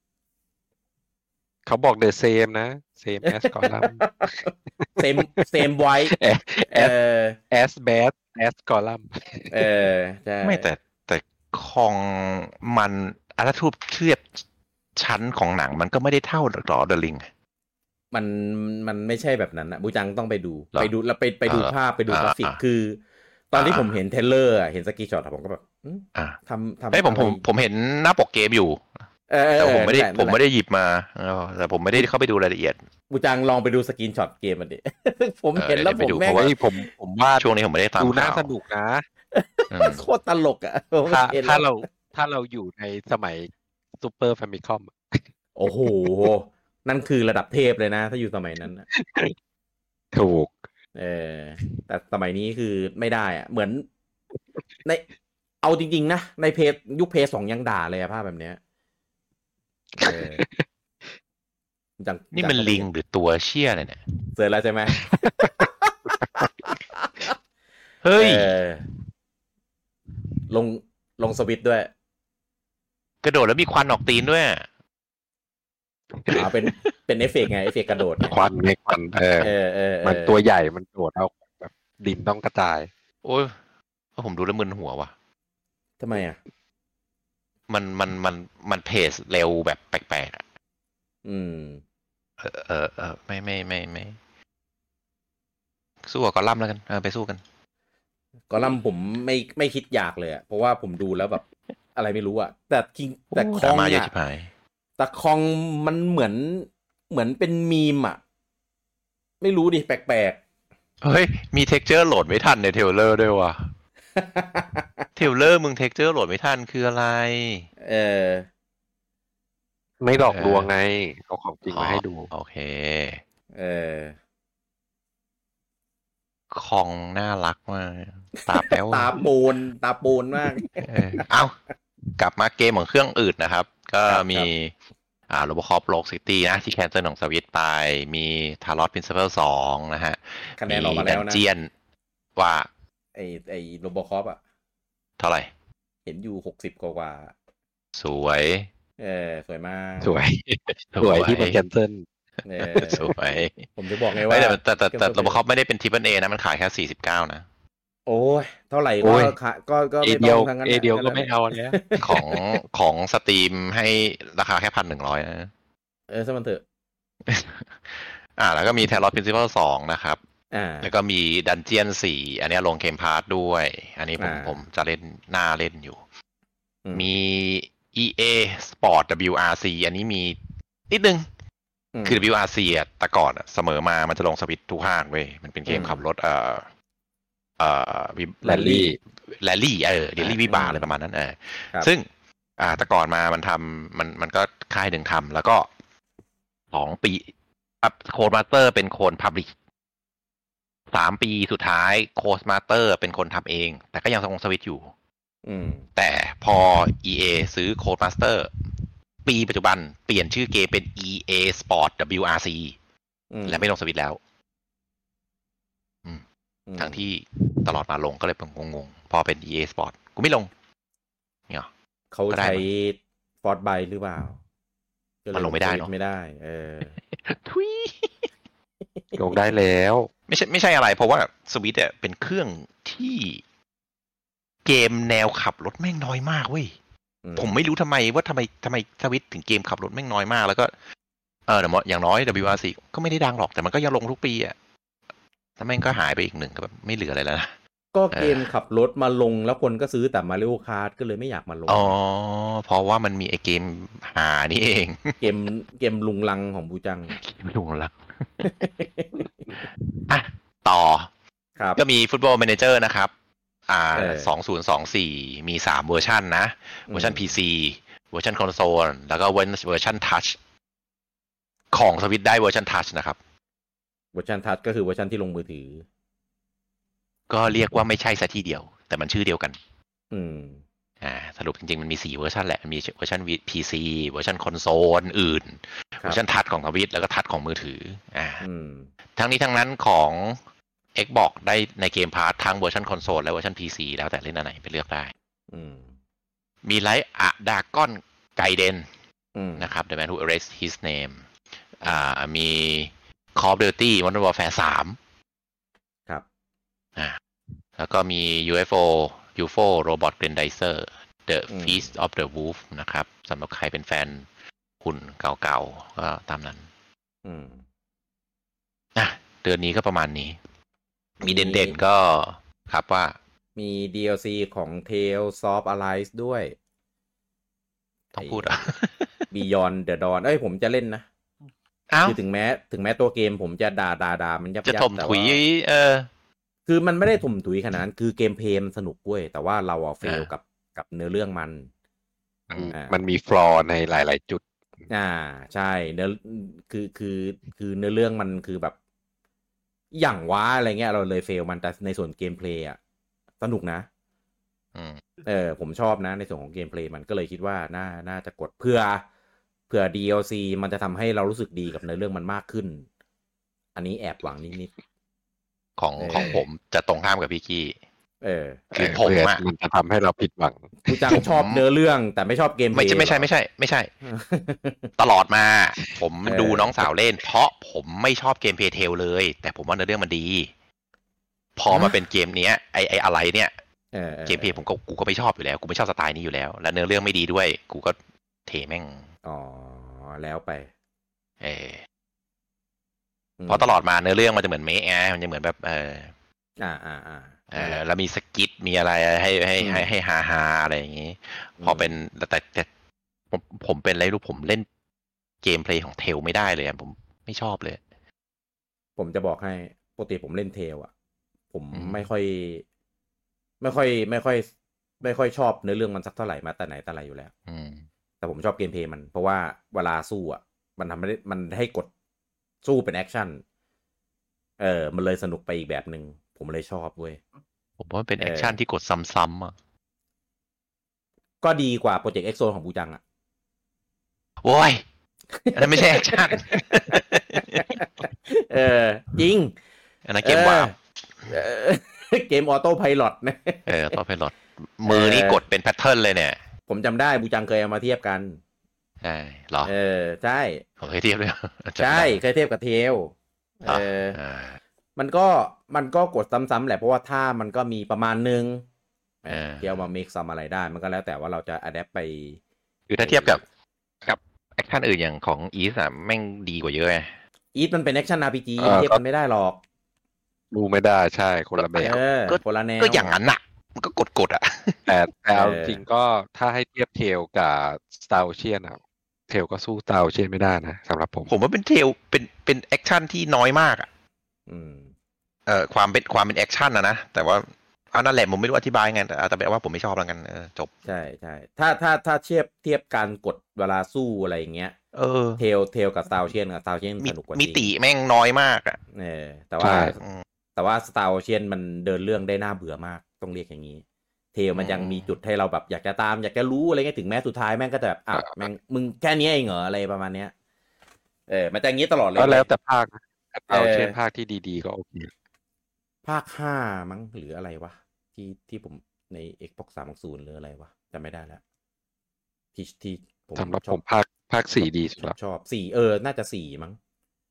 เขาบอกเดอะเซมนะเซมแอสกอลัมเซมไว้แอสแบดแอสกอลัมใช่ไม่แต่ของมันถ้าทูบเทียบชั้นของหนังมันก็ไม่ได้เท่าหรอเดอะลิงมันไม่ใช่แบบนั้นนะบูจังต้องไปดูแล้วไปดูภาพไปดูกราฟิกคือตอนที่ผมเห็นเทรลเลอร์เห็นสกีช็อตผมก็แบบทำผมเห็นหน้าปกเกมอยู่แต่ผมไม่ได้หยิบมาแต่ผมไม่ได้เข้าไปดูรายละเอียดบูจังลองไปดูสกรีนช็อตเกมมันดิผมเห็นแล้วผมแม่งผมว่าช่วงนี้ผมไม่ได้ตามดูน่าสนุกนะโคตรตลกถ้าเราอยู่ในสมัยซูเปอร์แฟมิคอมโอ้โหนั่นคือระดับเทพเลยนะถ้าอยู่สมัยนั้นถูกแต่สมัยนี้คือไม่ได้เหมือนในเอาจริงๆนะในเพจยุคเพจ2ยังด่าเลยภาพแบบเนี้ยนี่มันลิงหรือตัวเชี่ยเนี่ยเสร็จแล้วใช่ไหมเฮ้ยลงสวิตด้วยกระโดดแล้วมีควันออกตีนด้วยเป็นเอฟเฟกต์ไงเอฟเฟกต์กระโดดควันมันตัวใหญ่มันโดดเอาแบบดินต้องกระจายโอ้ยผมดูแล้วมึนหัวว่ะทำไมมันเพจเร็วแบบแปลกๆไม่สู้กับกอลัมแล้วกันไปสู้กันกอลัมผมไม่คิดอยากเลยเพราะว่าผมดูแล้วแบบอะไรไม่รู้แต่คองแต่คองมันเหมือนเป็นมีมไม่รู้ดิแปลกๆเฮ้ยมีเท็กเจอร์โหลดไม่ทันในเทเลอร์ด้วยว่ะเทเลอร์มึงเท็กเจอร์โหลดไม่ทันคืออะไรไม่หลอกลวงไงเอาของจริงมาให้ดูโอเคคองน่ารักมากตาแป๊วตาโปนมากเอากลับมาเกมของเครื่องอื่นนะครับก็มีRobocop Rogue City นะที่แคนเซิลของสวิตไปมีTalos Principle 2นะฮะมีดันเจียนว่าไอ้ Robocop เท่าไหร่เห็นอยู่60กว่าสวยสวยมากสวยที่มันแคนเซิลสวยผมจะบอกไงว่าแต่โรบอคอปไม่ได้เป็น Triple A นะมันขายแค่49นะโอ้ยเท่าไหร่ก็ไม่ต้องทั้งนั้นเดียวก็ไม่เอาแล้วของสตรีมให้ราคาแค่ 1,100 นะซะมันเถอะแล้วก็มี Talos Principle 2 นะครับแล้วก็มี Dungeon 4 อันนี้ลงเกมพาสด้วยอันนี้ผมจะเล่นหน้าเล่นอยู่มี EA Sport WRC อันนี้มีนิดนึงคือ WRC อ่ะแต่ก่อนเสมอมามันจะลงสวิตทุกห้างเว้ยมันเป็นเกมขับรถแรลลี่เรลลี่วิบากอะไรประมาณนั้นซึ่งแต่ก่อนมามันทำมันก็ค่ายหนึ่งทำแล้วก็2 ปีโค้ดมาสเตอร์เป็นคนพับลิช3 ปีสุดท้ายโค้ดมาสเตอร์เป็นคนทำเองแต่ก็ยังลงสวิตอยู่แต่พอ EA ซื้อโค้ดมาสเตอร์ปีปัจจุบันเปลี่ยนชื่อเกมเป็น EA Sport WRC และไม่ลงสวิตแล้วทั้งที่ตลอดมาลงก็เลยเป็นงงๆพอเป็น EA Sport กูไม่ลงเนี่ยเขาใช้ฟอร์ดไบหรือเปล่ามันลงไม่ได้เนาะไม่ได้ทุยลงได้แล้วไม่ใช่อะไรเพราะว่าสวิตเนี่ยเป็นเครื่องที่เกมแนวขับรถแม่งน้อยมากเว้ยผมไม่รู้ทำไมสวิตถึงเกมขับรถแม่งน้อยมากแล้วก็แต่อย่างน้อย WRC ก็ไม่ได้ดังหรอกแต่มันก็ยังลงทุกปีอ่ะถ้าแม่งก็หายไปอีกหนึ่งก็แบบไม่เหลืออะไรแล้วนะก็เกมขับรถมาลงแล้วคนก็ซื้อแต่มาริโอคาร์ทก็เลยไม่อยากมาลงเพราะว่ามันมีไอเกมหานี่เองเกมลุงลังของบูจังลุงลังต่อก็มีฟุตบอลแมเนเจอร์นะครับ2024มี3เวอร์ชันนะเวอร์ชัน PC เวอร์ชันคอนโซลแล้วก็เวอร์ชันทัชของสวิตได้เวอร์ชันทัชนะครับเวอร์ชันทัชก็คือเวอร์ชันที่ลงมือถือก็เรียกว่าไม่ใช่ซะทีเดียวแต่มันชื่อเดียวกันสรุปจริงๆมันมี4เวอร์ชันแหละมีเวอร์ชัน PC เวอร์ชันคอนโซลอื่นเวอร์ชันทัชของสวิตแล้วก็ทัชของมือถือทั้งนี้ทั้งนั้นของ Xbox ได้ในเกมพาสทั้งเวอร์ชันคอนโซลและเวอร์ชัน PC แล้วแต่เล่นอันไหนไปเลือกได้มีไลท์อะดากอนไกเดนนะครับ The Man Who Erased His Name มี Call of Duty Modern Warfare 3 ครับแล้วก็มี UFO Robot Grendizer The Feast of the Wolf นะครับสำหรับใครเป็นแฟนหุ่นเก่าๆก็ตามนั้นเดือนนี้ก็ประมาณนี้มีเด่นๆก็ครับว่ามี DLC ของ Tales of Arise ด้วยต้องพูด Beyond the Dawn ผมจะเล่นนะคือถึงแม้ตัวเกมผมจะด่ามันยับจะถมถุยคือมันไม่ได้ถมถุยขนาดนั้นคือเกมเพลย์มันสนุกเว้ยแต่ว่าเราเฟลกับเนื้อเรื่องมันมีฟลอร์ในหลายๆจุดใช่เนื้อคือเนื้อเรื่องมันคือแบบอย่างว้าอะไรเงี้ยเราเลยเฟลมันแต่ในส่วนเกมเพลย์สนุกนะผมชอบนะในส่วนของเกมเพลย์มันก็เลยคิดว่าน่าจะกดเพื่อ DLC มันจะทำให้เรารู้สึกดีกับเนื้อเรื่องมันมากขึ้นอันนี้แอบหวังนิดๆของผมจะตรงข้ามกับพี่กี้คือผมมันจะทำให้เราผิดหวังกูจังชอบเนื้อเรื่องแต่ไม่ชอบเกมเพลย์ไม่ใช่ตลอดมาผมดูน้องสาวเล่นเพราะผมไม่ชอบเกมเพลย์เทลเลยแต่ผมว่าเนื้อเรื่องมันดีพอมาเป็นเกมเนี้ยไออะไรเนี่ยเกมเพลย์กูก็ไม่ชอบอยู่แล้วกูไม่ชอบสไตล์นี้อยู่แล้วและเนื้อเรื่องไม่ดีด้วยกูก็เทแม่งแล้วไปเพราะตลอดมาเนื้อเรื่องมันจะเหมือนเมะมันจะเหมือนแบบแล้วมีสกิทมีอะไรให้ฮาอะไรอย่างงี้พอเป็นแต่ผมเป็นอะไรรู้ผมเล่นเกมเพลย์ของเทลไม่ได้เลยผมไม่ชอบเลยผมจะบอกให้ปกติผมเล่นเทลผมไม่ค่อยชอบเนื้อเรื่องมันสักเท่าไหร่มาแต่ไหนแต่ไรอยู่แล้วแต่ผมชอบเกมเพลย์มันเพราะว่าเวลาสู้มันทำมันให้กดสู้เป็นแอคชั่นมันเลยสนุกไปอีกแบบนึงผมเลยชอบเว้ยผมว่าเป็นแอคชั่นที่กดซ้ำๆก็ดีกว่าโปรเจกต์เอ็กโซของบูจังโว้ยอันนั้นไม่ใช่แอคชั่นจริงอันนั้นเกมว้าวเกมออโต้ไพลอตนะออโต้ไพลอตมือนี่กดเป็นแพทเทิร์นเลยเนี่ยผมจำได้บูจังเคยเอามาเทียบกันใช่เหรอใช่เคยเทียบเลยใช่เคยเทียบกับเทลมันก็กดซ้ำๆแหละเพราะว่าท่ามันก็มีประมาณนึงเที่ยวมามิกซ์อะไรได้มันก็แล้วแต่ว่าเราจะอะแดปไปคือถ้าเทียบกับแอคชั่นอื่นอย่างของอีสอะแม่งดีกว่าเยอะไงอีสมันเป็นแอคชั่น RPG เทียบกันไม่ได้หรอกดูไม่ได้ใช่คนละแบบคนละแนวก็อย่างนั้นน่ะมันก็กดอ่ะแต่เอาจริงก็ถ้าให้เทียบเทลกับ Star Ocean อ่ะเทลก็สู้ Star Ocean ไม่ได้นะสำหรับผมว่าเป็นเทลเป็นแอคชั่นที่น้อยมากอ่ะความเป็นแอคชั่นนะแต่ว่านั่นแหละผมไม่รู้อธิบายไงแต่แปลว่าผมไม่ชอบแล้วกันจบใช่ถ้าเทียบการกดเวลาสู้อะไรอย่างเงี้ยเทลกับ Star Ocean กับ Star Ocean สนุกกว่ามิติแม่งน้อยมากอ่ะแต่ว่า Star Ocean มันเดินเรื่องได้น่าเบื่อมากต้องเรียกอย่างนี้เทลมันยังมีจุดให้เราแบบอยากจะตามอยากจะรู้อะไรเงี้ยถึงแม้สุดท้ายแม่งก็จะแบบแม่งมึงแค่นี้เองเหรออะไรประมาณเนี้ยมันจะอย่างนี้ตลอดเลยแล้วแต่ภาคStar Ocean ภาคที่ดีๆก็โอเคภาค5มั้งหรืออะไรวะที่ผมใน Xbox 360หรืออะไรวะจำไม่ได้แล้วที่ผมสำหรับผมภาค4ดีสุดชอบ4น่าจะ4มั้ง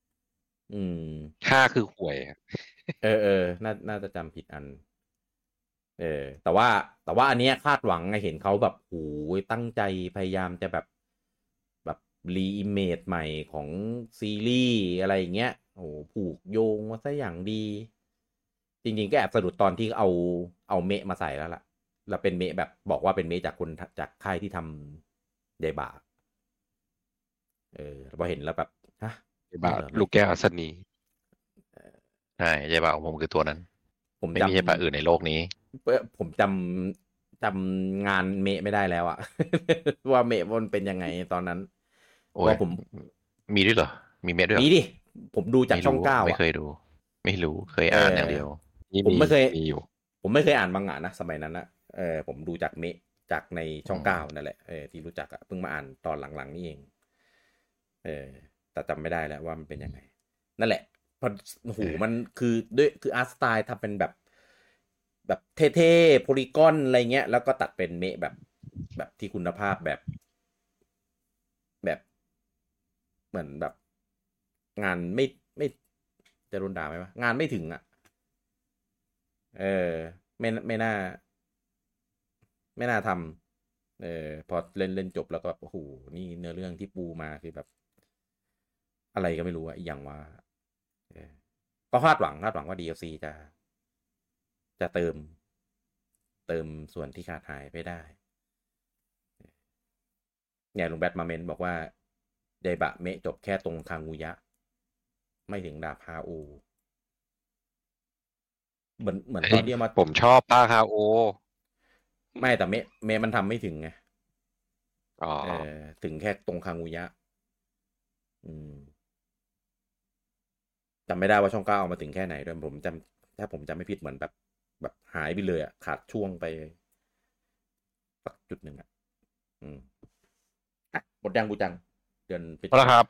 5คือห่วยน่าจะจำผิดอันแต่ว่าอันเนี้ยคาดหวังไงเห็นเขาแบบโหตั้งใจพยายามจะแบบรีอิมเมจใหม่ของซีรีส์อะไรอย่างเงี้ยโหผูกโยงมาซะอย่างดีจริงๆก็แอบสะดุดตอนที่เอาเมะมาใส่แล้วล่ะแล้วเป็นเมะแบบบอกว่าเป็นเมะจากคนจากค่ายที่ทำไดบาพอเห็นแล้วแบบฮะไดบาลูกแก้วอัศนีใช่ไดบาของผมคือตัวนั้นผมไม่มีไดบาอื่นในโลกนี้ผมจำงานเมะไม่ได้แล้วอะว่าเมะมันเป็นยังไงตอนนั้นว่าผมมีด้วยเหรอมีเมะด้วยมีดิผมดูจากช่อง9 ไม่เคยดูไม่รู้เคยอ่านอย่างเดียวผมไม่เคยผมไม่เคยอ่านมังงะนะสมัยนั้นนะผมดูจากเมะจากในช่อง9นั่นแหละที่รู้จักอะเพิ่งมาอ่านตอนหลังๆนี่เองแต่จำไม่ได้แล้วว่ามันเป็นยังไงนั่นแหละพอหูมันคืออาร์ตสไตล์ทำเป็นแบบเท่ๆโพลีกอนอะไรเงี้ยแล้วก็ตัดเป็นเมะแบบที่คุณภาพแบบเหมือนแบบงานไม่จะรุนด่าไหมวะงานไม่ถึงอ่ะไม่น่าทำพอเล่นจบแล้วก็โอ้โหนี่เนื้อเรื่องที่ปูมาคือแบบอะไรก็ไม่รู้อะอย่างว่าก็คาดหวังว่า DLC จะเติมส่วนที่ขาดหายไปได้เนี่ยลุงแบทมาเมนบอกว่าไดบะเมะจบแค่ตรงคางูยะไม่ถึงดาบฮาโอเหมือนตอนที่มาผมชอบภาคฮาโอไม่แต่เมะมันทำไม่ถึงไงถึงแค่ตรงคางูยะจำไม่ได้ว่าช่อง9เอามาถึงแค่ไหนด้วยถ้าผมจำไม่ผิดเหมือนแบบหายไปเลยอ่ะขาดช่วงไปสักจุดหนึ่งอ่ะหมดยังกูจังเดือนปิดแล้วครับ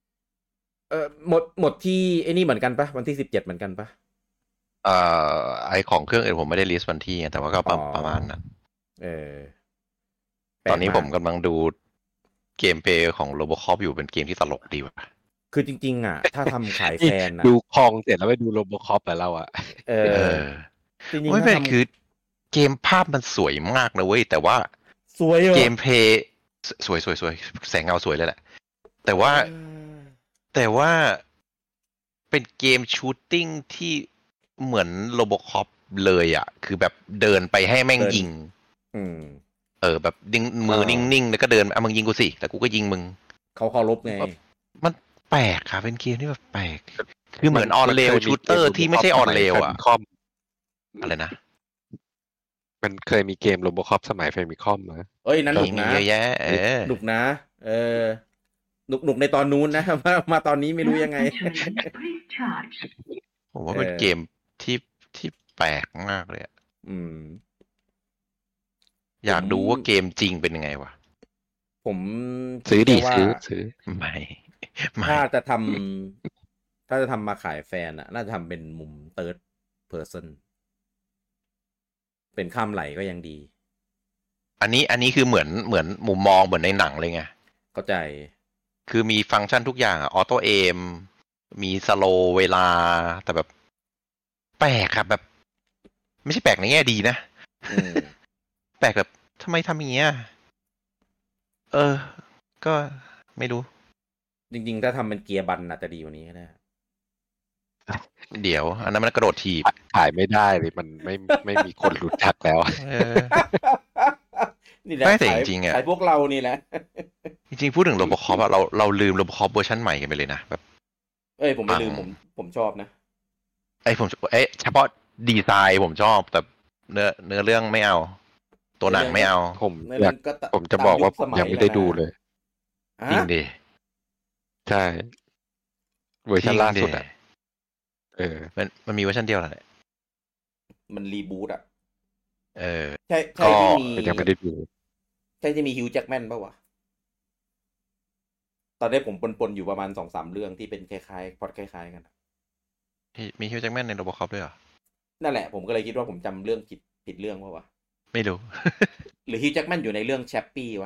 หมดที่ไอ้นี่เหมือนกันปะวันที่17เหมือนกันปะไอของเครื่องอื่นผมไม่ได้ลิสต์วันที่แต่ว่าก็ประมาณนั้นตอนนี้ผมกำลังดูเกมเพลย์ของ Robocop อยู่เป็นเกมที่ตลกดีว่ะคือจริงๆอ่ะถ้าทำขายแฟนนะดูคองเสร็จแล้วไปดู Robocop ไปแล้วอ่ะไม่เป็นคือเกมภาพมันสวยมากนะเว้ยแต่ว่าสวยเกมเพลย์สวยแสงเงาสวยเลยแหละแต่ว่าเป็นเกมชูตติ้งที่เหมือนโรบอคอปเลยอ่ะคือแบบเดินไปให้แม่งยิงแบบดึงมือนิ่งๆแล้วก็เดินมึงยิงกูสิแต่กูก็ยิงมึงเขาเคารพไงมันแปลกค่ะเป็นเกมที่แบบแปลกคือเหมือนออนเรลชูตเตอร์ที่ไม่ใช่ออนเรลอ่ะอะไรนะมันเคยมีเกมโรบอคอปสมัยเฟมิคอมนะนั้นหนุกนะเยอะแยะหนุกนะหนุกในตอนนู้นนะมาตอนนี้ไม่รู้ยังไงผมว่าเป็นเกมที่แปลกมากเลยอยากดูว่าเกมจริงเป็นยังไงวะผมซื้อซื้อไม่ถ้าจะทำมาขายแฟนน่ะน่าจะทำเป็นมุม third person เป็นข้ามไหลก็ยังดีอันนี้คือเหมือนมุมมองเหมือนในหนังเลยไงเข้าใจคือมีฟังก์ชันทุกอย่างออโต้เอมมีสโลเวลาแต่แบบแปลกครับแบบไม่ใช่แปลกในแง่ดีนะแปลกแบบทำไมทำอย่างเงี้ยก็ไม่รู้จริงๆถ้าทำเป็นเกียร์บันอาจจะดีกว่านี้ก็ได้เดี๋ยวอันนั้นมันกระโดดถีบขายไม่ได้เลยมันไม่มีคนรู้จักแล้วนี่แหละแต่จริงๆอ่ะขายพวกเรานี่แหละจริงๆพูดถึงโรบอคอปอ่ะเราลืมโรบอคอปเวอร์ชันใหม่กันไปเลยนะแบบผมไม่ลืมผมชอบนะผมเฉพาะดีไซน์ผมชอบแต่เนื้อเรื่องไม่เอาตัวหนังไม่เอาผมจะบอกว่าผมยังไม่ได้ดูเลยจริงดิใช่เวอร์ชันล่าสุดอ่ะมันมีเวอร์ชันเดียวแหละมันรีบูทอ่ะใช่ที่มียังไม่ได้ดูใช่ที่มีฮิวจ์แจ็คแมนป่ะวะตอนนี้ผมปนอยู่ประมาณ 2-3 เรื่องที่เป็นคล้ายๆพล็อตคล้ายๆกันมีฮิวจ์แจ็คแมนในโรบอคอปด้วยเหรอนั่นแหละผมก็เลยคิดว่าผมจำเรื่องผิดเรื่องป่ะวะไม่รู้หรือฮิวจ์แจ็คแมนอยู่ในเรื่องแชปปี้วะ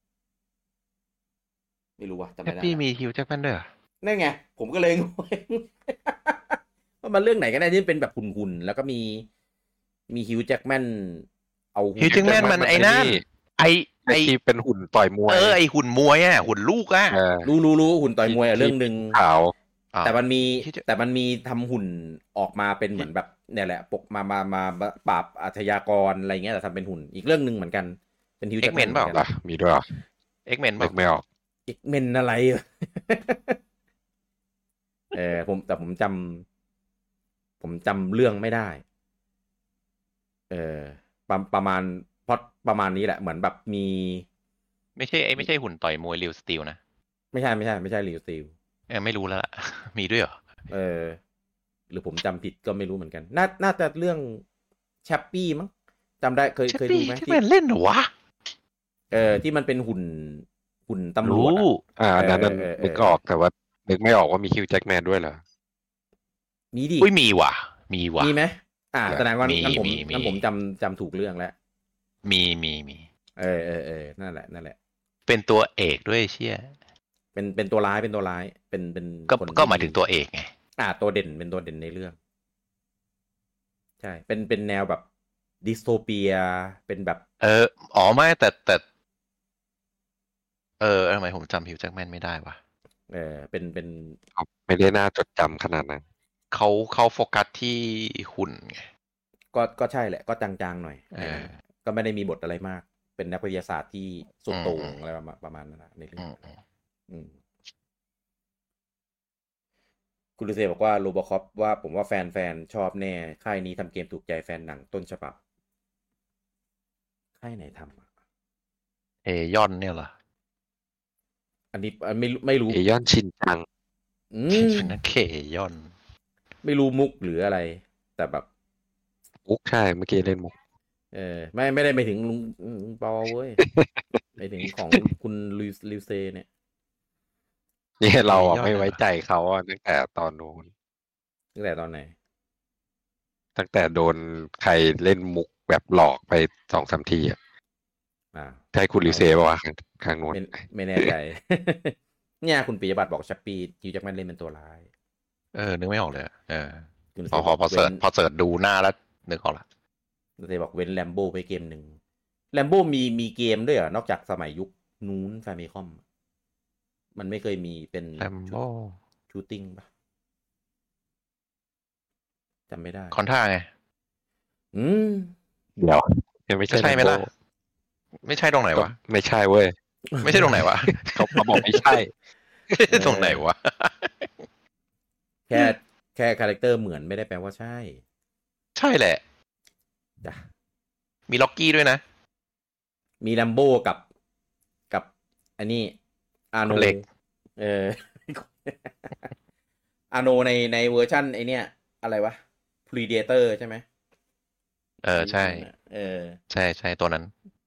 ไม่รู้วะจำไม่ได้แชปปี้มีฮิวจ์แจ็คแมนด้วยเหรอนั่นไงผมก็เลยงงว่ามันเรื่องไหนกันแน่ที่เป็นแบบหุ่นๆแล้วก็มีฮิวจ์แจ็คแมนเอาฮิวจ์แจ็คแมนมันไอ้นั่นไอ้ที่เป็นหุ่นต่อยมวยไอ้หุ่นมวยอ่ะหุ่นลูกอ่ะรู้หุ่นต่อยมวยเรื่องนึงขาวแต่มันมีทำหุ่นออกมาเป็นเหมือนแบบเนี่ยแหละปกมาปราบอาชญากรอะไรเงี้ยแต่ทำเป็นหุ่นอีกเรื่องนึงเหมือนกันเป็นฮิวจ์แจ็คแมนเปล่ามีด้วยเอ็กเมนไม่ออกเอ็กเมนอะไรแต่ผมจำเรื่องไม่ได้ประมาณพอดประมาณนี้แหละเหมือนแบบมีไม่ใช่หุ่นต่อยมวยริวสตีลนะไม่ใช่ริวสตีลไม่รู้แล้วล่ะมีด้วยเหรอหรือผมจำผิดก็ไม่รู้เหมือนกันน่าจะเรื่องแชปปี้มั้งจำได้เคยดูไหมที่มันเล่นเหรอวะที่มันเป็นหุ่นตำรวจนั้นนึกออกแต่ว่านึกไม่ออกว่ามีฮิวจ์แจ็คแมนด้วยเหรอมีดิมีว่ะมีไหมแสดงว่างั้นผมจำถูกเรื่องแล้วมีนั่นแหละเป็นตัวเอกด้วยเชี่ยเป็นตัวร้ายเป็นก็หมายถึงตัวเอกไงตัวเด่นเป็นตัวเด่นในเรื่องใช่เป็นแนวแบบดิสโทเปียเป็นแบบไม่แต่ทำไมผมจำฮิวจ์แจ็คแมนไม่ได้วะเป็นไม่ได้น่าจดจำขนาดนั้นเขาโฟกัสที่หุ่นไงก็ใช่แหละก็จางๆหน่อยก็ไม่ได้มีบทอะไรมากเป็นนักวิทยาศาสตร์ที่สุดโต่งอะไรประมาณนั้นในเรื่องคุณลูเซบอกว่าโรบอคอปว่าผมว่าแฟนชอบแน่ค่ายนี้ทำเกมถูกใจแฟนหนังต้นฉบับค่ายไหนทำยอนเนี่ยเหรออันนี้ไม่รู้ยอนชินจังนั่นยอนไม่รู้มุกหรืออะไรแต่แบบมุกใช่เมื่อกี้เล่นมุกไม่ได้ไปถึงลุงปอเว้ยไปถึงของคุณลิวเซเนี่ยนี่เราไม่ไว้ใจเขาตั้งแต่ตอนนู้นตั้งแต่ตอนไหนตั้งแต่โดนใครเล่นมุกแบบหลอกไป 2-3 ทีใช่คุณลิวเซป่ะวะข้างนู้นไม่แน่ใจเนี่ยคุณปิยบัตรบอกชัปปี้ฮิวจ์แจ็คแมนเล่นเป็นตัวร้ายนึกไม่ออกเลยพอเสิร์ชดูหน้าแล้วนึกออกละเซบอกเว้นแลมโบ้ไปเกมหนึ่งแลมโบ้มีเกมด้วยเหรอนอกจากสมัยยุคนู้นแฟมิคอมมันไม่เคยมีเป็นแลมโบ้ชูตติ้งป่ะจำไม่ได้คอนท่าไงเดี๋ยวยังไม่ใช่ไหมล่ะไม่ใช่ตรงไหนวะไม่ใช่เว้ยไม่ใช่ตรงไหนวะเขาบอกไม่ใช่ตรงไหนวะแค่คาแรคเตอร์เหมือนไม่ได้แปลว่าใช่แหละจ้ะมีล็อกกี้ด้วยนะมีแลมโบ้กับอันนี้อาโนอาโนในเวอร์ชั่นไอเนี้ยอะไรวะ Predator ใช่ไหมใช่ใช่ตัวนั้น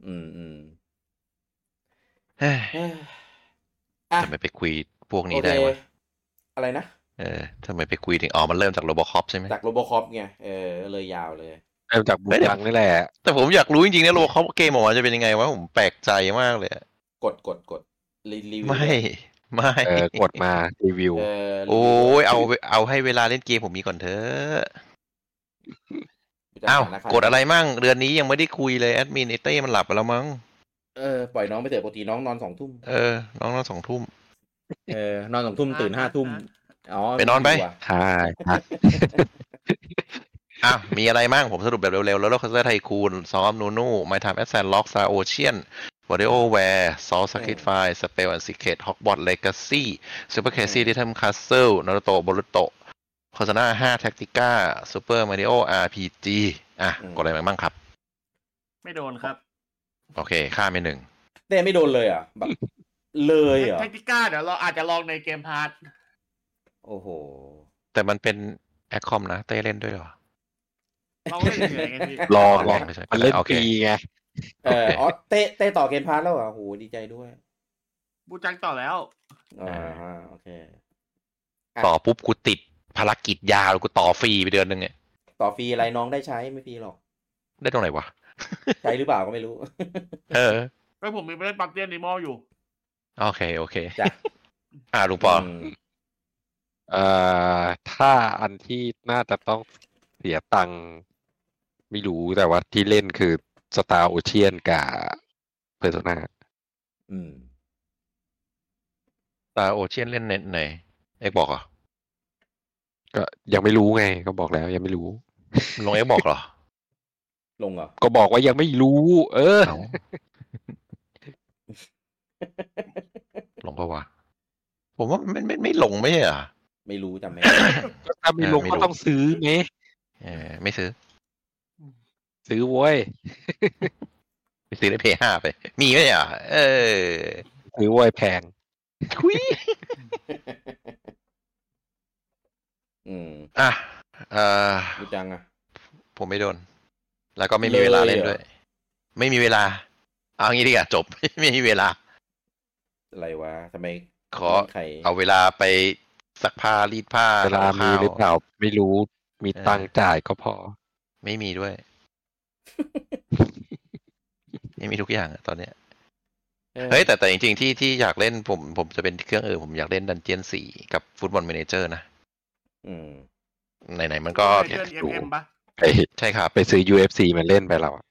ทำไมไปคุยพวกนี้ได้วะอะไรนะทำไมไปคุยถึงมันเริ่มจากโรบอคอปใช่ไหมจากโรบอคอปไงเลยยาวเลยเริ่มจากบูตังนี่แหละแต่ผมอยากรู้จริงๆนะโรบอคอปเกมออกมาจะเป็นยังไงวะผมแปลกใจมากเลยกดรีวิวไม่กดมารีวิวโอ้ยเอาให้เวลาเล่นเกมผมมีก่อนเถอะอ้าวกดอะไรมั่งเดือนนี้ยังไม่ได้คุยเลยแอดมินไอเต้มันหลับไปแล้วมั้งปล่อยน้องไปเถอะปกติน้องนอน2 ทุ่มน้องนอน2 ทุ่มนอน2 ทุ่มตื่น5 ทุ่มไปนอนไปใช่มีอะไรมั่งผมสรุปแบบเร็วๆแล้วโลคัสเตอร์ไทคูนซ้อมนูMy Time at Sandlock Star Ocean WarioWare Soul Sacrifice Spell and Secret Hogwarts Legacy Super Crazy Rhythm Castle Naruto Boruto Persona 5 Tactica Super Mario RPG กดอะไรบ้างครับไม่โดนครับโอเคข้ามไป1 แต่ไม่โดนเลยแบบเลยเหรอ Tactica เดี๋ยวเราอาจจะลองในเกมพาร์ทโอ้โหแต่มันเป็นแอคคอมนะเต้เล่นด้วยเหรอลองเล่นเฉยๆไงพี่ลองมันเล่นฟรีไงเต้ต่อเกมพาร์ทแล้วโหดีใจด้วยบูจังต่อแล้วโอเคต่อปุ๊บกูติดภารกิจยาวกูต่อฟรีไปเดือนนึงเนี่ยต่อฟรีอะไรน้องได้ใช้ไม่ฟรีหรอกได้ตรงไหนวะใช้หรือเปล่าก็ไม่รู้ก็ผมมีไปเล่นปักเตี้ยนนิมอลอยู่โอเคจ้ะลุงปอถ้าอันที่น่าจะต้องเสียตังค์ไม่รู้แต่ว่าที่เล่นคือ Star Ocean กับ Persona Star Ocean เล่นเน็ตไหนเอ็กบอกเหรอก็ยังไม่รู้ไงก็บอกแล้วยังไม่รู้ลงเอ็กบอกเหรอลงเหรอก็บอกว่ายังไม่รู้ลงปะวะผมว่าไม่ลงไม่ใช่เหรอไม่รู้จำไม่ถ้าไม่ลงก็ต้องซื้อไหมไม่ซื้อโว้ยไปซื้อได้ PS5 ไปมีไหมซื้อโว้ยแพงคุยดูจังผมไม่โดนแล้วก็ไม่มีเวลาเล่นด้วยไม่มีเวลาเอางี้ดีกว่าจบไม่มีเวลาอะไรวะทำไมขอเอาเวลาไปซักผ้ารีดผ้าเวลามีหรือเปล่าไม่รู้มีตังค์จ่ายก็พอไม่มีด้วยไม่มีทุกอย่างตอนเนี้ยเฮ้ยแต่จริงๆที่อยากเล่นผมจะเป็นเครื่องผมอยากเล่นดันเจียน4กับฟุตบอลแมเนเจอร์นะไหนๆมันก็ใช่ครับไปซื้อ UFC มันเล่นไปแล้ว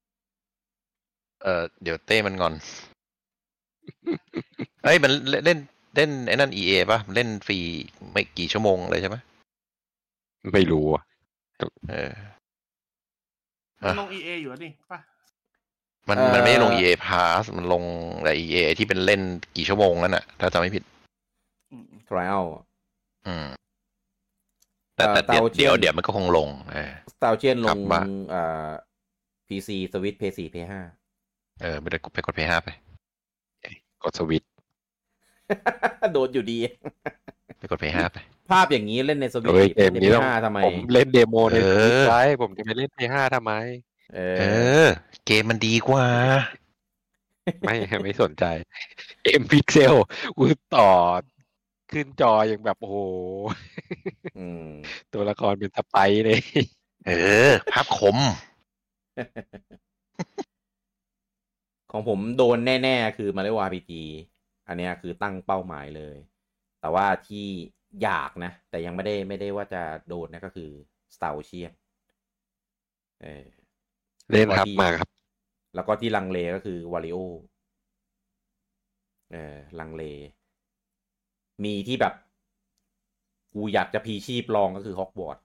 เดี๋ยวเต้มันงอนเฮ้ยมันเล่นไอ้นั่น EA ป่ะเล่นฟรีไม่กี่ชั่วโมงเลยใช่ไหมไม่รู้มันลง EA อยู่นี่ป่ะมันไม่ได้ลง EA Pass มันลงแต่ EA ที่เป็นเล่นกี่ชั่วโมงนั่นน่ะถ้าจำไม่ผิด trial แต่เดี๋ยวมันก็คงลง Star Ocean ลงPC Switch PS4 PS5 ไม่ได้ไปกด PS5 ไปกดสวิตช์โดนอยู่ดีไปกด PS5 ไปภาพอย่างนี้เล่นในสวิตช์เกมนี้ทำไมผมเล่นเดโมในสวิตช์ไว้ผมจะไปเล่น PS5 ทำไมเกมมันดีกว่าไม่สนใจเอ็มพิกเซลกูต่อขึ้นจออย่างแบบโอ้โหตัวละครเป็นสไปร์เลยภาพคมของผมโดนแน่ๆคือMario RPG อันนี้คือตั้งเป้าหมายเลยแต่ว่าที่อยากนะแต่ยังไม่ได้ว่าจะโดนนะก็คือ Star Ocean เล่นครับมาครับแล้วก็ที่ลังเลก็คือ Wario ลังเลมีที่แบบกูอยากจะพีชีพลองก็คือ Hogwarts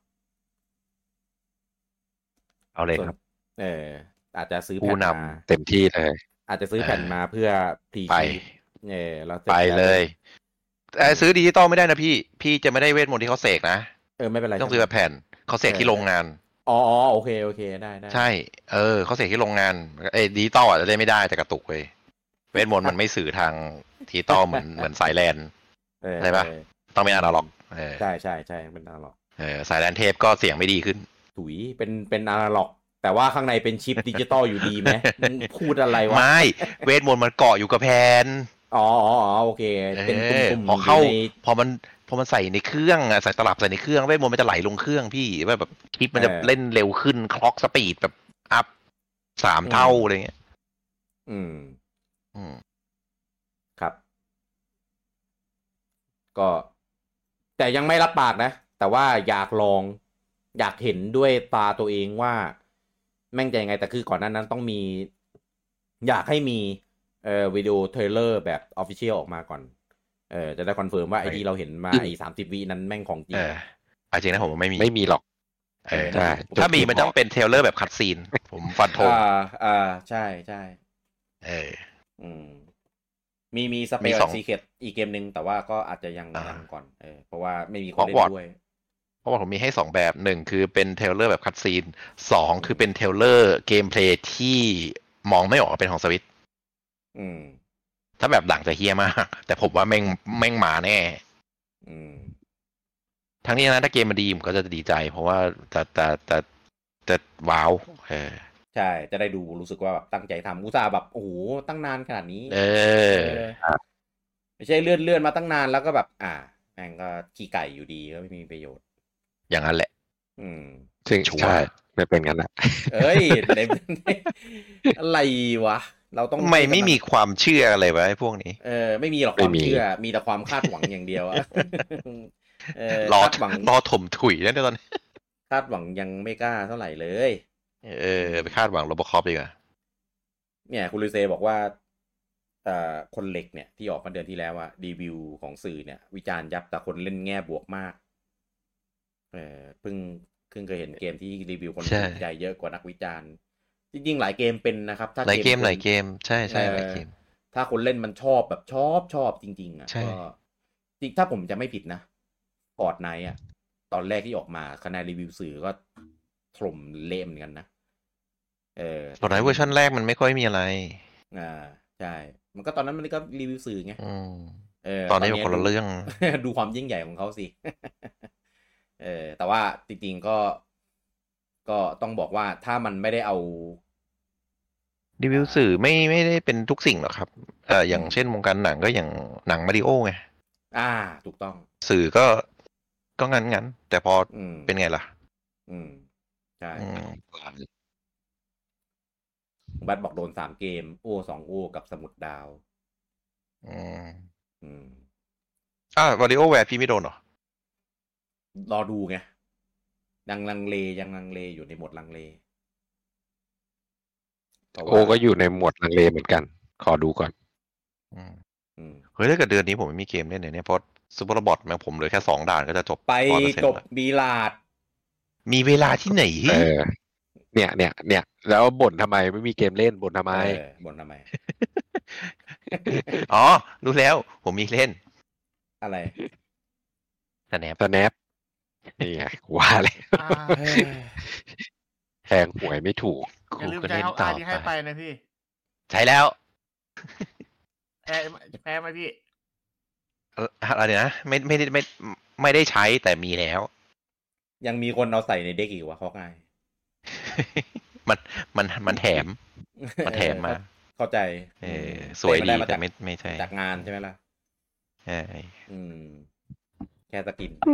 เอาเลยครับอาจจะซื้อแผ่นมาเต็มที่เลยอาจจะซื้อแผ่นมาเพื่อพีชีพแล้วไปเลยแต่ซื้อดิจิตอลไม่ได้นะพี่จะไม่ได้เวทมนต์ที่เขาเสกนะไม่เป็นไรต้องซื้อแบบแผ่นเขาเสกที่โรงงานโอเคได้ใช่เขาเสกที่โรงงานดิจิตอลอาจจะได้ไม่ได้แต่กระตุกเลยเวทมนต์มันไม่สื่อทางดิจิตอลเหมือนสายแลนใช่ปะต้องเป็นอนาล็อกใช่เป็นอนาล็อกสายแลนเทปก็เสียงไม่ดีขึ้นถุยเป็นอนาล็อกแต่ว่าข้างในเป็นชิปดิจิตอลอยู่ดีไหมพูดอะไรวะไม่เวทมนต์มันเกาะอยู่กับแผ่นโอเคเป็นปุ่มพอมันใส่ในเครื่องใส่ตลับใส่ในเครื่องเวทมนต์มันจะไหลลงเครื่องพี่แบบชิปมันจะเล่นเร็วขึ้นคล็อกสปีดแบบอัพ3 เท่าอะไรเงี้ยครับก็แต่ยังไม่รับปากนะแต่ว่าอยากลองอยากเห็นด้วยตาตัวเองว่าแม่งจะยังไงแต่คือก่อนหน้านั้นต้องมีอยากให้มีวิดีโอเทรลเลอร์แบบออฟฟิเชียลออกมาก่อนจะได้คอนเฟิร์มว่าไอ้ที่เราเห็นมาไอ้30 วินั้นแม่งของจริงจริงนะผมไม่มีหรอกใช่ถ้ามีมันต้องเป็นเทรลเลอร์แบบคัตซีนผมฟันธงใช่ใช่มีสเปซซีเคร็ตอีกเกมนึงแต่ว่าก็อาจจะยังก่อนเพราะว่าไม่มีคนเล่นด้วยเพราะว่าผมมีให้2แบบ1คือเป็นเทรลเลอร์แบบคัตซีน2คือเป็นเทรลเลอร์เกมเพลย์ที่มองไม่ออกเป็นของสวิตถ้าแบบหลังจะเฮี้ยมากแต่ผมว่าแม่งมาแน่ทั้งนี้นะถ้าเกมมันดีผมก็จะดีใจเพราะว่าจะว้าวใช่จะได้ดูรู้สึกว่าแบบตั้งใจทำอุตส่าห์แบบโอ้โหตั้งนานขนาดนี้ไม่ใช่เลื่อนมาตั้งนานแล้วก็แบบแม่งก็ขี้ไก่อยู่ดีก็ไม่มีประโยชน์อย่างนั้นแหละซึ่งใช่ไม่เป็นงั้นแหละเอ้ยอะไรวะเราต้องไม่มีความเชื่ออะไรไว้พวกนี้ไม่มีหรอกความเชื่อมีแต่ความคาดหวังอย่างเดียวรอถมถุยแล้วตอนนี้คาดหวังยังไม่กล้าเท่าไหร่เลยไปคาดหวังโรบอคอปดีกว่าเนี่ยคุณลูเซบอกว่าคนเหล็กเนี่ยที่ออกมาเดือนที่แล้วรีวิวของสื่อเนี่ยวิจารณ์ยับแต่คนเล่นแง่บวกมากเพิ่งเคยเห็นเกมที่รีวิวคนสนใจเยอะกว่านักวิจารณ์จริงๆหลายเกมเป็นนะครับถ้าหลายเกมใช่หลายเกมถ้าคนเล่นมันชอบแบบชอบจริงๆก็จริงถ้าผมจะไม่ผิดนะฟอร์ตไนท์ตอนแรกที่ออกมาคะแนนรีวิวสื่อก็ถล่มเละเหมือนกันนะฟอร์ตไนท์เวอร์ชันแรกมันไม่ค่อยมีอะไรใช่มันก็ตอนนั้นมันก็รีวิวสื่อไงตอนนี้คนละเรื่องดูความยิ่งใหญ่ของเขาสิแต่ว่าจริงๆก็ต้องบอกว่าถ้ามันไม่ได้เอารีวิวสื่อไม่ได้เป็นทุกสิ่งหรอกครับอย่างเช่นวงการหนังก็อย่างหนังมาริโอไงถูกต้องสื่อก็งั้นแต่พอเป็นไงล่ะใช่บัตบอกโดน3 เกม2 กับสมุดดาวมาริโอแวร์พี่ไม่โดนหรอรอดูไงยังลังเลอยู่ในหมวดลังเลก็อยู่ในหมวดลังเลเหมือนกันขอดูก่อนเฮ้ยถ้าเกิดเดือนนี้ผมไม่มีเกมเล่นเนี่ยเพราะซูเปอร์โรบอทมันผมเหลือแค่2 ด่านก็จะจบไปจบบีลาดมีเวลาที่ไหนเนี่ยแล้วบ่นทำไมไม่มีเกมเล่นบ่นทำไมอ๋อรู้แล้วผมมีเล่นอะไรสแนปนี่ไงว่าเลยแทงหวยไม่ถูกอย่าลืมใจเอาที่ให้ไปนะพี่ใช่แล้วแพ้ไหมพี่อะไรนะไม่ได้ใช้แต่มีแล้วยังมีคนเอาใส่ในเด็กอีกวะเขาไงมันแถมมาเข้าใจสวยดีแต่ไม่ใช่จากงานใช่ไหมล่ะใช่แค่สกิน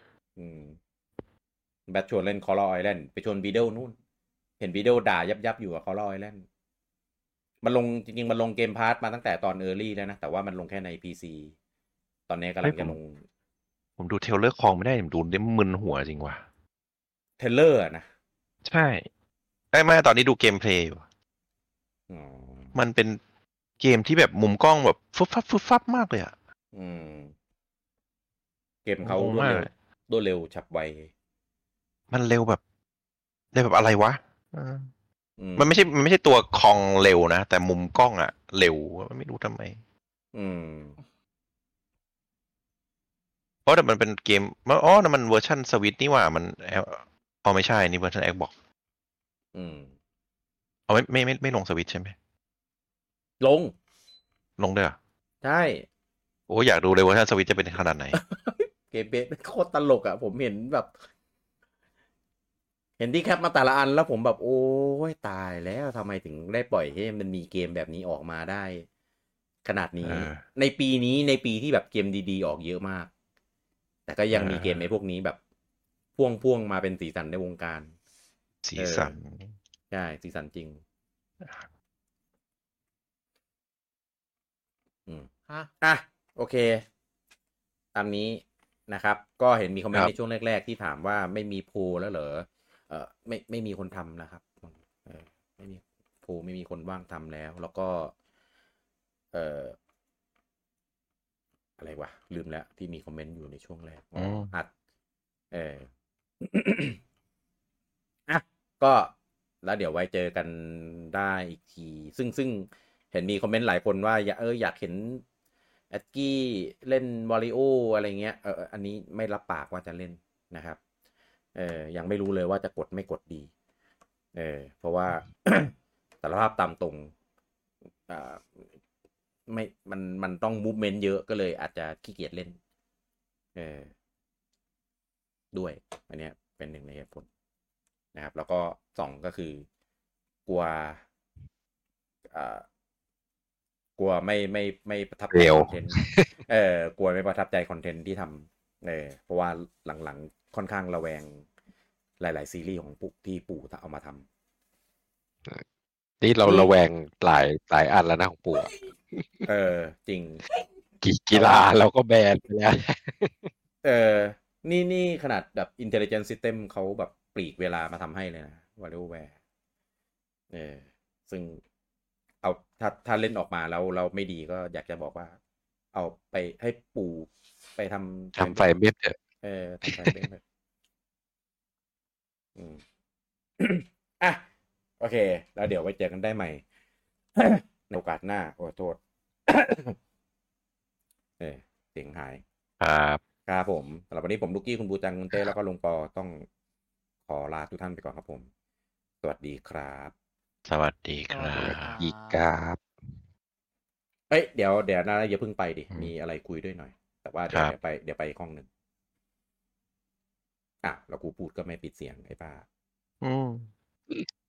แบทชวนเล่นคอร์ลไอแลนด์ไปชวนวีดีโอนู่นเห็นวีดีโอด่ายับอยู่กับคอร์ลไอแลนด์มันลงจริงๆมันลงเกมพาร์ทมาตั้งแต่ตอนเออร์ลี่แล้วนะแต่ว่ามันลงแค่ใน PC ตอนนี้กำลังจะลงผมดูเทเลอร์คองไม่ได้ผมดูได้มึนหัวจริงว่ะเทเลอร์นะใช่ไม่ตอนนี้ดูเกมเพลย์อยู่มันเป็นเกมที่แบบมุมกล้องแบบฟึบฟับมากเลยเกมเขารวดเร็วฉับไวมันเร็วแบบอะไรวะมันไม่ใช่ตัวคองเร็วนะแต่มุมกล้องเร็วไม่รู้ทำไมเพราะแต่มันเป็นเกมนั่นมันเวอร์ชันสวิตนี่ว่ามันไม่ใช่นี่เวอร์ชัน Xbox ไม่ลงสวิตใช่ไหมลงด้วยใช่โอ้อยากดูเลยเวอร์ชันสวิตจะเป็นขนาดไหนเกมเบสโคตรตลกผมเห็นแบบเห็นที่แคปมาแต่ละอันแล้วผมแบบโอ้ยตายแล้วทำไมถึงได้ปล่อยให้มันมีเกมแบบนี้ออกมาได้ขนาดนี้ในปีที่แบบเกมดีๆออกเยอะมากแต่ก็ยังมีเกมในพวกนี้แบบพ่วงมาเป็นสีสันในวงการสีสันใช่สีสันจริงโอเคตามนี้นะครับก็เห็นมีคอมเมนครัต์บในช่วงแรกๆที่ถามว่าไม่มีโพลแล้วเหรอไม่มีคนทำนะครับไม่มีโพลไม่มีคนว่างทำแล้วแล้วก็อะไรวะลืมแล้วที่มีคอมเมนต์อยู่ในช่วงแรกอัดอ่ะก็แล้วเดี๋ยวไว้เจอกันได้อีกทีซึ่งเห็นมีคอมเมนต์หลายคนว่าอยากเห็นแอดกี้เล่นวอริโออะไรเงี้ยอันนี้ไม่รับปากว่าจะเล่นนะครับยังไม่รู้เลยว่าจะกดไม่กดดีเพราะว่า สารภาพตามตรงไม่มันต้องมูฟเมนต์เยอะก็เลยอาจจะขี้เกียจเล่นด้วยอันนี้เป็นหนึ่งในเหตุผลนะครับแล้วก็2ก็คือกลัวไม่ประทับใจคอนเทนต์กลัวไม่ประทับใจคอนเทนต์ที่ทำเพราะว่าหลังๆค่อนข้างระแวงหลายๆซีรีส์ของปู่เอามาทำนี่เราระแวงหลายอันแล้วนะของปู่จริงกีฬาเราก็แบนไปแล้วนี่ขนาดแบบ Intelligent System เขาแบบปลีกเวลามาทำให้เลยนะ WarioWare ซึ่งเอาถ้าเล่นออกมาแล้วเราไม่ดีก็อยากจะบอกว่าเอาไปให้ปู่ไปทำไฟเบ็ดทำไฟเบ็ดอ่ะโอเคแล้วเดี๋ยวไว้เจอกันได้ใหม่ ในโอกาสหน้าโอ้โทษ เสียงหายครับผมสำหรับวันนี้ผมลูกกี้คุณบูจังคุณเต้แล้วก็ลุงปอต้องขอลาทุกท่านไปก่อนครับผมสวัสดีครับสวัสดีครับอีกครับเดี๋ยวนะอย่าเพิ่งไปดิมีอะไรคุยด้วยหน่อยแต่ว่าเดี๋ยวไปห้องหนึ่งแล้วกูพูดก็ไม่ปิดเสียงไอ้ป้า